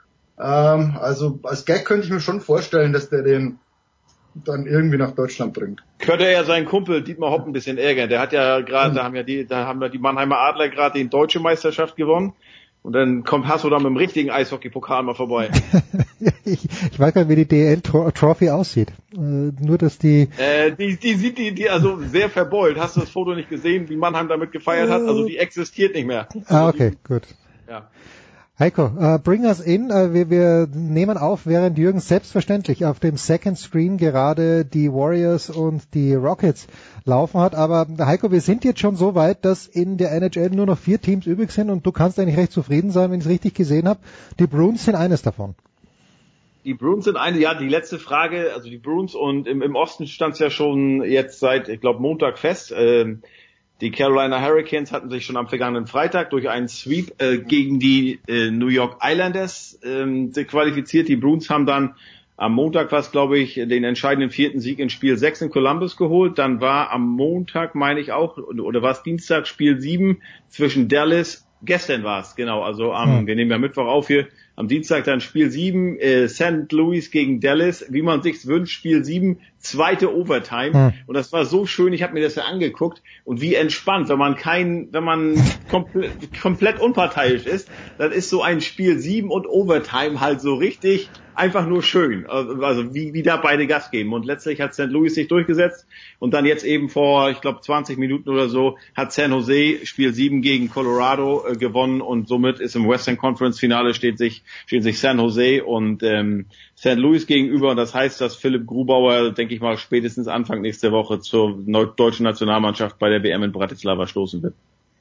Ähm, also als Gag könnte ich mir schon vorstellen, dass der den dann irgendwie nach Deutschland bringt. Könnte er ja seinen Kumpel Dietmar Hopp ein bisschen ärgern. Der hat ja gerade, mhm. da haben ja die, da haben ja die Mannheimer Adler gerade die deutsche Meisterschaft gewonnen. Und dann kommt Hasso da mit dem richtigen Eishockey-Pokal mal vorbei. ich, ich weiß gar nicht, wie die D L-Trophy aussieht. Äh, nur, dass die... Äh, die, die sieht die, die also sehr verbeult. Hast du das Foto nicht gesehen, wie Mannheim damit gefeiert hat? Also die existiert nicht mehr. Ah, okay, gut. Ja. Heiko, uh, bring us in. Uh, wir, wir nehmen auf, während Jürgen selbstverständlich auf dem Second Screen gerade die Warriors und die Rockets laufen hat. Aber Heiko, wir sind jetzt schon so weit, dass in der N H L nur noch vier Teams übrig sind und du kannst eigentlich recht zufrieden sein, wenn ich es richtig gesehen habe. Die Bruins sind eines davon. Die Bruins sind eine, ja, die letzte Frage, also die Bruins und im, im Osten stand es ja schon jetzt seit, ich glaube, Montag fest. Ähm, Die Carolina Hurricanes hatten sich schon am vergangenen Freitag durch einen Sweep äh, gegen die äh, New York Islanders ähm, qualifiziert. Die Bruins haben dann am Montag was, glaube ich, den entscheidenden vierten Sieg in Spiel sechs in Columbus geholt. Dann war am Montag, meine ich auch, oder war es Dienstag, Spiel sieben zwischen Dallas, gestern war es, genau, also am, hm. wir nehmen ja Mittwoch auf hier, am Dienstag dann Spiel sieben, äh, Saint Louis gegen Dallas, wie man sich's wünscht, Spiel sieben, zweite Overtime. Hm. Und das war so schön, ich habe mir das ja angeguckt und wie entspannt, wenn man kein, wenn man komple- komplett unparteiisch ist, dann ist so ein Spiel sieben und Overtime halt so richtig einfach nur schön. Also wie, wie da beide Gas geben. Und letztlich hat Saint Louis sich durchgesetzt und dann jetzt eben vor, ich glaube, zwanzig Minuten oder so hat San Jose Spiel sieben gegen Colorado äh, gewonnen und somit ist im Western Conference Finale steht sich, steht sich San Jose und ähm, Saint Louis gegenüber. Und das heißt, dass Philipp Grubauer, denke ich mal, spätestens Anfang nächste Woche zur deutschen Nationalmannschaft bei der W M in Bratislava stoßen wird.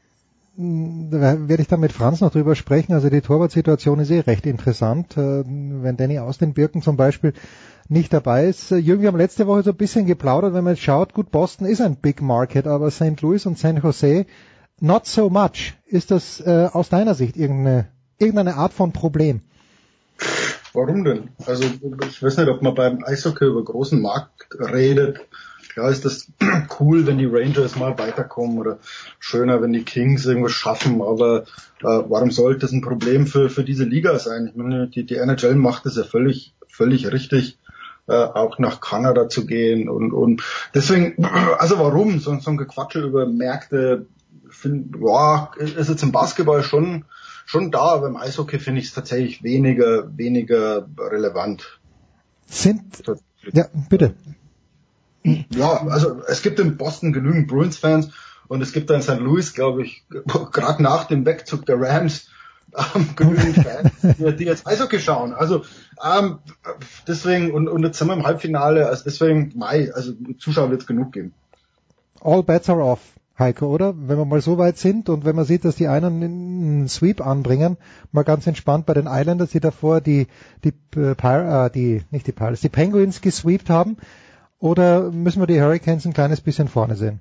Da werde ich dann mit Franz noch drüber sprechen. Also die Torwartsituation ist eh recht interessant. Wenn Danny aus den Birken zum Beispiel nicht dabei ist. Jürgen, wir haben letzte Woche so ein bisschen geplaudert, wenn man jetzt schaut, gut, Boston ist ein Big Market, aber Saint Louis und San Jose not so much. Ist das äh, aus deiner Sicht irgendeine, irgendeine Art von Problem? Warum denn? Also ich weiß nicht, ob man beim Eishockey über großen Markt redet. Klar ist das cool, wenn die Rangers mal weiterkommen oder schöner, wenn die Kings irgendwas schaffen, aber äh, warum sollte das ein Problem für für diese Liga sein? Ich meine, die, die N H L macht es ja völlig völlig richtig, äh, auch nach Kanada zu gehen und und deswegen, also warum? So, so ein Gequatsche über Märkte, find, ja, ist jetzt im Basketball schon schon da, aber im Eishockey finde ich es tatsächlich weniger weniger relevant. Sind ja bitte. Ja, also es gibt in Boston genügend Bruins-Fans und es gibt da in Saint Louis, glaube ich, gerade nach dem Wegzug der Rams ähm, genügend Fans, die, die jetzt Eishockey schauen. Also ähm, deswegen, und, und jetzt sind wir im Halbfinale, also deswegen, Mai, also Zuschauer wird es genug geben. All bets are off, Heiko, oder? Wenn wir mal so weit sind und wenn man sieht, dass die einen einen Sweep anbringen, mal ganz entspannt bei den Islanders, die davor die, die, äh, Pir- äh, die nicht die Pirates, die Penguins gesweept haben, oder müssen wir die Hurricanes ein kleines bisschen vorne sehen?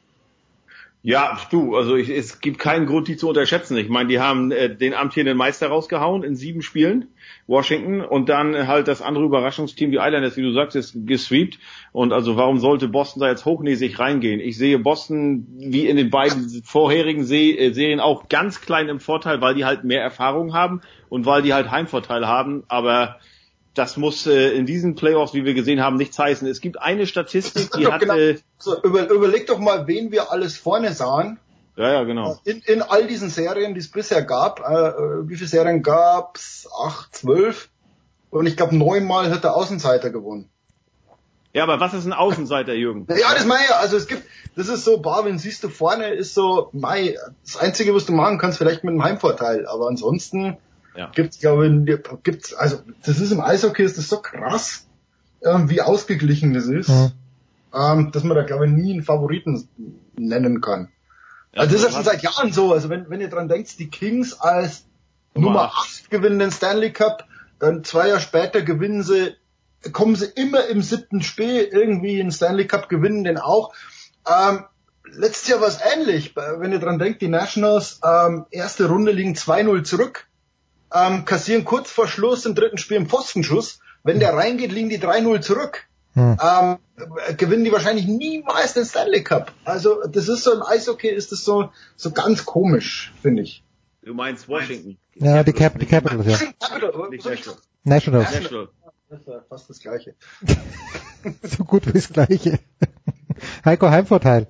Ja, du, also ich, es gibt keinen Grund, die zu unterschätzen. Ich meine, die haben äh, den amtierenden Meister rausgehauen in sieben Spielen, Washington, und dann halt das andere Überraschungsteam, die Islanders, wie du sagst, ist gesweept. Und also warum sollte Boston da jetzt hochnäsig reingehen? Ich sehe Boston wie in den beiden vorherigen Se- äh, Serien auch ganz klein im Vorteil, weil die halt mehr Erfahrung haben und weil die halt Heimvorteil haben. Aber das muss äh, in diesen Playoffs, wie wir gesehen haben, nichts heißen. Es gibt eine Statistik, die hat... Genau. Äh, so, über, überleg doch mal, wen wir alles vorne sahen. Ja, ja, genau. In, in all diesen Serien, die es bisher gab. Äh, wie viele Serien gab's? Acht, zwölf. Und ich glaube, neunmal hat der Außenseiter gewonnen. Ja, aber was ist ein Außenseiter, Jürgen? Ja, das meine ich ja. Also es gibt, das ist so, Barwin, siehst du vorne, ist so, mei, das Einzige, was du machen kannst, vielleicht mit einem Heimvorteil. Aber ansonsten... Ja. Gibt's, glaube ich, gibt's, also, das ist im Eishockey, ist das so krass, ähm, wie ausgeglichen das ist, mhm. ähm, dass man da, glaube ich, nie einen Favoriten nennen kann. Ja, also, das ist ja schon seit Jahren so, also, wenn, wenn ihr dran denkt, die Kings als Nummer, Nummer acht gewinnen den Stanley Cup, dann zwei Jahre später gewinnen sie, kommen sie immer im siebten Spiel irgendwie in den Stanley Cup, gewinnen den auch, ähm, letztes Jahr war es ähnlich, wenn ihr dran denkt, die Nationals, ähm, erste Runde liegen zwei null zurück, Ähm, kassieren kurz vor Schluss im dritten Spiel einen Pfostenschuss. Wenn der reingeht, liegen die drei null zurück. Hm. Ähm, gewinnen die wahrscheinlich niemals den Stanley Cup. Also das ist so, im Eishockey ist das so so ganz komisch, finde ich. Du meinst Washington? Ja, die, Cap- die Capitals, ja. Capital, nicht National. Nationals. National. Das ist ja fast das Gleiche. So gut wie das Gleiche. Heiko, Heimvorteil.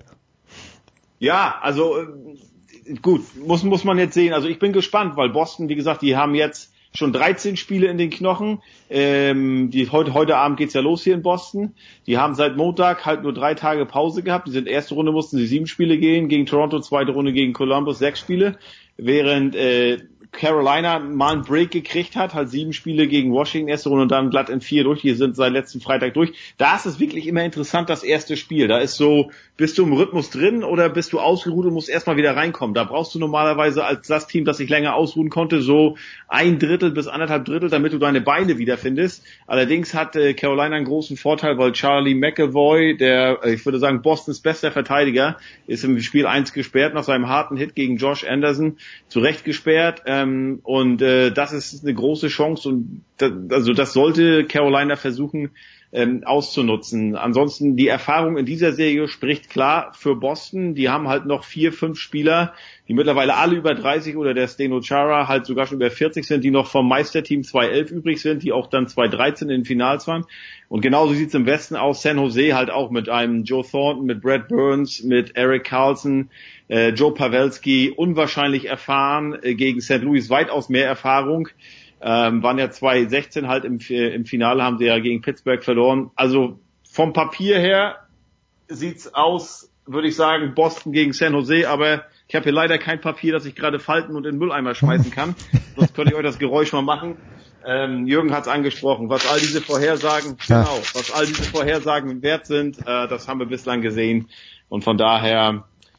Ja, also... Ähm, Gut, muss, muss man jetzt sehen. Also ich bin gespannt, weil Boston, wie gesagt, die haben jetzt schon dreizehn Spiele in den Knochen. Ähm, die, heute, heute Abend geht's ja los hier in Boston. Die haben seit Montag halt nur drei Tage Pause gehabt. Die sind erste Runde mussten sie sieben Spiele gehen, gegen Toronto, zweite Runde gegen Columbus, sechs Spiele. Während äh, Carolina mal einen Break gekriegt hat, halt sieben Spiele gegen Washington, erste Runde und dann glatt in vier durch. Die sind seit letzten Freitag durch. Da ist es wirklich immer interessant, das erste Spiel. Da ist so, bist du im Rhythmus drin oder bist du ausgeruht und musst erstmal wieder reinkommen. Da brauchst du normalerweise als das Team, das sich länger ausruhen konnte, so ein Drittel bis anderthalb Drittel, damit du deine Beine wiederfindest. Allerdings hat äh, Carolina einen großen Vorteil, weil Charlie McAvoy, der, äh, ich würde sagen, Bostons bester Verteidiger, ist im Spiel eins gesperrt nach seinem harten Hit gegen Josh Anderson, zu Recht gesperrt. Ähm, und äh, das ist eine große Chance und das, also das sollte Carolina versuchen ähm, auszunutzen. Ansonsten die Erfahrung in dieser Serie spricht klar für Boston. Die haben halt noch vier, fünf Spieler, die mittlerweile alle über dreißig oder der Zdeno Chara halt sogar schon über vierzig sind, die noch vom Meisterteam zwei elf übrig sind, die auch dann zwei dreizehn in den Finals waren. Und genauso sieht's im Westen aus. San Jose halt auch mit einem Joe Thornton, mit Brad Burns, mit Eric Carlson, äh, Joe Pavelski, unwahrscheinlich erfahren, äh, gegen Saint Louis weitaus mehr Erfahrung. Ähm, waren ja zwanzig sechzehn halt im, im Finale, haben sie ja gegen Pittsburgh verloren. Also vom Papier her sieht's aus, würde ich sagen, Boston gegen San Jose, aber ich habe hier leider kein Papier, das ich gerade falten und in den Mülleimer schmeißen kann. Sonst könnte ich euch das Geräusch mal machen. Ähm, Jürgen hat's angesprochen, was all diese Vorhersagen, ja. genau, was all diese Vorhersagen wert sind, äh, das haben wir bislang gesehen. Und von daher,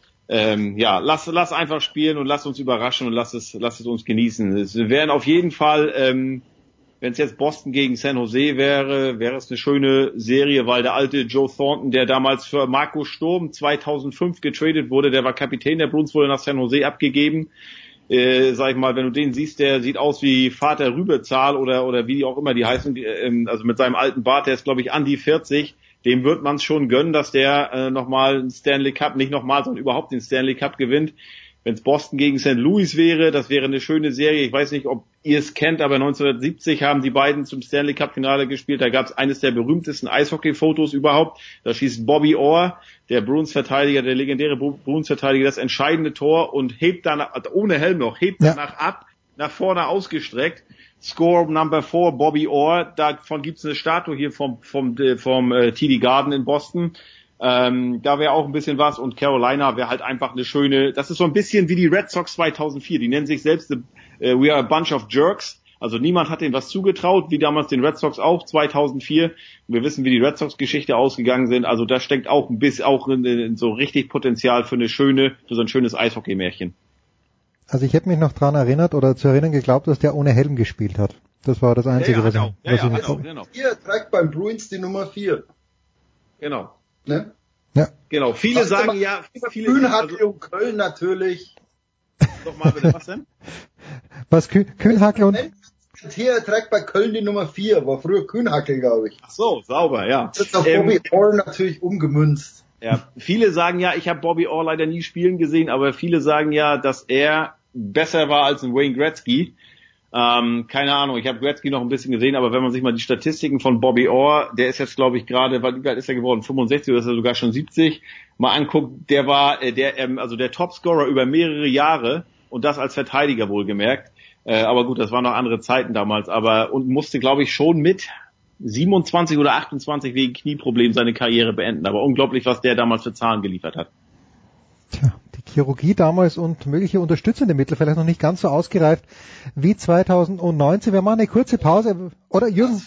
ähm, ja, lass, lass einfach spielen und lass uns überraschen und lass es, lass es uns genießen. Es wären auf jeden Fall, ähm, wenn es jetzt Boston gegen San Jose wäre, wäre es eine schöne Serie, weil der alte Joe Thornton, der damals für Marco Sturm zweitausendfünf getradet wurde, der war Kapitän der Bruins, wurde nach San Jose abgegeben. Äh, sag ich mal, wenn du den siehst, der sieht aus wie Vater Rübezahl oder oder wie auch immer die heißen, die, äh, also mit seinem alten Bart, der ist glaube ich an die vierzig, dem wird man es schon gönnen, dass der äh, nochmal einen Stanley Cup, nicht nochmal, sondern überhaupt den Stanley Cup gewinnt. Wenn es Boston gegen Saint Louis wäre, das wäre eine schöne Serie. Ich weiß nicht, ob ihr es kennt, aber neunzehnhundertsiebzig haben die beiden zum Stanley Cup Finale gespielt. Da gab es eines der berühmtesten Eishockey-Fotos überhaupt. Da schießt Bobby Orr, der Bruins-Verteidiger, der legendäre Bruins-Verteidiger, das entscheidende Tor und hebt danach, ohne Helm noch, hebt ja. danach ab, nach vorne ausgestreckt. Score Number Four, Bobby Orr. Davon gibt's eine Statue hier vom vom vom äh, T D Garden in Boston. Ähm, da wäre auch ein bisschen was und Carolina wäre halt einfach eine schöne, das ist so ein bisschen wie die Red Sox zweitausendvier, die nennen sich selbst uh, We are a bunch of jerks, also niemand hat denen was zugetraut, wie damals den Red Sox auch zweitausendvier. Wir wissen, wie die Red Sox Geschichte ausgegangen sind, also da steckt auch ein bisschen auch in, in so richtig Potenzial für eine schöne, für so ein schönes Eishockey-Märchen. Also ich hätte mich noch dran erinnert oder zu erinnern geglaubt, dass der ohne Helm gespielt hat. Das war das Einzige, ja, ja, was, genau. ich, ja, was ja, ich genau, nicht... genau. Hier trägt beim Bruins die Nummer vier. Genau. Ne? Ja. Genau. Viele was sagen immer, ja, viele Kühnhackel also, und Köln natürlich. Doch mal bitte, was denn? Was, Kühn, Kühnhackel und... Hier trägt bei Köln die Nummer vier, war früher Kühnhackel, glaube ich. Ach so, sauber, ja. Das ist auf Ähm, Bobby Orr natürlich umgemünzt. Ja, viele sagen ja, ich habe Bobby Orr leider nie spielen gesehen, aber viele sagen ja, dass er besser war als ein Wayne Gretzky. Ähm, keine Ahnung, ich habe Gretzky noch ein bisschen gesehen, aber wenn man sich mal die Statistiken von Bobby Orr, der ist jetzt, glaube ich, gerade, wie alt ist er geworden, fünfundsechzig oder ist er sogar schon siebzig, mal anguckt, der war äh, der, ähm, also der Topscorer über mehrere Jahre und das als Verteidiger wohlgemerkt. Äh, aber gut, das waren noch andere Zeiten damals, aber und musste, glaube ich, schon mit siebenundzwanzig oder achtundzwanzig wegen Knieproblem seine Karriere beenden. Aber unglaublich, was der damals für Zahlen geliefert hat. Tja, die Chirurgie damals und mögliche unterstützende Mittel vielleicht noch nicht ganz so ausgereift wie zweitausendneunzehn. Wir machen eine kurze Pause. Oder Jürgen?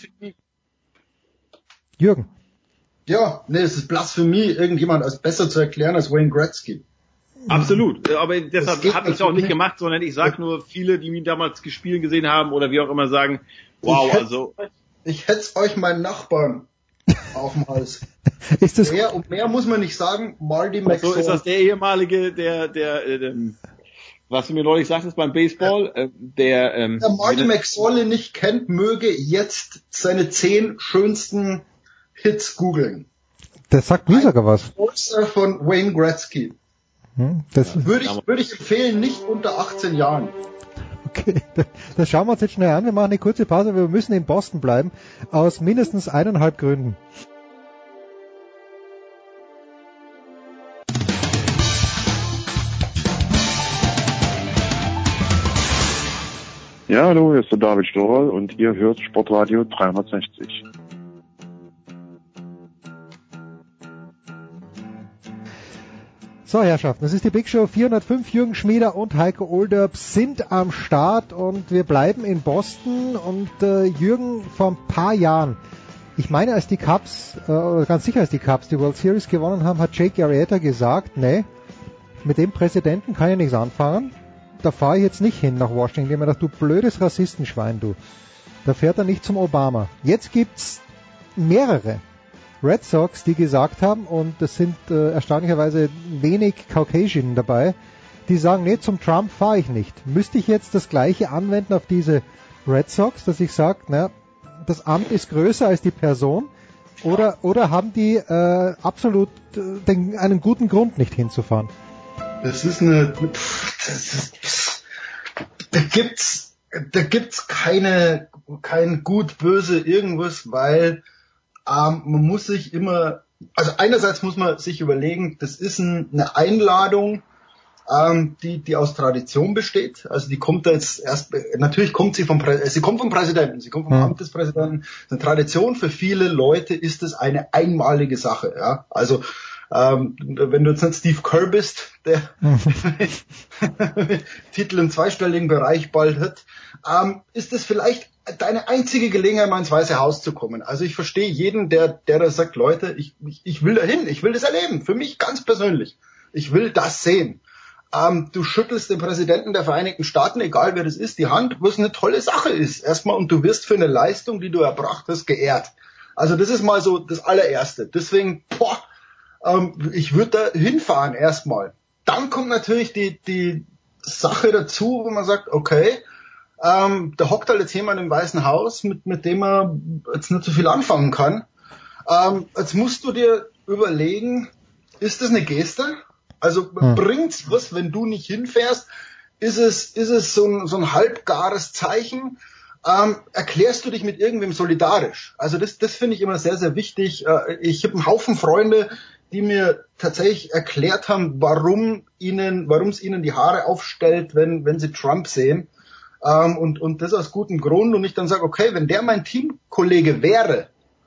Jürgen? Ja, nee, es ist Blasphemie, irgendjemand als besser zu erklären als Wayne Gretzky. Absolut, aber deshalb habe ich es auch nicht nicht. gemacht, sondern ich sage nur, viele, die ihn damals gespielt gesehen haben oder wie auch immer sagen, wow, ich hätt, also... Ich hetz euch meinen Nachbarn auf den Hals. Ist das mehr, und mehr muss man nicht sagen, Marty So McSorley. ist das der ehemalige, der, der, der, der was du mir neulich sagtest beim Baseball, äh, der... Ähm, Wer Marty McSorley nicht kennt, möge jetzt seine zehn schönsten Hits googeln. Das sagt mir sogar was. Poster von Wayne Gretzky. Hm, das würde ich, würde ich empfehlen, nicht unter achtzehn Jahren. Okay, das schauen wir uns jetzt schnell an. Wir machen eine kurze Pause, wir müssen in Boston bleiben, aus mindestens eineinhalb Gründen. Ja, hallo, hier ist der David Storl und ihr hört Sportradio dreihundertsechzig. So, Herrschaften, das ist die Big Show vierhundertfünf. Jürgen Schmieder und Heiko Olderb sind am Start und wir bleiben in Boston. Und äh, Jürgen, vor ein paar Jahren, ich meine, als die Cubs, äh, ganz sicher als die Cubs die World Series gewonnen haben, hat Jake Arrieta gesagt, nee, mit dem Präsidenten kann ich nichts anfangen. Da fahre ich jetzt nicht hin nach Washington. Ich mir gedacht, du blödes Rassistenschwein, du. Da fährt er nicht zum Obama. Jetzt gibt's mehrere Red Sox, die gesagt haben, und das sind äh, erstaunlicherweise wenig Caucasian dabei, die sagen, nee, zum Trump fahre ich nicht. Müsste ich jetzt das Gleiche anwenden auf diese Red Sox, dass ich sage, na, das Amt ist größer als die Person, oder oder haben die äh, absolut äh, den, einen guten Grund, nicht hinzufahren? Das ist eine, pff, das ist, pff, da gibt's, da gibt's keine, kein gut, böse, irgendwas, weil Ähm, man muss sich immer, also einerseits muss man sich überlegen, das ist ein, eine Einladung, ähm, die, die aus Tradition besteht. Also die kommt da jetzt erst, natürlich kommt sie vom, Prä- sie kommt vom Präsidenten, sie kommt vom Amt des Präsidenten. Eine Tradition für viele Leute ist es eine einmalige Sache, ja. Also, ähm, wenn du jetzt nicht Steve Kerr bist, der Titel im zweistelligen Bereich bald hat, ähm, ist es vielleicht deine einzige Gelegenheit, mal ins Weiße Haus zu kommen. Also ich verstehe jeden, der, der da sagt, Leute, ich, ich, ich will dahin, ich will das erleben, für mich ganz persönlich. Ich will das sehen. Ähm, du schüttelst dem Präsidenten der Vereinigten Staaten, egal wer das ist, die Hand, was eine tolle Sache ist, erstmal, und du wirst für eine Leistung, die du erbracht hast, geehrt. Also das ist mal so das allererste. Deswegen, boah, ähm, ich würde da hinfahren erstmal. Dann kommt natürlich die, die Sache dazu, wo man sagt, okay, Ähm, da hockt halt jetzt jemand im Weißen Haus, mit, mit dem man jetzt nicht so viel anfangen kann. Ähm, jetzt musst du dir überlegen, ist das eine Geste? Also hm. bringt's was, wenn du nicht hinfährst? Ist es, ist es so ein, so ein halbgares Zeichen? Ähm, erklärst du dich mit irgendwem solidarisch? Also das, das finde ich immer sehr, sehr wichtig. Äh, ich habe einen Haufen Freunde, die mir tatsächlich erklärt haben, warum ihnen, warum es ihnen die Haare aufstellt, wenn, wenn sie Trump sehen. Um, und, und das aus gutem Grund, und ich dann sage, okay, wenn der mein Teamkollege wäre,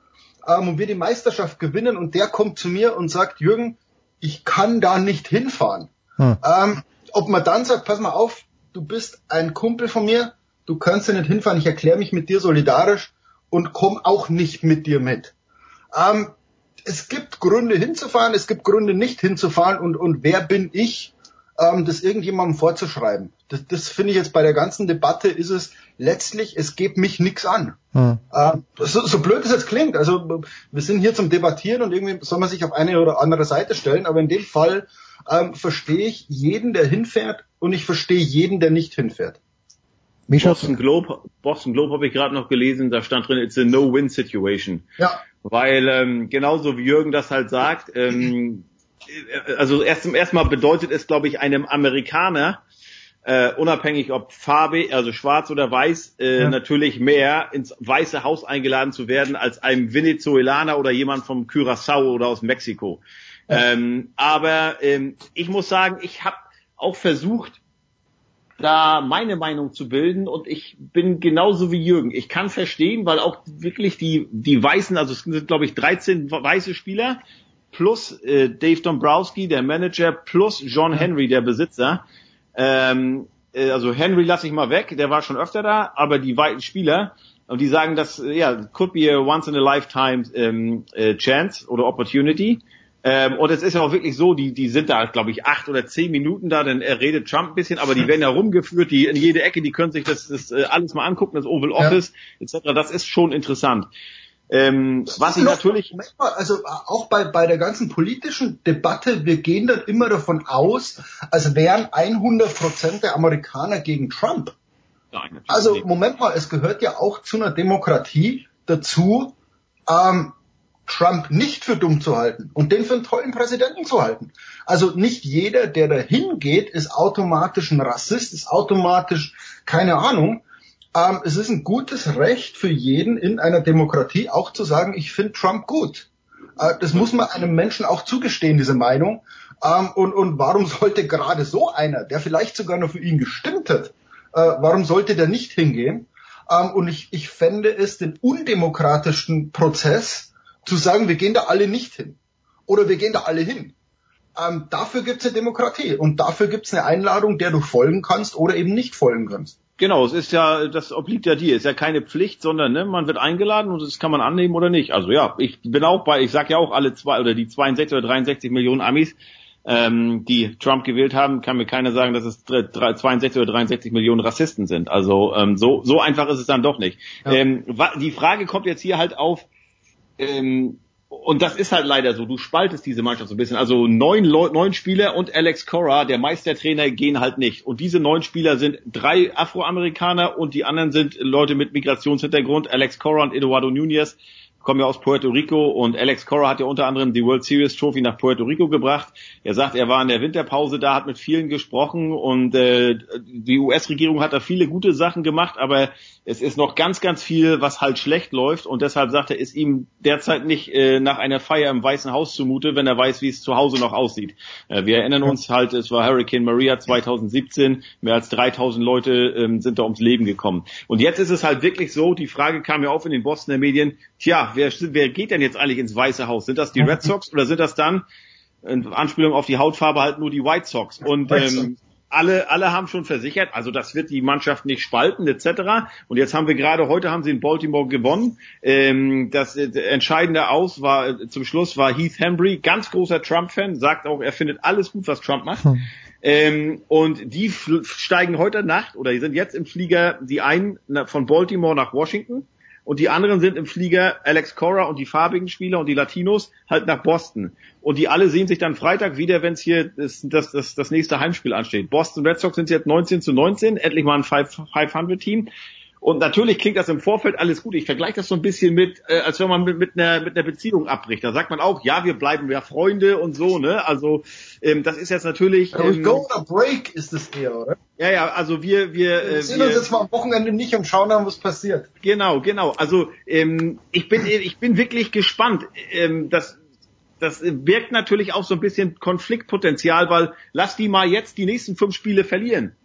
ähm, und wir die Meisterschaft gewinnen und der kommt zu mir und sagt, Jürgen, ich kann da nicht hinfahren. Hm. Ähm, ob man dann sagt, pass mal auf, du bist ein Kumpel von mir, du kannst ja nicht hinfahren, ich erkläre mich mit dir solidarisch und komm auch nicht mit dir mit. Ähm, es gibt Gründe hinzufahren, es gibt Gründe nicht hinzufahren und, und wer bin ich, ähm, das irgendjemandem vorzuschreiben. Das, das finde ich jetzt bei der ganzen Debatte ist es letztlich, es geht mich nichts an. Hm. Ähm, so, so blöd es jetzt klingt, also wir sind hier zum Debattieren und irgendwie soll man sich auf eine oder andere Seite stellen, aber in dem Fall ähm, verstehe ich jeden, der hinfährt und ich verstehe jeden, der nicht hinfährt. Boston Globe, Boston Globe habe ich gerade noch gelesen, da stand drin, it's a no-win-situation. Ja. Weil ähm, genauso wie Jürgen das halt sagt, ähm, also erst zum ersten Mal bedeutet es, glaube ich, einem Amerikaner, äh, unabhängig ob Farbe, also schwarz oder weiß, äh, ja. natürlich mehr ins Weiße Haus eingeladen zu werden als einem Venezuelaner oder jemand vom Curaçao oder aus Mexiko. Ja. Ähm, aber ähm, ich muss sagen, ich habe auch versucht, da meine Meinung zu bilden und ich bin genauso wie Jürgen. Ich kann verstehen, weil auch wirklich die die Weißen, also es sind glaube ich dreizehn weiße Spieler plus äh, Dave Dombrowski, der Manager, plus John Henry, der Besitzer. Ähm, äh, also Henry lasse ich mal weg, der war schon öfter da, aber die weißen Spieler und die sagen, dass ja could be a once in a lifetime ähm, äh, chance oder opportunity. Ähm, und es ist ja auch wirklich so, die die sind da, glaube ich, acht oder zehn Minuten da, dann er redet Trump ein bisschen, aber die werden ja rumgeführt, die in jede Ecke, die können sich das, das äh, alles mal angucken, das Oval Office ja. et cetera. Das ist schon interessant. Ähm, was ich natürlich... Also auch bei bei der ganzen politischen Debatte, wir gehen dann immer davon aus, als wären hundert Prozent der Amerikaner gegen Trump. Nein, also nicht. Moment mal, es gehört ja auch zu einer Demokratie dazu, ähm, Trump nicht für dumm zu halten und den für einen tollen Präsidenten zu halten. Also nicht jeder, der da hingeht, ist automatisch ein Rassist, ist automatisch keine Ahnung. Ähm, es ist ein gutes Recht für jeden in einer Demokratie auch zu sagen, ich finde Trump gut. Äh, das muss man einem Menschen auch zugestehen, diese Meinung. Ähm, und, und warum sollte gerade so einer, der vielleicht sogar noch für ihn gestimmt hat, äh, warum sollte der nicht hingehen? Ähm, und ich, ich fände es den undemokratischen Prozess, zu sagen, wir gehen da alle nicht hin. Oder wir gehen da alle hin. Ähm, dafür gibt's eine Demokratie. Und dafür gibt's eine Einladung, der du folgen kannst oder eben nicht folgen kannst. Genau, es ist ja, das obliegt ja dir. Es ist ja keine Pflicht, sondern ne, man wird eingeladen und das kann man annehmen oder nicht. Also ja, ich bin auch bei, ich sag ja auch alle zwei oder die zweiundsechzig oder dreiundsechzig Millionen Amis, ähm, die Trump gewählt haben, kann mir keiner sagen, dass es zweiundsechzig oder dreiundsechzig Millionen Rassisten sind. Also ähm, so so einfach ist es dann doch nicht. Ja. Ähm, die Frage kommt jetzt hier halt auf, Ähm, und das ist halt leider so, du spaltest diese Mannschaft so ein bisschen. Also neun, Leu- neun Spieler und Alex Cora, der Meistertrainer, gehen halt nicht. Und diese neun Spieler sind drei Afroamerikaner und die anderen sind Leute mit Migrationshintergrund. Alex Cora und Eduardo Núñez kommen ja aus Puerto Rico und Alex Cora hat ja unter anderem die World Series Trophy nach Puerto Rico gebracht. Er sagt, er war in der Winterpause da, hat mit vielen gesprochen und äh, die U S-Regierung hat da viele gute Sachen gemacht, aber es ist noch ganz, ganz viel, was halt schlecht läuft und deshalb sagt er, ist ihm derzeit nicht äh, nach einer Feier im Weißen Haus zumute, wenn er weiß, wie es zu Hause noch aussieht. Äh, wir erinnern uns halt, es war Hurricane Maria zweitausendsiebzehn, mehr als dreitausend Leute ähm, sind da ums Leben gekommen. Und jetzt ist es halt wirklich so, die Frage kam ja auf in den Bostoner Medien, tja, wer, wer geht denn jetzt eigentlich ins Weiße Haus? Sind das die Red Sox oder sind das dann, in Anspielung auf die Hautfarbe, halt nur die White Sox? Und ähm, alle alle haben schon versichert, also das wird die Mannschaft nicht spalten et cetera. Und jetzt haben wir gerade, heute haben sie in Baltimore gewonnen. Ähm, das äh, entscheidende Aus war äh, zum Schluss war Heath Hembry, ganz großer Trump-Fan, sagt auch, er findet alles gut, was Trump macht. Hm. Ähm, und die f- steigen heute Nacht oder die sind jetzt im Flieger, die einen von Baltimore nach Washington. Und die anderen sind im Flieger Alex Cora und die farbigen Spieler und die Latinos halt nach Boston. Und die alle sehen sich dann Freitag wieder, wenn es hier das, das, das, das nächste Heimspiel ansteht. Boston Red Sox sind jetzt neunzehn zu neunzehn, endlich mal ein fünfhundert-Team. Und natürlich klingt das im Vorfeld alles gut. Ich vergleiche das so ein bisschen mit, äh, als wenn man mit, mit einer mit einer Beziehung abbricht. Da sagt man auch, ja, wir bleiben ja Freunde und so, ne? Also ähm, das ist jetzt natürlich. Ähm, we go on a break ist es eher, oder? Ja, ja, also wir wir wir sehen wir, uns jetzt mal am Wochenende nicht und schauen dann, was passiert. Genau, genau. Also ähm, ich bin ich bin wirklich gespannt. Ähm, das das birgt natürlich auch so ein bisschen Konfliktpotenzial, weil lass die mal jetzt die nächsten fünf Spiele verlieren.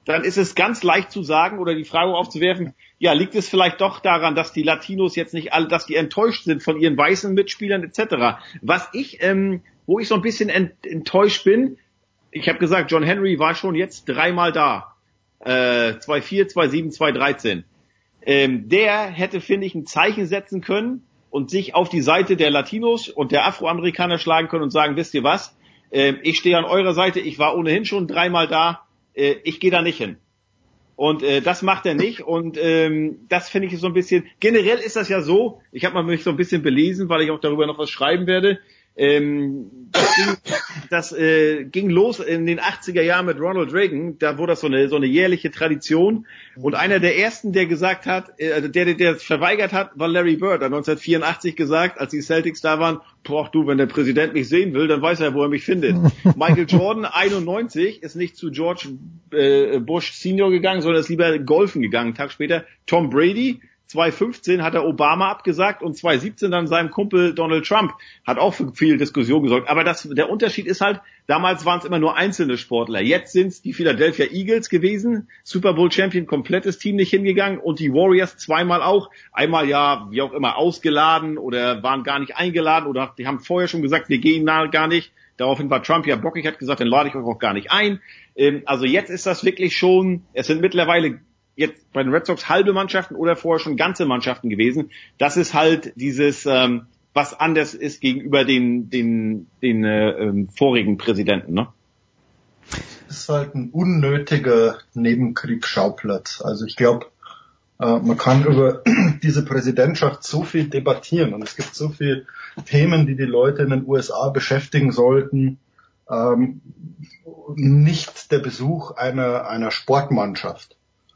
dann ist es ganz leicht zu sagen oder die Frage aufzuwerfen, ja, liegt es vielleicht doch daran, dass die Latinos jetzt nicht alle, dass die enttäuscht sind von ihren weißen Mitspielern et cetera. Was ich, ähm, wo ich so ein bisschen ent, enttäuscht bin, ich habe gesagt, John Henry war schon jetzt dreimal da. Äh, zwei vier, zwei sieben, zwei dreizehn. Ähm, der hätte, finde ich, ein Zeichen setzen können und sich auf die Seite der Latinos und der Afroamerikaner schlagen können und sagen, wisst ihr was, ähm, ich stehe an eurer Seite, ich war ohnehin schon dreimal da, äh, ich gehe da nicht hin. Und äh, das macht er nicht und ähm, das finde ich so ein bisschen, generell ist das ja so, ich habe mal mich so ein bisschen belesen, weil ich auch darüber noch was schreiben werde, ähm, das, ging, das äh, ging los in den achtziger Jahren mit Ronald Reagan, da wurde das so eine so eine jährliche Tradition und einer der ersten, der gesagt hat, äh, der, der der verweigert hat, war Larry Bird, hat neunzehnhundertvierundachtzig gesagt, als die Celtics da waren, boah du, wenn der Präsident mich sehen will, dann weiß er, wo er mich findet. Michael Jordan, einundneunzig, ist nicht zu George äh, Bush Senior gegangen, sondern ist lieber golfen gegangen, einen Tag später. Tom Brady, zweitausendfünfzehn hat er Obama abgesagt und zweitausendsiebzehn dann seinem Kumpel Donald Trump, hat auch für viel Diskussion gesorgt. Aber das, der Unterschied ist halt, damals waren es immer nur einzelne Sportler. Jetzt sind es die Philadelphia Eagles gewesen, Super Bowl Champion, komplettes Team nicht hingegangen und die Warriors zweimal auch. Einmal ja, wie auch immer, ausgeladen oder waren gar nicht eingeladen oder die haben vorher schon gesagt, wir gehen da gar nicht. Daraufhin war Trump ja bockig, hat gesagt, dann lade ich euch auch gar nicht ein. Ähm, also jetzt ist das wirklich schon, es sind mittlerweile jetzt bei den Red Sox halbe Mannschaften oder vorher schon ganze Mannschaften gewesen. Das ist halt dieses, ähm, was anders ist gegenüber den den den äh, ähm, vorigen Präsidenten, ne? Das ist halt ein unnötiger Nebenkriegsschauplatz. Also ich glaube, äh, man kann über diese Präsidentschaft so viel debattieren und es gibt so viele Themen, die die Leute in den U S A beschäftigen sollten. Ähm, nicht der Besuch einer einer Sportmannschaft.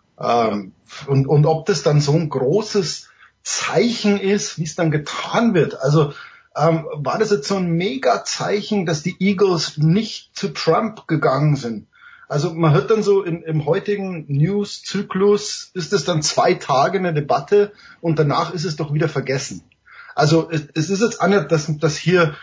Ähm, und, und ob das dann so ein großes Zeichen ist, wie es dann getan wird. Also ähm, war das jetzt so ein Mega-Zeichen, dass die Eagles nicht zu Trump gegangen sind? Also man hört dann so in, im heutigen News-Zyklus ist es dann zwei Tage eine Debatte und danach ist es doch wieder vergessen. Also es, es ist jetzt anders, dass, dass hier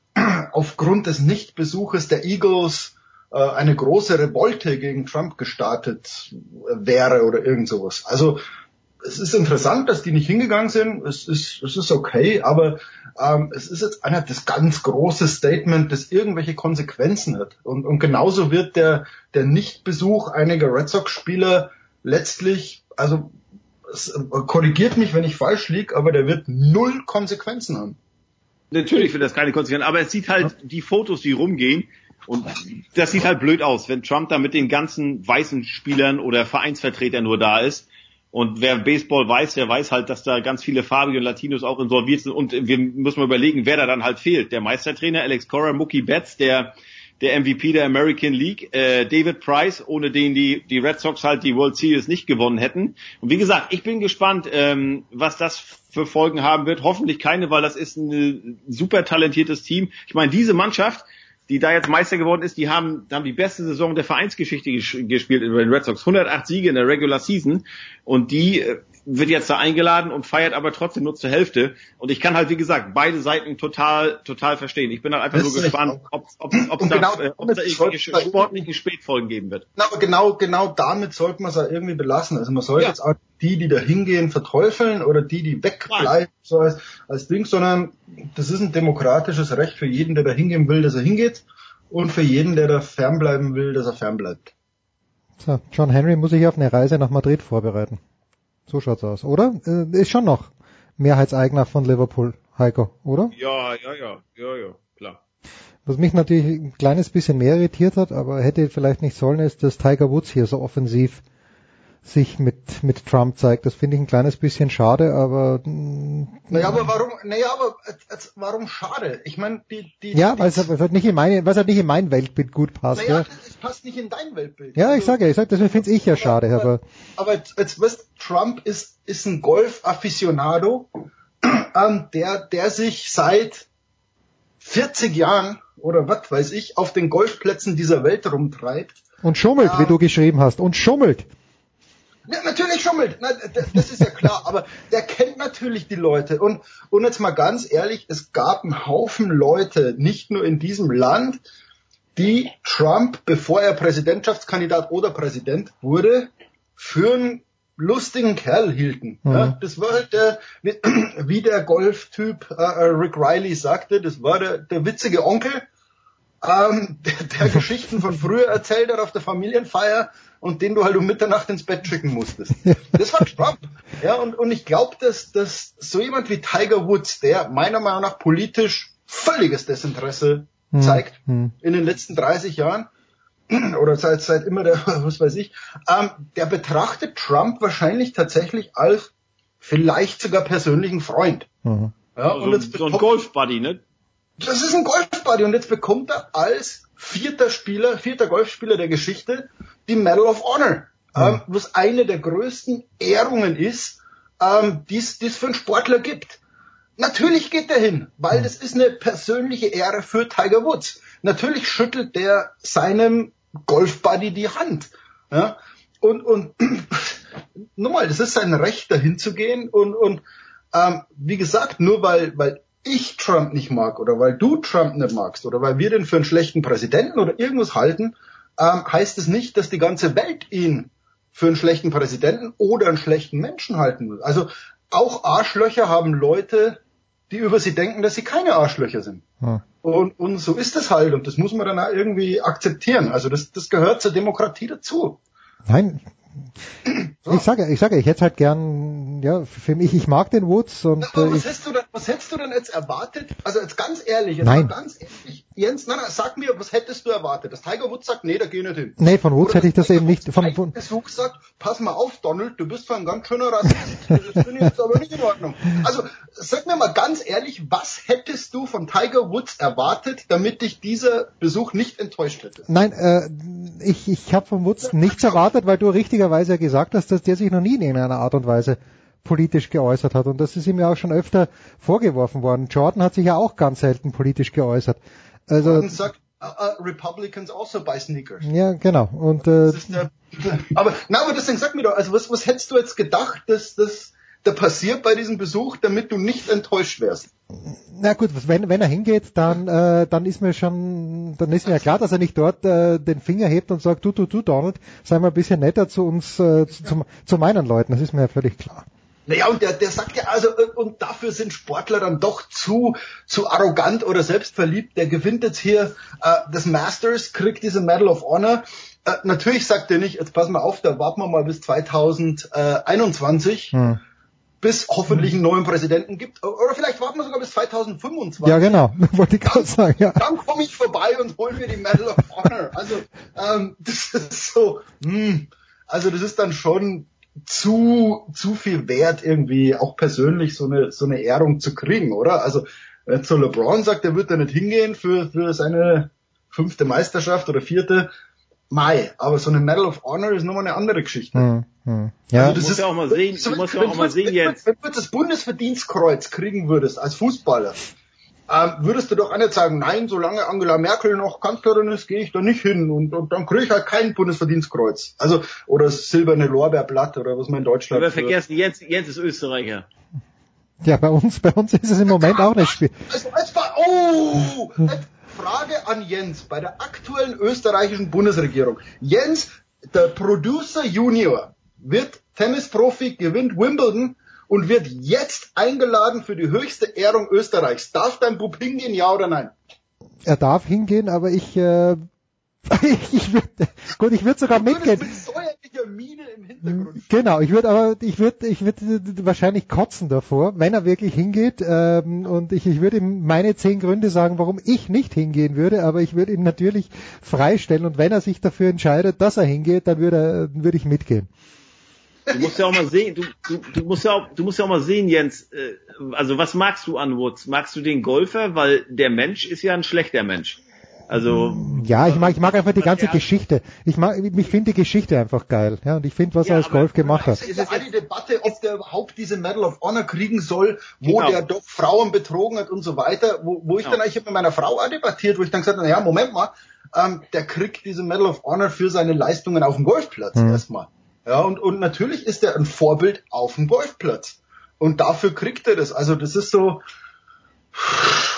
aufgrund des Nichtbesuches der Eagles eine große Revolte gegen Trump gestartet wäre oder irgend sowas. Also es ist interessant, dass die nicht hingegangen sind. Es ist, es ist okay, aber ähm, es ist jetzt einer das ganz große Statement, das irgendwelche Konsequenzen hat. Und, und genauso wird der der Nichtbesuch einiger Red Sox-Spieler letztlich, also es korrigiert mich, wenn ich falsch liege, aber der wird null Konsequenzen haben. Natürlich wird das keine Konsequenzen, aber es sieht halt die Fotos, die rumgehen. Und das sieht halt blöd aus, wenn Trump da mit den ganzen weißen Spielern oder Vereinsvertretern nur da ist. Und wer Baseball weiß, der weiß halt, dass da ganz viele farbige und Latinos auch involviert sind. Und wir müssen mal überlegen, wer da dann halt fehlt. Der Meistertrainer Alex Cora, Mookie Betts, der der M V P der American League, äh, David Price, ohne den die die Red Sox halt die World Series nicht gewonnen hätten. Und wie gesagt, ich bin gespannt, ähm, was das für Folgen haben wird. Hoffentlich keine, weil das ist ein super talentiertes Team. Ich meine, diese Mannschaft, die da jetzt Meister geworden ist, die haben, haben die beste Saison der Vereinsgeschichte ges- gespielt in den Red Sox. hundertacht Siege in der Regular Season. Und die äh, wird jetzt da eingeladen und feiert aber trotzdem nur zur Hälfte. Und ich kann halt, wie gesagt, beide Seiten total, total verstehen. Ich bin halt einfach das nur gespannt, ob es ob, ob genau da, äh, ob da irgendwelche sportlichen Spätfolgen geben wird. Na, aber genau, genau damit sollte man es ja irgendwie belassen. Also man sollte ja. jetzt auch die, die da hingehen, verteufeln oder die, die wegbleiben, so als, als Ding, sondern das ist ein demokratisches Recht für jeden, der da hingehen will, dass er hingeht und für jeden, der da fernbleiben will, dass er fernbleibt. So, John Henry muss sich auf eine Reise nach Madrid vorbereiten. So schaut's aus, oder? Äh, ist schon noch Mehrheitseigner von Liverpool, Heiko, oder? Ja, ja, ja, ja, ja, klar. Was mich natürlich ein kleines bisschen mehr irritiert hat, aber hätte vielleicht nicht sollen, ist, dass Tiger Woods hier so offensiv sich mit mit Trump zeigt. Das finde ich ein kleines bisschen schade, aber naja, aber warum? Naja, aber als, warum schade? Ich meine, die die ja, weil es halt nicht in meine, weil es halt nicht in mein Weltbild gut passt. Naja, ja, es passt nicht in dein Weltbild. Ja, also, ich sage, ja, ich sage, deswegen finde ich ja schade, aber aber aber jetzt, jetzt weißt, Trump ist ist ein Golf-Afficionado, ähm, der der sich seit vierzig Jahren oder was weiß ich auf den Golfplätzen dieser Welt rumtreibt und schummelt, ähm, wie du geschrieben hast, und schummelt. Ja, natürlich schummelt, na, das ist ja klar, aber der kennt natürlich die Leute und und jetzt mal ganz ehrlich, es gab einen Haufen Leute, nicht nur in diesem Land, die Trump, bevor er Präsidentschaftskandidat oder Präsident wurde, für einen lustigen Kerl hielten. Mhm. Ja, das war halt der, wie, wie der Golftyp äh, Rick Riley sagte, das war der, der witzige Onkel, ähm, der, der Geschichten von früher erzählt hat auf der Familienfeier und den du halt um Mitternacht ins Bett schicken musstest. Das war Trump. Ja, und, und ich glaube, dass, dass so jemand wie Tiger Woods, der meiner Meinung nach politisch völliges Desinteresse hm. zeigt hm. in den letzten dreißig Jahren, oder seit, seit immer der, was weiß ich, ähm, der betrachtet Trump wahrscheinlich tatsächlich als vielleicht sogar persönlichen Freund. Mhm. Ja, und so, jetzt so ein Golfbuddy, ne? Das ist ein Golfbuddy und jetzt bekommt er als vierter Spieler, vierter Golfspieler der Geschichte die Medal of Honor, mhm. ähm, was eine der größten Ehrungen ist, ähm, die es für einen Sportler gibt. Natürlich geht er hin, weil mhm. das ist eine persönliche Ehre für Tiger Woods. Natürlich schüttelt der seinem Golfbuddy die Hand. Ja? Und, und nochmal, das ist sein Recht, dahin zu gehen. Und, und ähm, wie gesagt, nur weil, weil ich Trump nicht mag oder weil du Trump nicht magst oder weil wir den für einen schlechten Präsidenten oder irgendwas halten, ähm, heißt es nicht, dass die ganze Welt ihn für einen schlechten Präsidenten oder einen schlechten Menschen halten will. Also auch Arschlöcher haben Leute, die über sie denken, dass sie keine Arschlöcher sind. Hm. Und, und so ist es halt und das muss man dann auch irgendwie akzeptieren. Also das, das gehört zur Demokratie dazu. Nein. So. Ich sage, ich sage, ich hätte halt gern, ja, für mich, ich mag den Woods und. Na, aber äh, was ich, hättest du denn, was hättest du denn jetzt erwartet? Also jetzt ganz ehrlich, jetzt nein. mal ganz ehrlich, Jens, nein, nein, sag mir, was hättest du erwartet? Dass Tiger Woods sagt, nee, da geh nicht hin. Nee, von Woods Oder hätte ich das eben nicht. Von, von Besuch sagt, pass mal auf, Donald, du bist zwar ein ganz schöner Rassist, das finde ich jetzt aber nicht in Ordnung. Also sag mir mal ganz ehrlich, was hättest du von Tiger Woods erwartet, damit dich dieser Besuch nicht enttäuscht hätte? Nein, äh, ich, ich habe von Woods ja, nichts erwartet, weil du richtigerweise gesagt hast, dass der sich noch nie in irgendeiner Art und Weise politisch geäußert hat. Und das ist ihm ja auch schon öfter vorgeworfen worden. Jordan hat sich ja auch ganz selten politisch geäußert. Also, Jordan sagt, uh, uh, Republicans also buy sneakers. Ja, genau. Und, äh, das ist der, aber, na, aber deswegen sag mir doch, also was, was hättest du jetzt gedacht, dass das da passiert bei diesem Besuch, damit du nicht enttäuscht wärst? Na gut, wenn, wenn er hingeht, dann, äh, dann ist mir schon, dann ist mir ja klar, dass er nicht dort äh, den Finger hebt und sagt, du, du, du, Donald, sei mal ein bisschen netter zu uns, äh, zu, zu, zu meinen Leuten. Das ist mir ja völlig klar. Naja, und der, der sagt ja also, und dafür sind Sportler dann doch zu, zu arrogant oder selbstverliebt. Der gewinnt jetzt hier äh, das Masters, kriegt diese Medal of Honor. Äh, natürlich sagt er nicht, jetzt pass mal auf, da warten wir mal bis zwanzig einundzwanzig. Hm. Bis hoffentlich einen neuen Präsidenten gibt. Oder vielleicht warten wir sogar bis zwanzig fünfundzwanzig. Ja, genau. Wollte ich gerade sagen, ja. Dann komme ich vorbei und hol mir die Medal of Honor. Also, ähm, das ist so, hm, also das ist dann schon zu, zu viel wert, irgendwie auch persönlich so eine, so eine Ehrung zu kriegen, oder? Also, wenn so LeBron sagt, er wird da nicht hingehen für, für seine fünfte Meisterschaft oder vierte, Mai, aber so eine Medal of Honor ist nochmal eine andere Geschichte. Hm, hm. Ja. Also das du musst ist, ja auch mal sehen, du musst ja auch mal sehen jetzt. Wenn du das Bundesverdienstkreuz kriegen würdest als Fußballer, ähm, würdest du doch auch nicht sagen, nein, solange Angela Merkel noch Kanzlerin ist, gehe ich da nicht hin und, und dann kriege ich halt kein Bundesverdienstkreuz. Also, oder das silberne Lorbeerblatt oder was man in Deutschland. Aber vergessen, Jens, Jens ist Österreicher. Ja, bei uns, bei uns ist es im Moment auch nicht schwierig. Also, es war, oh! Frage an Jens bei der aktuellen österreichischen Bundesregierung. Jens, der Producer Junior, wird Tennisprofi, gewinnt Wimbledon und wird jetzt eingeladen für die höchste Ehrung Österreichs. Darf dein Bub hingehen, ja oder nein? Er darf hingehen, aber ich, äh, ich, ich würde, gut, ich würde sogar du mitgehen. Mit säuerlicher Miene im Hintergrund. Genau, ich würde aber, ich würde, ich würde wahrscheinlich kotzen davor, wenn er wirklich hingeht, ähm, und ich, ich würde ihm meine zehn Gründe sagen, warum ich nicht hingehen würde, aber ich würde ihn natürlich freistellen und wenn er sich dafür entscheidet, dass er hingeht, dann würde, er, würde ich mitgehen. Du musst ja auch mal sehen, du, du, du musst ja auch, du musst ja auch mal sehen, Jens, äh, also was magst du an Woods? Magst du den Golfer? Weil der Mensch ist ja ein schlechter Mensch. Also ja, ich mag, ich mag einfach die ganze Geschichte. Ich mag, ich finde die Geschichte einfach geil, ja, und ich finde, was ja, er als Golf gemacht hat. Es ist ja die Debatte, ob der überhaupt diese Medal of Honor kriegen soll, wo genau. der doch Frauen betrogen hat und so weiter, wo, wo ich genau. dann, ich habe mit meiner Frau auch debattiert, wo ich dann gesagt habe, na ja, Moment mal, ähm, der kriegt diese Medal of Honor für seine Leistungen auf dem Golfplatz mhm. erstmal. Ja, und, und natürlich ist er ein Vorbild auf dem Golfplatz. Und dafür kriegt er das. Also das ist so,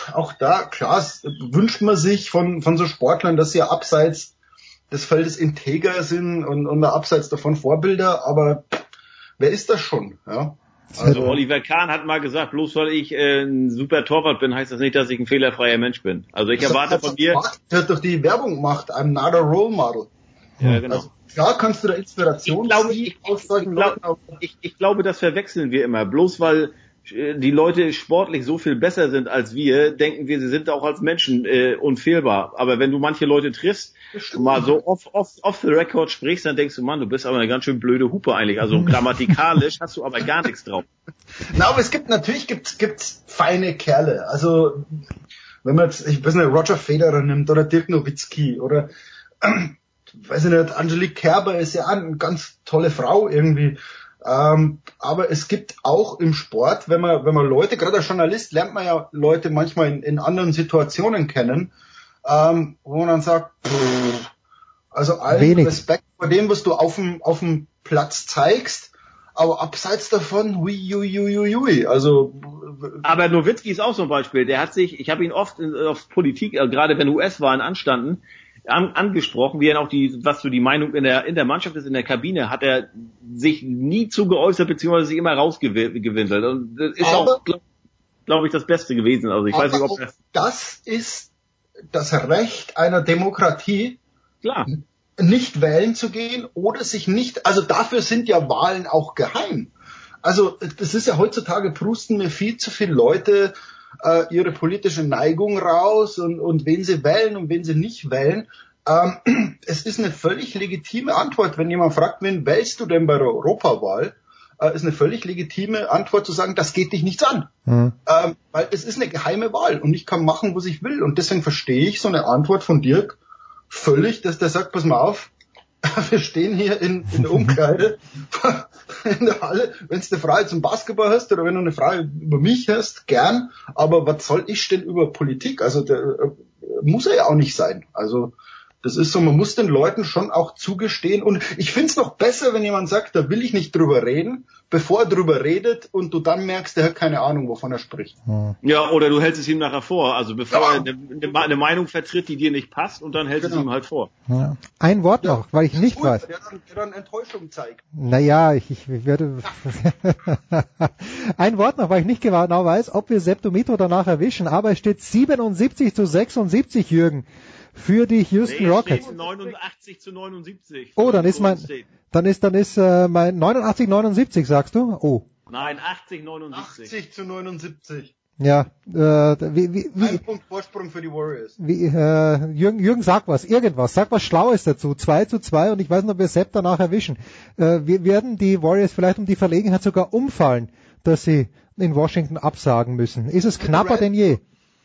auch da, klar, wünscht man sich von, von so Sportlern, dass sie ja abseits des Feldes integer sind und, und abseits davon Vorbilder, aber wer ist das schon? Ja? Also, also Oliver Kahn hat mal gesagt, bloß weil ich äh, ein super Torwart bin, heißt das nicht, dass ich ein fehlerfreier Mensch bin. Also ich erwarte von dir... Der hat doch die Werbung gemacht, I'm not a role model. Ja, genau. Also, klar kannst du da Inspiration ich glaube, ziehen ich, aus solchen ich, glaub, Leuten. Ich, ich glaube, das verwechseln wir immer. Bloß weil die Leute sportlich so viel besser sind als wir, denken wir, sie sind auch als Menschen äh, unfehlbar. Aber wenn du manche Leute triffst, mal so off, off, off the record sprichst, dann denkst du, Mann, du bist aber eine ganz schön blöde Hupe eigentlich. Also grammatikalisch hast du aber gar nichts drauf. Na, aber es gibt natürlich gibt's, gibt's feine Kerle. Also wenn man jetzt, ich weiß nicht, Roger Federer nimmt oder Dirk Nowitzki oder äh, weiß ich nicht, Angelique Kerber ist ja eine ganz tolle Frau irgendwie. Ähm, aber es gibt auch im Sport, wenn man, wenn man Leute, gerade als Journalist lernt man ja Leute manchmal in, in anderen Situationen kennen, ähm, wo man dann sagt, pff, also allen Wenig. Respekt vor dem, was du auf dem, auf dem Platz zeigst, aber abseits davon, hui, hui, hui, hui, also. Aber Nowitzki ist auch so ein Beispiel, der hat sich, ich habe ihn oft auf Politik, äh, gerade wenn U S-Wahlen anstanden, An, angesprochen, wie er auch die, was so die Meinung in der in der Mannschaft ist, in der Kabine, hat er sich nie zu geäußert, beziehungsweise sich immer rausgewinselt. Und das ist aber, auch, glaube glaub ich, das Beste gewesen. Also ich weiß nicht, ob das, das ist das Recht einer Demokratie, klar, nicht wählen zu gehen oder sich nicht, also dafür sind ja Wahlen auch geheim. Also das ist ja heutzutage, prusten mir viel zu viele Leute äh, ihre politische Neigung raus und, und wen sie wählen und wen sie nicht wählen. Ähm, es ist eine völlig legitime Antwort, wenn jemand fragt, wen wählst du denn bei der Europawahl, äh, ist eine völlig legitime Antwort zu sagen, das geht dich nichts an. Mhm. Ähm, weil es ist eine geheime Wahl und ich kann machen, was ich will. Und deswegen verstehe ich so eine Antwort von Dirk völlig, dass der sagt, pass mal auf, wir stehen hier in, in der Umkleide, in der Halle, wenn du eine Frage zum Basketball hast oder wenn du eine Frage über mich hast, gern, aber was soll ich denn über Politik? Also der, äh, muss er ja auch nicht sein. Also das ist so, man muss den Leuten schon auch zugestehen und ich find's noch besser, wenn jemand sagt, da will ich nicht drüber reden, bevor er drüber redet und du dann merkst, der hat keine Ahnung, wovon er spricht. Ja, oder du hältst es ihm nachher vor, also bevor ja. er eine, eine Meinung vertritt, die dir nicht passt und dann hältst du genau. es ihm halt vor. Ja. Ein Wort noch, ja, weil ich nicht gut, weiß. Der dann, der dann Enttäuschung zeigt. Naja, ich, ich werde... Ein Wort noch, weil ich nicht genau weiß, ob wir Septomito danach erwischen, aber es steht siebenundsiebzig zu sechsundsiebzig, Jürgen. Für die Houston nee, Rockets. neunundachtzig zu neunundsiebzig. Oh, dann ist mein, dann ist, dann ist äh, mein neunundachtzig neunundsiebzig, sagst du? Oh. Nein, achtzig neunundsiebzig. achtzig zu neunundsiebzig. Ja, äh, wie, wie, wie, ein Punkt Vorsprung für die Warriors. Wie, äh, Jürgen, Jürgen, sag was, irgendwas, sag was Schlaues dazu. zwei zu zwei und ich weiß nicht, ob wir Sepp danach erwischen. Äh, wir werden die Warriors vielleicht um die Verlegenheit sogar umfallen, dass sie in Washington absagen müssen. Ist es knapper denn je?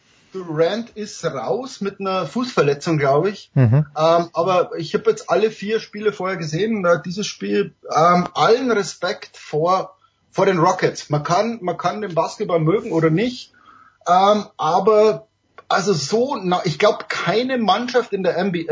Durant ist raus mit einer Fußverletzung, glaube ich. Mhm. Ähm, aber ich habe jetzt alle vier Spiele vorher gesehen. Äh, dieses Spiel, ähm, allen Respekt vor vor den Rockets. Man kann man kann den Basketball mögen oder nicht, ähm, aber also so, na, ich glaube, keine Mannschaft in der N B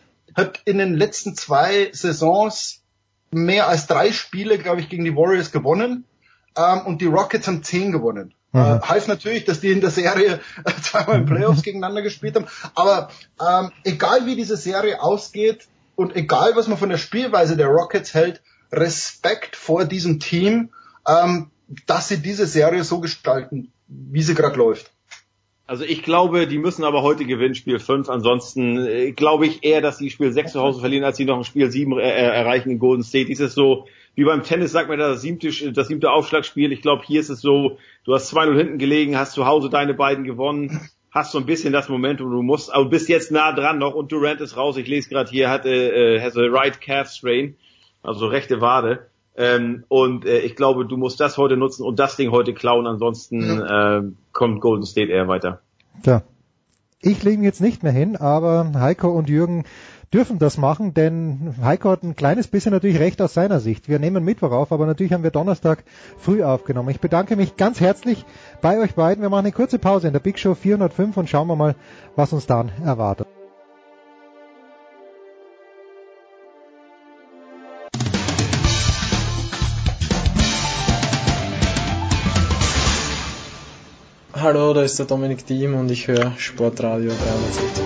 A hat in den letzten zwei Saisons mehr als drei Spiele, glaube ich, gegen die Warriors gewonnen. Ähm, und die Rockets haben zehn gewonnen. Mhm. Äh, heißt natürlich, dass die in der Serie äh, zweimal in Playoffs gegeneinander gespielt haben. Aber ähm, egal wie diese Serie ausgeht und egal was man von der Spielweise der Rockets hält, Respekt vor diesem Team, ähm, dass sie diese Serie so gestalten, wie sie gerade läuft. Also ich glaube, die müssen aber heute gewinnen, Spiel fünf. Ansonsten äh, glaube ich eher, dass sie Spiel sechs zu Hause verlieren, als sie noch ein Spiel sieben äh, erreichen in Golden State. Dies ist so, wie beim Tennis, sagt man da, das siebte, das siebte Aufschlagspiel. Ich glaube, hier ist es so, du hast zwei null hinten gelegen, hast zu Hause deine beiden gewonnen, hast so ein bisschen das Momentum, du musst, aber bist jetzt nah dran noch und Durant ist raus. Ich lese gerade hier, hatte äh, has a right calf strain, also rechte Wade. Ähm, und äh, ich glaube, du musst das heute nutzen und das Ding heute klauen, ansonsten äh, kommt Golden State eher weiter. Tja, ich lege jetzt nicht mehr hin, aber Heiko und Jürgen dürfen das machen, denn Heiko hat ein kleines bisschen natürlich recht aus seiner Sicht. Wir nehmen Mittwoch auf, aber natürlich haben wir Donnerstag früh aufgenommen. Ich bedanke mich ganz herzlich bei euch beiden. Wir machen eine kurze Pause in der Big Show vierhundertfünf und schauen wir mal, was uns dann erwartet. hallo, da ist der Dominik Thiem und ich höre Sportradio dreihundertsiebzig.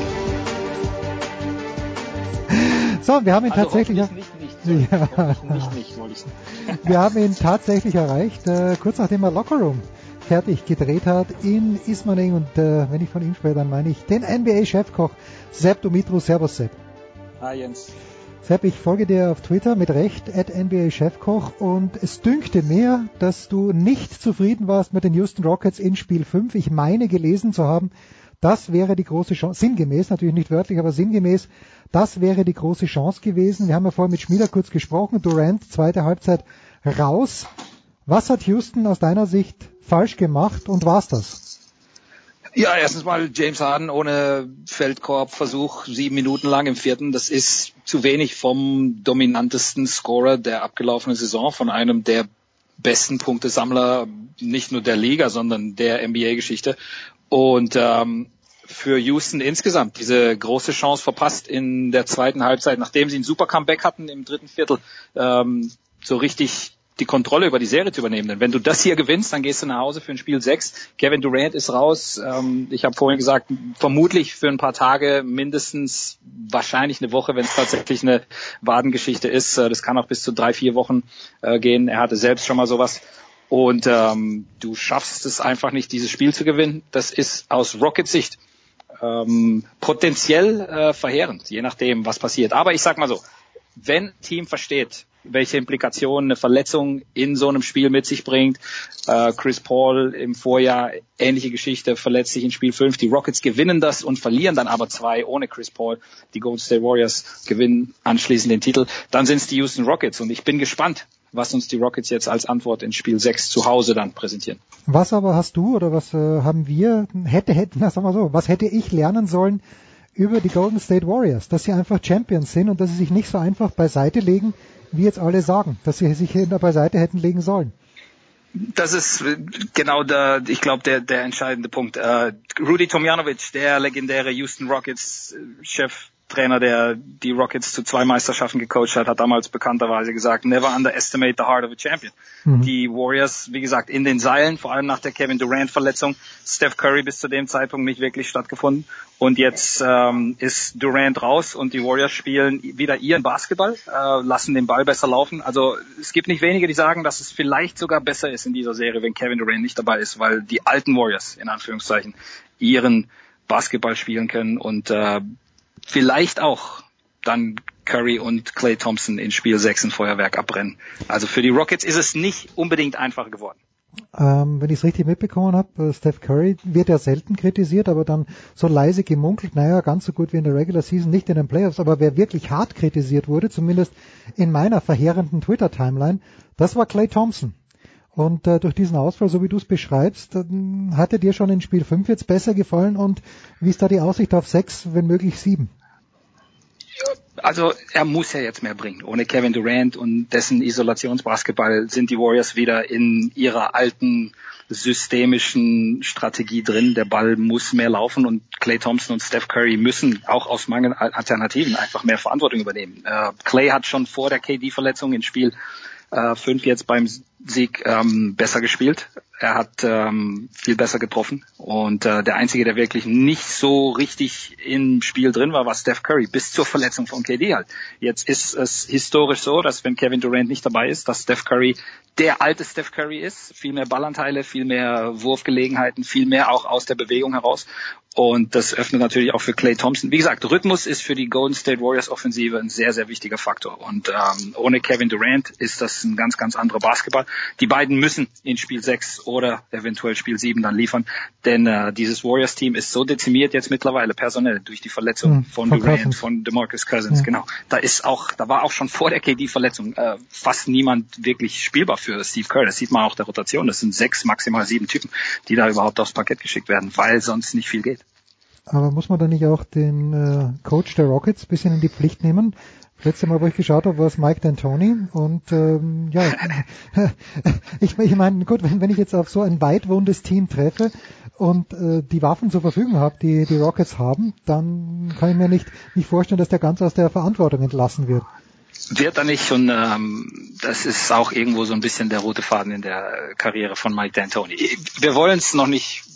So, wir haben ihn also tatsächlich... Nicht, nicht, nicht, ja. nicht, nicht, wollte ich sagen. Wir haben ihn tatsächlich erreicht, äh, kurz nachdem er Lockerroom fertig gedreht hat in Ismaning und äh, wenn ich von ihm spreche, dann meine ich den N B A-Chefkoch Sepp Dumitru. Servus Sepp. Hi Jens. Sepp, ich folge dir auf Twitter mit Recht, at N B A-Chefkoch, und es dünkte mir, dass du nicht zufrieden warst mit den Houston Rockets in Spiel fünf. Ich meine gelesen zu haben, das wäre die große Chance, sinngemäß, natürlich nicht wörtlich, aber sinngemäß, das wäre die große Chance gewesen. Wir haben ja vorhin mit Schmieder kurz gesprochen, Durant, zweite Halbzeit raus. Was hat Houston aus deiner Sicht falsch gemacht und war's das? Ja, erstens mal James Harden ohne Feldkorbversuch, sieben Minuten lang im vierten. Das ist zu wenig vom dominantesten Scorer der abgelaufenen Saison, von einem der besten Punktesammler, nicht nur der Liga, sondern der N B A-Geschichte. Und ähm, für Houston insgesamt diese große Chance verpasst in der zweiten Halbzeit, nachdem sie ein super Comeback hatten im dritten Viertel, ähm, so richtig die Kontrolle über die Serie zu übernehmen. Denn wenn du das hier gewinnst, dann gehst du nach Hause für ein Spiel sechs. Kevin Durant ist raus. Ähm, ich habe vorhin gesagt, vermutlich für ein paar Tage, mindestens wahrscheinlich eine Woche, wenn es tatsächlich eine Wadengeschichte ist. Äh, das kann auch bis zu drei, vier Wochen äh, gehen. Er hatte selbst schon mal sowas. Und ähm, du schaffst es einfach nicht, dieses Spiel zu gewinnen. Das ist aus Rockets Sicht ähm, potenziell äh, verheerend, je nachdem, was passiert. Aber ich sag mal so, wenn ein Team versteht, welche Implikationen eine Verletzung in so einem Spiel mit sich bringt. Äh, Chris Paul im Vorjahr, ähnliche Geschichte, verletzt sich in Spiel fünf. Die Rockets gewinnen das und verlieren dann aber zwei ohne Chris Paul. Die Golden State Warriors gewinnen anschließend den Titel. Dann sind es die Houston Rockets und ich bin gespannt, was uns die Rockets jetzt als Antwort in Spiel sechs zu Hause dann präsentieren. Was aber hast du oder was äh, haben wir, hätte, hätte, na sagen wir so, was hätte ich lernen sollen über die Golden State Warriors? Dass sie einfach Champions sind und dass sie sich nicht so einfach beiseite legen, wie jetzt alle sagen, dass sie sich hinter beiseite hätten legen sollen. Das ist genau der, ich glaube, der, der entscheidende Punkt. Uh, Rudy Tomjanovic, der legendäre Houston Rockets Chef, Trainer, der die Rockets zu zwei Meisterschaften gecoacht hat, hat damals bekannterweise gesagt, never underestimate the heart of a champion. Mhm. Die Warriors, wie gesagt, in den Seilen, vor allem nach der Kevin Durant-Verletzung, Steph Curry bis zu dem Zeitpunkt nicht wirklich stattgefunden. Und jetzt ähm, ist Durant raus und die Warriors spielen wieder ihren Basketball, äh, lassen den Ball besser laufen. Also es gibt nicht wenige, die sagen, dass es vielleicht sogar besser ist in dieser Serie, wenn Kevin Durant nicht dabei ist, weil die alten Warriors, in Anführungszeichen, ihren Basketball spielen können und äh, vielleicht auch dann Curry und Klay Thompson in Spiel sechs ein Feuerwerk abbrennen. Also für die Rockets ist es nicht unbedingt einfacher geworden. Ähm, wenn ich es richtig mitbekommen habe, Steph Curry wird ja selten kritisiert, aber dann so leise gemunkelt, naja, ganz so gut wie in der Regular Season, nicht in den Playoffs, aber wer wirklich hart kritisiert wurde, zumindest in meiner verheerenden Twitter-Timeline, das war Klay Thompson. Und äh, durch diesen Ausfall, so wie du es beschreibst, äh, hat er dir schon in Spiel fünf jetzt besser gefallen und wie ist da die Aussicht auf sechs, wenn möglich sieben? Also er muss ja jetzt mehr bringen. Ohne Kevin Durant und dessen Isolationsbasketball sind die Warriors wieder in ihrer alten systemischen Strategie drin. Der Ball muss mehr laufen und Klay Thompson und Steph Curry müssen auch aus Mangel an Alternativen einfach mehr Verantwortung übernehmen. Äh, Klay hat schon vor der K D-Verletzung in Spiel fünf jetzt beim Sieg ähm, besser gespielt. Er hat ähm, viel besser getroffen und äh, der Einzige, der wirklich nicht so richtig im Spiel drin war, war Steph Curry, bis zur Verletzung von K D halt. Jetzt ist es historisch so, dass wenn Kevin Durant nicht dabei ist, dass Steph Curry der alte Steph Curry ist, viel mehr Ballanteile, viel mehr Wurfgelegenheiten, viel mehr auch aus der Bewegung heraus. Und das öffnet natürlich auch für Klay Thompson. Wie gesagt, Rhythmus ist für die Golden State Warriors Offensive ein sehr, sehr wichtiger Faktor. Und ähm, ohne Kevin Durant ist das ein ganz, ganz anderer Basketball. Die beiden müssen in Spiel sechs oder eventuell Spiel sieben dann liefern. Denn äh, dieses Warriors-Team ist so dezimiert jetzt mittlerweile personell durch die Verletzung hm, von, von Durant, Cousins. von DeMarcus Cousins. Ja. Genau. Da ist auch, da war auch schon vor der K D-Verletzung äh, fast niemand wirklich spielbar für Steve Kerr. Das sieht man auch der Rotation. Das sind sechs, maximal sieben Typen, die da überhaupt aufs Parkett geschickt werden, weil sonst nicht viel geht. Aber muss man da nicht auch den äh, Coach der Rockets ein bisschen in die Pflicht nehmen? Letztes Mal, wo ich geschaut habe, war es Mike D'Antoni und ähm, ja, ich, ich meine, gut, wenn, wenn ich jetzt auf so ein weitwundes Team treffe und äh, die Waffen zur Verfügung habe, die die Rockets haben, dann kann ich mir nicht, nicht vorstellen, dass der ganz aus der Verantwortung entlassen wird. Wird er nicht und ähm, das ist auch irgendwo so ein bisschen der rote Faden in der Karriere von Mike D'Antoni. Wir wollen es noch nicht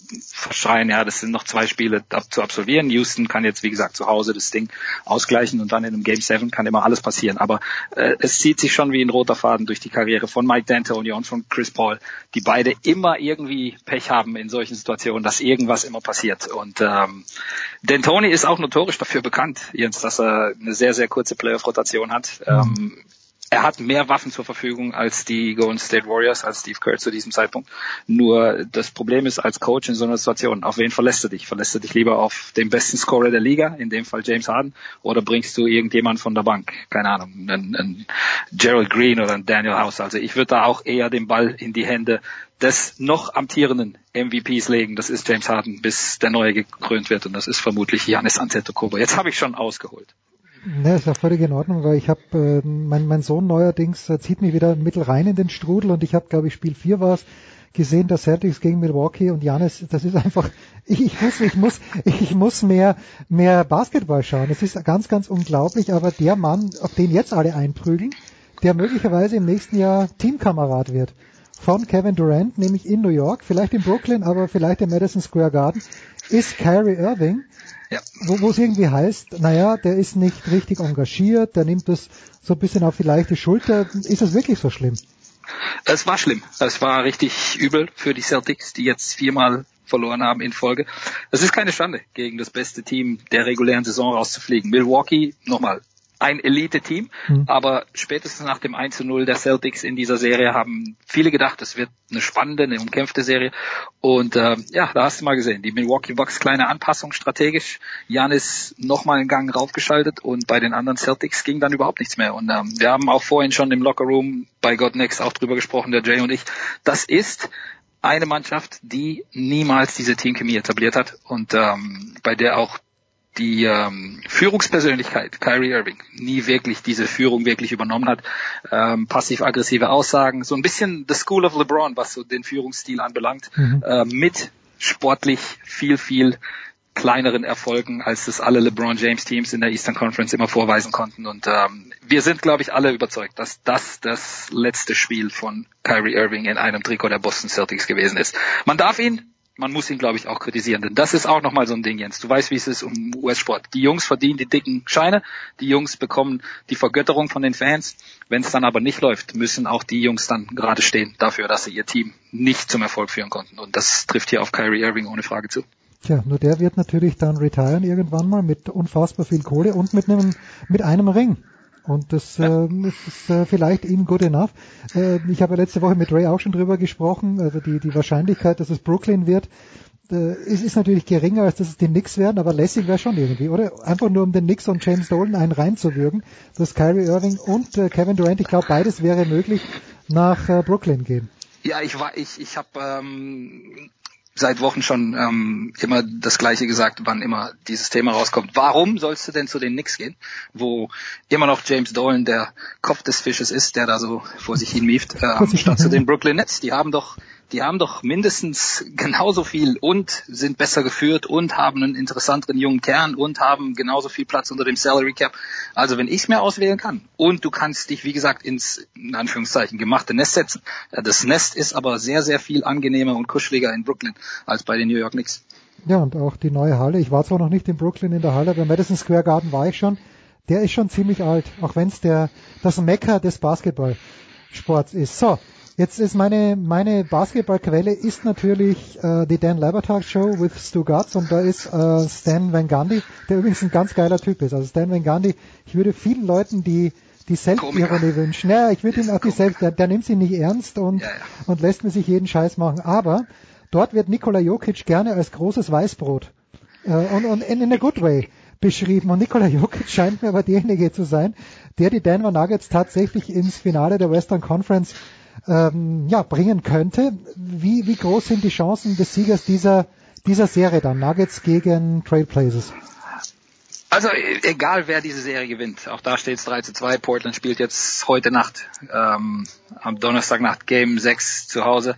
verschreien, ja, das sind noch zwei Spiele ab, zu absolvieren. Houston kann jetzt, wie gesagt, zu Hause das Ding ausgleichen und dann in einem Game sieben kann immer alles passieren. Aber äh, es zieht sich schon wie ein roter Faden durch die Karriere von Mike D'Antoni und von Chris Paul, die beide immer irgendwie Pech haben in solchen Situationen, dass irgendwas immer passiert. Und ähm, D'Antoni ist auch notorisch dafür bekannt, Jens, dass er eine sehr, sehr kurze Playoff-Rotation hat. Mhm. Ähm, Er hat mehr Waffen zur Verfügung als die Golden State Warriors, als Steve Kerr zu diesem Zeitpunkt. Nur das Problem ist als Coach in so einer Situation, auf wen verlässt du dich? Verlässt du dich lieber auf den besten Scorer der Liga, in dem Fall James Harden, oder bringst du irgendjemand von der Bank? Keine Ahnung, einen, einen Gerald Green oder einen Daniel House. Also ich würde da auch eher den Ball in die Hände des noch amtierenden M V Ps legen. Das ist James Harden, bis der Neue gekrönt wird. Und das ist vermutlich Giannis Antetokounmpo. Jetzt habe ich schon ausgeholt. Ne, ist ja völlig in Ordnung, weil ich habe, äh, mein, mein Sohn neuerdings äh, zieht mich wieder mittel rein in den Strudel und ich habe, glaube ich, Spiel vier war es, gesehen, der Celtics gegen Milwaukee und Giannis, das ist einfach, ich, ich muss, ich muss, ich muss mehr, mehr Basketball schauen. Das ist ganz, ganz unglaublich, aber der Mann, auf den jetzt alle einprügeln, der möglicherweise im nächsten Jahr Teamkamerad wird von Kevin Durant, nämlich in New York, vielleicht in Brooklyn, aber vielleicht im Madison Square Garden, ist Kyrie Irving. Ja. Wo, wo es irgendwie heißt, naja, der ist nicht richtig engagiert, der nimmt das so ein bisschen auf die leichte Schulter. Ist das wirklich so schlimm? Es war schlimm. Es war richtig übel für die Celtics, die jetzt viermal verloren haben in Folge. Es ist keine Schande, gegen das beste Team der regulären Saison rauszufliegen. Milwaukee, nochmal, ein Elite-Team, mhm. aber spätestens nach dem eins zu null der Celtics in dieser Serie haben viele gedacht, es wird eine spannende, eine umkämpfte Serie. Und äh, ja, da hast du mal gesehen, die Milwaukee Bucks kleine Anpassung strategisch. Giannis nochmal einen Gang raufgeschaltet und bei den anderen Celtics ging dann überhaupt nichts mehr. Und ähm, wir haben auch vorhin schon im Lockerroom bei God Next auch drüber gesprochen, der Jay und ich. Das ist eine Mannschaft, die niemals diese Teamchemie etabliert hat und ähm, bei der auch die ähm, Führungspersönlichkeit Kyrie Irving nie wirklich diese Führung wirklich übernommen hat. Ähm, passiv-aggressive Aussagen, so ein bisschen the School of LeBron, was so den Führungsstil anbelangt, mhm. äh, mit sportlich viel, viel kleineren Erfolgen, als das alle LeBron James Teams in der Eastern Conference immer vorweisen konnten. Und ähm, wir sind, glaube ich, alle überzeugt, dass das das letzte Spiel von Kyrie Irving in einem Trikot der Boston Celtics gewesen ist. Man darf ihn Man muss ihn, glaube ich, auch kritisieren, denn das ist auch nochmal so ein Ding, Jens. Du weißt, wie es ist um U S-Sport. Die Jungs verdienen die dicken Scheine, die Jungs bekommen die Vergötterung von den Fans. Wenn es dann aber nicht läuft, müssen auch die Jungs dann gerade stehen dafür, dass sie ihr Team nicht zum Erfolg führen konnten. Und das trifft hier auf Kyrie Irving ohne Frage zu. Tja, nur der wird natürlich dann retiren irgendwann mal mit unfassbar viel Kohle und mit einem, mit einem Ring. Und das ja. äh, ist äh, vielleicht ihm good enough. Äh, ich habe ja letzte Woche mit Ray auch schon drüber gesprochen. Also die, die Wahrscheinlichkeit, dass es Brooklyn wird, äh, ist, ist natürlich geringer, als dass es die Knicks werden, aber lässig wäre schon irgendwie, oder? Einfach nur um den Knicks und James Dolan einen reinzuwürgen, dass Kyrie Irving und äh, Kevin Durant, ich glaube, beides wäre möglich, nach äh, Brooklyn gehen. Ja, ich war, ich, ich habe ähm, seit Wochen schon ähm, immer das Gleiche gesagt, wann immer dieses Thema rauskommt. Warum sollst du denn zu den Knicks gehen, wo immer noch James Dolan der Kopf des Fisches ist, der da so vor sich hin mieft, ähm, statt zu den Brooklyn Nets? Die haben doch Die haben doch mindestens genauso viel und sind besser geführt und haben einen interessanteren jungen Kern und haben genauso viel Platz unter dem Salary Cap. Also wenn ich es mir auswählen kann und du kannst dich, wie gesagt, ins, in Anführungszeichen, gemachte Nest setzen. Das Nest ist aber sehr, sehr viel angenehmer und kuscheliger in Brooklyn als bei den New York Knicks. Ja, und auch die neue Halle. Ich war zwar noch nicht in Brooklyn in der Halle, aber im Madison Square Garden war ich schon. Der ist schon ziemlich alt, auch wenn es der das Mekka des Basketballsports ist. So. Jetzt ist meine meine Basketballquelle ist natürlich äh, die Dan Le Batard Show with Stu Gatz und da ist äh, Stan Van Gundy, der übrigens ein ganz geiler Typ ist. Also Stan Van Gundy, ich würde vielen Leuten die die Selbstironie wünschen. Ja, ich würde ihm auch die Selbst, der, der nimmt sie nicht ernst und ja, ja. und lässt mir sich jeden Scheiß machen. Aber dort wird Nikola Jokic gerne als großes Weißbrot äh, und, und in, in a good way beschrieben. Und Nikola Jokic scheint mir aber derjenige zu sein, der die Denver Nuggets tatsächlich ins Finale der Western Conference Ähm, ja, bringen könnte. Wie, wie groß sind die Chancen des Siegers dieser, dieser Serie dann? Nuggets gegen Trailblazers? Also egal, wer diese Serie gewinnt. Auch da steht es drei zu zwei. Portland spielt jetzt heute Nacht, ähm, am Donnerstagnacht Game sechs zu Hause.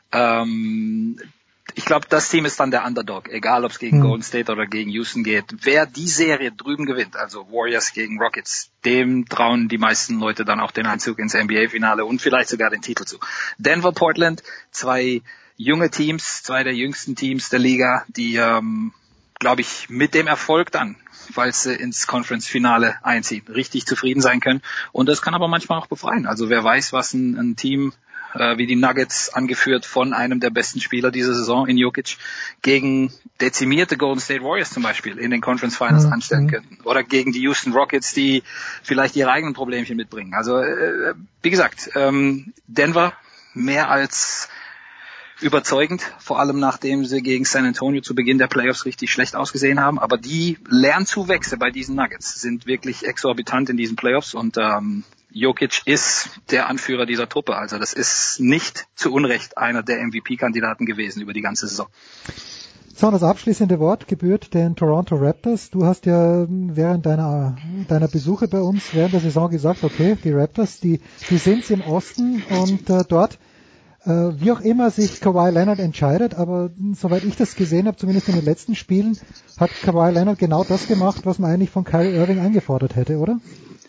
Ähm, ich glaube, das Team ist dann der Underdog, egal ob es gegen hm. Golden State oder gegen Houston geht. Wer die Serie drüben gewinnt, also Warriors gegen Rockets, dem trauen die meisten Leute dann auch den Einzug ins N B A-Finale und vielleicht sogar den Titel zu. Denver, Portland, zwei junge Teams, zwei der jüngsten Teams der Liga, die, ähm, glaube ich, mit dem Erfolg dann, falls sie ins Conference-Finale einziehen, richtig zufrieden sein können. Und das kann aber manchmal auch befreien. Also wer weiß, was ein, ein Team äh, wie die Nuggets, angeführt von einem der besten Spieler dieser Saison in Jokic, gegen dezimierte Golden State Warriors zum Beispiel in den Conference Finals mhm. anstellen könnten. Oder gegen die Houston Rockets, die vielleicht ihre eigenen Problemchen mitbringen. Also äh, wie gesagt, ähm, Denver mehr als überzeugend, vor allem nachdem sie gegen San Antonio zu Beginn der Playoffs richtig schlecht ausgesehen haben. Aber die Lernzuwächse bei diesen Nuggets sind wirklich exorbitant in diesen Playoffs und ähm, Jokic ist der Anführer dieser Truppe. Also das ist nicht zu Unrecht einer der M V P-Kandidaten gewesen über die ganze Saison. So, und das abschließende Wort gebührt den Toronto Raptors. Du hast ja während deiner deiner Besuche bei uns während der Saison gesagt, okay, die Raptors, die die sind's im Osten und äh, dort wie auch immer sich Kawhi Leonard entscheidet, aber soweit ich das gesehen habe, zumindest in den letzten Spielen, hat Kawhi Leonard genau das gemacht, was man eigentlich von Kyrie Irving eingefordert hätte, oder?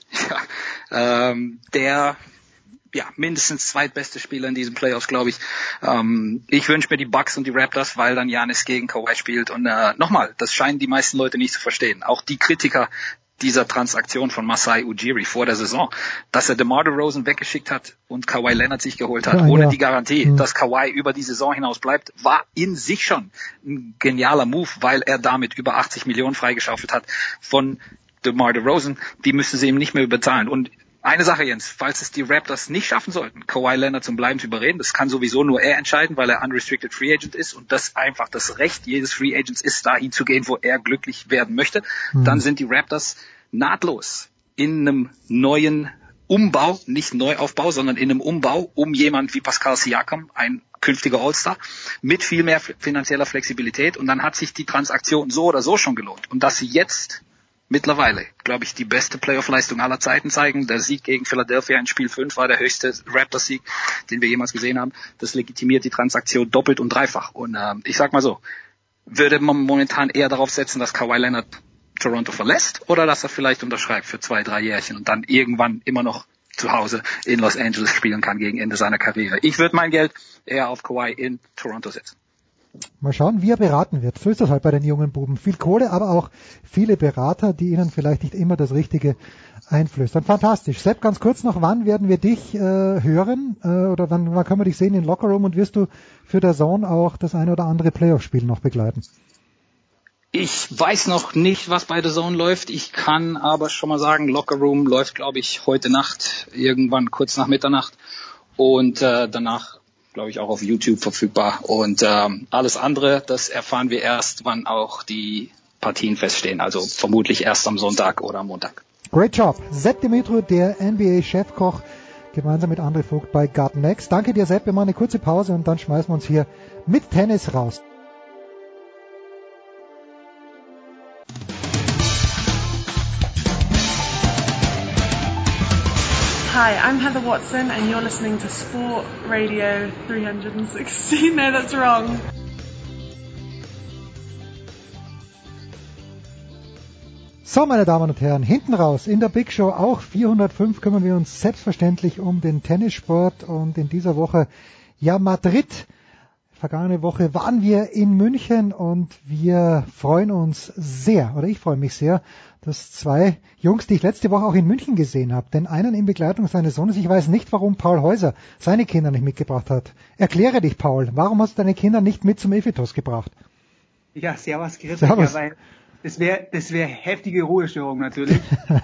Ja, ähm, der ja mindestens zweitbeste Spieler in diesen Playoffs, glaube ich. Ähm, ich wünsche mir die Bucks und die Raptors, weil dann Giannis gegen Kawhi spielt. Und äh, nochmal, das scheinen die meisten Leute nicht zu verstehen. Auch die Kritiker dieser Transaktion von Masai Ujiri vor der Saison, dass er DeMar DeRozan weggeschickt hat und Kawhi Leonard sich geholt hat, ja, ohne ja. die Garantie, mhm. dass Kawhi über die Saison hinaus bleibt, war in sich schon ein genialer Move, weil er damit über achtzig Millionen freigeschaufelt hat von DeMar DeRozan. Die müssen sie ihm nicht mehr überzahlen. Und eine Sache, Jens, falls es die Raptors nicht schaffen sollten, Kawhi Leonard zum Bleiben zu überreden, das kann sowieso nur er entscheiden, weil er Unrestricted Free Agent ist und das einfach das Recht jedes Free Agents ist, dahin zu gehen, wo er glücklich werden möchte, mhm. dann sind die Raptors nahtlos in einem neuen Umbau, nicht Neuaufbau, sondern in einem Umbau um jemand wie Pascal Siakam, ein künftiger All-Star, mit viel mehr finanzieller Flexibilität und dann hat sich die Transaktion so oder so schon gelohnt. Und dass sie jetzt mittlerweile, glaube ich, die beste Playoff-Leistung aller Zeiten zeigen. Der Sieg gegen Philadelphia in Spiel fünf war der höchste Raptors-Sieg, den wir jemals gesehen haben. Das legitimiert die Transaktion doppelt und dreifach. Und äh, ich sag mal so, würde man momentan eher darauf setzen, dass Kawhi Leonard Toronto verlässt oder dass er vielleicht unterschreibt für zwei, drei Jährchen und dann irgendwann immer noch zu Hause in Los Angeles spielen kann gegen Ende seiner Karriere. Ich würde mein Geld eher auf Kawhi in Toronto setzen. Mal schauen, wie er beraten wird. So ist das halt bei den jungen Buben. Viel Kohle, aber auch viele Berater, die ihnen vielleicht nicht immer das Richtige einflöstern. Fantastisch. Sepp, ganz kurz noch, wann werden wir dich äh, hören? Äh, oder wann, wann können wir dich sehen in Lockerroom und wirst du für der Zone auch das eine oder andere Playoff-Spiel noch begleiten? Ich weiß noch nicht, was bei The Zone läuft. Ich kann aber schon mal sagen, Lockerroom läuft, glaube ich, heute Nacht, irgendwann kurz nach Mitternacht. Und äh, danach, glaube ich, auch auf YouTube verfügbar. Und ähm, alles andere, das erfahren wir erst, wann auch die Partien feststehen. Also vermutlich erst am Sonntag oder am Montag. Great job. Sepp Dimitrou, der N B A-Chefkoch, gemeinsam mit André Vogt bei Garten Next. Danke dir, Sepp. Wir machen eine kurze Pause und dann schmeißen wir uns hier mit Tennis raus. Hi, I'm Heather Watson and you're listening to Sport Radio three sixty. No, that's wrong. So, meine Damen und Herren, hinten raus in der Big Show, auch vierhundertfünf, kümmern wir uns selbstverständlich um den Tennissport und in dieser Woche, ja, Madrid. Vergangene Woche waren wir in München und wir freuen uns sehr, oder ich freue mich sehr, dass zwei Jungs, die ich letzte Woche auch in München gesehen habe, den einen in Begleitung seines Sohnes, ich weiß nicht, warum Paul Häuser seine Kinder nicht mitgebracht hat. Erkläre dich, Paul, warum hast du deine Kinder nicht mit zum Ephitos gebracht? Ja, servus, grüß euch, ja, weil das wäre das wär heftige Ruhestörung natürlich.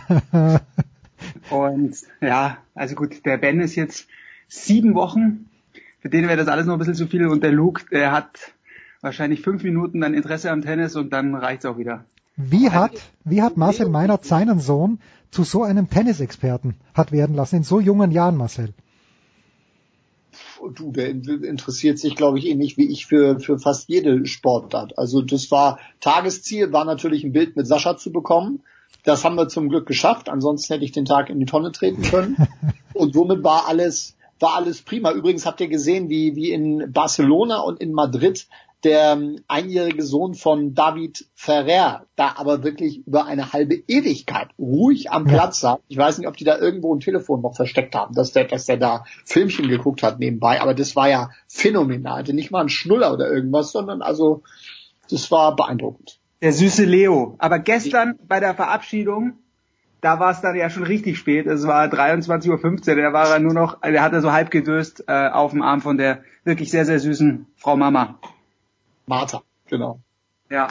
Und ja, also gut, der Ben ist jetzt sieben Wochen, für den wäre das alles noch ein bisschen zu viel und der Luke, der hat wahrscheinlich fünf Minuten dann Interesse am Tennis und dann reicht's auch wieder. Wie hat, wie hat Marcel Meinert seinen Sohn zu so einem Tennisexperten hat werden lassen, in so jungen Jahren, Marcel? Du, der interessiert sich, glaube ich, ähnlich wie ich für, für fast jede Sportart. Also das war, Tagesziel war natürlich ein Bild mit Sascha zu bekommen. Das haben wir zum Glück geschafft. Ansonsten hätte ich den Tag in die Tonne treten können. Und somit war alles, war alles prima. Übrigens habt ihr gesehen, wie, wie in Barcelona und in Madrid der einjährige Sohn von David Ferrer da aber wirklich über eine halbe Ewigkeit ruhig am Platz saß. Ich weiß nicht, ob die da irgendwo ein Telefon noch versteckt haben, dass der, dass der da Filmchen geguckt hat nebenbei, aber das war ja phänomenal. Hatte nicht mal einen Schnuller oder irgendwas, sondern also, das war beeindruckend. Der süße Leo. Aber gestern bei der Verabschiedung, da war es dann ja schon richtig spät. Es war dreiundzwanzig Uhr fünfzehn. Da war er nur noch, der hat er so halb gedöst äh, auf dem Arm von der wirklich sehr, sehr süßen Frau Mama. Martha, genau. Ja.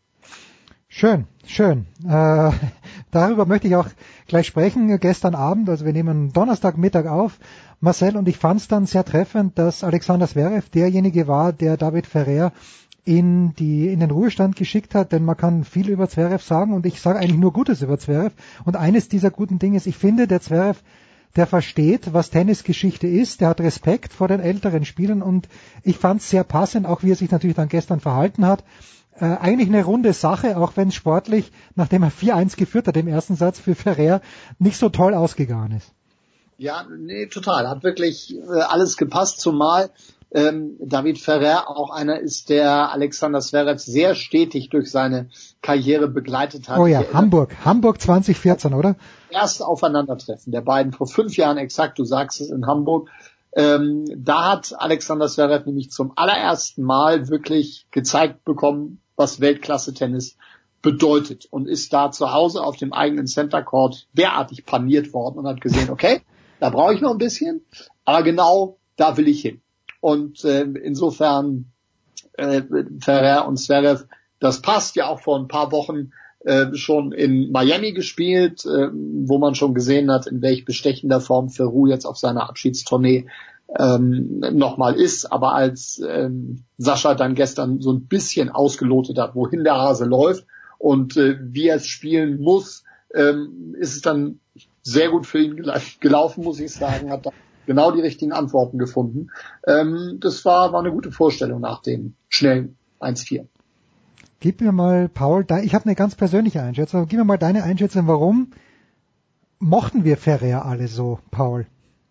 Schön, schön. Äh, darüber möchte ich auch gleich sprechen. Gestern Abend, also wir nehmen Donnerstagmittag auf, Marcel, und ich fand es dann sehr treffend, dass Alexander Zverev derjenige war, der David Ferrer in die in den Ruhestand geschickt hat, denn man kann viel über Zverev sagen und ich sage eigentlich nur Gutes über Zverev. Und eines dieser guten Dinge ist, ich finde, der Zverev, der versteht, was Tennisgeschichte ist, der hat Respekt vor den älteren Spielern und ich fand es sehr passend, auch wie er sich natürlich dann gestern verhalten hat. Äh, eigentlich eine runde Sache, auch wenn es sportlich, nachdem er vier eins geführt hat im ersten Satz für Ferrer, nicht so toll ausgegangen ist. Ja, nee, total. Hat wirklich äh, alles gepasst, zumal Ähm, David Ferrer auch einer ist, der Alexander Zverev sehr stetig durch seine Karriere begleitet hat. Oh ja, Hamburg, Hamburg zwanzig vierzehn, oder? Erste Aufeinandertreffen der beiden vor fünf Jahren exakt, du sagst es, in Hamburg. Ähm, da hat Alexander Zverev nämlich zum allerersten Mal wirklich gezeigt bekommen, was Weltklasse-Tennis bedeutet und ist da zu Hause auf dem eigenen Center Court derartig paniert worden und hat gesehen, okay, da brauche ich noch ein bisschen, aber genau da will ich hin. Und äh, insofern äh, Ferrer und Zverev, das passt, ja auch vor ein paar Wochen äh, schon in Miami gespielt, äh, wo man schon gesehen hat, in welch bestechender Form Ferrou jetzt auf seiner Abschiedstournee ähm, nochmal ist. Aber als ähm, Sascha dann gestern so ein bisschen ausgelotet hat, wohin der Hase läuft und äh, wie er es spielen muss, ähm, ist es dann sehr gut für ihn gel- gelaufen, muss ich sagen, hat dann genau die richtigen Antworten gefunden. Ähm, das war, war eine gute Vorstellung nach dem schnellen eins vier. Gib mir mal, Paul, da, ich habe eine ganz persönliche Einschätzung, gib mir mal deine Einschätzung, warum mochten wir Ferrer alle so, Paul?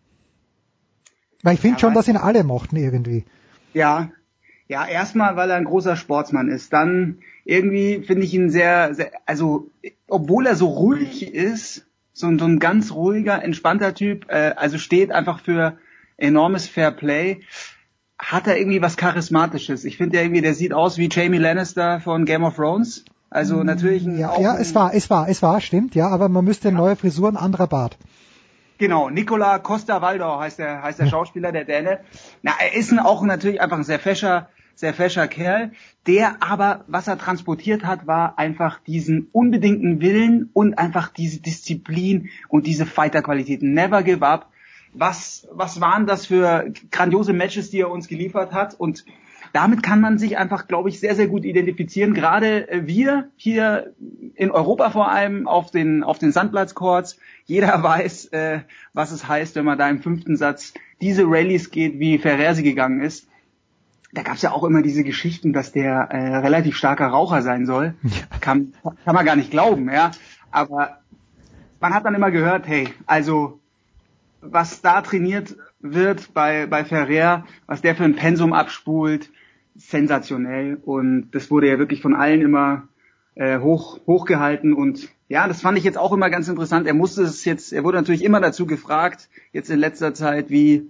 Weil ich finde ja, schon, dass ihn alle mochten irgendwie. Ja, ja, erstmal, weil er ein großer Sportsmann ist. Dann irgendwie finde ich ihn sehr, sehr, also obwohl er so ruhig ist, so ein, so ein ganz ruhiger, entspannter Typ, äh, also steht einfach für enormes Fairplay, hat er irgendwie was Charismatisches. Ich finde, der irgendwie, der sieht aus wie Jaime Lannister von Game of Thrones. Also natürlich ein, ja, ja, es war, es war, es war, stimmt, ja, aber man müsste eine neue Frisur, ein anderer Bart. Genau, Nicola Costa-Waldau heißt der, heißt der ja. Schauspieler, der Däne. Na, er ist ein, auch natürlich einfach ein sehr fescher, sehr fescher Kerl, der aber, was er transportiert hat, war einfach diesen unbedingten Willen und einfach diese Disziplin und diese Fighter-Qualitäten. Never give up. Was, was waren das für grandiose Matches, die er uns geliefert hat? Und damit kann man sich einfach, glaube ich, sehr, sehr gut identifizieren. Gerade wir hier in Europa vor allem auf den, auf den Sandplatzcourts. Jeder weiß, äh, was es heißt, wenn man da im fünften Satz diese Rallyes geht, wie Ferrer sie gegangen ist. Da gab es ja auch immer diese Geschichten, dass der äh, relativ starker Raucher sein soll. Kann, kann man gar nicht glauben, ja. Aber man hat dann immer gehört, hey, also was da trainiert wird bei bei Ferrer, was der für ein Pensum abspult, sensationell. Und das wurde ja wirklich von allen immer äh, hoch hochgehalten. Und ja, das fand ich jetzt auch immer ganz interessant. Er musste es jetzt, er wurde natürlich immer dazu gefragt, jetzt in letzter Zeit, wie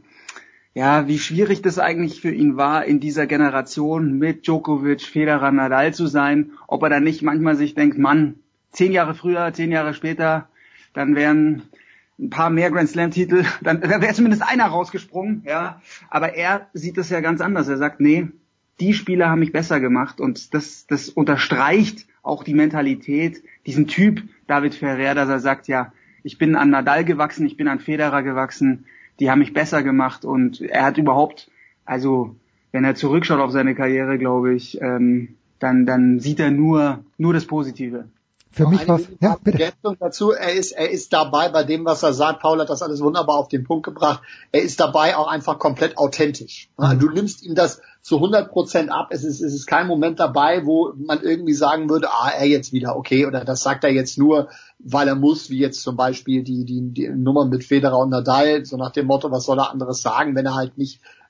ja, wie schwierig das eigentlich für ihn war, in dieser Generation mit Djokovic, Federer, Nadal zu sein, ob er dann nicht manchmal sich denkt, Mann, zehn Jahre früher, zehn Jahre später, dann wären ein paar mehr Grand Slam Titel, dann, dann wäre zumindest einer rausgesprungen, ja, aber er sieht das ja ganz anders, er sagt, nee, die Spieler haben mich besser gemacht und das, das unterstreicht auch die Mentalität, diesen Typ David Ferrer, dass er sagt, ja, ich bin an Nadal gewachsen, ich bin an Federer gewachsen, die haben mich besser gemacht und er hat überhaupt, also wenn er zurückschaut auf seine Karriere, glaube ich, ähm, dann dann sieht er nur nur das Positive. Für Noch mich war ja bitte. Dazu, er ist er ist dabei bei dem, was er sagt. Paul hat das alles wunderbar auf den Punkt gebracht. Er ist dabei auch einfach komplett authentisch. Mhm. Du nimmst ihm das zu hundert Prozent ab. Es ist es ist kein Moment dabei, wo man irgendwie sagen würde, ah, er jetzt wieder, okay, oder das sagt er jetzt nur, weil er muss, wie jetzt zum Beispiel die die die Nummer mit Federer und Nadal, so nach dem Motto, was soll er anderes sagen, wenn er halt nicht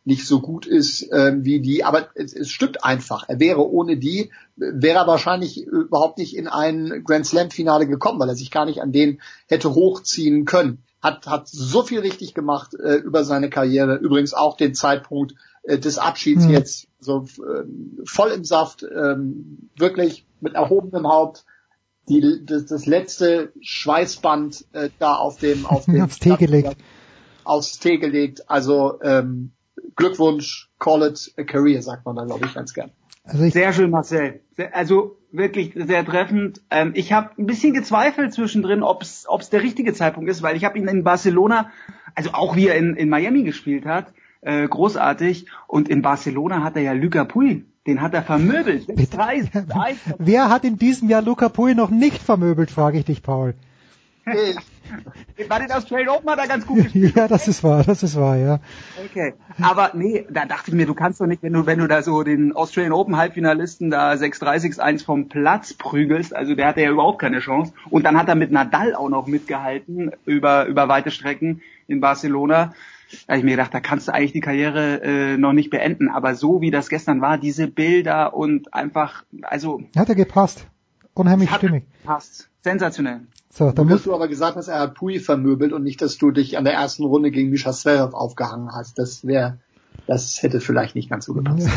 nicht so gut ist äh, wie die, aber es, es stimmt einfach. Er wäre ohne die, wäre er wahrscheinlich überhaupt nicht in ein Grand Slam Finale gekommen, weil er sich gar nicht an den hätte hochziehen können. Hat, hat so viel richtig gemacht äh, über seine Karriere. Übrigens auch den Zeitpunkt äh, des Abschieds mhm. jetzt so äh, voll im Saft, äh, wirklich mit erhobenem Haupt. Die, das, das letzte Schweißband äh, da auf dem auf dem aufs Tee gelegt. Aufs Tee gelegt. Also ähm, Glückwunsch, call it a career, sagt man da, glaube ich, ganz gern. Also ich sehr schön, Marcel. Sehr, also wirklich sehr treffend. Ähm, ich habe ein bisschen gezweifelt zwischendrin, ob es der richtige Zeitpunkt ist, weil ich habe ihn in Barcelona, also auch wie er in, in Miami gespielt hat, äh, großartig. Und in Barcelona hat er ja Luca Puig, den hat er vermöbelt. sechs drei, sechs eins. Wer hat in diesem Jahr Luca Puig noch nicht vermöbelt, frage ich dich, Paul. War den Australian Open hat er ganz gut gespielt. Ja, das ist wahr, das ist wahr, ja. Okay, aber nee, da dachte ich mir, du kannst doch nicht, wenn du wenn du da so den Australian Open Halbfinalisten da sechs drei, sechs eins vom Platz prügelst, also der hatte ja überhaupt keine Chance. Und dann hat er mit Nadal auch noch mitgehalten über über weite Strecken in Barcelona. Da habe ich mir gedacht, da kannst du eigentlich die Karriere äh, noch nicht beenden. Aber so wie das gestern war, diese Bilder und einfach, also... Hat er gepasst. Unheimlich hat stimmig. Passt. Sensationell. So, dann musst du aber gesagt hast, er hat Puig vermöbelt und nicht, dass du dich an der ersten Runde gegen Mischa Zverev aufgehangen hast. Das wäre, das hätte vielleicht nicht ganz so gepasst.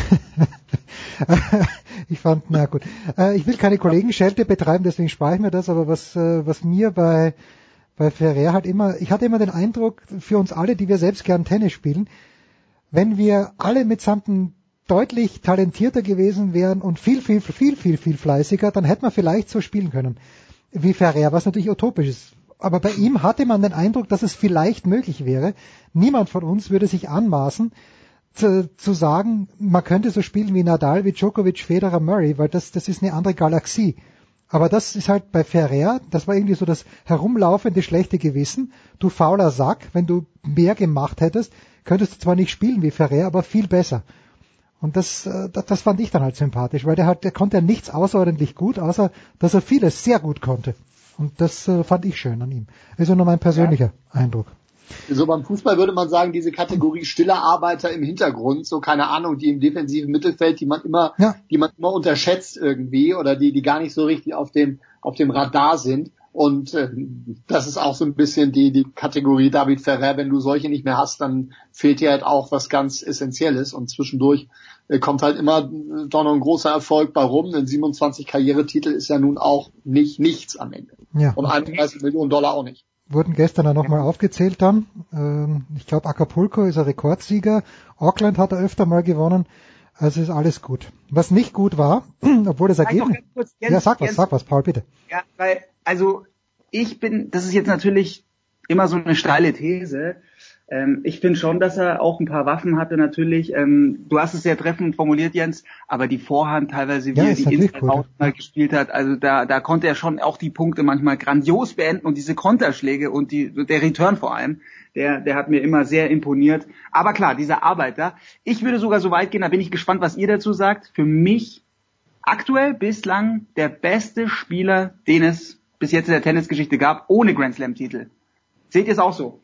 Ich fand, na gut. Äh, ich will keine Kollegenschelte betreiben, deswegen spare ich mir das, aber was, äh, was mir bei, bei Ferrer halt immer, ich hatte immer den Eindruck, für uns alle, die wir selbst gern Tennis spielen, wenn wir alle mitsamt deutlich talentierter gewesen wären und viel, viel, viel, viel, viel fleißiger, dann hätte man vielleicht so spielen können wie Ferrer, was natürlich utopisch ist. Aber bei ihm hatte man den Eindruck, dass es vielleicht möglich wäre. Niemand von uns würde sich anmaßen, zu, zu sagen, man könnte so spielen wie Nadal, wie Djokovic, Federer, Murray, weil das, das ist eine andere Galaxie. Aber das ist halt bei Ferrer, das war irgendwie so das herumlaufende schlechte Gewissen. Du fauler Sack, wenn du mehr gemacht hättest, könntest du zwar nicht spielen wie Ferrer, aber viel besser. Und das, das, das fand ich dann halt sympathisch, weil der hat, der konnte ja nichts außerordentlich gut, außer dass er vieles sehr gut konnte. Und das äh, fand ich schön an ihm. Also nur mein persönlicher ja. Eindruck. So beim Fußball würde man sagen, diese Kategorie stiller Arbeiter im Hintergrund, so keine Ahnung, die im defensiven Mittelfeld, die man immer, ja. die man immer unterschätzt irgendwie oder die, die gar nicht so richtig auf dem, auf dem Radar sind. Und äh, das ist auch so ein bisschen die, die Kategorie David Ferrer. Wenn du solche nicht mehr hast, dann fehlt dir halt auch was ganz Essentielles. Und zwischendurch äh, kommt halt immer doch noch ein großer Erfolg bei rum. Denn siebenundzwanzig Karrieretitel ist ja nun auch nicht nichts am Ende. Ja. Und einunddreißig Millionen Dollar auch nicht. Wurden gestern dann nochmal aufgezählt dann. Ähm, ich glaube, Acapulco ist ein Rekordsieger. Auckland hat er öfter mal gewonnen. Also ist alles gut. Was nicht gut war, obwohl das Ergebnis... Kurz, Jens, ja, sag was, Jens, sag was, Paul, bitte. Ja, weil, also ich bin, das ist jetzt natürlich immer so eine steile These. Ähm, ich finde schon, dass er auch ein paar Waffen hatte natürlich. Ähm, du hast es sehr treffend formuliert, Jens, aber die Vorhand teilweise, wie ja, er die Inside-Out cool. gespielt hat, also da, da konnte er schon auch die Punkte manchmal grandios beenden und diese Konterschläge und die, der Return vor allem, der, der hat mir immer sehr imponiert. Aber klar, dieser Arbeiter. Ich würde sogar so weit gehen, da bin ich gespannt, was ihr dazu sagt. Für mich aktuell bislang der beste Spieler, den es bis jetzt in der Tennisgeschichte gab, ohne Grand Slam Titel. Seht ihr es auch so?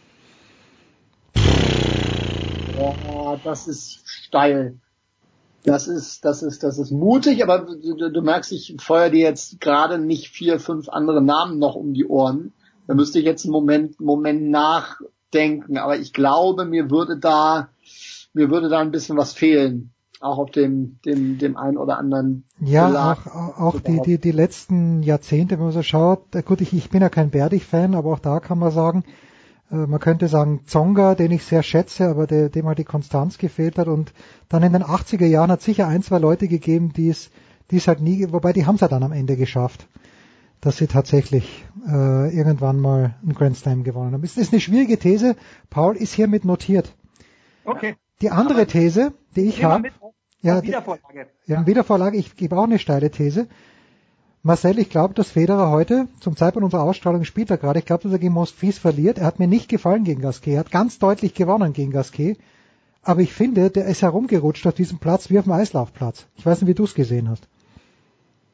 Ja, das ist steil. Das ist, das ist, das ist mutig, aber du, du merkst, ich feuer dir jetzt gerade nicht vier, fünf andere Namen noch um die Ohren. Da müsste ich jetzt einen Moment, Moment nachdenken, aber ich glaube, mir würde da, mir würde da ein bisschen was fehlen. Auch auf dem, dem, dem einen oder anderen Ja, Belag. auch, auch die, die, die letzten Jahrzehnte, wenn man so schaut, gut, ich, ich bin ja kein Berdych-Fan, aber auch da kann man sagen, äh, man könnte sagen Tsonga, den ich sehr schätze, aber der, dem halt die Konstanz gefehlt hat, und dann in den achtziger Jahren hat es sicher ein, zwei Leute gegeben, die es, die es halt nie, wobei die haben es ja dann am Ende geschafft, dass sie tatsächlich äh, irgendwann mal einen Grand Slam gewonnen haben. Das ist eine schwierige These. Paul ist hiermit notiert. Okay. Die andere Aber These, die ich habe, ja, Wiedervorlage. Ja, Wiedervorlage, ich gebe auch eine steile These. Marcel, ich glaube, dass Federer heute, zum Zeitpunkt unserer Ausstrahlung spielt er gerade, ich glaube, dass er gegen Monfils verliert. Er hat mir nicht gefallen gegen Gasquet, er hat ganz deutlich gewonnen gegen Gasquet. Aber ich finde, der ist herumgerutscht auf diesem Platz wie auf dem Eislaufplatz. Ich weiß nicht, wie du es gesehen hast.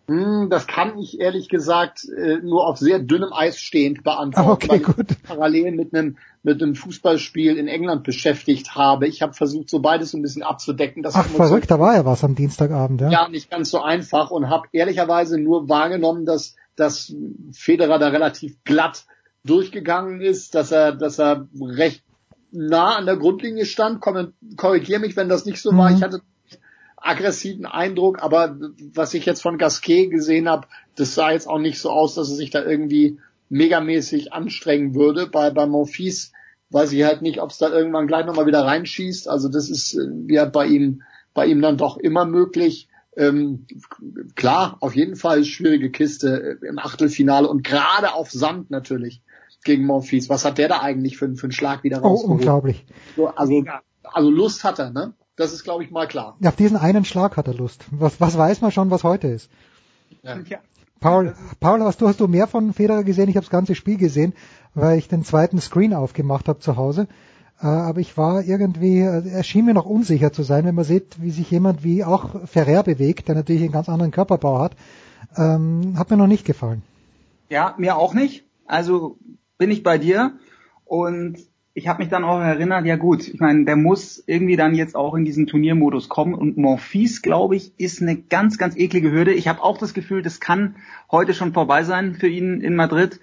Hm, das kann ich ehrlich gesagt äh, nur auf sehr dünnem Eis stehend beantworten, okay, weil gut. ich parallel mit einem mit einem Fußballspiel in England beschäftigt habe. Ich habe versucht, so beides so ein bisschen abzudecken. Das Ach, verrückt, da war ja was am Dienstagabend, ja. Ja, nicht ganz so einfach und habe ehrlicherweise nur wahrgenommen, dass dass Federer da relativ glatt durchgegangen ist, dass er dass er recht nah an der Grundlinie stand. Korrigiere mich, wenn das nicht so mhm. war. Ich hatte aggressiven Eindruck, aber was ich jetzt von Gasquet gesehen habe, das sah jetzt auch nicht so aus, dass er sich da irgendwie megamäßig anstrengen würde. Bei, bei Monfils weiß ich halt nicht, ob es da irgendwann gleich nochmal wieder reinschießt. Also das ist ja bei ihm, bei ihm dann doch immer möglich. Ähm, klar, auf jeden Fall schwierige Kiste im Achtelfinale und gerade auf Sand natürlich gegen Monfils. Was hat der da eigentlich für, für einen Schlag wieder rausgeholt? Oh, unglaublich. So, also, also Lust hat er, ne? Das ist, glaube ich, mal klar. Ja, auf diesen einen Schlag hat er Lust. Was, was weiß man schon, was heute ist? Ja. Paul, Paul, hast du, hast du mehr von Federer gesehen? Ich habe das ganze Spiel gesehen, weil ich den zweiten Screen aufgemacht habe zu Hause. Äh, aber ich war irgendwie, er schien mir noch unsicher zu sein, wenn man sieht, wie sich jemand wie auch Ferrer bewegt, der natürlich einen ganz anderen Körperbau hat. Ähm, hat mir noch nicht gefallen. Ja, mir auch nicht. Also bin ich bei dir und ich habe mich dann auch erinnert, ja gut, ich meine, der muss irgendwie dann jetzt auch in diesen Turniermodus kommen und Monfils, glaube ich, ist eine ganz, ganz eklige Hürde. Ich habe auch das Gefühl, das kann heute schon vorbei sein für ihn in Madrid.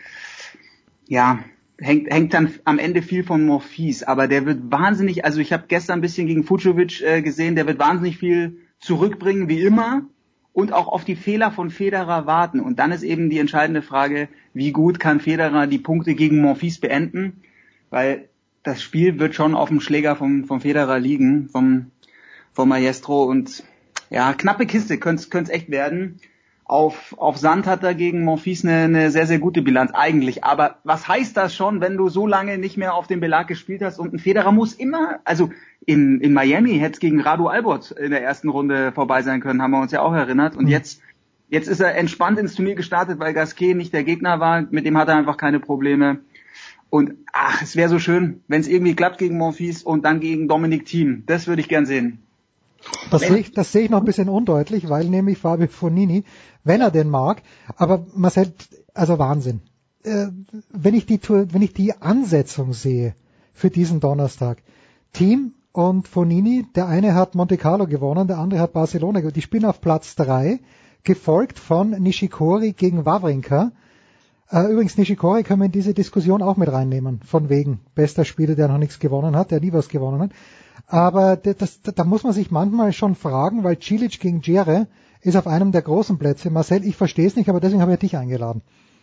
Ja, hängt hängt dann am Ende viel von Monfils, aber der wird wahnsinnig, also ich habe gestern ein bisschen gegen Fucsovics äh, gesehen, der wird wahnsinnig viel zurückbringen, wie immer, und auch auf die Fehler von Federer warten. Und dann ist eben die entscheidende Frage, wie gut kann Federer die Punkte gegen Monfils beenden, weil das Spiel wird schon auf dem Schläger vom, vom Federer liegen, vom, vom Maestro und ja, knappe Kiste könnte es echt werden. Auf, auf Sand hat er gegen Monfils eine, eine sehr, sehr gute Bilanz eigentlich. Aber was heißt das schon, wenn du so lange nicht mehr auf dem Belag gespielt hast und ein Federer muss immer, also in, in Miami hätte es gegen Radu Albot in der ersten Runde vorbei sein können, haben wir uns ja auch erinnert. Und mhm. jetzt, jetzt ist er entspannt ins Turnier gestartet, weil Gasquet nicht der Gegner war, mit dem hat er einfach keine Probleme. Und ach, es wäre so schön, wenn es irgendwie klappt gegen Monfils und dann gegen Dominic Thiem. Das würde ich gern sehen. Das sehe ich, das sehe ich noch ein bisschen undeutlich, weil nämlich Fabio Fognini, wenn er den mag, aber Marcel, also Wahnsinn. Äh, wenn ich die wenn ich die Ansetzung sehe für diesen Donnerstag, Thiem und Fognini, der eine hat Monte Carlo gewonnen, der andere hat Barcelona gewonnen, die spielen auf Platz drei, gefolgt von Nishikori gegen Wawrinka. Uh, übrigens, Nishikori können wir in diese Diskussion auch mit reinnehmen, von wegen bester Spieler, der noch nichts gewonnen hat, der nie was gewonnen hat. Aber das, das, da muss man sich manchmal schon fragen, weil Cilic gegen Djere ist auf einem der großen Plätze. Marcel, ich verstehe es nicht, aber deswegen habe ich dich eingeladen.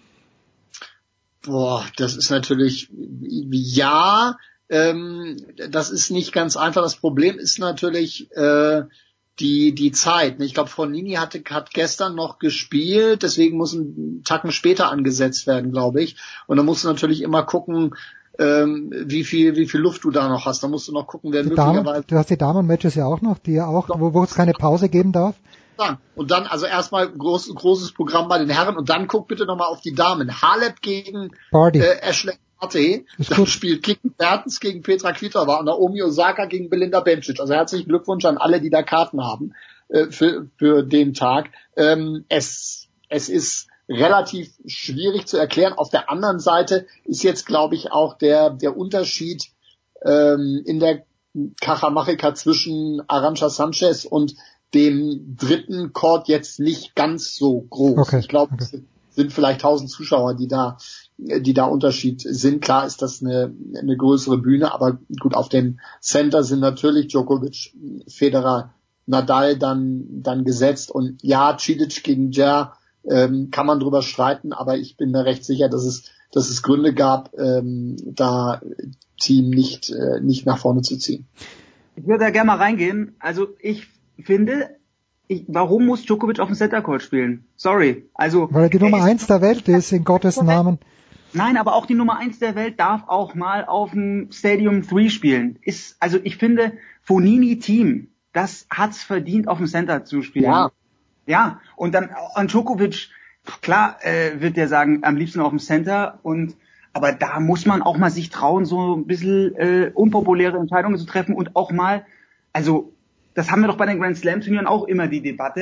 Boah, das ist natürlich, ja, ähm, das ist nicht ganz einfach. Das Problem ist natürlich äh, die die Zeit. Ich glaube, Fognini hatte hat gestern noch gespielt, deswegen muss ein Tacken später angesetzt werden, glaube ich. Und dann musst du natürlich immer gucken, ähm, wie viel wie viel Luft du da noch hast. Da musst du noch gucken, wer die möglicherweise... Damen, du hast die Damen-Matches ja auch noch, die ja auch, wo, wo es keine Pause geben darf. Und dann also erstmal groß, großes Programm bei den Herren und dann guck bitte nochmal auf die Damen. Halep gegen äh, Ashley Barty, dann spielt Kiki Bertens gegen Petra Kvitova und Naomi Osaka gegen Belinda Bencic. Also herzlichen Glückwunsch an alle, die da Karten haben äh, für, für den Tag. Ähm, es, es ist relativ schwierig zu erklären. Auf der anderen Seite ist jetzt, glaube ich, auch der, der Unterschied ähm, in der Cajamarca zwischen Arantxa Sanchez und dem dritten Court jetzt nicht ganz so groß. Okay, ich glaube, okay. es sind vielleicht tausend Zuschauer, die da, die da Unterschied sind. Klar ist das eine, eine größere Bühne, aber gut, auf dem Center sind natürlich Djokovic, Federer, Nadal dann, dann gesetzt und ja, Cilic gegen Djere, ähm, kann man drüber streiten, aber ich bin mir recht sicher, dass es, dass es Gründe gab, ähm, da Team nicht, äh, nicht nach vorne zu ziehen. Ich würde da gerne mal reingehen. Also ich finde, ich, warum muss Djokovic auf dem Center Court spielen? Sorry. Also, weil er die Nummer eins der Welt ist, in Gottes Namen. Nein, aber auch die Nummer eins der Welt darf auch mal auf dem Stadium drei spielen. Ist, also ich finde, Fognini Thiem, das hat's verdient, auf dem Center zu spielen. Ja. Ja, und dann an Djokovic, klar, äh, wird der sagen, am liebsten auf dem Center und aber da muss man auch mal sich trauen, so ein bisschen äh, unpopuläre Entscheidungen zu treffen und auch mal, also das haben wir doch bei den Grand Slam Turnieren auch immer die Debatte,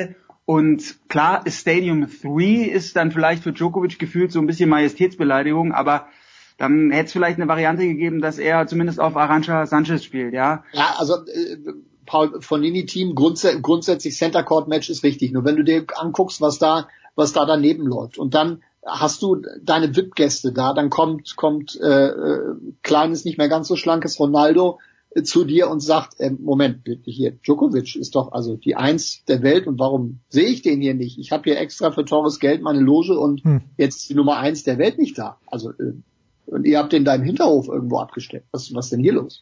Und klar, Stadium drei ist dann vielleicht für Djokovic gefühlt so ein bisschen Majestätsbeleidigung, aber dann hätte es vielleicht eine Variante gegeben, dass er zumindest auf Arantxa Sanchez spielt, ja. Ja, also äh, Paul Fognini-Team, grunds- grundsätzlich Center Court Match ist richtig. Nur wenn du dir anguckst, was da, was da daneben läuft, und dann hast du deine V I P-Gäste da, dann kommt kommt äh, kleines, nicht mehr ganz so schlankes Ronaldo äh, zu dir und sagt, äh, Moment, bitte hier, Djokovic ist doch also die Eins der Welt, und warum sehe ich den hier nicht? Ich habe hier extra für teures Geld meine Loge und hm. jetzt ist die Nummer Eins der Welt nicht da. Also äh, und ihr habt den da im Hinterhof irgendwo abgestellt. Was was denn hier los?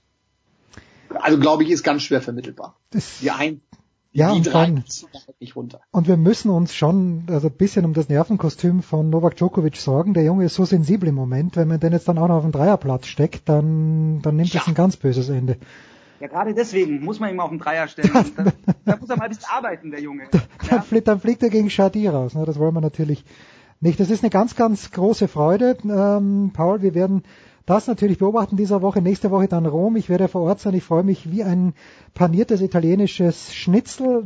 Also glaube ich, ist ganz schwer vermittelbar. Das die ein Ja, die und, drei dann, nicht runter. Und wir müssen uns schon also ein bisschen um das Nervenkostüm von Novak Djokovic sorgen. Der Junge ist so sensibel im Moment. Wenn man den jetzt dann auch noch auf den Dreierplatz steckt, dann, dann nimmt ja. das ein ganz böses Ende. Ja, gerade deswegen muss man ihn mal auf den Dreier stellen. da, da muss er mal ein bisschen arbeiten, der Junge. Da, ja? fliegt, dann fliegt er gegen Chardy raus. Ne? Das wollen wir natürlich nicht. Das ist eine ganz, ganz große Freude. Ähm, Paul, wir werden das natürlich beobachten dieser Woche, nächste Woche dann Rom. Ich werde vor Ort sein. Ich freue mich wie ein paniertes italienisches Schnitzel.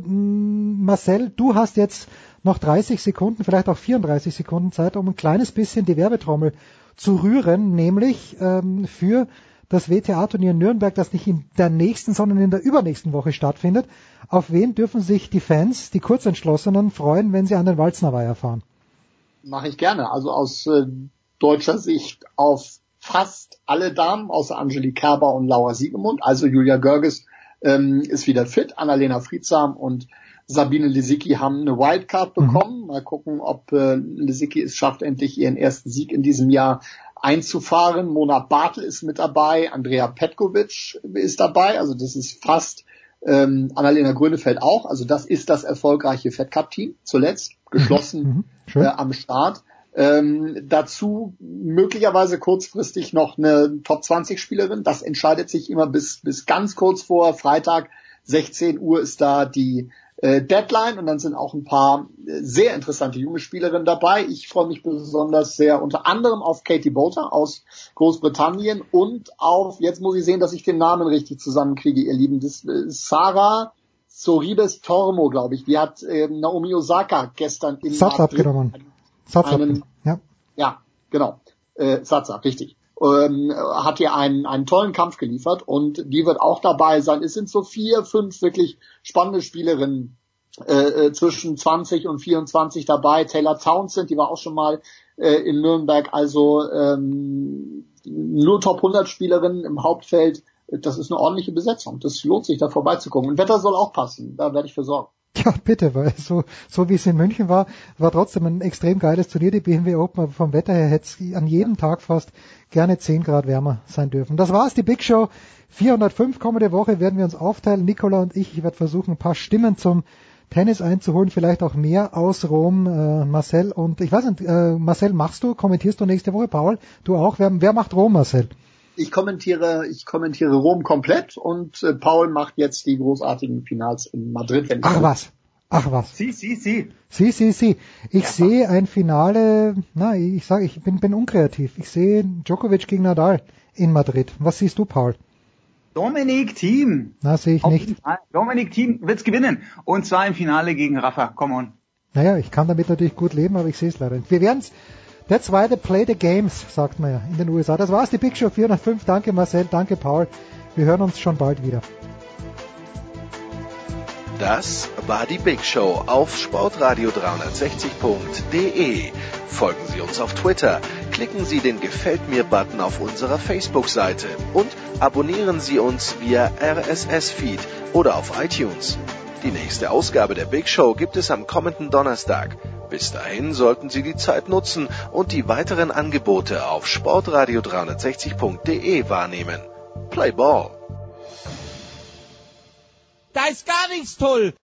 Marcel, du hast jetzt noch dreißig Sekunden, vielleicht auch vierunddreißig Sekunden Zeit, um ein kleines bisschen die Werbetrommel zu rühren, nämlich ähm, für das W T A-Turnier in Nürnberg, das nicht in der nächsten, sondern in der übernächsten Woche stattfindet. Auf wen dürfen sich die Fans, die Kurzentschlossenen, freuen, wenn sie an den Walznerweiher fahren? Mache ich gerne. Also aus äh, deutscher Sicht auf fast alle Damen, außer Angelique Kerber und Laura Siegemund. Also Julia Görges ähm, ist wieder fit. Annalena Friedsam und Sabine Lisicki haben eine Wildcard bekommen. Mhm. Mal gucken, ob äh, Lisicki es schafft, endlich ihren ersten Sieg in diesem Jahr einzufahren. Mona Bartel ist mit dabei. Andrea Petkovic ist dabei. Also das ist fast ähm, Annalena Grönefeld auch. Also das ist das erfolgreiche Fed Cup Team zuletzt geschlossen mhm. äh, am Start. Ähm, dazu möglicherweise kurzfristig noch eine Top zwanzig Spielerin. Das entscheidet sich immer bis bis ganz kurz vor Freitag. sechzehn Uhr ist da die äh, Deadline, und dann sind auch ein paar äh, sehr interessante junge Spielerinnen dabei. Ich freue mich besonders sehr unter anderem auf Katie Bolter aus Großbritannien und auf, jetzt muss ich sehen, dass ich den Namen richtig zusammenkriege, ihr Lieben, das äh, Sarah Sorribes Tormo, glaube ich. Die hat äh, Naomi Osaka gestern in Satz abgenommen. Satz einen, ja. ja, genau, äh, Satz ab, richtig. Ähm, hat hier einen, einen tollen Kampf geliefert, und die wird auch dabei sein. Es sind so vier, fünf wirklich spannende Spielerinnen äh, zwischen zwanzig und vierundzwanzig dabei. Taylor Townsend, die war auch schon mal äh, in Nürnberg, also ähm, nur Top hundert Spielerinnen im Hauptfeld. Das ist eine ordentliche Besetzung. Das lohnt sich, da vorbeizugucken. Und Wetter soll auch passen, da werde ich für sorgen. Ja, bitte, weil so, so wie es in München war, war trotzdem ein extrem geiles Turnier, die B M W Open, aber vom Wetter her hätte es an jedem Tag fast gerne zehn Grad wärmer sein dürfen. Das war's, die Big Show vierhundertfünf. Kommende Woche werden wir uns aufteilen, Nicola und ich. Ich werde versuchen, ein paar Stimmen zum Tennis einzuholen, vielleicht auch mehr aus Rom. Äh, Marcel und, ich weiß nicht, äh, Marcel, machst du, kommentierst du nächste Woche? Paul, du auch? Wer, wer macht Rom, Marcel? Ich kommentiere, ich kommentiere Rom komplett, und äh, Paul macht jetzt die großartigen Finals in Madrid. Wenn ich Ach was, ach was. Sie, sie, sie. Sie, sie, sie. Ich ja, sehe ein Finale, na, ich sage, ich bin, bin unkreativ. Ich sehe Djokovic gegen Nadal in Madrid. Was siehst du, Paul? Dominic Thiem. Na, sehe ich Auf nicht. Dominic Thiem wird's gewinnen. Und zwar im Finale gegen Rafa. Come on. Naja, ich kann damit natürlich gut leben, aber ich sehe es leider nicht. Wir werden's. That's why they play the games, sagt man ja in den U S A. Das war's, die Big Show vierhundertfünf. Danke Marcel, danke Paul. Wir hören uns schon bald wieder. Das war die Big Show auf sportradio dreihundertsechzig punkt de. Folgen Sie uns auf Twitter, klicken Sie den Gefällt mir-Button auf unserer Facebook-Seite und abonnieren Sie uns via R S S-Feed oder auf iTunes. Die nächste Ausgabe der Big Show gibt es am kommenden Donnerstag. Bis dahin sollten Sie die Zeit nutzen und die weiteren Angebote auf sportradio dreihundertsechzig punkt de wahrnehmen. Play Ball! Da ist gar nichts toll!